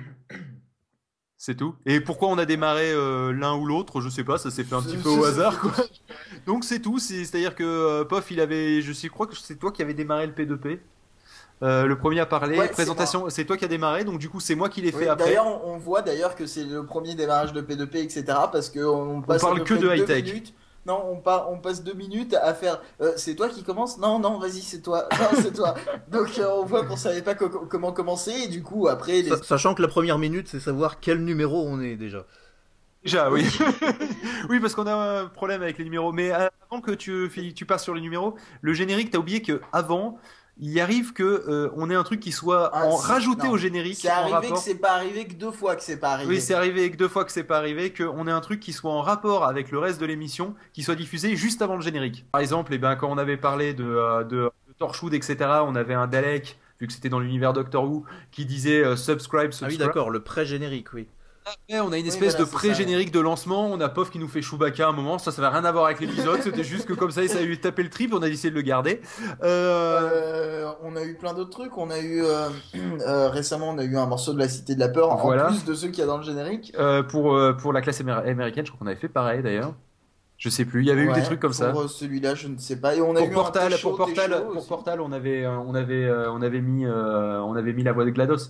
C'est tout. Et pourquoi on a démarré euh, l'un ou l'autre, je sais pas, ça s'est fait un petit peu au hasard quoi. Donc c'est tout. C'est, c'est-à-dire que euh, Pof, il avait, je sais, crois que c'est toi qui avais démarré le P deux P. Euh, le premier à parler, Ouais, présentation, c'est c'est toi qui as démarré, donc du coup c'est moi qui l'ai Oui, fait après. d'ailleurs, on, on voit d'ailleurs que c'est le premier démarrage de P deux P, et cetera. Parce qu'on passe parle à peu que près de deux high-tech. minutes. Non, on, par- on passe deux minutes à faire. euh, c'est toi qui commence? Non, non, vas-y, c'est toi. Non, c'est toi. Donc euh, on voit qu'on savait pas co- comment commencer et du coup après. Les... Sa- Sachant que la première minute, c'est savoir quel numéro on est déjà. Déjà, oui. Oui, parce qu'on a un problème avec les numéros. Mais avant que tu, tu passes sur les numéros, le générique, t'as oublié que avant, il arrive que euh, on ait un truc qui soit Ah, en c'est- rajouté non. au générique. C'est en arrivé rapport... que c'est pas arrivé que deux fois que c'est pas arrivé. Oui, c'est arrivé que deux fois que c'est pas arrivé, qu'on ait un truc qui soit en rapport avec le reste de l'émission, qui soit diffusé juste avant le générique. Par exemple, eh ben, quand on avait parlé de, euh, de, de Torchwood, et cetera, on avait un Dalek, vu que c'était dans l'univers Doctor Who, qui disait euh, subscribe, subscribe. Ah oui, d'accord, le pré-générique, oui. Ouais, on a une Oui, espèce voilà, de c'est pré-générique de lancement, on a Pof qui nous fait Chewbacca à un moment, ça ça avait rien à voir avec l'épisode, c'était juste que comme ça ça a eu tapé le trip, on a décidé de le garder. Euh... Euh, on a eu plein d'autres trucs. On a eu euh, euh, récemment, on a eu un morceau de la Cité de la Peur Voilà. en plus de ceux qu'il y a dans le générique. euh, pour, euh, pour la classe améri- américaine, je crois qu'on avait fait pareil d'ailleurs. Je sais plus, il y avait eu Ouais, des trucs comme pour ça. euh, celui-là, je ne sais pas. Et on a Pour eu Portal, un T-Show, pour Portal, T-Show pour aussi. Portal, on avait, euh, on avait, euh, on avait mis, euh, on avait mis la voix de GLaDOS.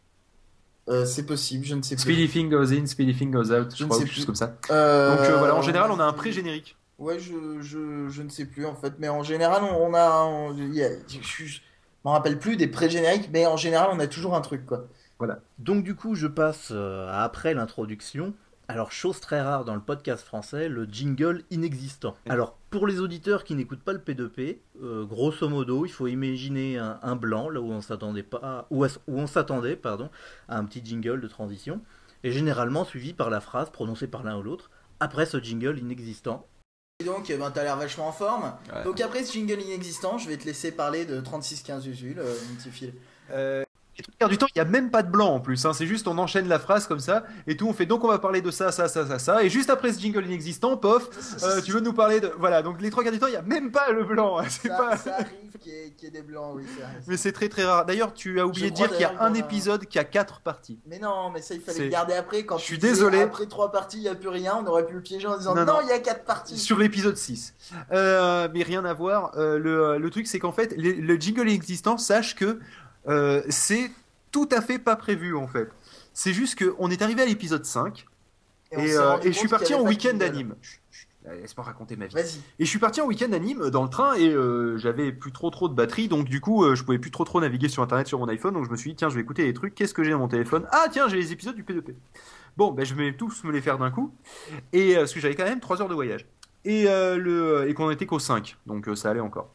Euh, c'est possible, je ne sais plus. Speedy Thing goes in, Speedy Thing goes out, je, Je ne crois, sais ou quelque chose plus. comme ça. Euh, Donc euh, voilà, en général, on a un pré-générique. Ouais, je, je, je ne sais plus en fait, mais en général, on, on a, on- il y a- je, je, je m'en rappelle plus des pré-génériques, mais en général, on a toujours un truc quoi. Voilà. Donc du coup, je passe euh, à après l'introduction. Alors, chose très rare dans le podcast français, le jingle inexistant. Alors, pour les auditeurs qui n'écoutent pas le P deux P, euh, grosso modo, il faut imaginer un, un blanc, là où on s'attendait pas, où, où on s'attendait, pardon, à un petit jingle de transition, et généralement suivi par la phrase prononcée par l'un ou l'autre, après ce jingle inexistant. Et donc, eh ben, t'as l'air vachement en forme. Ouais. Donc après ce jingle inexistant, je vais te laisser parler de trente-six quinze Usul, euh, mon petit fil. Euh, et tout le quart du temps, il n'y a même pas de blanc en plus. Hein. C'est juste on enchaîne la phrase comme ça et tout. On fait donc on va parler de ça, ça, ça, ça, ça. Et juste après ce jingle inexistant, pof, euh, tu veux nous parler de. Voilà, donc les trois quarts du temps, il n'y a même pas le blanc. Hein. C'est Ça, pas... ça arrive qu'il y, ait- qu'il y ait des blancs, oui, c'est vrai. Mais c'est très très rare. D'ailleurs, tu as oublié Je de dire crois qu'il y a d'ailleurs un qu'on a- épisode qui a quatre parties. Mais non, mais ça il fallait C'est- le garder après. Quand Je tu suis disais, désolé. Après trois parties, il n'y a plus rien. On aurait pu le piéger en disant Non, non, non. il y a quatre parties. Sur l'épisode six. Euh, mais rien à voir. Euh, le, le truc, c'est qu'en fait, le, le jingle existant, sache que euh, c'est tout à fait pas prévu en fait. C'est juste qu'on est arrivé à l'épisode cinq Et on et, s'est euh, rendu et je suis compte parti qu'il y en avait pas de week-end jingle. d'anime. Chut, chut, laisse-moi raconter ma vie. Vas-y. Et je suis parti en week-end d'anime dans le train et euh, j'avais plus trop trop de batterie, donc du coup euh, je pouvais plus trop trop naviguer sur internet sur mon iPhone, donc je me suis dit tiens je vais écouter les trucs, qu'est-ce que j'ai dans mon téléphone? Ah tiens j'ai les épisodes du P deux P. Bon ben je vais tous me les faire d'un coup, et euh, parce que j'avais quand même trois heures de voyage. Et, euh, le, et qu'on était qu'au cinq, donc euh, ça allait encore.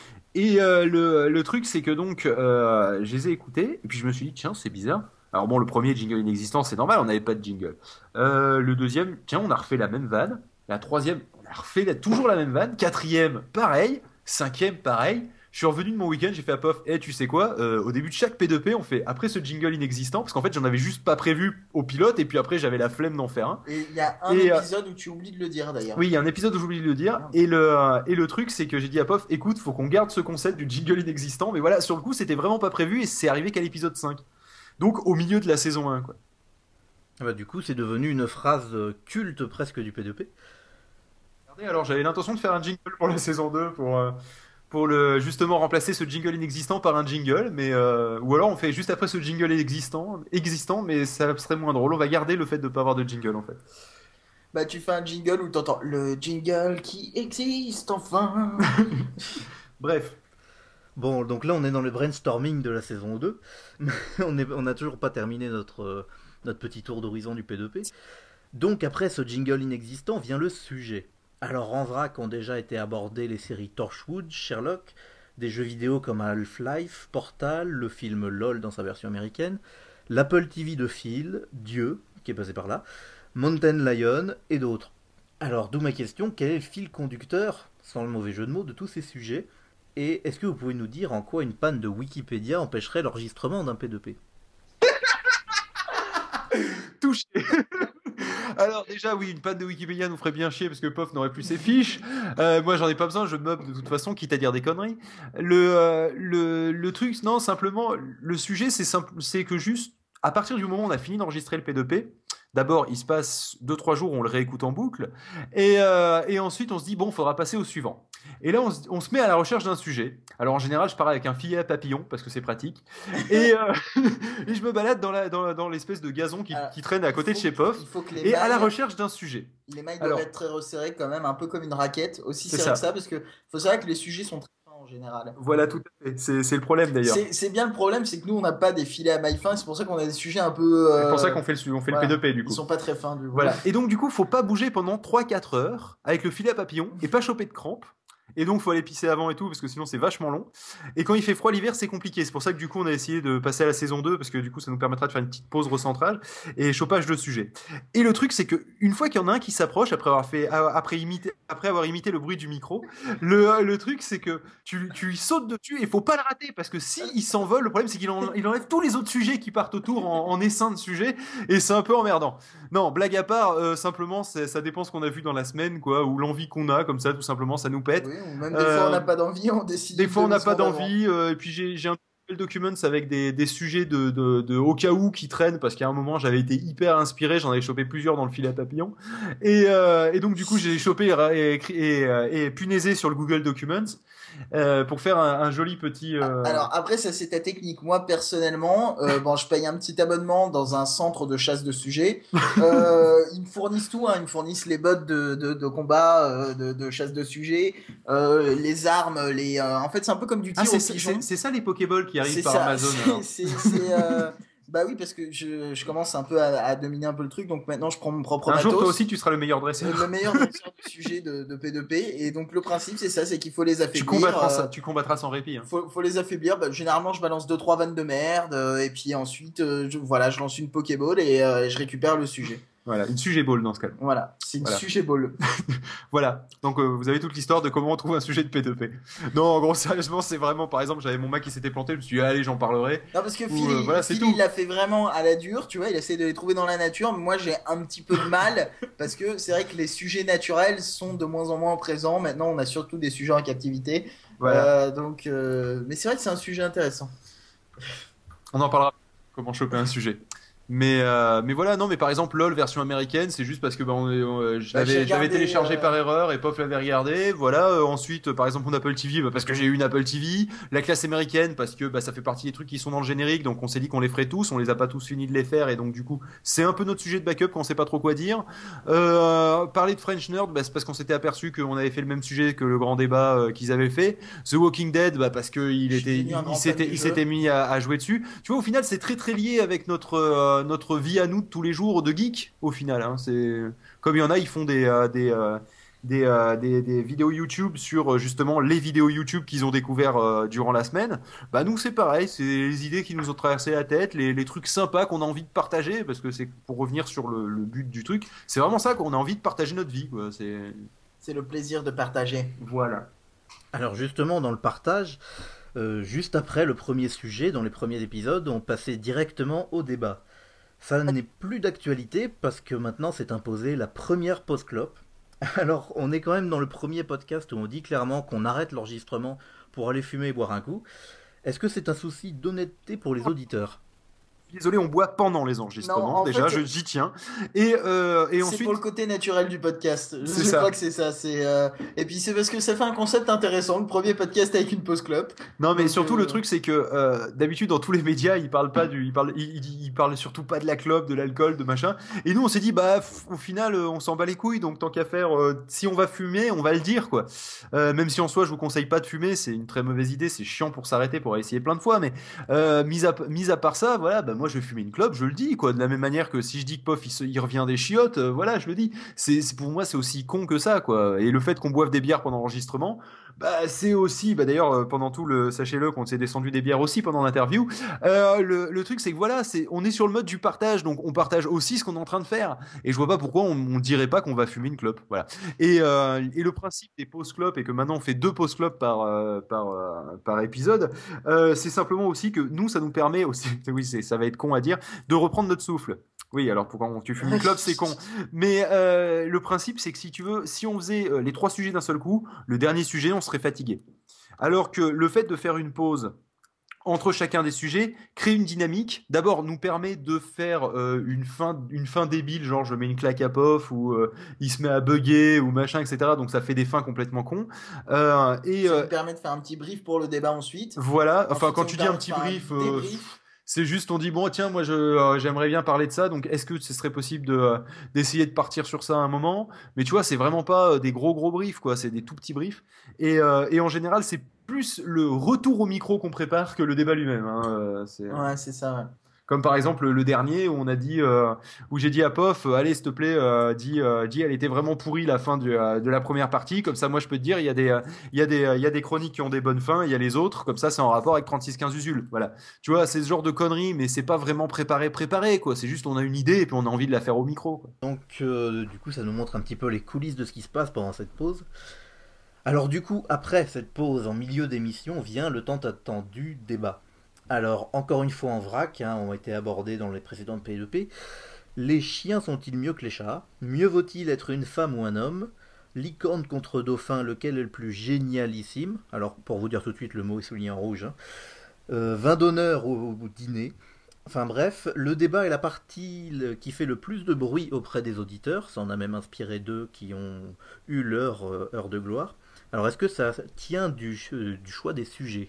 Et euh, le, le truc c'est que donc euh, je les ai écoutés, et puis je me suis dit tiens c'est bizarre. Alors bon le premier jingle inexistant c'est normal, on n'avait pas de jingle. Euh, le deuxième, tiens on a refait la même vanne. La troisième, on a refait la, toujours la même vanne. Quatrième, pareil. Cinquième, pareil. Je suis revenu de mon week-end, j'ai fait à Pof, eh, tu sais quoi, euh, au début de chaque P deux P, on fait après ce jingle inexistant, parce qu'en fait j'en avais juste pas prévu au pilote, et puis après j'avais la flemme d'en faire un. Et il y a un Et, euh, épisode où tu oublies de le dire d'ailleurs. Oui, il y a un épisode où j'oublie de le dire, et le, euh, et le truc c'est que j'ai dit à Pof, écoute, faut qu'on garde ce concept du jingle inexistant, mais voilà, sur le coup c'était vraiment pas prévu, et c'est arrivé qu'à l'épisode cinq. Donc au milieu de la saison un, quoi. Ah bah, du coup, c'est devenu une phrase euh, culte presque du P deux P. Regardez, alors j'avais l'intention de faire un jingle pour la saison deux, pour... euh, pour le, justement remplacer ce jingle inexistant par un jingle, mais euh, ou alors on fait juste après ce jingle existant, existant, mais ça serait moins drôle. On va garder le fait de pas avoir de jingle en fait. Bah tu fais un jingle où t'entends le jingle qui existe enfin. Bref. Bon, donc là on est dans le brainstorming de la saison deux, mais on est, on n'a toujours pas terminé notre, euh, notre petit tour d'horizon du P deux P. Donc après ce jingle inexistant vient le sujet. Alors en vrac ont déjà été abordées les séries Torchwood, Sherlock, des jeux vidéo comme Half-Life, Portal, le film LOL dans sa version américaine, l'Apple T V de Phil, Dieu, qui est passé par là, Mountain Lion et d'autres. Alors d'où ma question, quel est le fil conducteur, sans le mauvais jeu de mots, de tous ces sujets? Et est-ce que vous pouvez nous dire en quoi une panne de Wikipédia empêcherait l'enregistrement d'un P deux P? Touché. Alors déjà, oui, une panne de Wikipédia nous ferait bien chier parce que Pof n'aurait plus ses fiches. Euh, moi, j'en ai pas besoin, je meuble de toute façon, quitte à dire des conneries. Le, euh, le, le truc, non, simplement, le sujet, c'est simple, c'est que juste, à partir du moment où on a fini d'enregistrer le P deux P, d'abord, il se passe deux trois jours, on le réécoute en boucle, et, euh, et ensuite, on se dit, bon, il faudra passer au suivant. Et là, on se, on se met à la recherche d'un sujet. Alors, en général, je pars avec un filet à papillon, parce que c'est pratique, et, euh, et je me balade dans, la, dans, dans l'espèce de gazon qui, Alors, qui traîne à côté de chez Pof, il faut que les et à la mailles- recherche d'un sujet. Les mailles Alors, doivent être très resserrées quand même, un peu comme une raquette. Aussi C'est serrées ça. que ça, parce que faut savoir que les sujets sont très fins en général. Voilà, tout à fait. C'est, c'est le problème, d'ailleurs. C'est, c'est bien le problème, c'est que nous on n'a pas des filets à mailles fins, c'est pour ça qu'on a des sujets un peu. euh, C'est pour ça qu'on fait le, su- on fait voilà. le P deux P, du coup. Ils sont pas très fins du coup. Voilà. Et donc, du coup, faut pas bouger pendant trois quatre heures avec le filet à papillon et pas choper de crampes. Et donc, faut aller pisser avant et tout, parce que sinon, c'est vachement long. Et quand il fait froid l'hiver, c'est compliqué. C'est pour ça que, du coup, on a essayé de passer à la saison deux, parce que, du coup, ça nous permettra de faire une petite pause recentrage et chopage de sujet. Et le truc, c'est que, une fois qu'il y en a un qui s'approche, après avoir fait, après imiter, après avoir imité le bruit du micro, le, le truc, c'est que tu, tu lui sautes dessus et faut pas le rater, parce que si il s'envole, le problème, c'est qu'il en, il enlève tous les autres sujets qui partent autour en, en essaim de sujets, et c'est un peu emmerdant. Non, blague à part, euh, simplement, c'est, ça dépend ce qu'on a vu dans la semaine, quoi, ou l'envie qu'on a, comme ça, tout simplement, ça nous pète. Oui, ou même des fois on n'a pas d'envie, on décide. Des fois on deux n'a pas secondes d'envie, euh, et puis j'ai, j'ai un Google Documents avec des, des sujets de, de, de au cas où qui traînent, parce qu'à un moment j'avais été hyper inspiré, j'en avais chopé plusieurs dans le filet à papillon, et, euh, et donc du coup j'ai chopé et, et, et, et punaisé sur le Google Documents euh, pour faire un, un joli petit... euh, Alors après ça c'est ta technique. Moi personnellement, euh, bon je paye un petit abonnement dans un centre de chasse de sujets. Euh, ils me fournissent tout, hein. Ils me fournissent les bottes de, de, de combat, euh, de, de chasse de sujets, euh, les armes, les. Euh, en fait c'est un peu comme du tir Ah, c'est, au pigeon. c'est, c'est ça les Pokéballs qui arrivent C'est par ça, Amazon. c'est- alors. c'est- c'est, euh, Bah oui, parce que je, je commence un peu à, à dominer un peu le truc, donc maintenant je prends mon propre Un matos. jour toi aussi tu seras le meilleur dresseur. Le meilleur dresseur du sujet de, de P deux P, et donc le principe c'est ça, c'est qu'il faut les affaiblir. Tu combattras, euh, ça, tu combattras sans répit. Hein. faut, faut les affaiblir. Bah, généralement, je balance deux trois vannes de merde, euh, et puis ensuite, euh, je, voilà, je lance une Pokéball et euh, je récupère le sujet. Voilà, une sujet ball dans ce cas. Voilà, c'est une Voilà. sujet ball. Voilà, donc euh, vous avez toute l'histoire de comment on trouve un sujet de P deux P. Non, en gros, sérieusement, c'est vraiment, par exemple, j'avais mon Mac qui s'était planté, je me suis dit, allez, j'en parlerai. Non, parce que Ou, Phil, euh, il- voilà, c'est Phil, tout. il l'a fait vraiment à la dure, tu vois, il essaie de les trouver dans la nature, mais moi j'ai un petit peu de mal, parce que c'est vrai que les sujets naturels sont de moins en moins présents. Maintenant, on a surtout des sujets en captivité. Voilà. Euh, donc, euh, mais c'est vrai que c'est un sujet intéressant. On en parlera, comment choper un sujet. Mais, euh, mais voilà, non, mais par exemple, LOL version américaine, c'est juste parce que bah, on, est- on- je Bah, l'avais, j'ai je l'avais regardé, téléchargé euh, par erreur et Pof l'avait regardé. Voilà, euh, ensuite, euh, par exemple, mon Apple T V, bah, parce que j'ai eu une Apple T V. La classe américaine, parce que bah, ça fait partie des trucs qui sont dans le générique, donc on s'est dit qu'on les ferait tous. On les a pas tous fini de les faire, et donc du coup, c'est un peu notre sujet de backup quand on sait pas trop quoi dire. Euh, parler de French Nerd, bah, c'est parce qu'on s'était aperçu qu'on avait fait le même sujet que le grand débat euh, qu'ils avaient fait. The Walking Dead, bah, parce que il était, devenu un il, grand il s'était, fan du il jeu. s'était mis à, à jouer dessus. Tu vois, au final, c'est très très lié avec notre euh, notre vie à nous de tous les jours de geek. Au final, hein. C'est comme il y en a, ils font des euh, des euh, des, euh, des des vidéos YouTube sur euh, justement les vidéos YouTube qu'ils ont découvert euh, durant la semaine. Bah nous, c'est pareil, c'est les idées qui nous ont traversé la tête, les les trucs sympas qu'on a envie de partager, parce que c'est pour revenir sur le, le but du truc, c'est vraiment ça qu'on a envie de partager notre vie, quoi. C'est C'est le plaisir de partager. voilà. Alors justement, dans le partage, euh, juste après le premier sujet, dans les premiers épisodes, on passait directement au débat. Ça n'est plus d'actualité parce que maintenant s'est imposée la première pause clope. Alors on est quand même dans le premier podcast où on dit clairement qu'on arrête l'enregistrement pour aller fumer et boire un coup. Est-ce que c'est un souci d'honnêteté pour les auditeurs ? Désolé, on boit pendant les enregistrements. Non, en déjà, fait, je, j'y tiens. Et, euh, et C'est ensuite, pour le côté naturel du podcast. Je C'est je ça. crois que c'est ça. C'est euh, et puis c'est parce que ça fait un concept intéressant. Le premier podcast avec une pause clope. non, mais Donc, surtout euh, le truc, c'est que euh, d'habitude dans tous les médias, ils parlent pas du, ils parlent, ils, ils- ils parlent surtout pas de la clope, de l'alcool, de machin. Et nous, on s'est dit, bah, f- au final, euh, on s'en bat les couilles. Donc tant qu'à faire, euh, si on va fumer, on va le dire, quoi. Euh, même si en soi, je vous conseille pas de fumer, c'est une très mauvaise idée. C'est chiant pour s'arrêter, pour essayer plein de fois. Mais euh, mis à mis à part ça, voilà, bah moi, je vais fumer une clope, je le dis, quoi. De la même manière que si je dis que Pof, il, se- il revient des chiottes, euh, voilà, je le dis. C'est, c'est pour moi, c'est aussi con que ça, quoi. Et le fait qu'on boive des bières pendant l'enregistrement, bah, c'est aussi, bah d'ailleurs, euh, pendant tout le, sachez-le, qu'on s'est descendu des bières aussi pendant l'interview. Euh, le, le truc, c'est que voilà, c'est, on est sur le mode du partage, donc on partage aussi ce qu'on est en train de faire. Et je vois pas pourquoi on, on dirait pas qu'on va fumer une clope, voilà. Et, euh, et le principe des pauses clopes, et que maintenant on fait deux pauses clopes par euh, par euh, par épisode, euh, c'est simplement aussi que nous, ça nous permet aussi, oui, c'est, ça va être con à dire, de reprendre notre souffle. Oui, alors pour quand tu fumes une clope, c'est con. Mais euh, le principe, c'est que si tu veux, si on faisait euh, les trois sujets d'un seul coup, le dernier sujet, on serait fatigué. Alors que le fait de faire une pause entre chacun des sujets crée une dynamique. D'abord, nous permet de faire euh, une fin, une fin débile, genre je mets une claque à Pof ou euh, il se met à bugger ou machin, et cetera. Donc ça fait des fins complètement cons. Euh, et Ça euh, nous permet de faire un petit brief pour le débat ensuite. voilà. Enfin, Ensuite, quand ça tu nous dis un permet de petit faire brief. un euh, débrief. C'est juste, on dit, bon, tiens, moi, je, euh, j'aimerais bien parler de ça, donc est-ce que ce serait possible de, euh, d'essayer de partir sur ça à un moment? Mais tu vois, c'est vraiment pas euh, des gros, gros briefs, quoi, c'est des tout petits briefs. Et, euh, et en général, c'est plus le retour au micro qu'on prépare que le débat lui-même. Hein, euh, c'est, Ouais, c'est ça, ouais. Comme par exemple le dernier où on a dit, euh, où j'ai dit à Pof, euh, allez, s'il te plaît, euh, dis, euh, dis, elle était vraiment pourrie la fin du, euh, de la première partie. Comme ça, moi, je peux te dire, il y a des, euh, il y a des, euh, il y a des chroniques qui ont des bonnes fins, il y a les autres. Comme ça, c'est en rapport avec trente-six quinze Usul. Voilà. Tu vois, c'est ce genre de conneries, mais c'est pas vraiment préparé, préparé, quoi. C'est juste, on a une idée et puis on a envie de la faire au micro, quoi. Donc, euh, du coup, ça nous montre un petit peu les coulisses de ce qui se passe pendant cette pause. Alors, du coup, après cette pause en milieu d'émission, vient le tant attendu débat. Alors, encore une fois en vrac, hein, ont été abordés dans les précédentes P deux P. Les chiens sont-ils mieux que les chats? Mieux vaut-il être une femme ou un homme? Licorne contre dauphin, lequel est le plus génialissime? Alors, pour vous dire tout de suite, le mot est souligné en rouge. Hein. Euh, vin d'honneur au, au dîner. Enfin bref, le débat est la partie qui fait le plus de bruit auprès des auditeurs. Ça en a même inspiré d'eux qui ont eu leur euh, heure de gloire. Alors, est-ce que ça tient du, du choix des sujets?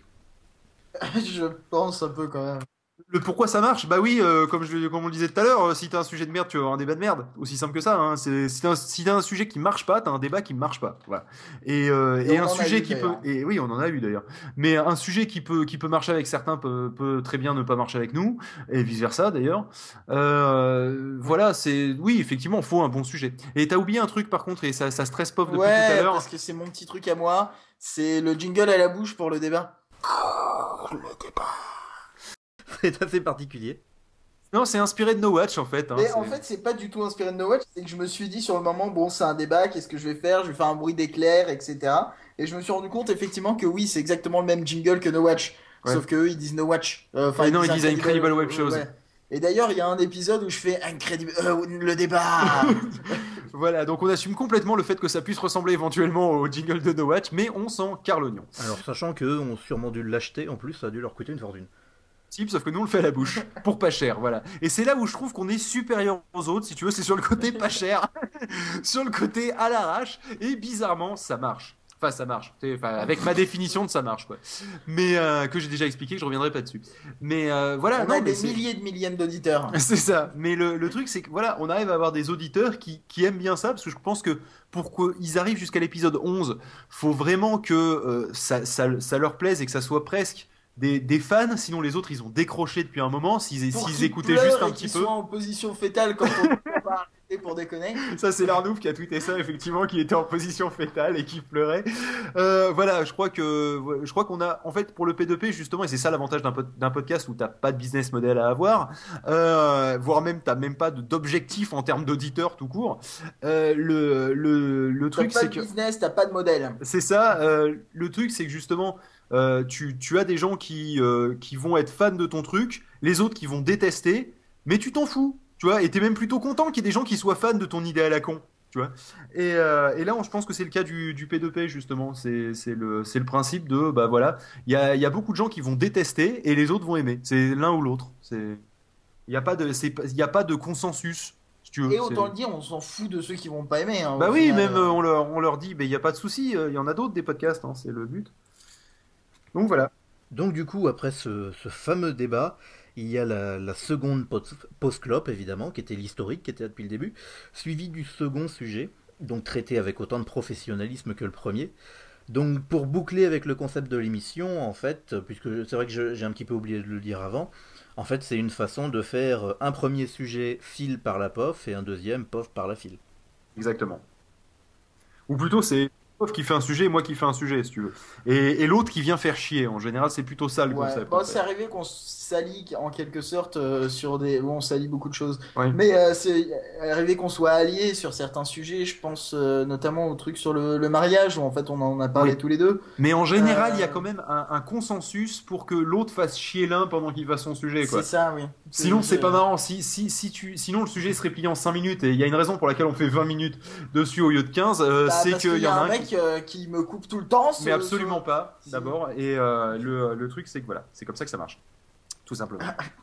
Je pense un peu quand même. Le pourquoi ça marche? Bah oui, euh, comme, je, comme on le disait tout à l'heure, euh, si t'as un sujet de merde, tu vas avoir un débat de merde. Aussi simple que ça. Hein. C'est, si, t'as un, si t'as un sujet qui marche pas, t'as un débat qui marche pas. Voilà. Et, euh, et, Et un on en a sujet eu, qui peut, d'ailleurs. et oui, on en a eu d'ailleurs. Mais un sujet qui peut, qui peut marcher avec certains peut, peut très bien ne pas marcher avec nous, et vice versa d'ailleurs. Euh, voilà, c'est, oui, effectivement, faut un bon sujet. Et t'as oublié un truc par contre, et ça, ça stresse Pof depuis tout à Ouais, l'heure. parce que c'est mon petit truc à moi. C'est le jingle à la bouche pour le débat. Le débat. C'est assez particulier. Non, c'est inspiré de No Watch en fait. Hein, Mais c'est... en fait, c'est pas du tout inspiré de No Watch. C'est que je me suis dit sur le moment, bon, c'est un débat, qu'est-ce que je vais faire? Je vais faire un bruit d'éclair, et cetera. Et je me suis rendu compte effectivement que oui, c'est exactement le même jingle que No Watch. Ouais. Sauf qu'eux, ils disent No Watch. Euh, Et non, ils disent Incredible Web Shows. Ouais. Et d'ailleurs, il y a un épisode où je fais Incredible. Euh, le débat. Voilà, donc on assume complètement le fait que ça puisse ressembler éventuellement au jingle de No Watch, mais on s'en carre l'oignon. Alors, sachant qu'eux ont sûrement dû l'acheter, en plus, ça a dû leur coûter une fortune. Type, sauf que nous on le fait à la bouche, pour pas cher, voilà. Et c'est là où je trouve qu'on est supérieur aux autres, si tu veux, c'est sur le côté pas cher, sur le côté à l'arrache, et bizarrement, ça marche. Enfin, ça marche. Enfin, avec ma définition de ça marche, quoi. Mais euh, que j'ai déjà expliqué, je reviendrai pas dessus. Mais euh, voilà, On non, a mais des c'est... milliers de milliers d'auditeurs. C'est ça. Mais le, le truc, c'est que voilà, on arrive à avoir des auditeurs qui, qui aiment bien ça, parce que je pense que pour qu'ils arrivent jusqu'à l'épisode onze, faut vraiment que euh, ça, ça, ça leur plaise et que ça soit presque des, des fans. Sinon, les autres, ils ont décroché depuis un moment. S'ils, Pour s'ils qu'ils écoutaient pleurent juste un et petit qu'ils peu. soient en position fétale quand on va arrêter pour déconner. Ça, c'est l'Arnouf qui a tweeté ça, effectivement, qui était en position fétale et qui pleurait. Euh, voilà, je crois que, je crois qu'on a, en fait, pour le P deux P, justement, et c'est ça l'avantage d'un, pod- d'un podcast où t'as pas de business model à avoir, euh, voire même, t'as même pas de- d'objectif en termes d'auditeurs tout court. Euh, le, le, le truc, T'as c'est pas que. de business, t'as pas de modèle. C'est ça. Euh, le truc, c'est que justement, euh, tu, tu as des gens qui, euh, qui vont être fans de ton truc, les autres qui vont détester, mais tu t'en fous, tu vois, et t'es même plutôt content qu'il y ait des gens qui soient fans de ton idée à la con, tu vois. Et, euh, et là, on- je pense que c'est le cas du, du P deux P, justement. C'est, c'est, le, c'est le principe de, bah voilà, il y a, il y a beaucoup de gens qui vont détester et les autres vont aimer. C'est l'un ou l'autre. C'est, il n'y a pas de, c'est, il y a pas de consensus. Si tu veux. Et autant C'est- le dire, on s'en fout de ceux qui vont pas aimer. Hein, au Bah oui, final. même euh, on, leur, on leur dit, il n'y a pas de souci, euh, il y en a d'autres des podcasts, hein, c'est le but. Donc voilà. Donc du coup, après ce, ce fameux débat, il y a la, la seconde post- post-clope, évidemment, qui était l'historique, qui était là depuis le début, suivi du second sujet, donc traité avec autant de professionnalisme que le premier. Donc pour boucler avec le concept de l'émission, en fait, puisque c'est vrai que je- j'ai un petit peu oublié de le dire avant, en fait c'est une façon de faire un premier sujet fil par la Pof et un deuxième Pof par la fil. Exactement. Ou plutôt, c'est Pof qui fait un sujet et moi qui fais un sujet, si tu veux. Et, et l'autre qui vient faire chier. En général, c'est plutôt ça le Ouais. concept. Bon, en fait. c'est arrivé qu'on s'allie en quelque sorte euh, sur des. Bon, on s'allie beaucoup de choses. Oui. Mais euh, c'est arrivé qu'on soit alliés sur certains sujets. Je pense euh, notamment au truc sur le, le mariage où en fait on en a parlé Oui. tous les deux. Mais en général, Euh, il y a quand même un, un consensus pour que l'autre fasse chier l'un pendant qu'il fasse son sujet, quoi. C'est ça, oui. Sinon, C'est- c'est pas marrant. Si, si, si tu, sinon, le sujet se replie en cinq minutes et il y a une raison pour laquelle on fait vingt minutes dessus au lieu de quinze, euh, Bah, c'est parce qu'il qu'il y en a un mec qui... euh, qui me coupe tout le temps. ce- Mais absolument ce- pas, d'abord. Et euh, le, le truc, c'est que voilà, c'est comme ça que ça marche. Tout simplement.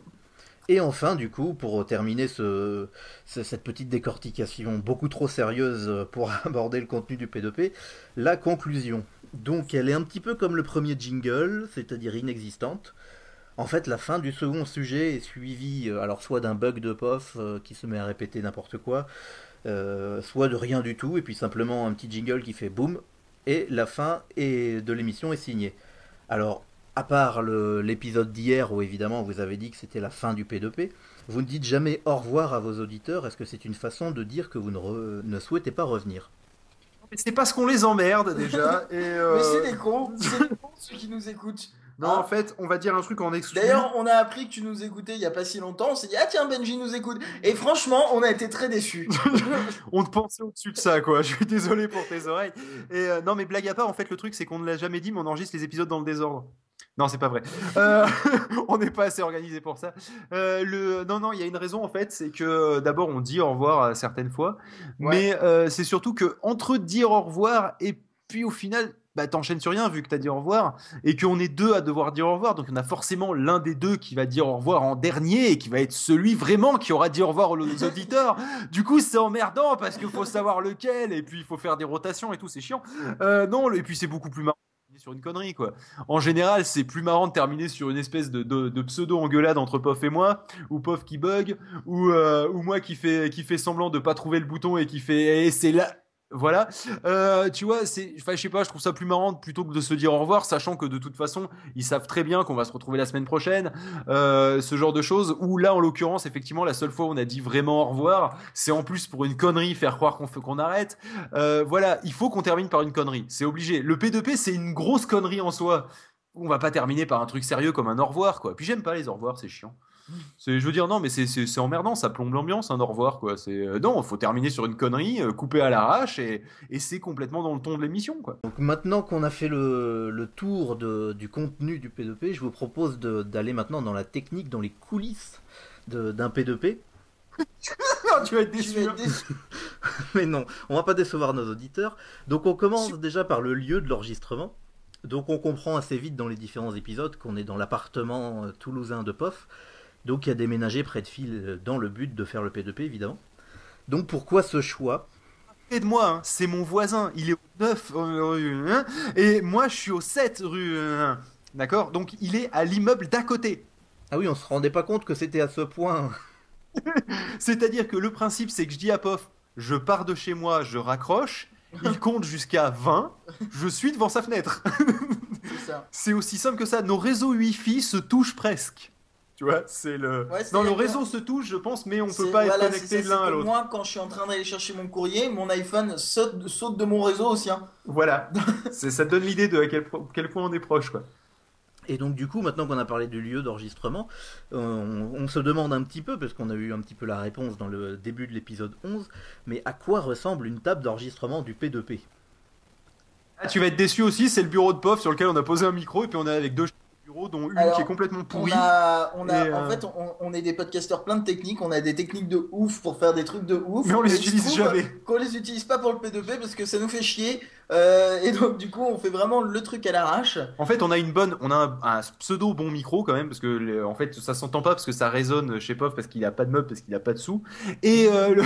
Et enfin, du coup, pour terminer ce, ce- cette petite décortication beaucoup trop sérieuse pour aborder le contenu du P deux P, la conclusion. Donc, elle est un petit peu comme le premier jingle, c'est-à-dire inexistante. En fait, la fin du second sujet est suivie, euh, alors soit d'un bug de P O F euh, qui se met à répéter n'importe quoi, euh, soit de rien du tout, et puis simplement un petit jingle qui fait boum, et la fin est- de l'émission est signée. Alors, à part le- l'épisode d'hier où évidemment vous avez dit que c'était la fin du P deux P, vous ne dites jamais au revoir à vos auditeurs. Est-ce que c'est une façon de dire que vous ne, re- ne souhaitez pas revenir? Mais c'est parce qu'on les emmerde déjà. Et, euh, Mais c'est des cons, c'est des cons ceux qui nous écoutent. Non, Hein en fait, on va dire un truc en exclu. D'ailleurs, on a appris que tu nous écoutais il y a pas si longtemps. On s'est dit, ah tiens, Benji nous écoute. Et franchement, on a été très déçus. On te pensait au-dessus de ça, quoi. Je suis désolé pour tes oreilles. Et euh, non, mais blague à part, en fait, le truc, c'est qu'on ne l'a jamais dit, mais on enregistre les épisodes dans le désordre. Non, c'est pas vrai. Euh, on n'est pas assez organisé pour ça. Euh, le... Non, non, il y a une raison, en fait, c'est que d'abord, on dit au revoir à certaines fois, Ouais. mais euh, c'est surtout que entre dire au revoir et puis au final, bah, t'enchaînes sur rien vu que t'as dit au revoir et qu'on est deux à devoir dire au revoir, donc on a forcément l'un des deux qui va dire au revoir en dernier et qui va être celui vraiment qui aura dit au revoir aux auditeurs. Du coup, c'est emmerdant parce qu'il faut savoir lequel et puis il faut faire des rotations et tout, c'est chiant. Euh, non, et puis c'est beaucoup plus marrant sur une connerie, quoi. En général, c'est plus marrant de terminer sur une espèce de, de, de pseudo-engueulade entre Pof et moi, ou Pof qui bug, ou, euh, ou moi qui fait, qui fait semblant de pas trouver le bouton et qui fait, et c'est là, voilà. Euh, tu vois, c'est, enfin, je sais pas, je trouve ça plus marrant plutôt que de se dire au revoir, sachant que de toute façon, ils savent très bien qu'on va se retrouver la semaine prochaine, euh, ce genre de choses, où là, en l'occurrence, effectivement, la seule fois où on a dit vraiment au revoir, c'est en plus pour une connerie, faire croire qu'on fait, qu'on arrête. Euh, voilà, il faut qu'on termine par une connerie. C'est obligé. Le P deux P, c'est une grosse connerie en soi. On va pas terminer par un truc sérieux comme un au revoir, quoi. Puis j'aime pas les au revoir, c'est chiant. C'est, je veux dire, non, mais c'est, c'est, c'est emmerdant, ça plombe l'ambiance, un au revoir, quoi. C'est, euh, non, faut terminer sur une connerie, euh, couper à l'arrache, et, et c'est complètement dans le ton de l'émission, quoi. Donc maintenant qu'on a fait le, le tour de- du contenu du P deux P, je vous propose de- d'aller maintenant dans la technique, dans les coulisses de- d'un P deux P. Tu vas être déçu. Tu vas être déçu. Mais non, on va pas décevoir nos auditeurs. Donc on commence déjà par le lieu de l'enregistrement. Donc on comprend assez vite dans les différents épisodes qu'on est dans l'appartement euh, toulousain de Pof. Donc il a déménagé près de Phil euh, dans le but de faire le P deux P évidemment. Donc pourquoi ce choix? Aide-moi, hein, c'est mon voisin, il est au neuf rue un, et moi je suis au sept rue un. D'accord? Donc il est à l'immeuble d'à côté. Ah oui, on se rendait pas compte que c'était à ce point. C'est-à-dire que le principe, c'est que je dis à Pof, je pars de chez moi, je raccroche, il compte jusqu'à vingt, je suis devant sa fenêtre. C'est ça. C'est aussi simple que ça. Nos réseaux Wi-Fi se touchent presque. Tu vois, c'est le. Ouais, c'est non, le d'accord. réseau se touche, je pense, mais on C'est- peut pas voilà, être c'est connecté ça, l'un c'est à que l'autre. Moi, quand je suis en train d'aller chercher mon courrier, mon iPhone saute, saute de mon réseau aussi. Hein. Voilà. c'est, ça te donne l'idée de à quel, po- quel point on est proche, quoi. Et donc du coup, maintenant qu'on a parlé du lieu d'enregistrement, euh, on, on se demande un petit peu, parce qu'on a eu un petit peu la réponse dans le début de l'épisode onze, mais à quoi ressemble une table d'enregistrement du P deux P? Ah, tu vas être déçu aussi, c'est le bureau de Pof sur lequel on a posé un micro et puis on est avec deux bureaux, dont une Alors, qui est complètement pourrie. On a, on a, Et, en euh, fait, on, on est des podcasteurs plein de techniques. On a des techniques de ouf pour faire des trucs de ouf. Mais on les Et il se utilise trouve jamais. Qu'on les utilise pas pour le P deux P parce que ça nous fait chier. Euh, et donc, du coup, on fait vraiment le truc à l'arrache. En fait, on a une bonne, on a un, un pseudo bon micro quand même parce que les- en fait, ça s'entend pas parce que ça résonne chez Pof parce qu'il a pas de meubles parce qu'il a pas de sous. Et euh, le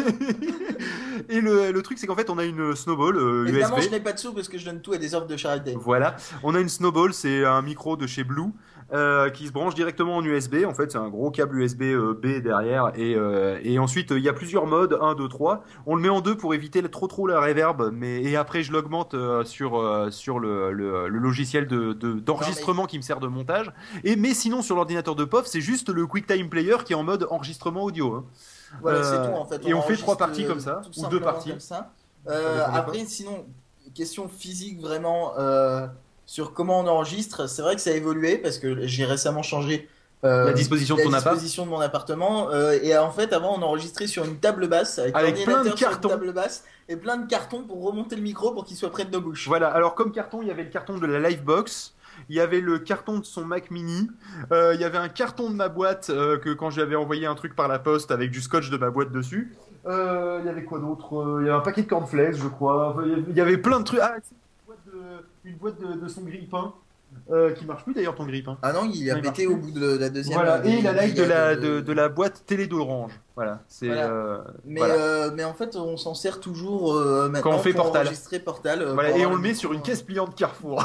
et le, le truc c'est qu'en fait, on a une snowball euh, Évidemment, U S je B. n'ai pas de sous parce que je donne tout à des offres de charité. Voilà, on a une snowball, c'est un micro de chez Blue euh, qui se branche directement en U S B. En fait, c'est un gros câble U S B euh, B derrière et euh, et ensuite il y a plusieurs modes, un, deux, trois. On le met en deux pour éviter le- trop trop la reverb, mais et après je l'augmente euh, sur euh, sur le, le, le logiciel de, de- d'enregistrement qui me sert de montage. Et mais sinon sur l'ordinateur de Pof, c'est juste le QuickTime Player qui est en mode enregistrement audio. Hein. Voilà, Euh, c'est tout en fait. Et on fait enregistre, trois parties euh, comme ça tout ou deux simplement parties. comme ça. Ça Euh, dépend des après, fois. sinon, question physique vraiment euh, sur comment on enregistre, c'est vrai que ça a évolué parce que j'ai récemment changé euh, La disposition de la ton appart. disposition de mon appartement euh, et en fait avant on enregistrait sur une table basse avec, Avec plein de l'ordinateur sur une cartons. table basse et plein de cartons pour remonter le micro pour qu'il soit près de nos bouches. Voilà, alors comme carton, il y avait le carton de la Livebox, il y avait le carton de son Mac Mini, euh, il y avait un carton de ma boîte euh, que quand j'avais envoyé un truc par la poste avec du scotch de ma boîte dessus. Euh, il y avait quoi d'autre Euh, Il y avait un paquet de cornflakes, je crois. Enfin, il y avait- il y avait plein de trucs. Ah, c'est une boîte de, une boîte de, de son grille-pain. Euh, qui marche plus d'ailleurs ton grille-pain. Ah non, il a Non, il pété marche au plus. bout de la deuxième. Voilà, et il la live de la, de, de la boîte télé d'Orange. Voilà, c'est. Voilà. euh, Mais, voilà. euh, mais en fait, on s'en sert toujours euh, maintenant Quand on fait pour Portal. enregistrer Portal. euh, Voilà, pour et avoir on le met micro, sur une hein. caisse pliante Carrefour.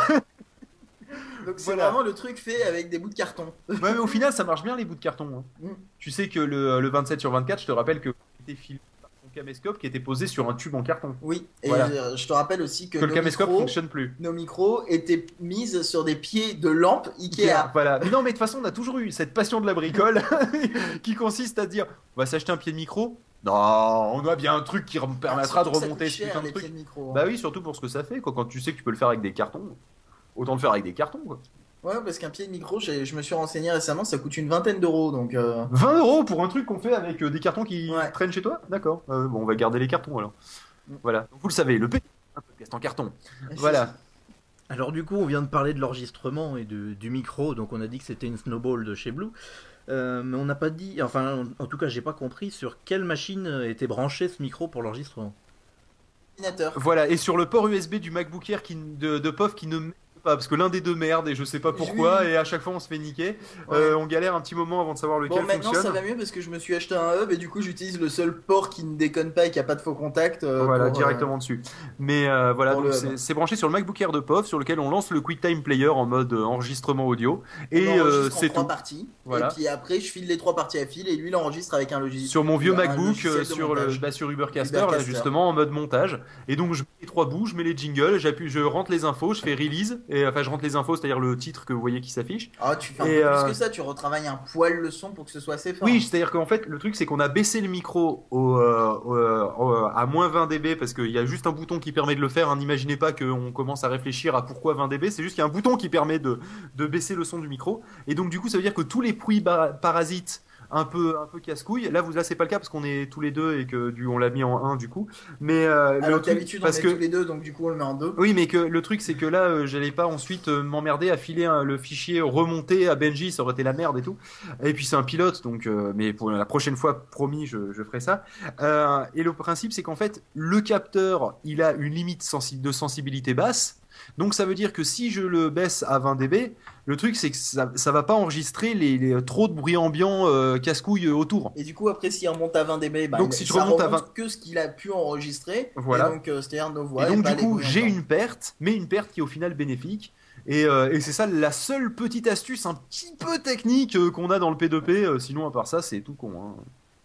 Donc c'est Voilà. vraiment le truc fait avec des bouts de carton. Ouais, mais au final, ça marche bien les bouts de carton. Hein. Mm. Tu sais que le, le vingt-sept sur vingt-quatre, je te rappelle que c'était filmé par ton caméscope qui était posé sur un tube en carton. Oui, et Voilà. je, je te rappelle aussi que, Que le nos, caméscope micros, fonctionne plus. nos micros étaient mises sur des pieds de lampe Ikea. Voilà. Mais non, mais de toute façon, on a toujours eu cette passion de la bricole qui consiste à dire on va s'acheter un pied de micro. Non, on a bien un truc qui me permettra Ah, surtout de que ça remonter coûte ce cher, putain de les truc. pieds de micro, hein. Bah oui, surtout pour ce que ça fait. Quoi. Quand tu sais que tu peux le faire avec des cartons, autant le faire avec des cartons. Quoi. Ouais, parce qu'un pied de micro, j'ai- je me suis renseigné récemment, ça coûte une vingtaine d'euros. Donc, euh, vingt euros pour un truc qu'on fait avec euh, des cartons qui traînent chez toi. D'accord. Euh, bon, on va garder les cartons alors. Voilà. Donc, vous le savez, le P un podcast en carton. Voilà. Alors du coup, on vient de parler de l'enregistrement et de- du micro, donc on a dit que c'était une Snowball de chez Blue, Euh, mais on n'a pas dit, enfin en tout cas j'ai pas compris sur quelle machine était branché ce micro pour l'enregistrement. ordinateur. Voilà, et sur le port U S B du MacBook Air qui, de, de P O F qui ne met pas, parce que l'un des deux merde et je sais pas pourquoi, Oui. et à chaque fois on se fait niquer. Ouais. Euh, on galère un petit moment avant de savoir lequel Bon, maintenant fonctionne. ça va mieux parce que je me suis acheté un hub et du coup j'utilise le seul port qui ne déconne pas et qui a pas de faux contact. euh, Voilà, pour, euh, directement dessus. Mais euh, voilà, pour donc le c'est hub. c'est branché sur le MacBook Air de P O F sur lequel on lance le QuickTime Player en mode euh, enregistrement audio. on Et euh, enregistre en c'est trois tout. parties. Voilà. Et puis après je file les trois parties à fil et lui il enregistre avec un logiciel. Sur mon vieux un MacBook, logiciel euh, de sur, le, montage. bah, sur Ubercaster, là, Ubercaster. justement, en mode montage. Et donc, je mets les trois bouts, je mets les jingles, j'appuie, je rentre les infos, je fais release, et enfin, je rentre les infos, c'est-à-dire le titre que vous voyez qui s'affiche. Ah, tu fais un Et, peu euh, plus que ça, tu retravailles un poil le son pour que ce soit assez fort. Oui, c'est-à-dire qu'en fait, le truc, c'est qu'on a baissé le micro au, euh, au, euh, au- à moins vingt décibels parce qu'il y a juste un bouton qui permet de le faire. Hein. N'imaginez pas qu'on commence à réfléchir à pourquoi vingt décibels, c'est juste qu'il y a un bouton qui permet de, de baisser le son du micro. Et donc, du coup, ça veut dire que tous les bruits bar- parasites un peu un peu casse-couille. Là, vous là, c'est pas le cas parce qu'on est tous les deux et que du on l'a mis en un du coup. Mais euh, le Alors truc- d'habitude on parce est que tous les deux, donc du coup on le met en deux. oui, mais que le truc c'est que là, euh, j'allais pas ensuite euh, m'emmerder à filer un- le fichier remonté à Benji, ça aurait été la merde et tout. Et puis c'est un pilote, donc euh, mais pour la prochaine fois, promis, je, je ferai ça. Euh, et le principe c'est qu'en fait, le capteur, il a une limite sensi- de sensibilité basse. Donc ça veut dire que si je le baisse à vingt décibels, le truc c'est que ça, ça va pas enregistrer les, les- trop de bruit ambiant euh, casse-couille autour. Et du coup après s'il remonte à vingt décibels, bah, Donc, il- si je ça remonte à remonte vingt que ce qu'il a pu enregistrer. Voilà. Et donc euh, c'est-à-dire nos voix. Et donc pas du les coup bruits j'ai ambiants. une perte, mais une perte qui est au final bénéfique. Et, euh, et c'est ça la seule petite astuce un petit peu technique euh, qu'on a dans le P deux P. euh, sinon à part ça c'est tout con. Hein.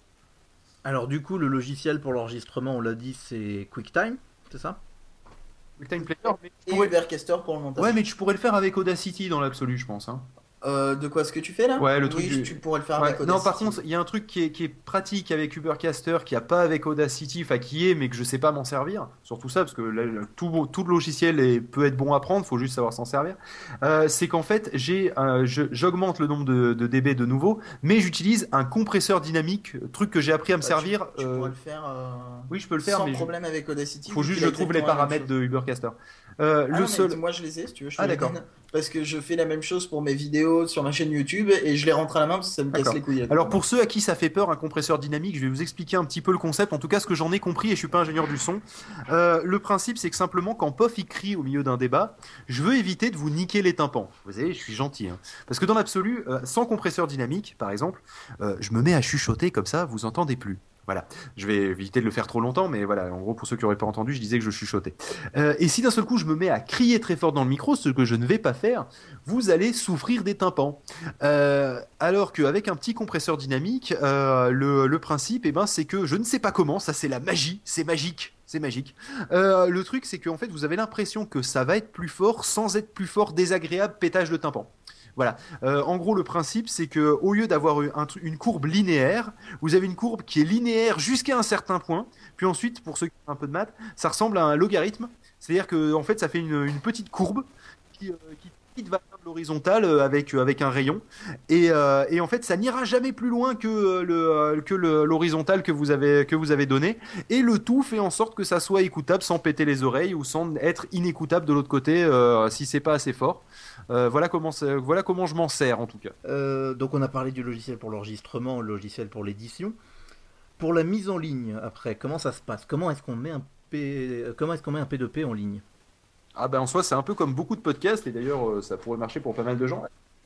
Alors du coup, le logiciel pour l'enregistrement, on l'a dit, c'est QuickTime, c'est ça? QuickTime Player, mais Et Ubercaster pour le montage. Ouais, mais tu pourrais le faire avec Audacity dans l'absolu, je pense. Hein. Euh, de quoi ce que tu fais là? Ouais, le truc Oui, du- tu pourrais le faire Ouais. avec Non, Audacity. par contre, il y a un truc qui est, qui est pratique avec Ubercaster, qui a pas avec Audacity, enfin qui est, mais que je sais pas m'en servir. Surtout ça, parce que là, le- tout, tout le logiciel est, peut être bon à prendre, faut juste savoir s'en servir. Euh, c'est qu'en fait, j'ai, euh, je- j'augmente le nombre de, de dB de nouveau, mais j'utilise un compresseur dynamique, truc que j'ai appris à me Bah, servir. Tu, tu euh, pourrais le faire. euh, Oui, je peux le faire, sans mais je- problème avec Audacity. faut vu juste qu'il que a je trouve les exactement la même paramètres chose. de Ubercaster. Euh, Ah le non, mais seul. moi je les ai si tu veux, je te Ah, les d'accord. donne. Parce que je fais la même chose pour mes vidéos sur ma chaîne YouTube et je les rentre à la main parce que ça me casse D'accord. les couilles. Alors pour ceux à qui ça fait peur un compresseur dynamique, je vais vous expliquer un petit peu le concept, en tout cas ce que j'en ai compris et je suis pas ingénieur du son. Euh, le principe c'est que simplement quand P O F il crie au milieu d'un débat, je veux éviter de vous niquer les tympans. Vous savez, je suis gentil. Hein. Parce que dans l'absolu, euh, sans compresseur dynamique par exemple, euh, je me mets à chuchoter comme ça, vous entendez plus. Voilà, je vais éviter de le faire trop longtemps, mais voilà, en gros, pour ceux qui n'auraient pas entendu, je disais que je chuchotais. Euh, et si d'un seul coup, je me mets à crier très fort dans le micro, ce que je ne vais pas faire, vous allez souffrir des tympans. Euh, alors qu'avec un petit compresseur dynamique, euh, le, le principe, eh ben, c'est que je ne sais pas comment, ça c'est la magie, c'est magique. C'est magique. Euh, le truc, c'est qu'en fait, vous avez l'impression que ça va être plus fort sans être plus fort, désagréable, pétage de tympan. Voilà. Euh, en gros, le principe, c'est que au lieu d'avoir un tru- une courbe linéaire, vous avez une courbe qui est linéaire jusqu'à un certain point. Puis ensuite, pour ceux qui ont un peu de maths, ça ressemble à un logarithme. C'est-à-dire que en fait, ça fait une, une petite courbe qui, euh, qui va vers l'horizontale avec avec un rayon et, euh, et en fait ça n'ira jamais plus loin que le que le, l'horizontale que vous avez que vous avez donné et le tout fait en sorte que ça soit écoutable sans péter les oreilles ou sans être inécoutable de l'autre côté euh, si c'est pas assez fort. Euh, voilà comment voilà comment je m'en sers en tout cas. Euh, donc on a parlé du logiciel pour l'enregistrement, le logiciel pour l'édition. Pour la mise en ligne après, comment ça se passe? Comment est-ce qu'on met un P comment est-ce qu'on met un P deux P en ligne? Ah ben en soi c'est un peu comme beaucoup de podcasts et d'ailleurs euh, ça pourrait marcher pour pas mal de gens.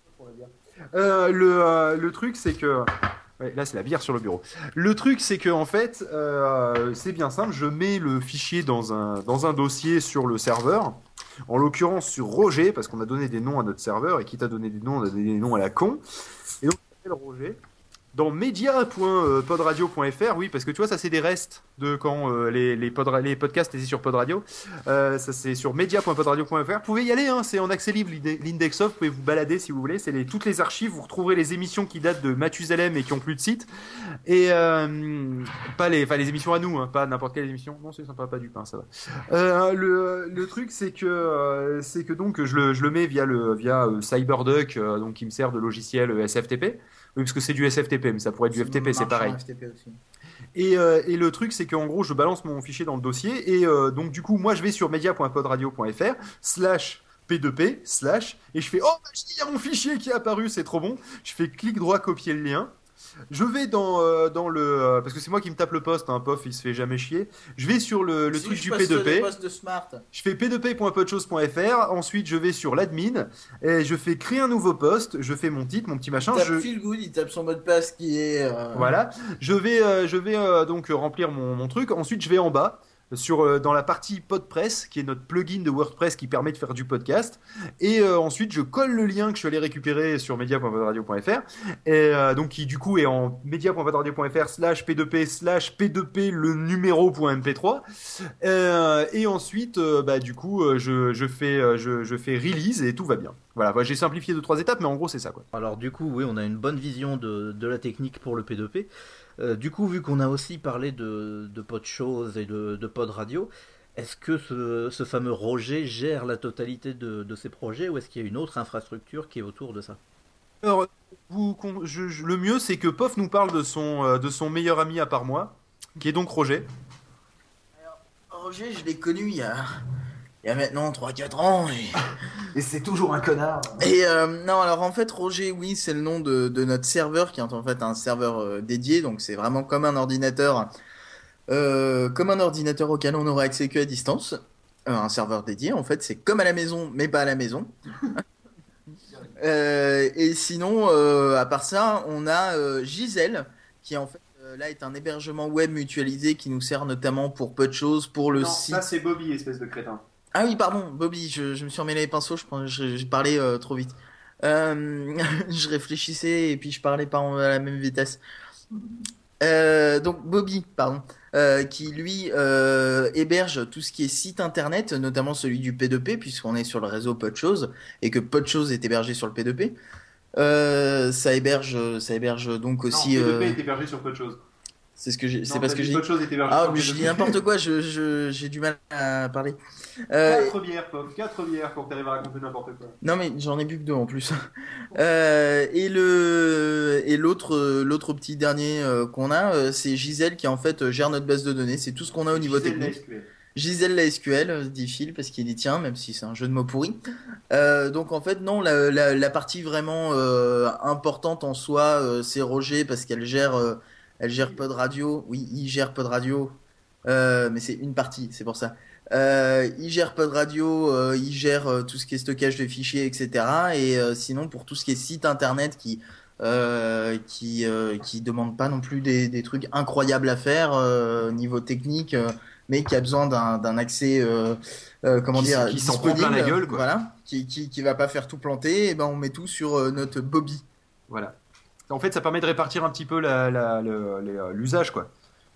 Euh, le, euh, le truc c'est que ouais, là c'est la bière sur le bureau. Le truc c'est que en fait euh, c'est bien simple, je mets le fichier dans un dans un dossier sur le serveur. En l'occurrence sur Roger parce qu'on a donné des noms à notre serveur et quitte à donner des noms on a donné des noms à la con. Et donc je m'appelle Roger. Dans media point podradio point f r, oui, parce que tu vois, ça c'est des restes de quand euh, les, les, pod, les podcasts étaient sur Podradio. Euh, ça c'est sur media point podradio point f r. Vous pouvez y aller, hein, c'est en accès libre l'index of, vous pouvez vous balader si vous voulez. C'est les, toutes les archives, vous retrouverez les émissions qui datent de Mathusalem et qui ont plus de site. Et euh, pas les, enfin les émissions à nous, hein, pas n'importe quelle émission. Non, c'est sympa, pas du pain, ça va. Euh, le, le truc c'est que euh, c'est que donc je le, je le mets via le via euh, CyberDuck, euh, donc qui me sert de logiciel S F T P. Oui, parce que c'est du S F T P, mais ça pourrait être du F T P, c'est pareil. F T P aussi. Et, euh, et le truc, c'est qu'en gros, je balance mon fichier dans le dossier, et euh, donc du coup, moi, je vais sur media point podradio point f r, slash P deux P, slash, et je fais, oh, il y a mon fichier qui est apparu, c'est trop bon. Je fais clic droit, copier le lien. Je vais dans, euh, dans le... Euh, parce que c'est moi qui me tape le poste, hein, pof, il se fait jamais chier. Je vais sur le, le si truc du P deux P. De Smart. Je fais p deux p point podchose point f r. Ensuite, je vais sur l'admin. Et je fais créer un nouveau poste. Je fais mon titre, mon petit machin. Il tape je... Feel Good, il tape son mot de passe qui est... Euh... Voilà. Je vais, euh, je vais euh, donc remplir mon, mon truc. Ensuite, je vais en bas. Sur, euh, dans la partie PodPress, qui est notre plugin de WordPress qui permet de faire du podcast. Et euh, ensuite, je colle le lien que je suis allé récupérer sur media point podradio point f r. Et euh, donc, qui du coup est en media point podradio point f r slash p deux p slash p deux p le numéro.mp trois. Euh, et ensuite, euh, bah, du coup, euh, je, je, fais, euh, je, je fais release et tout va bien. Voilà, bah, j'ai simplifié deux, trois étapes, mais en gros, c'est ça, quoi. Alors, du coup, oui, on a une bonne vision de, de la technique pour le P deux P. Euh, du coup, vu qu'on a aussi parlé de, de Podchose et de, de Pod Radio, est-ce que ce, ce fameux Roger gère la totalité de, de ces projets ou est-ce qu'il y a une autre infrastructure qui est autour de ça? Alors, vous, je, je, le mieux, c'est que Pof nous parle de son, de son meilleur ami à part moi, qui est donc Roger. Alors, Roger, je l'ai connu il y a... Il y a maintenant trois quatre ans et, et c'est toujours un connard. Et euh, non, alors en fait Roger, oui, c'est le nom de, de notre serveur qui est en fait un serveur euh, dédié, donc c'est vraiment comme un ordinateur, euh, comme un ordinateur auquel on n'aura accès que à distance. Euh, un serveur dédié, en fait, c'est comme à la maison, mais pas à la maison. euh, et sinon, euh, à part ça, on a euh, Gisèle qui en fait euh, là est un hébergement web mutualisé qui nous sert notamment pour peu de choses, pour le non, site. Ça c'est Bobby, espèce de crétin. Ah oui, pardon, Bobby, je, je me suis emmêlé les pinceaux, je, je, je parlais euh, trop vite. Euh, je réfléchissais et puis je parlais pas à la même vitesse. Euh, donc Bobby, pardon, euh, qui lui euh, héberge tout ce qui est site internet, notamment celui du P deux P, puisqu'on est sur le réseau Podchose et que Podchose est hébergé sur le P deux P. Euh, ça héberge, ça héberge donc aussi. Non, P deux P euh... est hébergé sur Podchose. C'est ce que j'ai, c'est non, parce que j'ai. Podchose est hébergé ah, sur je dis n'importe quoi, je, je, j'ai du mal à parler. Euh... Quatre bières, Pop, quatre bières quand t'arrives à raconter n'importe quoi. Non mais j'en ai bu que deux en plus. euh, et le et l'autre l'autre petit dernier euh, qu'on a, euh, c'est Gisèle qui en fait gère notre base de données. C'est tout ce qu'on a au niveau Gisèle technique. La S Q L. Gisèle la S Q L, dit Phil parce qu'il y tient, même si c'est un jeu de mots pourri. Euh, donc en fait non, la, la, la partie vraiment euh, importante en soi, euh, c'est Roger parce qu'elle gère euh, elle gère Pod Radio. Oui, il gère Pod Radio, euh, mais c'est une partie, c'est pour ça. Euh, il gère Pod Radio, euh, il gère euh, tout ce qui est stockage de fichiers, et cetera. Et euh, sinon, pour tout ce qui est site internet qui euh, qui euh, qui demande pas non plus des, des trucs incroyables à faire euh, niveau technique, euh, mais qui a besoin d'un, d'un accès euh, euh, comment qui, dire qui s'en prend plein la gueule, quoi. Voilà, qui qui qui va pas faire tout planter. Et ben on met tout sur euh, notre Bobby. Voilà. En fait, ça permet de répartir un petit peu la, la, la, la, l'usage, quoi. Parce que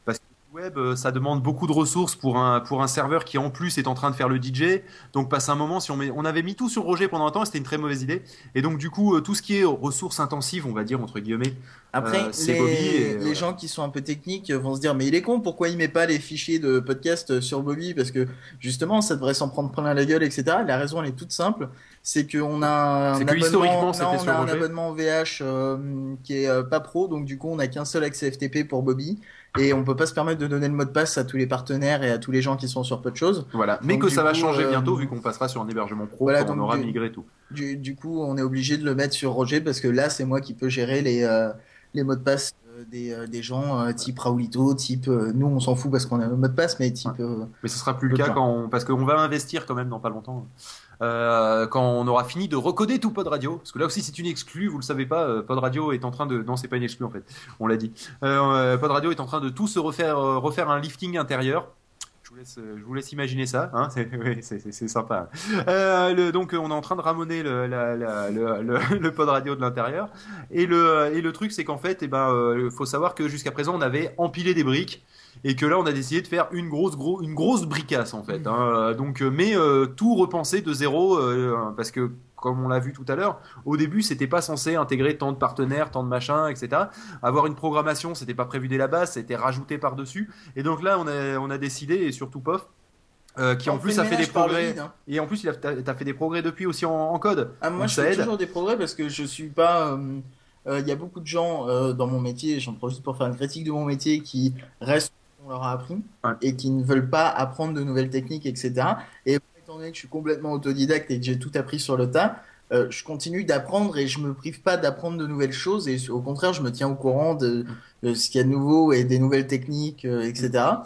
web, euh, ça demande beaucoup de ressources pour un, pour un serveur qui en plus est en train de faire le D J. Donc passe un moment, si on, met, on avait mis tout sur Roger pendant un temps et c'était une très mauvaise idée. Et donc du coup, euh, tout ce qui est ressources intensives, on va dire entre guillemets, Après, euh, c'est les, Bobby. Et, les voilà. gens qui sont un peu techniques vont se dire mais il est con, pourquoi il met pas les fichiers de podcast sur Bobby? Parce que justement, ça devrait s'en prendre plein la gueule, et cetera. La raison, elle est toute simple, c'est qu'on a un C'est que abonnement, historiquement, non, c'était on sur a un Roger. abonnement V H euh, qui est euh, pas pro, donc du coup, on a qu'un seul accès F T P pour Bobby. Et on peut pas se permettre de donner le mot de passe à tous les partenaires et à tous les gens qui sont sur peu de choses. Voilà, mais Donc, que du ça va coup, changer euh, bientôt vu qu'on passera sur un hébergement pro voilà, quand on donc aura du- migré tout. Du, du coup, on est obligé de le mettre sur Roger parce que là, c'est moi qui peux gérer les, euh, les mots de passe euh, des, euh, des gens euh, type Raoulito, type euh, nous, on s'en fout parce qu'on a le mot de passe, mais type. euh, Mais ce sera plus le d'autres cas gens. quand on... parce qu'on va investir quand même dans pas longtemps. Euh, quand on aura fini de recoder tout Pod Radio, parce que là aussi c'est une exclue, vous le savez pas, euh, Pod Radio est en train de, non c'est pas une exclue en fait, on l'a dit. Euh, Pod Radio est en train de tout se refaire, euh, refaire un lifting intérieur. Je vous laisse, je vous laisse imaginer ça, hein, c'est, oui, c'est, c'est, c'est sympa. Euh, le, donc on est en train de ramoner le, la, la, le, le, le Pod Radio de l'intérieur, et le, et le truc c'est qu'en fait, eh ben, euh, faut savoir que jusqu'à présent on avait empilé des briques. Et que là, on a décidé de faire une grosse, gros, une grosse bricasse en fait. Hein. Donc, euh, mais euh, tout repenser de zéro, euh, parce que comme on l'a vu tout à l'heure, au début, c'était pas censé intégrer tant de partenaires, tant de machins, et cetera. Avoir une programmation, c'était pas prévu dès la base, ça a été rajouté par dessus. Et donc là, on a, on a décidé, et surtout Pof, euh, qui On en plus fait a le fait des ménage par le progrès. lead, hein. Et en plus, il a, t'as, t'as fait des progrès depuis aussi en, en code. Ah, moi, Donc, je ça fais aide. toujours des progrès parce que je suis pas. euh, euh, Il y a beaucoup de gens euh, dans mon métier, j'en profite pour faire une critique de mon métier, qui restent où on leur a appris et qui ne veulent pas apprendre de nouvelles techniques, et cetera. Et étant donné que je suis complètement autodidacte et que j'ai tout appris sur le tas, euh, je continue d'apprendre et je me prive pas d'apprendre de nouvelles choses. Et au contraire, je me tiens au courant de, de ce qu'il y a de nouveau et des nouvelles techniques, euh, et cetera.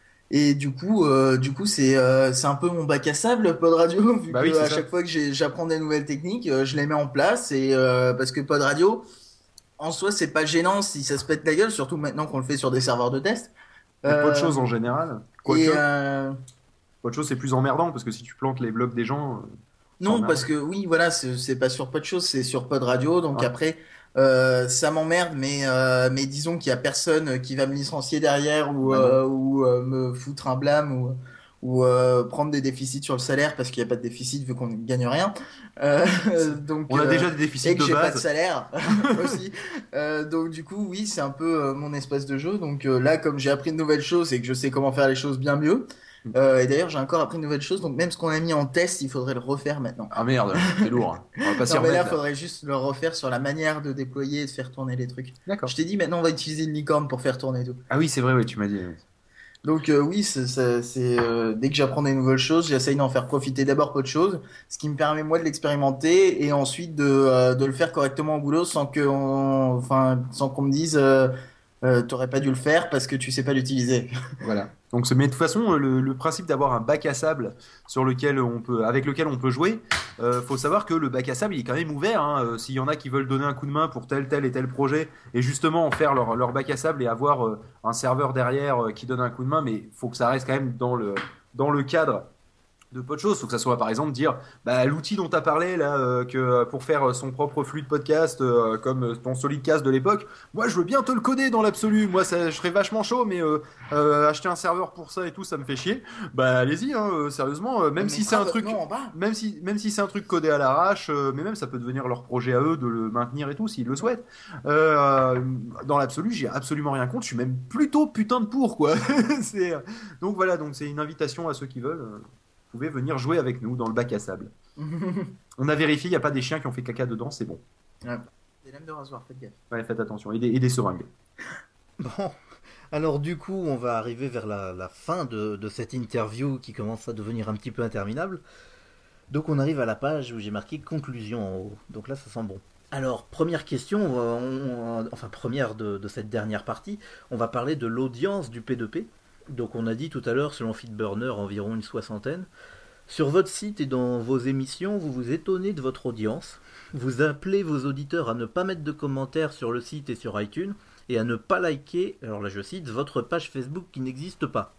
Et du coup, euh, du coup, c'est euh, c'est un peu mon bac à sable, Pod Radio, vu Bah que oui, c'est à ça. chaque fois que j'ai- j'apprends des nouvelles techniques, euh, je les mets en place et euh, parce que Pod Radio, en soi, c'est pas gênant si ça se pète la gueule, surtout maintenant qu'on le fait sur des serveurs de test. Et pas de Euh, choses en général. et, Quoique, euh, autre chose, c'est plus emmerdant parce que si tu plantes les blogs des gens. euh, c'est Non, emmerdant. parce que oui, voilà, c'est c'est pas sur Pod Chose, c'est sur Pod Radio. Donc Ouais. après, euh, ça m'emmerde, mais euh, mais disons qu'il y a personne qui va me licencier derrière ou Ouais, non. euh, ou euh, me foutre un blâme ou ou euh, prendre des déficits sur le salaire parce qu'il n'y a pas de déficit vu qu'on ne gagne rien. Euh, donc On a euh, déjà des déficits et que de j'ai pas base. de salaire aussi. Euh, donc du coup, oui, c'est un peu euh, mon espace de jeu. Donc euh, là, comme j'ai appris de nouvelles choses et que je sais comment faire les choses bien mieux. Euh, et d'ailleurs, j'ai encore appris de nouvelles choses. Donc même ce qu'on a mis en test, il faudrait le refaire maintenant. Ah merde, c'est lourd. On va pas s'y Non, mais là, remettre. il là. faudrait juste le refaire sur la manière de déployer et de faire tourner les trucs. D'accord. Je t'ai dit, maintenant, on va utiliser une licorne pour faire tourner tout. Ah oui, c'est vrai, oui, tu m'as dit. oui. Donc, euh, oui, c'est, c'est, c'est, euh, dès que j'apprends des nouvelles choses, j'essaye d'en faire profiter d'abord peu de choses, ce qui me permet, moi, de l'expérimenter et ensuite de, euh, de le faire correctement au boulot sans que, on- enfin, sans qu'on me dise, euh, euh, t'aurais pas dû le faire parce que tu sais pas l'utiliser. Voilà. Donc, ce- mais de toute façon, le, le principe d'avoir un bac à sable sur lequel on peut, avec lequel on peut jouer, euh, faut savoir que le bac à sable il est quand même ouvert. Hein. Euh, S'il y en a qui veulent donner un coup de main pour tel, tel et tel projet et justement en faire leur, leur bac à sable et avoir euh, un serveur derrière euh, qui donne un coup de main, mais faut que ça reste quand même dans le, dans le cadre de peu de choses. Faut que ça soit par exemple dire bah, l'outil dont tu as parlé là euh, que pour faire son propre flux de podcast euh, comme ton Solidcast de l'époque, moi je veux bien te le coder dans l'absolu, moi ça, je serais vachement chaud, mais euh, euh, acheter un serveur pour ça et tout ça me fait chier. Bah allez-y hein, euh, sérieusement, euh, même On si mettra c'est un votre truc nom en bas. même si même si c'est un truc codé à l'arrache, euh, mais même ça peut devenir leur projet à eux de le maintenir et tout s'ils le souhaitent. Euh, dans l'absolu, j'ai absolument rien contre, je suis même plutôt putain de pour quoi. c'est donc voilà, donc c'est une invitation à ceux qui veulent. euh, Vous pouvez venir jouer avec nous dans le bac à sable. On a vérifié, il n'y a pas des chiens qui ont fait caca dedans, c'est bon. Ouais. Des lames de rasoir, faites gaffe. Ouais, faites attention. Et des, et des seringues. Bon, alors du coup, on va arriver vers la, la fin de, de cette interview qui commence à devenir un petit peu interminable. Donc on arrive à la page où j'ai marqué conclusion en haut. Donc là, ça sent bon. Alors, première question, on- on- enfin première de, de cette dernière partie, on va parler de l'audience du P deux P. Donc on a dit tout à l'heure, selon Feedburner, environ une soixantaine. Sur votre site et dans vos émissions, vous vous étonnez de votre audience. Vous appelez vos auditeurs à ne pas mettre de commentaires sur le site et sur iTunes, et à ne pas liker, alors là je cite, votre page Facebook qui n'existe pas.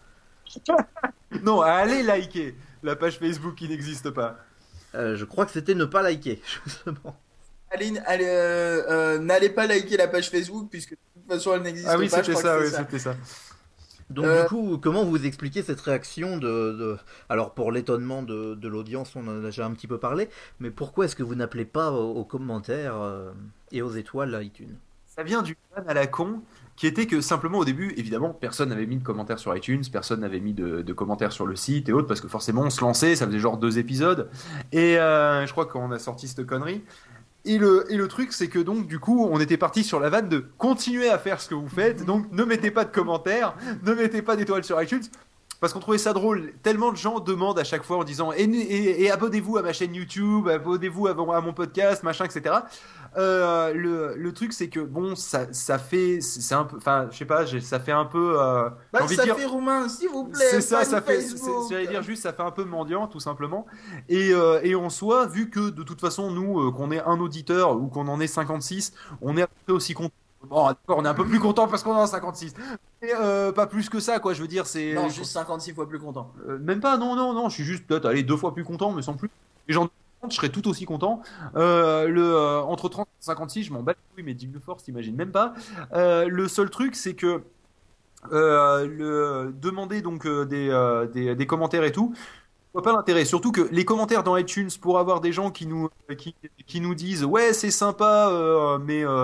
Non, allez liker la page Facebook qui n'existe pas. Euh, je crois que c'était ne pas liker, justement. Allez, allez, euh, euh, n'allez pas liker la page Facebook puisque de toute façon elle n'existe Ah oui, pas. je c'était crois ça, que oui, c'est c'était ça. Donc Euh, du coup, comment vous expliquez cette réaction de, de... Alors pour l'étonnement de, de l'audience, on en a déjà un petit peu parlé, mais pourquoi est-ce que vous n'appelez pas aux, aux commentaires euh, et aux étoiles à iTunes? Ça vient du fan à la con, qui était que simplement au début, évidemment, personne n'avait mis de commentaires sur iTunes, personne n'avait mis de, de commentaires sur le site et autres, parce que forcément on se lançait, ça faisait genre deux épisodes, et euh, je crois qu'on a sorti cette connerie. Et le, et le truc, c'est que donc, du coup, on était parti sur la vanne de continuer à faire ce que vous faites, donc ne mettez pas de commentaires, ne mettez pas d'étoiles sur iTunes, parce qu'on trouvait ça drôle. Tellement de gens demandent à chaque fois en disant et, et, et abonnez-vous à ma chaîne YouTube, abonnez-vous à, à mon podcast, machin, et cetera. Euh, le, le truc, c'est que bon, ça, ça fait, c'est un peu, enfin, je sais pas, j'ai- ça fait un peu. Euh, j'ai Bah, envie ça de dire, fait roumain, s'il vous plaît. c'est ça, pas ça de fait. Facebook. c'est- J'allais dire juste, ça fait un peu mendiant, tout simplement. Et, euh, et en soi, vu que de toute façon, nous, euh, qu'on ait un auditeur ou qu'on en ait cinquante-six, on est à peu près aussi content. Bon, d'accord, on est un peu plus content parce qu'on en a cinquante-six. Mais euh, pas plus que ça, quoi. Je veux dire, c'est. Non, juste cinquante-six fois plus content. Euh, même pas, non, non, non. Je suis juste peut-être, allez, deux fois plus content, mais sans plus. Et j'en je serais tout aussi content. Euh, le, euh, entre trente et cinquante-six, je m'en bats les couilles, mais Digne Force, t'imagines même pas. Euh, le seul truc, c'est que euh, le, demander donc euh, des, euh, des, des commentaires et tout, je vois pas l'intérêt. Surtout que les commentaires dans iTunes, pour avoir des gens qui nous, qui, qui nous disent ouais, c'est sympa, euh, mais euh,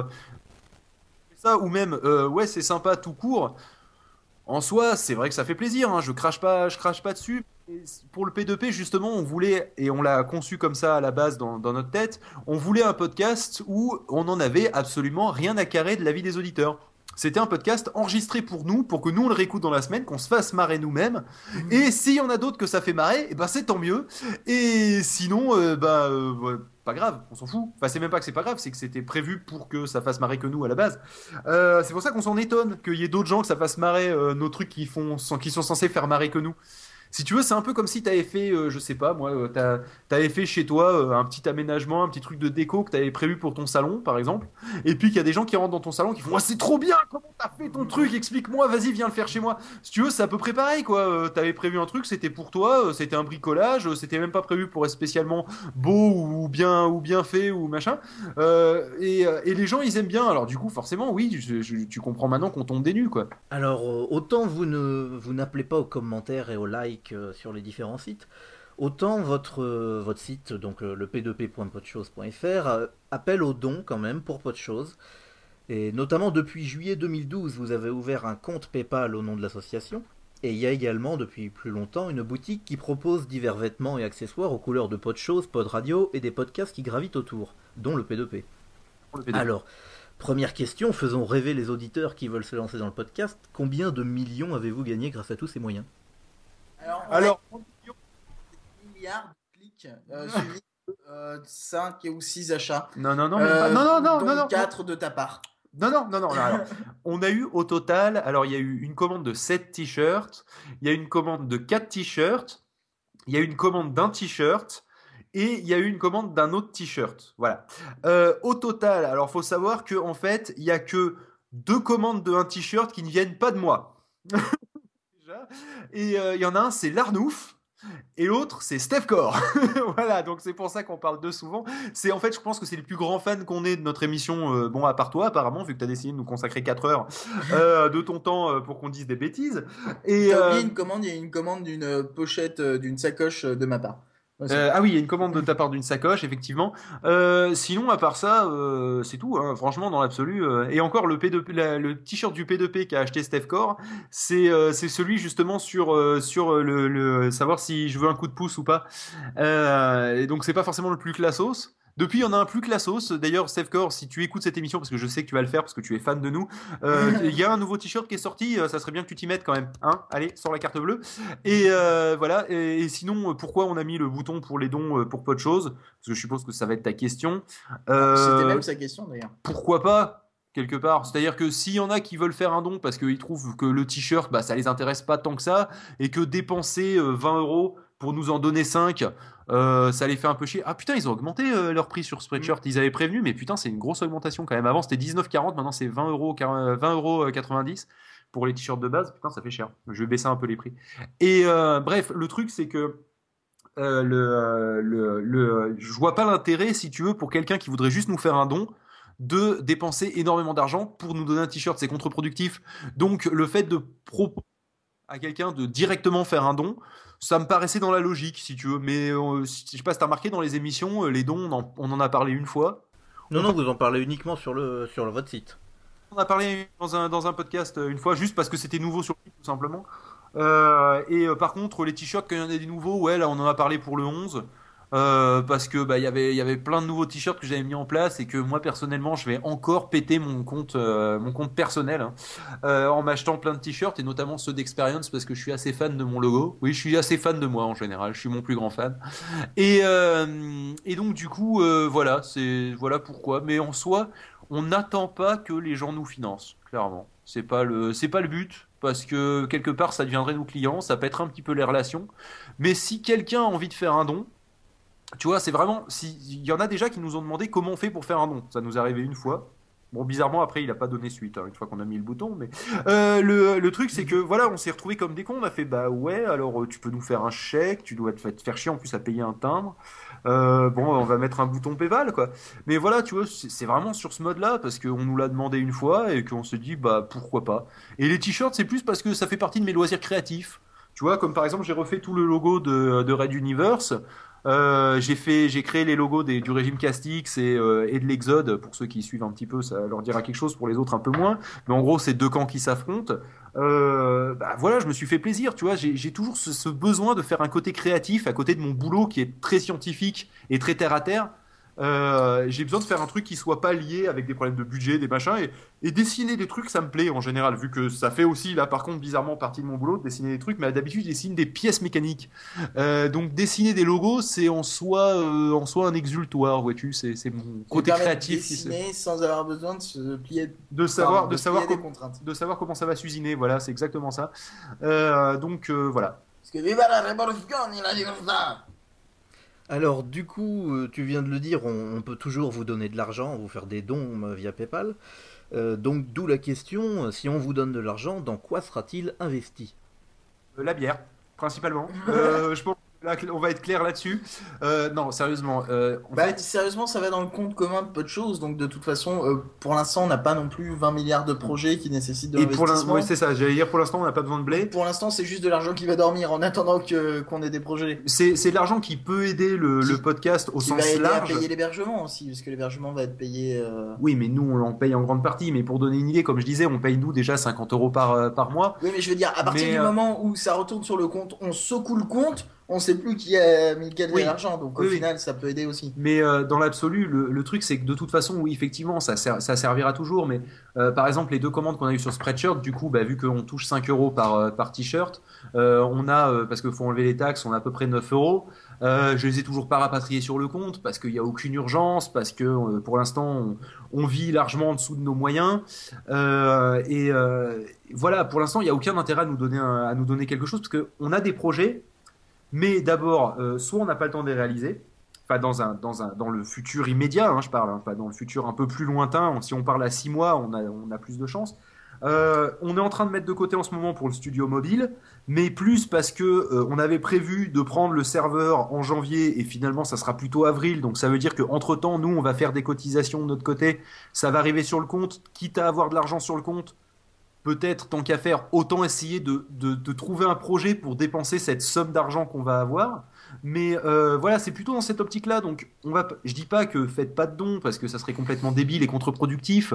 ça, ou même euh, ouais, c'est sympa tout court. En soi, c'est vrai que ça fait plaisir, hein, je crache pas, je crache pas dessus. Et pour le P deux P, justement, on voulait, et on l'a conçu comme ça à la base dans, dans notre tête, on voulait un podcast où on n'en avait absolument rien à carrer de l'avis des auditeurs. C'était un podcast enregistré pour nous, pour que nous on le réécoute dans la semaine, qu'on se fasse marrer nous-mêmes. Et s'il y en a d'autres que ça fait marrer, eh ben c'est tant mieux. Et sinon, euh, bah, euh, ouais, pas grave, on s'en fout. Enfin, c'est même pas que c'est pas grave, c'est que c'était prévu pour que ça fasse marrer que nous à la base. Euh, c'est pour ça qu'on s'en étonne qu'il y ait d'autres gens que ça fasse marrer euh, nos trucs qui font, qui sont censés faire marrer que nous. Si tu veux, c'est un peu comme si t'avais fait, euh, je sais pas, moi, euh, t'as- t'avais fait chez toi euh, un petit aménagement, un petit truc de déco que t'avais prévu pour ton salon, par exemple, et puis qu'il y a des gens qui rentrent dans ton salon qui font oh, c'est trop bien, comment t'as fait ton truc, explique-moi, vas-y, viens le faire chez moi. Si tu veux, c'est à peu près pareil, quoi. Euh, t'avais prévu un truc, c'était pour toi, euh, c'était un bricolage, euh, c'était même pas prévu pour être spécialement beau ou bien, ou bien fait ou machin. Euh, et, euh, et les gens, ils aiment bien. Alors, du coup, forcément, oui, je- je- tu comprends maintenant qu'on tombe des nues, quoi. Alors, euh, autant vous ne vous n'appelez pas aux commentaires et aux likes euh, sur les différents sites, autant votre, euh, votre site, donc euh, le p deux p point podchose point f r, euh, appelle aux dons quand même pour Podchose. Et notamment depuis juillet deux mille douze, vous avez ouvert un compte PayPal au nom de l'association. Et il y a également depuis plus longtemps une boutique qui propose divers vêtements et accessoires aux couleurs de Podchose, Pod Radio et des podcasts qui gravitent autour, dont le P deux P. Le P deux P. Alors, première question, faisons rêver les auditeurs qui veulent se lancer dans le podcast. Combien de millions avez-vous gagné grâce à tous ces moyens? Alors, on Alors, a des milliards de clics euh, suivis de euh, cinq ou six achats. Non, non, non, même Euh, pas. Non, non, non, dont non, non. quatre de ta part. Non, non, non, non. non, alors, on a eu au total, alors il y a eu une commande de sept t-shirts, il y a eu une commande de quatre t-shirts, il y a eu une commande d'un t-shirt, et il y a eu une commande d'un autre t-shirt. Voilà. Euh, au total, alors faut savoir que en fait, il y a que deux commandes de un t-shirt qui ne viennent pas de moi. Déjà. Et euh, il y en a un, c'est l'Arnouf. Et l'autre, c'est Steph Core. Voilà, donc c'est pour ça qu'on parle d'eux souvent. C'est en fait, je pense que c'est les plus grands fans qu'on ait de notre émission. Euh, bon, à part toi, apparemment, vu que tu as décidé de nous consacrer quatre heures euh, de ton temps euh, pour qu'on dise des bêtises. Et T'as euh, oublié une commande, il y a une commande d'une euh, pochette, euh, d'une sacoche euh, de ma part. Ouais, c'est- Euh, ah oui, il y a une commande de ta part d'une sacoche, effectivement. Euh, sinon, à part ça, euh, c'est tout. Hein, franchement, dans l'absolu. euh, et encore, le P deux P, la- le t-shirt du P deux P qu'a acheté Steph Core, c'est euh, c'est celui justement sur euh, sur le, le savoir si je veux un coup de pouce ou pas. Euh, et donc, c'est pas forcément le plus classos. Depuis, il y en a un plus classos. D'ailleurs, Steph Core, si tu écoutes cette émission, parce que je sais que tu vas le faire, parce que tu es fan de nous, euh, il y a un nouveau t-shirt qui est sorti. euh, Ça serait bien que tu t'y mettes quand même. Hein, allez, sors la carte bleue. Et euh, voilà. Et, et sinon, euh, pourquoi on a mis le bouton pour les dons euh, pour Podchose? Parce que je suppose que ça va être ta question. Euh, C'était même sa question d'ailleurs. Pourquoi pas? Quelque part, c'est-à-dire que s'il y en a qui veulent faire un don parce qu'ils trouvent que le t-shirt, bah, ça les intéresse pas tant que ça, et que dépenser euh, vingt euros pour nous en donner cinq, euh, ça les fait un peu chier. Ah putain, ils ont augmenté euh, leur prix sur Spreadshirt, ils avaient prévenu, mais putain, c'est une grosse augmentation quand même. Avant c'était dix-neuf quarante, maintenant c'est vingt euros quatre-vingt-dix pour les t-shirts de base. Putain, ça fait cher. Je vais baisser un peu les prix. Et euh, bref, le truc c'est que euh, le, le, le, je vois pas l'intérêt, si tu veux, pour quelqu'un qui voudrait juste nous faire un don, de dépenser énormément d'argent pour nous donner un t-shirt. C'est contre-productif. Donc le fait de proposer à quelqu'un de directement faire un don, ça me paraissait dans la logique, si tu veux. Mais euh, je sais pas si t'as remarqué dans les émissions, euh, les dons, on en, on en a parlé une fois. Non, non, vous en parlez uniquement sur, le, sur le, votre site. On a parlé dans un, dans un podcast une fois, juste parce que c'était nouveau sur le site, tout simplement. Euh, et euh, par contre, les t-shirts, quand il y en a des nouveaux, ouais, là, on en a parlé pour le onze. Euh, parce que bah il y avait il y avait plein de nouveaux t-shirts que j'avais mis en place et que moi personnellement je vais encore péter mon compte euh, mon compte personnel hein, euh, en m'achetant plein de t-shirts et notamment ceux d'Experience parce que je suis assez fan de mon logo. Oui, je suis assez fan de moi en général, je suis mon plus grand fan. Et euh, et donc du coup euh, voilà, c'est voilà pourquoi. Mais en soi, on n'attend pas que les gens nous financent, clairement. C'est pas le c'est pas le but. Parce que quelque part ça deviendrait nos clients, ça pèterait un petit peu les relations. Mais si quelqu'un a envie de faire un don, tu vois, c'est vraiment. Il y en a déjà qui nous ont demandé comment on fait pour faire un don. Ça nous est arrivé une fois. Bon, bizarrement, après, il a pas donné suite, hein, une fois qu'on a mis le bouton. Mais euh, le, le truc, c'est que voilà, on s'est retrouvés comme des cons. On a fait, bah ouais, alors euh, tu peux nous faire un chèque, tu dois te faire chier en plus à payer un timbre. Euh, bon, on va mettre un bouton PayPal, quoi. Mais voilà, tu vois, c'est, c'est vraiment sur ce mode-là, parce qu'on nous l'a demandé une fois et qu'on se dit, bah pourquoi pas. Et les t-shirts, c'est plus parce que ça fait partie de mes loisirs créatifs. Tu vois, comme par exemple, j'ai refait tout le logo de, de Red Universe. Euh, j'ai fait, j'ai créé les logos des, du régime Castix et, euh, et de l'Exode. Pour ceux qui suivent un petit peu, ça leur dira quelque chose. Pour les autres, un peu moins. Mais en gros, c'est deux camps qui s'affrontent. Euh, bah voilà, je me suis fait plaisir. Tu vois, j'ai, j'ai toujours ce, ce besoin de faire un côté créatif à côté de mon boulot qui est très scientifique et très terre à terre. Euh, j'ai besoin de faire un truc qui soit pas lié avec des problèmes de budget, des machins, et, et dessiner des trucs, ça me plaît en général, vu que ça fait aussi, là par contre, bizarrement partie de mon boulot, de dessiner des trucs, mais d'habitude je dessine des pièces mécaniques. Euh, donc dessiner des logos, c'est en soi, euh, en soi un exultoire, vois-tu, c'est, c'est mon côté créatif. De dessiner sans avoir besoin de se plier, de savoir, pardon, de, de savoir com- com- de savoir comment ça va s'usiner, voilà, c'est exactement ça. Euh, donc euh, voilà. Parce que viva la révolution, il a dit comme ça. Alors du coup, euh, tu viens de le dire, on, on peut toujours vous donner de l'argent, vous faire des dons euh, via PayPal. Euh, donc d'où la question, si on vous donne de l'argent, dans quoi sera-t-il investi ? euh, La bière, principalement. euh, je pense Là, on va être clair là-dessus. Euh, non, sérieusement. Euh, en bah, fait... Sérieusement, ça va dans le compte commun de peu de choses. Donc, de toute façon, euh, pour l'instant, on n'a pas non plus vingt milliards de projets qui nécessitent de Et l'investissement. pour oui, c'est ça. J'allais dire, pour l'instant, on n'a pas besoin de blé. Pour l'instant, c'est juste de l'argent qui va dormir en attendant que, qu'on ait des projets. C'est, c'est de l'argent qui peut aider le, qui, le podcast au qui sens va aider large. à payer l'hébergement aussi, parce que l'hébergement va être payé. Euh... Oui, mais nous, on en paye en grande partie. Mais pour donner une idée, comme je disais, on paye nous déjà cinquante euros par, par mois. Oui, mais je veux dire, à partir mais, du euh... moment où ça retourne sur le compte, on secoue le compte. On sait plus qui a mis quel oui. l'argent, donc au oui, final oui. ça peut aider aussi. Mais euh, dans l'absolu, le, le truc c'est que de toute façon, oui, effectivement, ça, ser- ça servira toujours. Mais euh, par exemple, les deux commandes qu'on a eues sur Spreadshirt, du coup, bah, vu qu'on touche cinq euros par, euh, par t-shirt, euh, on a, euh, parce qu'il faut enlever les taxes, on a à peu près neuf euros. Euh, je les ai toujours pas rapatriés sur le compte parce qu'il n'y a aucune urgence, parce que euh, pour l'instant on, on vit largement en dessous de nos moyens. Euh, et euh, voilà, pour l'instant il n'y a aucun intérêt à nous donner, un, à nous donner quelque chose parce qu'on a des projets. Mais d'abord, euh, soit on n'a pas le temps de les réaliser, enfin dans, un, dans, un, dans le futur immédiat, hein, je parle, hein, pas dans le futur un peu plus lointain, si on parle à six mois, on a, on a plus de chance. Euh, on est en train de mettre de côté en ce moment pour le studio mobile, mais plus parce que euh, on avait prévu de prendre le serveur en janvier et finalement ça sera plutôt avril, donc ça veut dire qu'entre temps, nous on va faire des cotisations de notre côté, ça va arriver sur le compte, quitte à avoir de l'argent sur le compte. Peut-être, tant qu'à faire, autant essayer de, de, de trouver un projet pour dépenser cette somme d'argent qu'on va avoir. Mais euh, voilà, c'est plutôt dans cette optique-là. Donc, on va, je dis pas que faites pas de dons parce que ça serait complètement débile et contre-productif.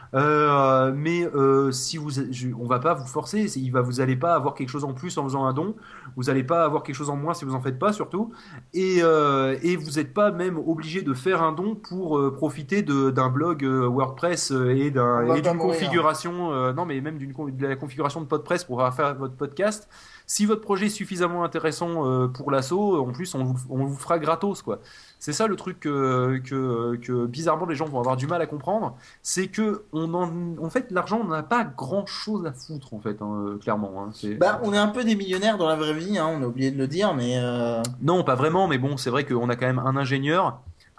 Euh, mais euh, si vous, je, on va pas vous forcer. Il va, vous allez pas avoir quelque chose en plus en faisant un don. Vous allez pas avoir quelque chose en moins si vous en faites pas, surtout. Et, euh, et vous n'êtes pas même obligé de faire un don pour euh, profiter de, d'un blog euh, WordPress et, d'un, et d'une configuration. Euh, non, mais même d'une de la configuration de PodPress pour faire votre podcast. Si votre projet est suffisamment intéressant euh, pour l'assaut, en plus on vous, on vous fera gratos, quoi. C'est ça le truc que, que, que bizarrement les gens vont avoir du mal à comprendre, c'est que on en, en fait l'argent on n'a pas grand chose à foutre en fait, hein, clairement. Hein. C'est... Bah on est un peu des millionnaires dans la vraie vie, hein, on a oublié de le dire, mais euh... non pas vraiment, mais bon c'est vrai qu'on a quand même un ingénieur,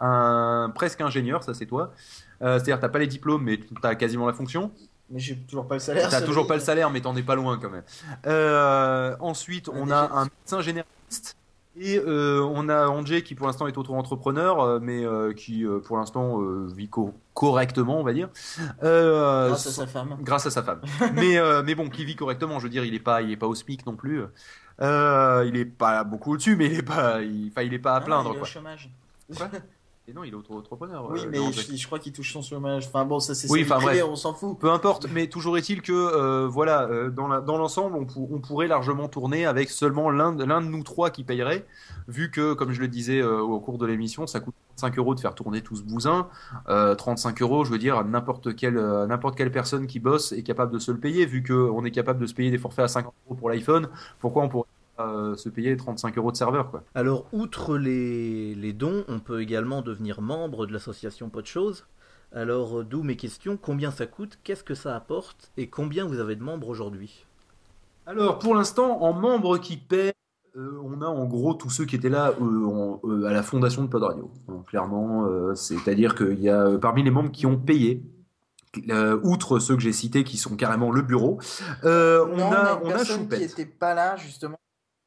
un presque ingénieur, ça c'est toi. Euh, c'est-à-dire t'as pas les diplômes mais t'as quasiment la fonction. Mais j'ai toujours pas le salaire. T'as toujours pas le salaire, mais t'en es pas loin quand même. Euh, ensuite, on a un médecin généraliste Et euh, on a Angé qui pour l'instant est auto-entrepreneur, euh, mais euh, qui euh, pour l'instant euh, vit co- correctement, on va dire. Euh, Grâce à sa femme. Grâce à sa femme. mais euh, mais bon, qui vit correctement. Je veux dire, il est pas il est pas au SMIC non plus. Euh, il est pas beaucoup au-dessus, mais il est pas il, enfin il est pas à Non, plaindre il est quoi. au chômage. Quoi Et non, il est auto-entrepreneur. Oui, euh, mais non, je, je crois qu'il touche son chômage. Enfin bon, ça c'est Oui, sa vie enfin privée, bref, on s'en fout. peu importe, mais toujours est-il que euh, voilà, euh, dans, la, dans l'ensemble, on, pour- on pourrait largement tourner avec seulement l'un, de- l'un de nous trois qui payerait, vu que, comme je le disais euh, au cours de l'émission, ça coûte trente-cinq euros de faire tourner tout ce bousin. Euh, trente-cinq euros, je veux dire, n'importe quelle, euh, n'importe quelle personne qui bosse est capable de se le payer, vu qu'on est capable de se payer des forfaits à cinquante euros pour l'iPhone. Pourquoi on pourrait euh, se payer trente-cinq euros de serveur, quoi? Alors, outre les, les dons, on peut également devenir membre de l'association Podchose. Alors, euh, d'où mes questions, combien ça coûte, qu'est-ce que ça apporte, et combien vous avez de membres aujourd'hui? Alors, pour l'instant, en membres qui paient, euh, on a en gros tous ceux qui étaient là euh, en- euh, à la fondation de Pod Radio. Donc, clairement, euh, c'est-à-dire qu'il y a euh, parmi les membres qui ont payé, euh, outre ceux que j'ai cités qui sont carrément le bureau, euh, on Non, a, mais on a personne qui Choupette. était pas là justement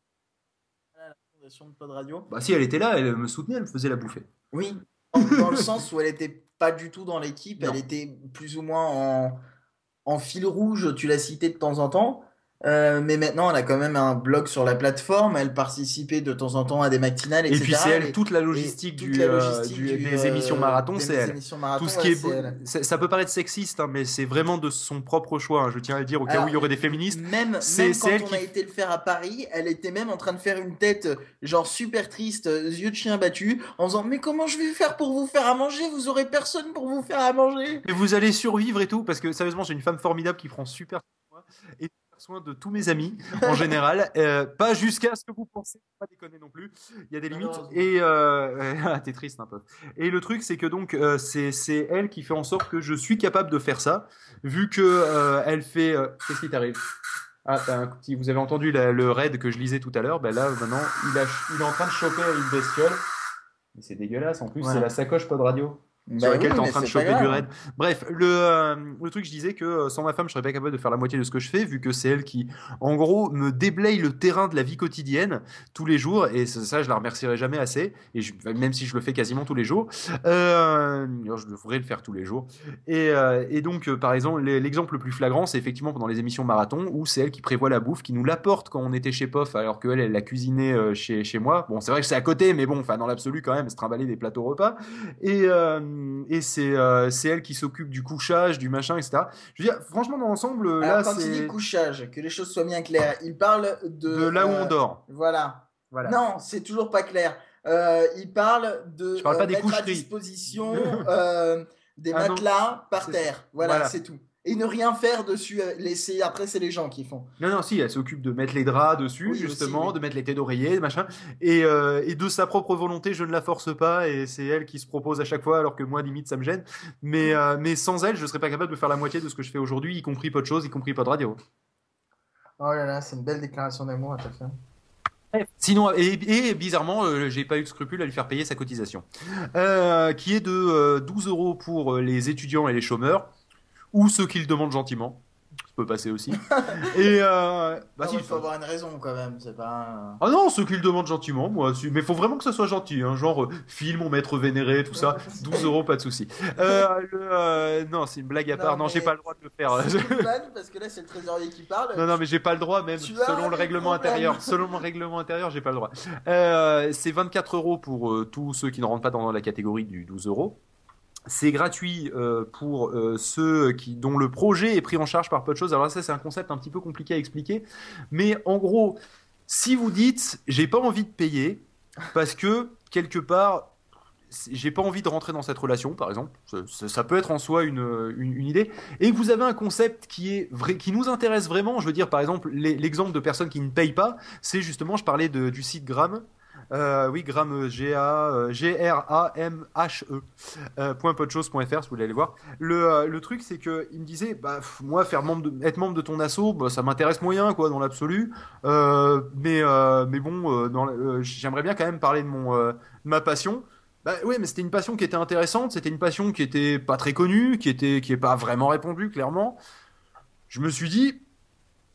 à la fondation de Pod Radio. Bah si, elle était là, elle me soutenait, elle me faisait la bouffer. Oui, dans, dans le sens où elle était pas du tout dans l'équipe, Non. elle était plus ou moins en, en fil rouge, tu l'as cité de temps en temps. Euh, mais maintenant, elle a quand même un blog sur la plateforme, elle participait de temps en temps à des matinales, et Et cetera. puis c'est elle, Et- toute la et logistique, toute du, la euh, logistique du- du, des euh, émissions marathon, des c'est elle. émissions marathon, Tout ce ouais, qui est, c'est beau- elle. c'est- ça peut paraître sexiste, hein, mais c'est vraiment de son propre choix, hein, je tiens à le dire, au cas Alors, où il y aurait des féministes. Même, c'est même c'est quand elle on qui a été le faire à Paris, elle était même en train de faire une tête genre super triste, euh, yeux de chien battu, en disant mais comment je vais faire pour vous faire à manger? Vous aurez personne pour vous faire à manger. Et vous allez survivre et tout, parce que sérieusement, j'ai une femme formidable qui prend super soin de moi et qui prend soin de tous mes amis en général. Euh, pas jusqu'à ce que vous pensez, faut pas déconner non plus. Il y a des limites. Et euh, ah, t'es triste un peu. Et le truc, c'est que donc euh, c'est c'est elle qui fait en sorte que je suis capable de faire ça, vu que euh, elle fait. euh, Qu'est-ce qui t'arrive? Ah, t'as un petit. Vous avez entendu la- le raid que je lisais tout à l'heure. Ben là, maintenant, il a, il est en train de choper une bestiole. Mais c'est dégueulasse. En plus, Ouais. c'est la sacoche Pod Radio. Bah Sur laquelle oui, t'es en mais train de c'est pas choper du grave. raid. Bref, le, euh, le truc, je disais que euh, sans ma femme, je serais pas capable de faire la moitié de ce que je fais, vu que c'est elle qui, en gros, me déblaye le terrain de la vie quotidienne tous les jours. Et ça, ça, je la remercierai jamais assez. Et je- même si je le fais quasiment tous les jours, euh, alors, je devrais le faire tous les jours. Et, euh, et donc, euh, par exemple, les- l'exemple le plus flagrant, c'est effectivement pendant les émissions marathon, où c'est elle qui prévoit la bouffe, qui nous l'apporte quand on était chez P O F, alors qu'elle, elle l'a cuisiné euh, chez, chez moi. Bon, c'est vrai que c'est à côté, mais bon, enfin, dans l'absolu, quand même, elle se trimballait des plateaux repas. Et, euh, et c'est euh, c'est elle qui s'occupe du couchage, du machin, et cetera. Je veux dire, franchement, dans l'ensemble, là, Alors quand il c'est dit couchage, que les choses soient bien claires, il parle de, de là où euh, on dort. Voilà. Voilà. Non, c'est toujours pas clair. Euh, il parle de Je parle pas euh, des mettre à coucheries. disposition euh, des Ah non. matelas par C'est terre. ça. Voilà, Voilà. c'est tout. Et ne rien faire dessus. euh, Laisser après, c'est les gens qui font. Non, non, si, elle s'occupe de mettre les draps dessus, Oui, justement, aussi, oui. de mettre les têtes d'oreiller, machin. Et, euh, et de sa propre volonté, je ne la force pas, et c'est elle qui se propose à chaque fois, alors que moi, limite, ça me gêne. Mais, euh, mais sans elle, je serais pas capable de faire la moitié de ce que je fais aujourd'hui, y compris pas de choses, y compris pas de radio. Oh là là, c'est une belle déclaration d'amour à ta femme. Sinon, et, et bizarrement, euh, j'ai pas eu de scrupule à lui faire payer sa cotisation, euh, qui est de euh, douze euros pour euh, les étudiants et les chômeurs, ou ceux qui le demandent gentiment. Ça peut passer aussi. Et euh, bah Ah si, ouais, faut avoir une raison quand même. C'est pas. ah non, ceux qui le demandent gentiment, moi, si- mais faut vraiment que ça soit gentil, hein, genre euh, film, mon maître vénéré, tout ça, douze euros, pas de souci. Euh, le, euh, non, c'est une blague à part, non, mais j'ai pas le droit de le faire. C'est une vanne, parce que là, c'est le trésorier qui parle. Non, non, mais j'ai pas le droit, même Tu as selon le des règlement problèmes. intérieur. Selon mon règlement intérieur, j'ai pas le droit. Euh, c'est vingt-quatre euros pour euh, tous ceux qui ne rentrent pas dans la catégorie du douze euros. C'est gratuit euh, pour euh, ceux qui, dont le projet est pris en charge par peu de choses. Alors ça, c'est un concept un petit peu compliqué à expliquer. Mais en gros, si vous dites, j'ai pas envie de payer, parce que, quelque part, j'ai pas envie de rentrer dans cette relation, par exemple, ça, ça- ça peut être en soi une, une, une idée, et que vous avez un concept qui est vrai, qui nous intéresse vraiment. Je veux dire, par exemple, les- l'exemple de personnes qui ne payent pas, c'est justement, je parlais de, du site Gram. Euh, oui, Gram, G A, G R A M H E euh, point podchose point F R si vous voulez aller voir. Le, euh, le truc, c'est que il me disait, bah, pff, moi, faire membre de, être membre de ton asso, bah, ça m'intéresse moyen, quoi, dans l'absolu. Euh, mais, euh, mais bon, euh, dans, la- euh, j'aimerais bien quand même parler de mon, euh, de ma passion. Bah oui, mais c'était une passion qui était intéressante, c'était une passion qui était pas très connue, qui était, qui est pas vraiment répandue, clairement. Je me suis dit,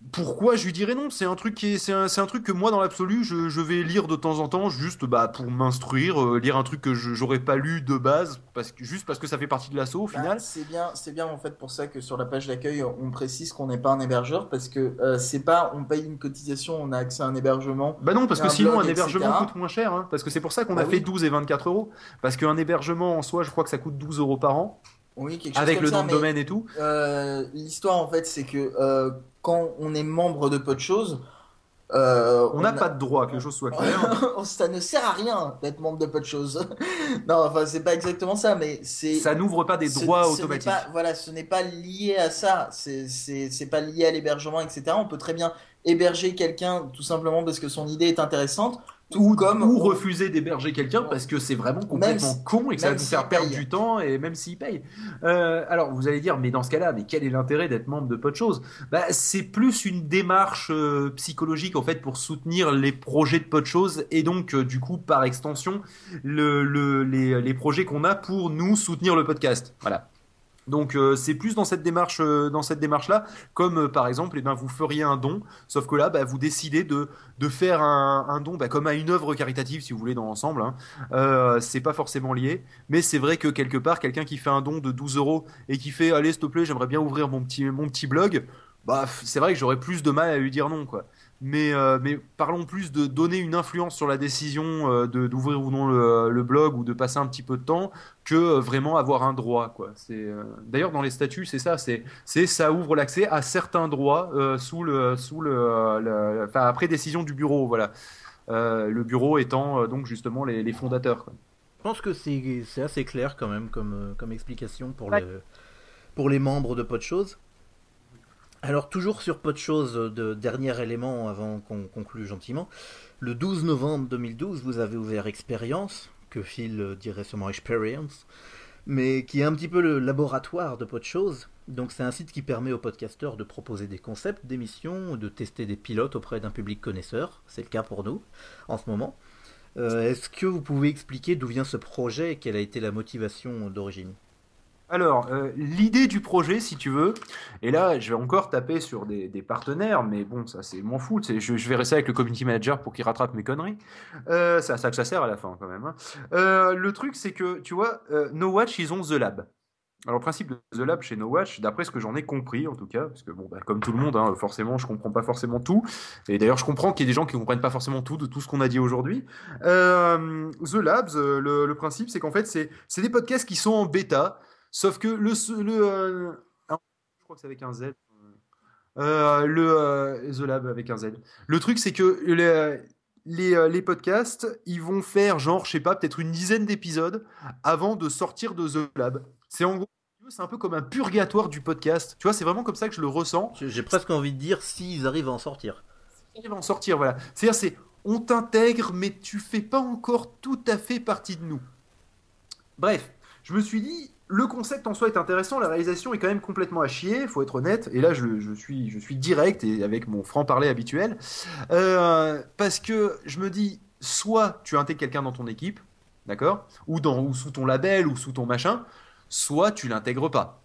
pourquoi je lui dirais non? C'est un truc qui est, c'est un, c'est un truc que moi dans l'absolu je, je vais lire de temps en temps juste bah pour m'instruire, euh, lire un truc que je, j'aurais pas lu de base parce que juste parce que ça fait partie de l'assaut au Bah, final. c'est bien, c'est bien en fait pour ça que sur la page d'accueil on précise qu'on n'est pas un hébergeur parce que euh, c'est pas on paye une cotisation, on a accès à un hébergement. Bah non, parce que un sinon blog, un hébergement et cetera. coûte moins cher, hein, parce que c'est pour ça qu'on Bah a fait oui. douze et vingt-quatre euros. Parce qu'un hébergement en soi, je crois que ça coûte douze euros par an. Oui, quelque chose Avec comme le ça, nom de mais, domaine et tout. euh, l'histoire en fait c'est que euh, quand on est membre de peu de choses, euh, On n'a a- pas de droit, que les choses soient claires. ça ne sert à rien d'être membre de peu de choses. Non, enfin c'est pas exactement ça, mais c'est Ça n'ouvre pas des ce- droits ce n'est automatiques. pas- voilà, ce n'est pas lié à ça. C'est c'est c'est pas lié à l'hébergement, et cetera. On peut très bien héberger quelqu'un tout simplement parce que son idée est intéressante, tout Ou, comme ou on- refuser d'héberger quelqu'un parce que c'est vraiment complètement si- con et que ça va même nous faire s'il perdre paye. du temps et même s'il paye. Euh, alors vous allez dire, mais dans ce cas-là, mais quel est l'intérêt d'être membre de peu de choses? Bah, c'est plus une démarche euh, psychologique en fait pour soutenir les projets de peu de choses et donc euh, du coup par extension le, le, les, les projets qu'on a pour nous soutenir le podcast. Voilà. Donc euh, c'est plus dans cette démarche, euh, dans cette démarche-là, comme euh, par exemple, eh ben vous feriez un don, sauf que là, bah, vous décidez de de faire un, un don, bah, comme à une œuvre caritative, si vous voulez, dans l'ensemble. Hein. Euh, c'est pas forcément lié, mais c'est vrai que quelque part, quelqu'un qui fait un don de douze euros et qui fait, allez, s'il te plaît, j'aimerais bien ouvrir mon petit mon petit blog, bah f- c'est vrai que j'aurais plus de mal à lui dire non, quoi. Mais, euh, mais parlons plus de donner une influence sur la décision euh, de d'ouvrir ou non le, le blog ou de passer un petit peu de temps que euh, vraiment avoir un droit, quoi. C'est euh, d'ailleurs dans les statuts, c'est ça, c'est c'est ça ouvre l'accès à certains droits euh, sous le sous le, euh, le- enfin après décision du bureau, voilà. Euh, le bureau étant euh, donc justement les, les fondateurs, quoi. Je pense que c'est c'est assez clair quand même comme, euh, comme explication pour, Ouais. le, pour les membres de Podchose. Alors toujours sur Podchose, de dernier élément avant qu'on conclue gentiment, le douze novembre deux mille douze, vous avez ouvert Expérience, que Phil euh, dirait sûrement Experience, mais qui est un petit peu le laboratoire de Podchose. Donc c'est un site qui permet aux podcasteurs de proposer des concepts d'émissions, de tester des pilotes auprès d'un public connaisseur. C'est le cas pour nous en ce moment. Euh, Est-ce que vous pouvez expliquer d'où vient ce projet et quelle a été la motivation d'origine? Alors, euh, l'idée du projet, si tu veux, et là, je vais encore taper sur des, des partenaires, mais bon, ça, c'est m'en fous. c'est- Je, je verrai ça avec le community manager pour qu'il rattrape mes conneries. Euh, c'est à ça que ça sert à la fin, quand même. Hein. Euh, le truc, c'est que, tu vois, euh, No Watch, ils ont The Lab. Alors, le principe de The Lab chez No Watch, d'après ce que j'en ai compris, en tout cas, parce que, bon, bah, comme tout le monde, hein, forcément, je comprends pas forcément tout. Et d'ailleurs, je comprends qu'il y ait des gens qui comprennent pas forcément tout de tout ce qu'on a dit aujourd'hui. Euh, The Labs, euh, le, le principe, c'est qu'en fait, c'est c'est des podcasts qui sont en bêta. Sauf que le, le euh, ah, je crois que c'est avec un Z. Euh, le euh, The Lab avec un Z. Le truc, c'est que les, les, euh, les podcasts, ils vont faire genre, je sais pas, peut-être une dizaine d'épisodes avant de sortir de The Lab. C'est en gros, c'est un peu comme un purgatoire du podcast. Tu vois, c'est vraiment comme ça que je le ressens. J'ai presque envie de dire s'ils arrivent à en sortir. Ils arrivent à en sortir, voilà. C'est-à-dire, c'est on t'intègre, mais tu fais pas encore tout à fait partie de nous. Bref, je me suis dit, le concept en soi est intéressant, la réalisation est quand même complètement à chier, faut être honnête, et là je, je suis, je suis direct et avec mon franc-parler habituel, euh, parce que je me dis, soit tu intègres quelqu'un dans ton équipe, d'accord, ou, dans, ou sous ton label, ou sous ton machin, soit tu l'intègres pas.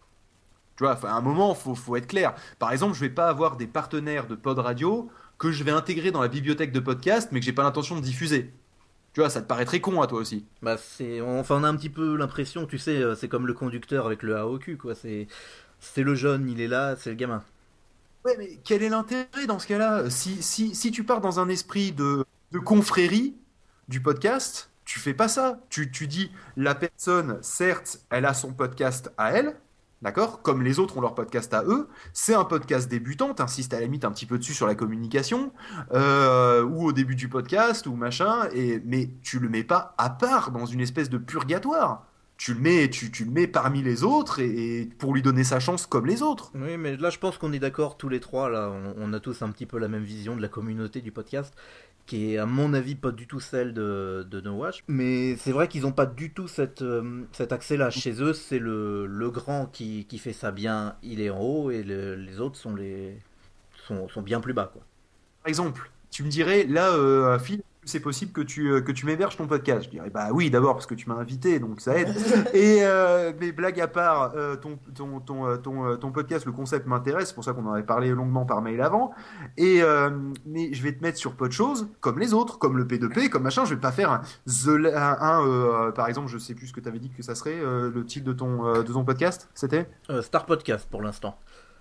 Tu vois, à un moment, faut, faut être clair. Par exemple, je vais pas avoir des partenaires de pod radio que je vais intégrer dans la bibliothèque de podcast, mais que j'ai pas l'intention de diffuser. Tu vois, ça te paraît très con à toi aussi. Bah c'est, enfin on a un petit peu l'impression, tu sais, euh, c'est comme le conducteur avec le A au cul, quoi. C'est, c'est le jeune, il est là, c'est le gamin. Ouais, mais quel est l'intérêt dans ce cas-là? Si, si, si tu pars dans un esprit de, de confrérie du podcast, tu fais pas ça. Tu, tu dis, la personne, certes, elle a son podcast à elle, d'accord? Comme les autres ont leur podcast à eux. C'est un podcast débutant, t'insistes à la limite un petit peu dessus sur la communication, euh, ou au début du podcast, ou machin, et, mais tu le mets pas à part dans une espèce de purgatoire. Tu le mets, tu, tu le mets parmi les autres et, et pour lui donner sa chance comme les autres. Oui, mais là je pense qu'on est d'accord tous les trois, là, on, on a tous un petit peu la même vision de la communauté du podcast, qui est à mon avis pas du tout celle de, de No Watch, mais c'est vrai qu'ils n'ont pas du tout cette, euh, cet accès-là. Chez eux, c'est le, le grand qui, qui fait ça bien, il est en haut, et le- les autres sont, les, sont, sont bien plus bas, quoi. Par exemple, tu me dirais, là, euh, Phil, c'est possible que tu, euh, que tu m'héberges ton podcast. Je dirais, bah oui, d'abord parce que tu m'as invité, donc ça aide. Et euh, mais blague à part, euh, ton, ton, ton, euh, ton, euh, ton podcast, le concept m'intéresse, c'est pour ça qu'on en avait parlé longuement par mail avant. Et, euh, mais je vais te mettre sur peu de choses, comme les autres, comme le P deux P, comme machin. Je vais pas faire un, The, un, un euh, par exemple, je sais plus ce que tu avais dit que ça serait, euh, le titre de ton, euh, de ton podcast, c'était euh, Star Podcast pour l'instant.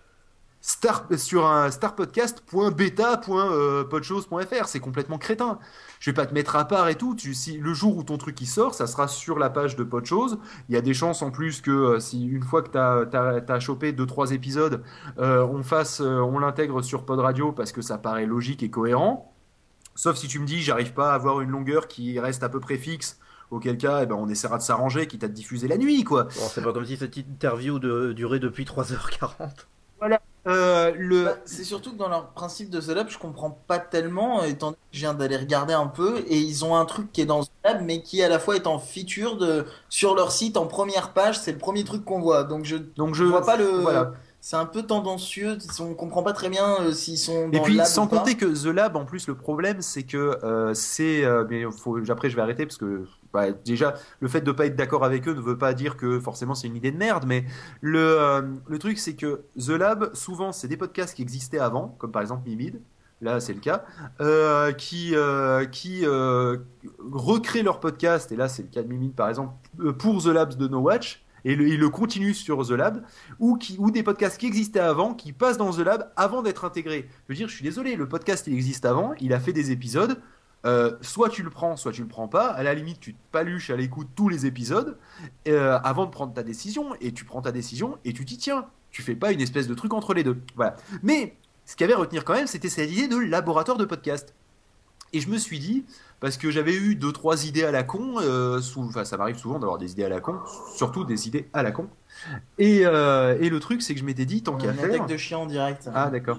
Star, sur un starpodcast point beta point podchose point f r, c'est complètement crétin. Je vais pas te mettre à part et tout. Tu, si le jour où ton truc il sort, ça sera sur la page de Podchose. Il y a des chances en plus que euh, si une fois que t'as t'as, t'as chopé deux trois épisodes, euh, on fasse, euh, on l'intègre sur Pod Radio parce que ça paraît logique et cohérent. Sauf si tu me dis, j'arrive pas à avoir une longueur qui reste à peu près fixe. Auquel cas, eh ben, on essaiera de s'arranger, quitte à te diffuser la nuit, quoi. Bon, c'est pas comme si cette interview de, durait depuis trois heures quarante. Voilà. Euh, le... bah, c'est surtout que dans leur principe de The Lab, je comprends pas tellement, étant donné que je viens d'aller regarder un peu, et ils ont un truc qui est dans The Lab, mais qui à la fois est en feature de, sur leur site, en première page, c'est le premier truc qu'on voit. Donc je, Donc je vois pas le... Voilà. C'est un peu tendancieux, on comprend pas très bien euh, s'ils sont dans et puis le lab sans ou pas. compter que The Lab, en plus le problème c'est que euh, c'est euh, mais faut, après je vais arrêter parce que bah, déjà le fait de pas être d'accord avec eux ne veut pas dire que forcément c'est une idée de merde, mais le, euh, le truc c'est que The Lab souvent c'est des podcasts qui existaient avant, comme par exemple Mimid, là c'est le cas, euh, qui, euh, qui euh, recréent leur podcast, et là c'est le cas de Mimid par exemple, pour The Labs de No Watch. Et le, il le continue sur The Lab, ou, qui, ou des podcasts qui existaient avant, qui passent dans The Lab avant d'être intégrés. Je veux dire, je suis désolé, le podcast il existe avant, il a fait des épisodes, euh, soit tu le prends, soit tu le prends pas, à la limite tu te paluches à l'écoute tous les épisodes, euh, avant de prendre ta décision, et tu prends ta décision, et tu t'y tiens. Tu fais pas une espèce de truc entre les deux. Voilà. Mais, ce qu'il y avait à retenir quand même, c'était cette idée de laboratoire de podcast. Et je me suis dit, parce que j'avais eu deux trois idées à la con, euh, sous, enfin ça m'arrive souvent d'avoir des idées à la con, surtout des idées à la con. Et, euh, et le truc c'est que je m'étais dit tant qu'à faire. Une attaque de chien en direct. Ah d'accord.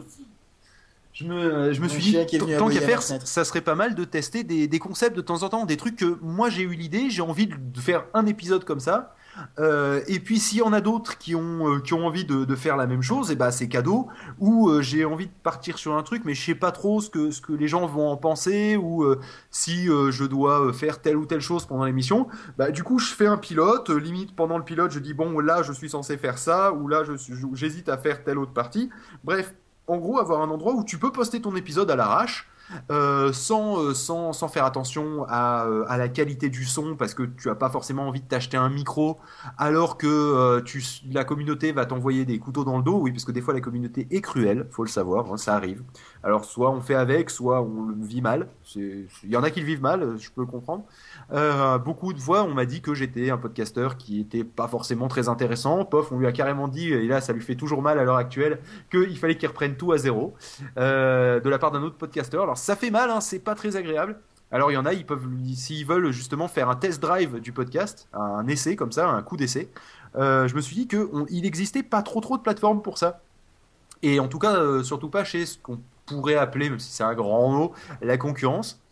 Je me, je me Un suis dit chien qui est venu tant aboyer qu'à à la faire, fenêtre. ça serait pas mal de tester des, des concepts de temps en temps, des trucs que moi j'ai eu l'idée, j'ai envie de faire un épisode comme ça. Euh, et puis s'il y en a d'autres qui ont euh, qui ont envie de, de faire la même chose, et bah c'est cadeau. Ou euh, j'ai envie de partir sur un truc, mais je sais pas trop ce que ce que les gens vont en penser, ou euh, si euh, je dois faire telle ou telle chose pendant l'émission. Bah du coup je fais un pilote, euh, limite pendant le pilote je dis bon là je suis censé faire ça, ou là je suis, j'hésite à faire telle autre partie. Bref, en gros avoir un endroit où tu peux poster ton épisode à l'arrache. Euh, sans, euh, sans, sans faire attention à, euh, à la qualité du son, parce que tu as pas forcément envie de t'acheter un micro alors que euh, tu, la communauté va t'envoyer des couteaux dans le dos. Oui, parce que des fois la communauté est cruelle, faut le savoir, hein, ça arrive. Alors soit on fait avec, soit on le vit mal. Il y en a qui le vivent mal, je peux le comprendre. Euh, beaucoup de fois on m'a dit que j'étais un podcasteur qui était pas forcément très intéressant. Pof, on lui a carrément dit, et là ça lui fait toujours mal à l'heure actuelle, qu'il fallait qu'il reprenne tout à zéro euh, de la part d'un autre podcasteur. Alors ça fait mal, hein, c'est pas très agréable. Alors il y en a, ils peuvent, s'ils veulent justement faire un test drive du podcast, un essai comme ça, un coup d'essai, euh, je me suis dit qu'il existait pas trop trop de plateformes pour ça. Et en tout cas, euh, surtout pas chez ce qu'on pourrait appeler, même si c'est un grand mot, la concurrence.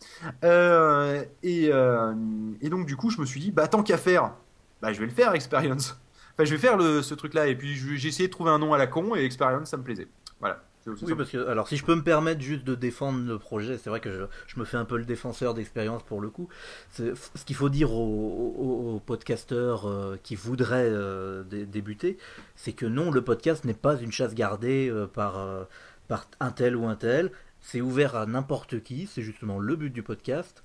Euh, et, euh, et donc du coup, je me suis dit, bah tant qu'à faire, bah je vais le faire, Experience. Enfin, je vais faire le, ce truc-là. Et puis j'ai essayé de trouver un nom à la con, et Experience, ça me plaisait. Voilà. Oui, parce que, alors si je peux me permettre juste de défendre le projet, c'est vrai que je, je me fais un peu le défenseur d'Expérience pour le coup. C'est, ce qu'il faut dire aux, aux, aux podcasteurs euh, qui voudraient euh, dé, débuter, c'est que non, le podcast n'est pas une chasse gardée euh, par, euh, par un tel ou un tel. C'est ouvert à n'importe qui, c'est justement le but du podcast.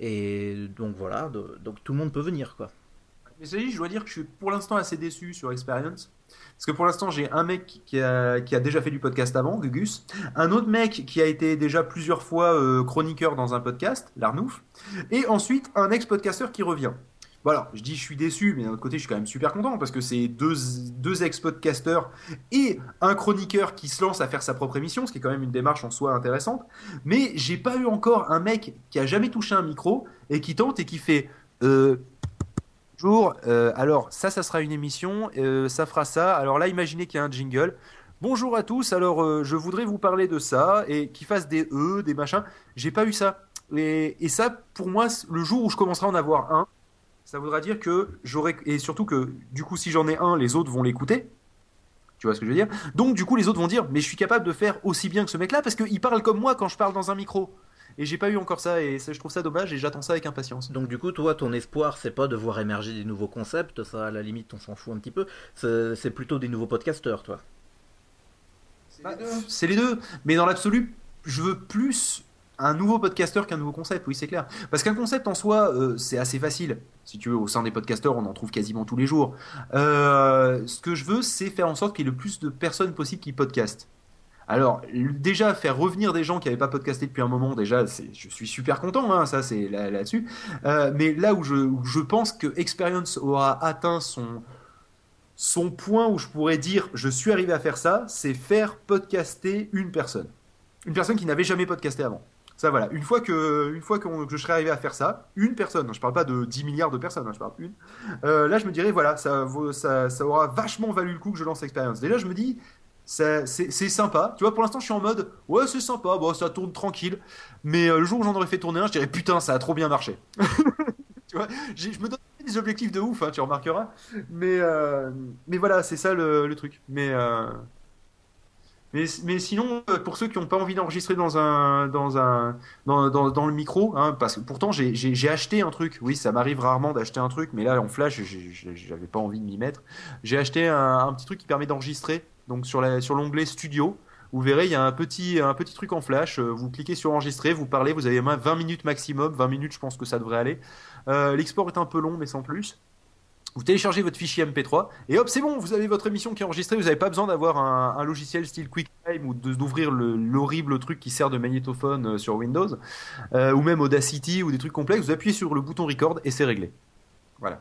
Et donc voilà, de, donc tout le monde peut venir, quoi. Mais ça dit, je dois dire que je suis pour l'instant assez déçu sur Experience. Parce que pour l'instant, j'ai un mec qui a, qui a déjà fait du podcast avant, Gugus. Un autre mec qui a été déjà plusieurs fois euh, chroniqueur dans un podcast, Larnouf. Et ensuite, un ex-podcasteur qui revient. Voilà, je dis je suis déçu, mais d'un autre côté, je suis quand même super content parce que c'est deux, deux ex-podcasteurs et un chroniqueur qui se lance à faire sa propre émission, ce qui est quand même une démarche en soi intéressante. Mais j'ai pas eu encore un mec qui a jamais touché un micro et qui tente et qui fait... Euh, Bonjour, euh, alors ça, ça sera une émission, euh, ça fera ça. Alors là, imaginez qu'il y a un jingle. Bonjour à tous, alors euh, je voudrais vous parler de ça, et qu'il fasse des E, des machins. J'ai pas eu ça. Et, et ça, pour moi, le jour où je commencerai à en avoir un, ça voudra dire que j'aurai... Et surtout que, du coup, si j'en ai un, les autres vont l'écouter. Tu vois ce que je veux dire? Donc, du coup, les autres vont dire, mais je suis capable de faire aussi bien que ce mec-là, parce qu'il parle comme moi quand je parle dans un micro. Et j'ai pas eu encore ça, et ça, je trouve ça dommage, et j'attends ça avec impatience. Donc du coup, toi, ton espoir, c'est pas de voir émerger des nouveaux concepts, ça, à la limite, on s'en fout un petit peu. C'est, c'est plutôt des nouveaux podcasteurs, toi. C'est les deux. C'est les deux, mais dans l'absolu, je veux plus un nouveau podcasteur qu'un nouveau concept, oui, c'est clair. Parce qu'un concept en soi, euh, c'est assez facile. Si tu veux, au sein des podcasteurs, on en trouve quasiment tous les jours. Euh, ce que je veux, c'est faire en sorte qu'il y ait le plus de personnes possible qui podcastent. Alors, déjà, faire revenir des gens qui n'avaient pas podcasté depuis un moment, déjà, c'est, je suis super content, hein, ça, c'est là, là-dessus. Euh, mais là où je, où je pense que Experience aura atteint son, son point où je pourrais dire je suis arrivé à faire ça, c'est faire podcaster une personne. Une personne qui n'avait jamais podcasté avant. Ça, voilà. Une fois que, une fois qu'on, que je serais arrivé à faire ça, une personne, je parle pas de dix milliards de personnes, hein, je parle une, euh, là, je me dirais, voilà, ça, vaut, ça, ça aura vachement valu le coup que je lance Experience. Déjà, je me dis, ça, c'est, c'est sympa. Tu vois, pour l'instant, je suis en mode, ouais, c'est sympa, bon, ça tourne tranquille. Mais euh, le jour où j'en aurais fait tourner un, je dirais, putain, ça a trop bien marché. Tu vois, j'ai, je me donne des objectifs de ouf, hein, tu remarqueras. Mais, euh, mais voilà, c'est ça le, le truc. Mais, euh, mais, mais sinon, pour ceux qui n'ont pas envie d'enregistrer dans un, dans un, dans, dans, dans le micro, hein, parce que pourtant j'ai, j'ai, j'ai acheté un truc. Oui, ça m'arrive rarement d'acheter un truc, mais là en flash, j'ai, j'ai, j'avais pas envie de m'y mettre. J'ai acheté un, un petit truc qui permet d'enregistrer. Donc sur, la, sur l'onglet Studio, vous verrez, il y a un petit, un petit truc en flash. Vous cliquez sur enregistrer, vous parlez, vous avez vingt minutes maximum. vingt minutes, je pense que ça devrait aller. Euh, l'export est un peu long, mais sans plus. Vous téléchargez votre fichier M P trois et hop, c'est bon, vous avez votre émission qui est enregistrée. Vous n'avez pas besoin d'avoir un, un logiciel style QuickTime ou de, d'ouvrir le, l'horrible truc qui sert de magnétophone sur Windows, euh, ou même Audacity ou des trucs complexes. Vous appuyez sur le bouton Record et c'est réglé. Voilà.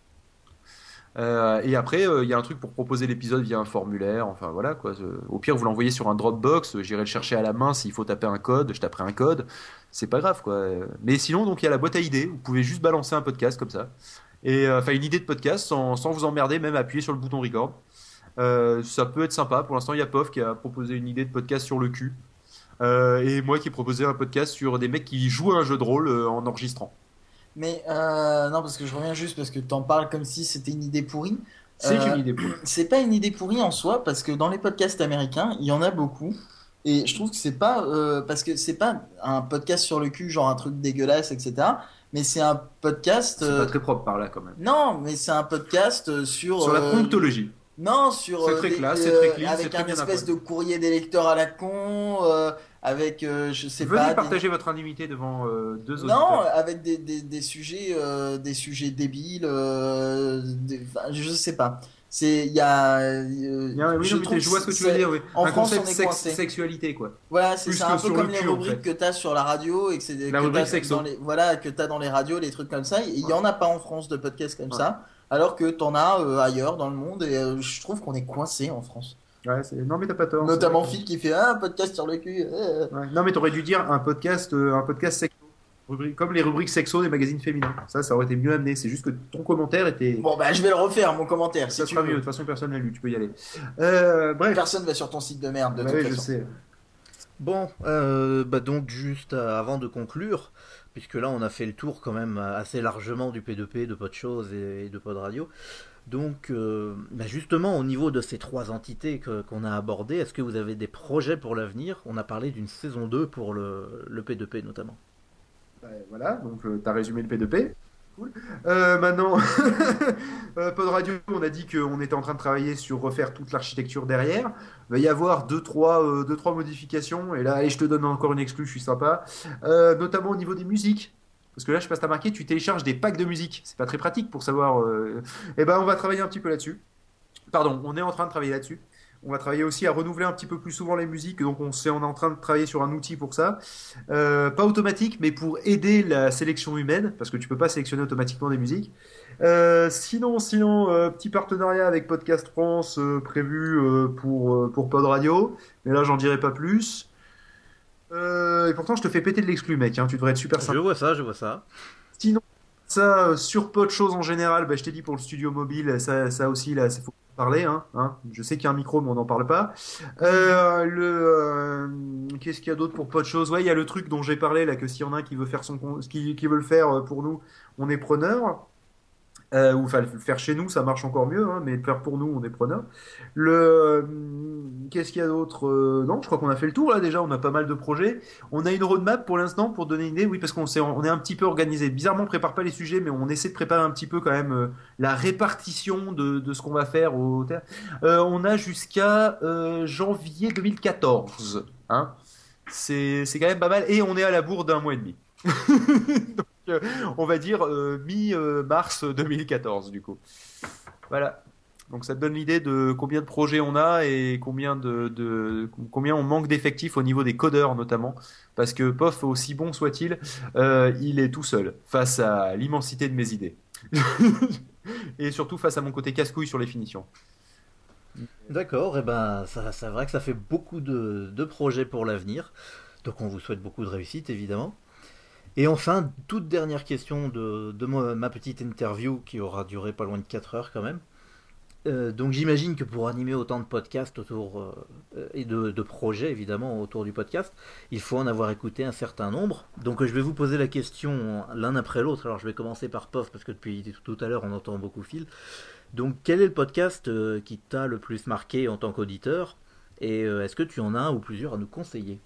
Euh, et après, il euh, y a un truc pour proposer l'épisode via un formulaire. Enfin voilà quoi. Au pire, vous l'envoyez sur un Dropbox. J'irai le chercher à la main s'il faut taper un code. Je taperai un code. C'est pas grave quoi. Mais sinon, donc il y a la boîte à idées. Vous pouvez juste balancer un podcast comme ça. Et enfin, euh, une idée de podcast sans, sans vous emmerder, même appuyer sur le bouton record. Euh, ça peut être sympa. Pour l'instant, il y a P O F qui a proposé une idée de podcast sur le cul. Euh, et moi qui ai proposé un podcast sur des mecs qui jouent à un jeu de rôle euh, en enregistrant. Mais euh, non, parce que je reviens juste parce que t'en parles comme si c'était une idée pourrie. C'est euh, une idée pourrie. C'est pas une idée pourrie en soi, parce que dans les podcasts américains, il y en a beaucoup. Et je trouve que c'est pas. Euh, parce que c'est pas un podcast sur le cul, genre un truc dégueulasse, et cetera. Mais c'est un podcast. C'est euh, pas très propre par là quand même. Non, mais c'est un podcast euh, sur. Sur la euh, promptologie. Non, sur. C'est euh, très des- classe, euh, c'est très clean, avec c'est très un bien espèce appointé. de courrier des lecteurs à la con, euh, avec, euh, je sais Venez pas. des- partager votre intimité devant euh, deux Non, auditeurs. avec des, des, des sujets, euh, des sujets débiles, euh, des- enfin, je sais pas. C'est, il y a. euh, Il y a- oui, je non, mais trouve je vois ce que tu veux c'est- dire. Oui. En un France, concept on est sex- coincé. sexualité quoi. Voilà, c'est Plus ça, que un peu sur comme le les cul, en rubriques fait. que t'as sur la radio et que c'est La que rubrique t'as sexo. dans les, voilà, que t'as dans les radios, les trucs comme ça. Et il y en a pas en France de podcasts comme ça, alors que t'en as euh, ailleurs dans le monde. Et euh, je trouve qu'on est coincé en France. Ouais, c'est... Non mais t'as pas tort. Notamment c'est vrai. Phil qui fait ah, un podcast sur le cul. euh. Ouais. Non mais t'aurais dû dire un podcast, euh, un podcast sexo. Rubrique- comme les rubriques sexo des magazines féminins. Ça, ça aurait été mieux amené. C'est juste que ton commentaire était. Bon bah je vais le refaire mon commentaire. ça si tu sera veux. mieux. De toute façon, personne l'a lu. Tu peux y aller. Euh, bref. Personne va sur ton site de merde de Ouais, toute je façon. sais. Bon, euh, bah donc juste euh, avant de conclure, puisque là on a fait le tour quand même euh, assez largement du P deux P, de Podchose et, et de Pod Radio. Donc, euh, bah justement, au niveau de ces trois entités que- qu'on a abordées, est-ce que vous avez des projets pour l'avenir? On a parlé d'une saison deux pour le, le P deux P notamment. Bah, voilà, donc euh, t'as résumé le P deux P. Cool. Euh, maintenant, euh, Pod Radio, on a dit qu'on était en train de travailler sur refaire toute l'architecture derrière. Il va y avoir deux trois, euh, deux, trois modifications. Et là, allez, je te donne encore une exclue, je suis sympa. Euh, notamment au niveau des musiques. Parce que là, je sais pas si t'as marqué, tu télécharges des packs de musique. C'est pas très pratique pour savoir. Euh... Eh ben, on va travailler un petit peu là-dessus. Pardon, on est en train de travailler là-dessus. On va travailler aussi à renouveler un petit peu plus souvent les musiques. Donc, on, sait, on est en train de travailler sur un outil pour ça. Euh, pas automatique, mais pour aider la sélection humaine. Parce que tu peux pas sélectionner automatiquement des musiques. Euh, sinon, sinon euh, petit partenariat avec Podcast France euh, prévu euh, pour, euh, pour Pod Radio. Mais là, j'en dirai pas plus. Euh, et pourtant, je te fais péter de l'exclu, mec. Hein, tu devrais être super sympa. Je vois ça, je vois ça. Sinon, ça, euh, sur peu de choses en général, bah, je t'ai dit pour le studio mobile, ça, ça aussi, là, il faut parler. Hein, hein. Je sais qu'il y a un micro, mais on n'en parle pas. Euh, le, euh, qu'est-ce qu'il y a d'autre pour peu de choses? Ouais, il y a le truc dont j'ai parlé, là, que s'il y en a un qui veut faire son, con- qui, qui veut le faire euh, pour nous, on est preneur. Euh, ou enfin le faire chez nous, ça marche encore mieux, hein, mais le faire pour nous, on est preneur. Le qu'est-ce qu'il y a d'autre? Euh, Non, je crois qu'on a fait le tour là déjà. On a pas mal de projets. On a une roadmap pour l'instant pour donner une idée. Oui, parce qu'on s'est, on est un petit peu organisé. Bizarrement, on prépare pas les sujets, mais on essaie de préparer un petit peu quand même euh, la répartition de, de ce qu'on va faire au terme. Euh, on a jusqu'à euh, janvier deux mille quatorze. Hein, c'est c'est quand même pas mal. Et on est à la bourre d'un mois et demi. Donc, euh, on va dire euh, mi-mars deux mille quatorze du coup. Voilà. Donc ça te donne l'idée de combien de projets on a et combien de, de combien on manque d'effectifs au niveau des codeurs notamment, parce que Pof, aussi bon soit-il, euh, il est tout seul face à l'immensité de mes idées et surtout face à mon côté casse-couille sur les finitions. D'accord, et ben ça, c'est vrai que ça fait beaucoup de, de projets pour l'avenir, donc on vous souhaite beaucoup de réussite évidemment. Et enfin, toute dernière question de, de ma, ma petite interview qui aura duré pas loin de quatre heures quand même. Euh, donc j'imagine que pour animer autant de podcasts autour euh, et de, de projets évidemment autour du podcast, il faut en avoir écouté un certain nombre. Donc je vais vous poser la question l'un après l'autre. Alors je vais commencer par Pof parce que depuis tout à l'heure on entend beaucoup Phil. Donc quel est le podcast euh, qui t'a le plus marqué en tant qu'auditeur et euh, est-ce que tu en as un ou plusieurs à nous conseiller?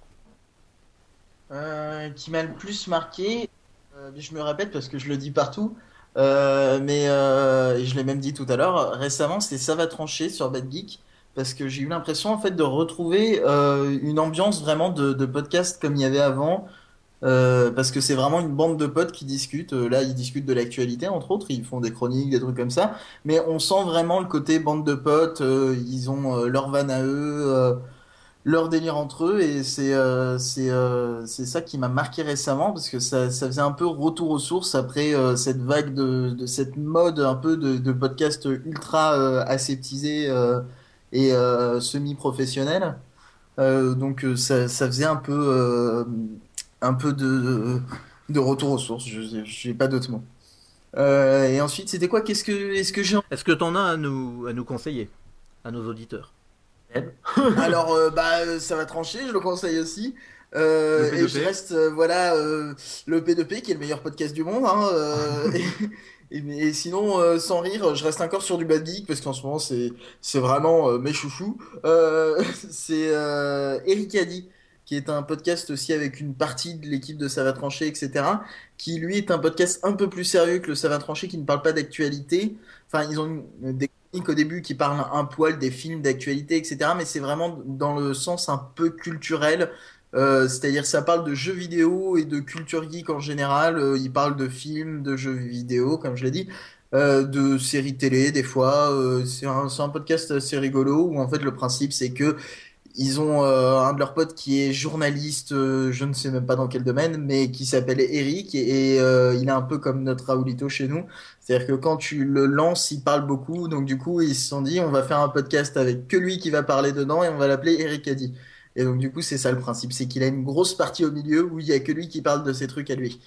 Euh, qui m'a le plus marqué, euh, je me répète parce que je le dis partout, euh, mais euh, et je l'ai même dit tout à l'heure, récemment c'est Ça va trancher sur Bad Geek, parce que j'ai eu l'impression en fait de retrouver euh, une ambiance vraiment de, de podcast comme il y avait avant, euh, parce que c'est vraiment une bande de potes qui discutent, euh, là ils discutent de l'actualité entre autres, ils font des chroniques, des trucs comme ça, mais on sent vraiment le côté bande de potes, euh, ils ont euh, leur van à eux, euh, leur délire entre eux et c'est euh, c'est euh, c'est ça qui m'a marqué récemment parce que ça ça faisait un peu retour aux sources après euh, cette vague de de cette mode un peu de de podcasts ultra euh, aseptisés euh, et euh, semi-professionnels. Euh, donc euh, ça ça faisait un peu euh, un peu de de retour aux sources, je j'ai pas d'autres mots. Euh, et ensuite, c'était quoi? Qu'est-ce que est-ce que j'ai Est-ce que t'en as à nous à nous conseiller à nos auditeurs? Alors, euh, bah, euh, ça va trancher, je le conseille aussi. Euh, Le et je P deux P. reste, euh, voilà, euh, le P deux P qui est le meilleur podcast du monde. Hein, euh, et, et- mais- et sinon, euh, sans rire, je reste encore sur du Bad Geek parce qu'en ce moment, c'est c'est vraiment euh, mes chouchous. Euh, c'est euh, Eric Addy, qui est un podcast aussi avec une partie de l'équipe de Ça va trancher, et cetera. Qui lui est un podcast un peu plus sérieux que le Ça va trancher, qui ne parle pas d'actualité. Enfin, ils ont une- des chroniques au début qui parlent un poil des films d'actualité, et cetera. Mais c'est vraiment dans le sens un peu culturel. Euh, c'est-à-dire ça parle de jeux vidéo et de culture geek en général. Euh, ils parlent de films, de jeux vidéo, comme je l'ai dit, euh, de séries télé des fois. Euh, c'est un, c'est un podcast assez rigolo où en fait le principe c'est que ils ont euh, un de leurs potes qui est journaliste, euh, je ne sais même pas dans quel domaine, mais qui s'appelle Eric et, et, euh, il est un peu comme notre Raoulito chez nous. C'est-à-dire que quand tu le lances, il parle beaucoup, donc du coup ils se sont dit on va faire un podcast avec que lui qui va parler dedans et on va l'appeler Eric Addy. Et donc du coup c'est ça le principe, c'est qu'il a une grosse partie au milieu où il y a que lui qui parle de ses trucs à lui.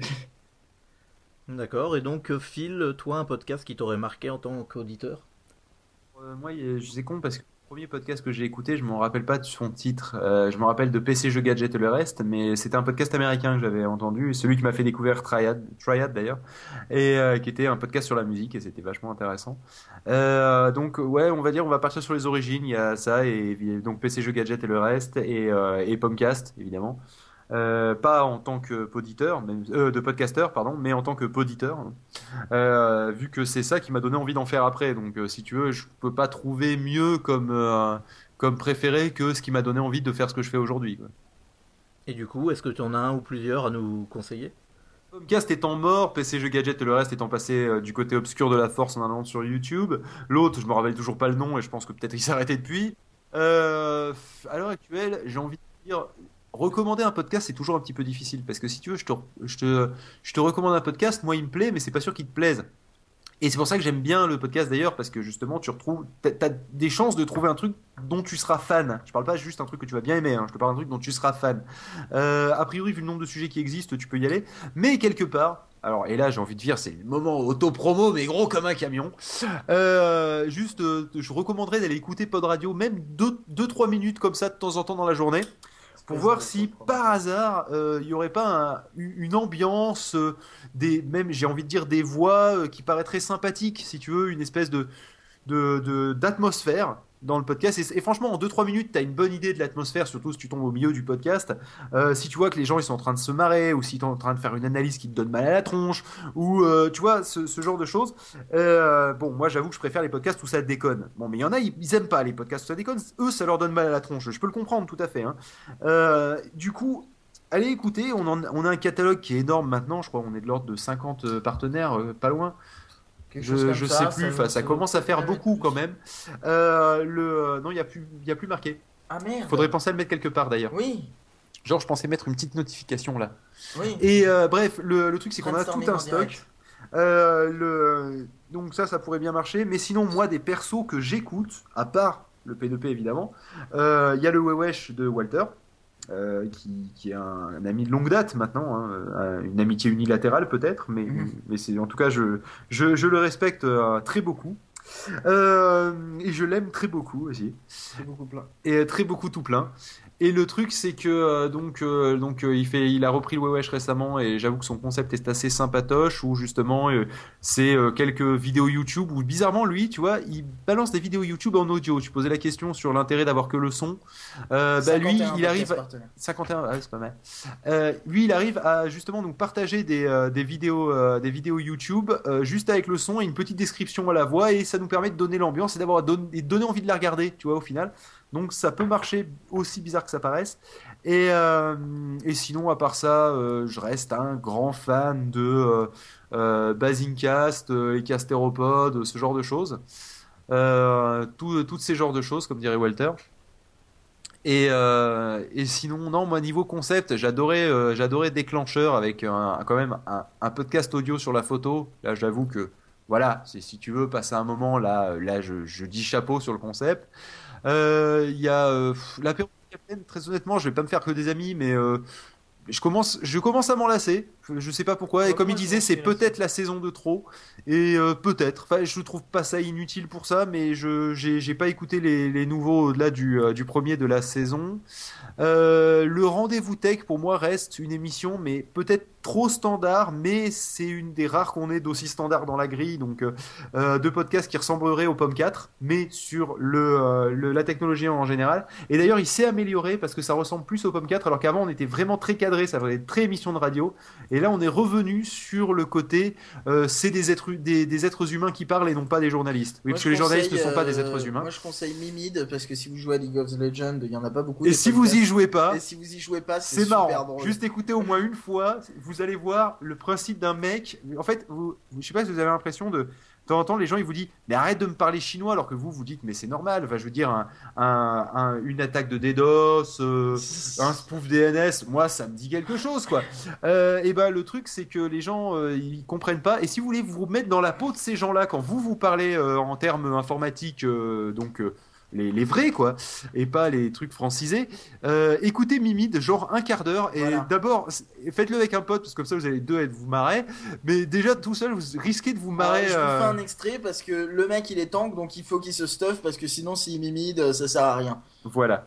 D'accord, et donc euh, Phil, toi un podcast qui t'aurait marqué en tant qu'auditeur? Euh, moi, il y a- je sais con parce que le premier podcast que j'ai écouté, je m'en rappelle pas de son titre. Euh, je me rappelle de P C Jeux Gadget et le reste, mais c'était un podcast américain que j'avais entendu, celui qui m'a fait découvrir Triad, Triad d'ailleurs, et euh, qui était un podcast sur la musique et c'était vachement intéressant. Euh, donc ouais, on va dire, on va partir sur les origines. Il y a ça et donc P C Jeux Gadget et le reste et, euh, et Pomcast évidemment. Euh, pas en tant que poditeur, même, euh, de podcasteur, pardon, mais en tant que poditeur, euh, vu que c'est ça qui m'a donné envie d'en faire après. Donc, euh, si tu veux, je peux pas trouver mieux comme, euh, comme préféré que ce qui m'a donné envie de faire ce que je fais aujourd'hui, quoi. Et du coup, est-ce que tu en as un ou plusieurs à nous conseiller? Comcast étant mort, P C Jeux Gadget et le reste étant passé euh, du côté obscur de la force en allant sur YouTube. L'autre, je me rappelle toujours pas le nom et je pense que peut-être il s'est arrêté depuis. Euh, à l'heure actuelle, j'ai envie de dire, recommander un podcast, c'est toujours un petit peu difficile parce que si tu veux, je te, je te, je te recommande un podcast, moi il me plaît, mais c'est pas sûr qu'il te plaise. Et c'est pour ça que j'aime bien le podcast d'ailleurs, parce que justement, tu retrouves, t'as, t'as des chances de trouver un truc dont tu seras fan. Je parle pas juste un truc que tu vas bien aimer, hein, je te parle d'un truc dont tu seras fan. Euh, a priori, vu le nombre de sujets qui existent, tu peux y aller, mais quelque part. Alors, et là, j'ai envie de dire, c'est le moment auto-promo, mais gros comme un camion. Euh, juste, euh, je recommanderais d'aller écouter Pod Radio, même deux trois minutes comme ça de temps en temps dans la journée, pour voir si par hasard il euh, y aurait pas un, une ambiance, euh, des, même j'ai envie de dire des voix euh, qui paraîtraient sympathiques, si tu veux, une espèce de, de, de d'atmosphère dans le podcast. Et, et franchement, en deux trois minutes, tu as une bonne idée de l'atmosphère, surtout si tu tombes au milieu du podcast. Euh, si tu vois que les gens ils sont en train de se marrer, ou si tu es en train de faire une analyse qui te donne mal à la tronche, ou euh, tu vois, ce, ce genre de choses. Euh, bon, moi j'avoue que je préfère les podcasts où ça déconne. Bon, mais il y en a, ils, ils aiment pas les podcasts où ça déconne. Eux, ça leur donne mal à la tronche. Je peux le comprendre tout à fait. Hein. Euh, du coup, allez écouter, on, en, on a un catalogue qui est énorme maintenant. Je crois qu'on est de l'ordre de cinquante partenaires, euh, pas loin. Quelque je je ça, sais plus, ça, ça commence à faire beaucoup quand même. Euh, le non, il y a plus il y a plus marqué. Ah merde. Faudrait penser à le mettre quelque part d'ailleurs. Oui. Genre je pensais mettre une petite notification là. Oui. Et euh, bref, le, le truc c'est qu'on a tout un stock. Euh, le donc ça ça pourrait bien marcher, mais sinon moi des persos que j'écoute à part le P deux P évidemment, il euh, y a le Wewesh de Walter. Euh, qui, qui est un, un ami de longue date maintenant, hein, une amitié unilatérale peut-être, mais, mmh. mais c'est, en tout cas je, je, je le respecte euh, très beaucoup. Euh, et je l'aime très beaucoup aussi. Très beaucoup plein. Et très beaucoup tout plein. Et le truc c'est que euh, donc euh, donc euh, il fait il a repris le Wewesh récemment et j'avoue que son concept est assez sympatoche où justement euh, c'est euh, quelques vidéos YouTube où bizarrement lui tu vois il balance des vidéos YouTube en audio. Tu posais la question sur l'intérêt d'avoir que le son. Euh, bah lui il arrive à... cinquante et un ah, c'est pas mal. Euh, lui il arrive à justement donc partager des euh, des vidéos euh, des vidéos YouTube euh, juste avec le son et une petite description à la voix et ça nous permet de donner l'ambiance et d'avoir don... et de donner envie de la regarder tu vois au final. Donc ça peut marcher aussi bizarre que ça paraisse. Et, euh, et sinon, à part ça, euh, je reste un grand fan de euh, euh, Basingcast, euh, les Castéropodes, ce genre de choses. Euh, tout, toutes ces genres de choses, comme dirait Walter. Et, euh, et sinon, non, moi niveau concept, j'adorais, euh, j'adorais Déclencheur avec un, quand même un, un podcast audio sur la photo. Là, j'avoue que voilà, c'est, si tu veux passer un moment, là, là je, je dis chapeau sur le concept. Il euh, y a euh, l'apéro Capitaine, très honnêtement, je vais pas me faire que des amis, mais euh, je commence, je commence à m'en lasser. Je sais pas pourquoi. Et comme il disait, c'est peut-être la saison de trop. Et euh, peut-être. Enfin, je trouve pas ça inutile pour ça, mais je j'ai, j'ai pas écouté les, les nouveaux au-delà du, euh, du premier de la saison. Euh, le Rendez-vous Tech pour moi reste une émission, mais peut-être trop standard, mais c'est une des rares qu'on ait d'aussi standard dans la grille, donc euh, de podcasts qui ressembleraient au Pomme quatre, mais sur le, euh, le la technologie en général. Et d'ailleurs, il s'est amélioré parce que ça ressemble plus au Pomme quatre, alors qu'avant on était vraiment très cadré, ça faisait très émission de radio. Et là, on est revenu sur le côté, euh, c'est des êtres des, des êtres humains qui parlent et non pas des journalistes. Oui, moi, parce que les journalistes ne sont pas des êtres humains. Moi, je conseille Mimid parce que si vous jouez à League of Legends, il y en a pas beaucoup. Et si vous y jouez pas, et si vous y jouez pas, c'est, c'est super marrant. Drôle. Juste écoutez au moins une fois, vous allez voir le principe d'un mec. En fait, vous, je sais pas si vous avez l'impression de, de temps en temps, les gens ils vous disent mais arrête de me parler chinois alors que vous vous dites mais c'est normal. Enfin, je veux dire un, un, un, une attaque de DDoS, euh, un spoof D N S, moi ça me dit quelque chose quoi. Euh, et ben le truc c'est que les gens euh, ils comprennent pas. Et si vous voulez vous mettre dans la peau de ces gens-là quand vous vous parlez euh, en termes informatiques, euh, donc euh, Les, les vrais quoi et pas les trucs francisés, euh, écoutez Mimid genre un quart d'heure et voilà. D'abord faites-le avec un pote parce que comme ça vous allez deux être vous marrer, mais déjà tout seul vous risquez de vous marrer. Alors, je euh... vous fais un extrait parce que le mec il est tank donc il faut qu'il se stuff parce que sinon s'il mimide ça sert à rien, voilà,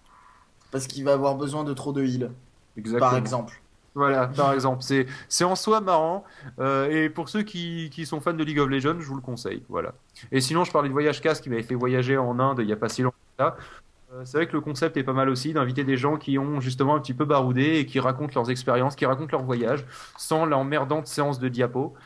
parce qu'il va avoir besoin de trop de heal. Exactement. Par exemple. Voilà, par exemple, c'est c'est en soi marrant. Euh, et pour ceux qui, qui sont fans de League of Legends, je vous le conseille. Voilà. Et sinon, je parlais de Voyage Casse qui m'avait fait voyager en Inde il y a pas si longtemps que ça. Euh, c'est vrai que le concept est pas mal aussi d'inviter des gens qui ont justement un petit peu baroudé et qui racontent leurs expériences, qui racontent leur voyage sans l'emmerdante séance de diapo.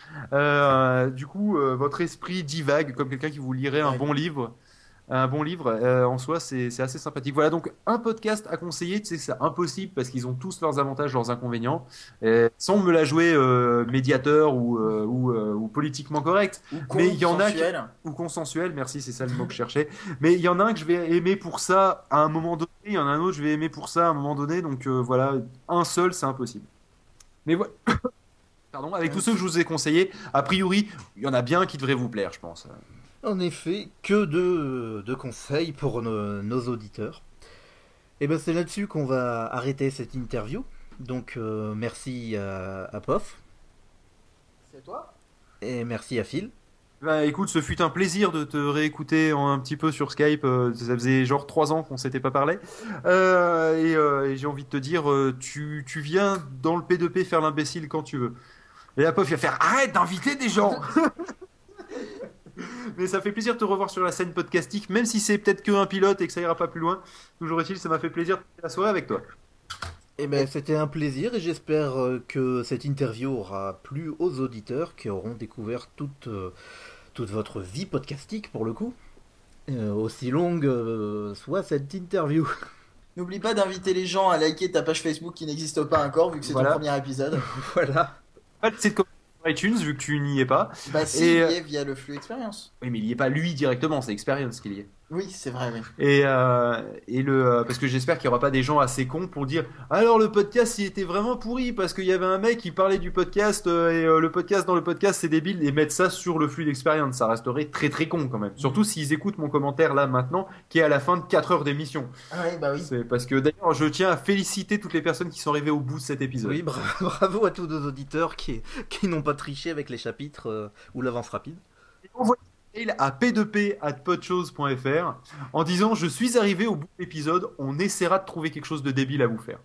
Euh, du coup, euh, votre esprit divague comme quelqu'un qui vous lirait un ouais. bon livre. Un bon livre, euh, en soi, c'est, c'est assez sympathique. Voilà, donc un podcast à conseiller, tu sais que c'est impossible parce qu'ils ont tous leurs avantages, leurs inconvénients. Et sans me la jouer euh, médiateur ou, euh, ou, euh, ou politiquement correct. Ou mais il y en a qui... ou consensuel, merci, c'est ça le mot que je cherchais. Mais il y en a un que je vais aimer pour ça à un moment donné, il y en a un autre que je vais aimer pour ça à un moment donné. Donc euh, voilà, un seul, c'est impossible. Mais voilà. Pardon, avec tous ceux que je vous ai conseillés, a priori, il y en a bien qui devraient vous plaire, je pense. En effet, que de, de conseils pour nos, nos auditeurs. Et ben c'est là-dessus qu'on va arrêter cette interview. Donc euh, merci à, à Pof. C'est toi. Et merci à Phil. Bah écoute, ce fut un plaisir de te réécouter en, un petit peu sur Skype. Euh, ça faisait genre trois ans qu'on s'était pas parlé. Euh, et, euh, et j'ai envie de te dire, euh, tu, tu viens dans le P deux P faire l'imbécile quand tu veux. Et la pauvre, il va faire arrête d'inviter des gens. Mais ça fait plaisir de te revoir sur la scène podcastique, même si c'est peut-être qu'un pilote et que ça ira pas plus loin. Toujours est-il, ça m'a fait plaisir de passer la soirée avec toi. Eh ben, c'était un plaisir et j'espère que cette interview aura plu aux auditeurs qui auront découvert toute, euh, toute votre vie podcastique pour le coup, euh, aussi longue euh, soit cette interview. N'oublie pas d'inviter les gens à liker ta page Facebook qui n'existe pas encore vu que c'est Voilà. ton premier épisode. Voilà. C'est de commenter sur iTunes vu que tu n'y es pas. Bah si, Et, il euh, y est via le flux expérience. Oui, mais il n'y est pas lui directement, c'est Experience qu'il y est. Oui, c'est vrai, oui. Et, euh, et le, euh, parce que j'espère qu'il n'y aura pas des gens assez cons pour dire alors le podcast il était vraiment pourri parce qu'il y avait un mec qui parlait du podcast euh, et euh, le podcast dans le podcast c'est débile et mettre ça sur le flux d'expérience, ça resterait très très con quand même. Surtout s'ils écoutent mon commentaire là maintenant qui est à la fin de quatre heures d'émission. Ah oui, bah oui. C'est parce que d'ailleurs je tiens à féliciter toutes les personnes qui sont arrivées au bout de cet épisode. Oui, bra- bravo à tous nos auditeurs qui, qui n'ont pas triché avec les chapitres euh, ou l'avance rapide. Envoyez un mail à p deux p arobase podchose point f r en disant je suis arrivé au bout de l'épisode, on essaiera de trouver quelque chose de débile à vous faire.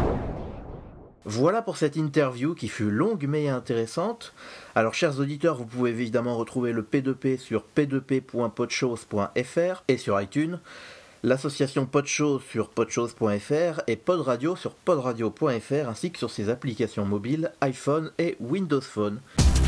Voilà pour cette interview qui fut longue mais intéressante. Alors chers auditeurs, vous pouvez évidemment retrouver le P deux P sur p deux p point podchose point f r et sur iTunes, l'association Podchose sur podchose point f r et Pod Radio sur podradio point f r ainsi que sur ses applications mobiles iPhone et Windows Phone.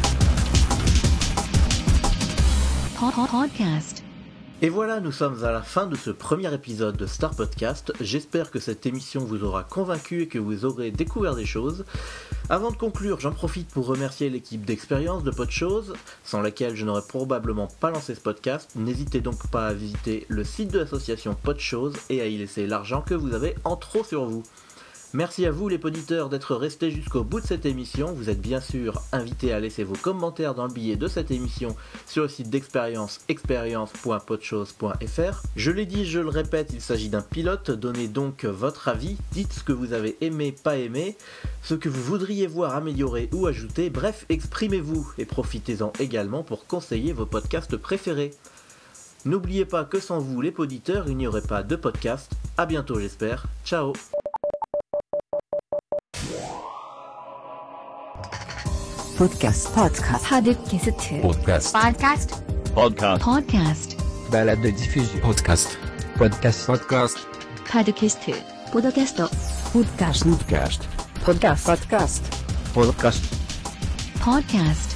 Podcast. Et voilà, nous sommes à la fin de ce premier épisode de Star Podcast. J'espère que cette émission vous aura convaincu et que vous aurez découvert des choses. Avant de conclure, j'en profite pour remercier l'équipe d'expérience de Podchose, sans laquelle je n'aurais probablement pas lancé ce podcast. N'hésitez donc pas à visiter le site de l'association Podchose et à y laisser l'argent que vous avez en trop sur vous. Merci à vous les auditeurs d'être restés jusqu'au bout de cette émission. Vous êtes bien sûr invités à laisser vos commentaires dans le billet de cette émission sur le site d'expérience, expérience point podchose point f r. Je l'ai dit, je le répète, il s'agit d'un pilote. Donnez donc votre avis, dites ce que vous avez aimé, pas aimé, ce que vous voudriez voir améliorer ou ajouter, bref, exprimez-vous et profitez-en également pour conseiller vos podcasts préférés. N'oubliez pas que sans vous les auditeurs, il n'y aurait pas de podcast. À bientôt j'espère. Ciao. Podcast. Podcast. Podcast. Podcast. Podcast. Podcast. Podcast. Balade de diffusion. Podcast. Podcast. Podcast. Podcast. Podcast. Podcast. Podcast. Podcast. Podcast. Podcast. Podcast.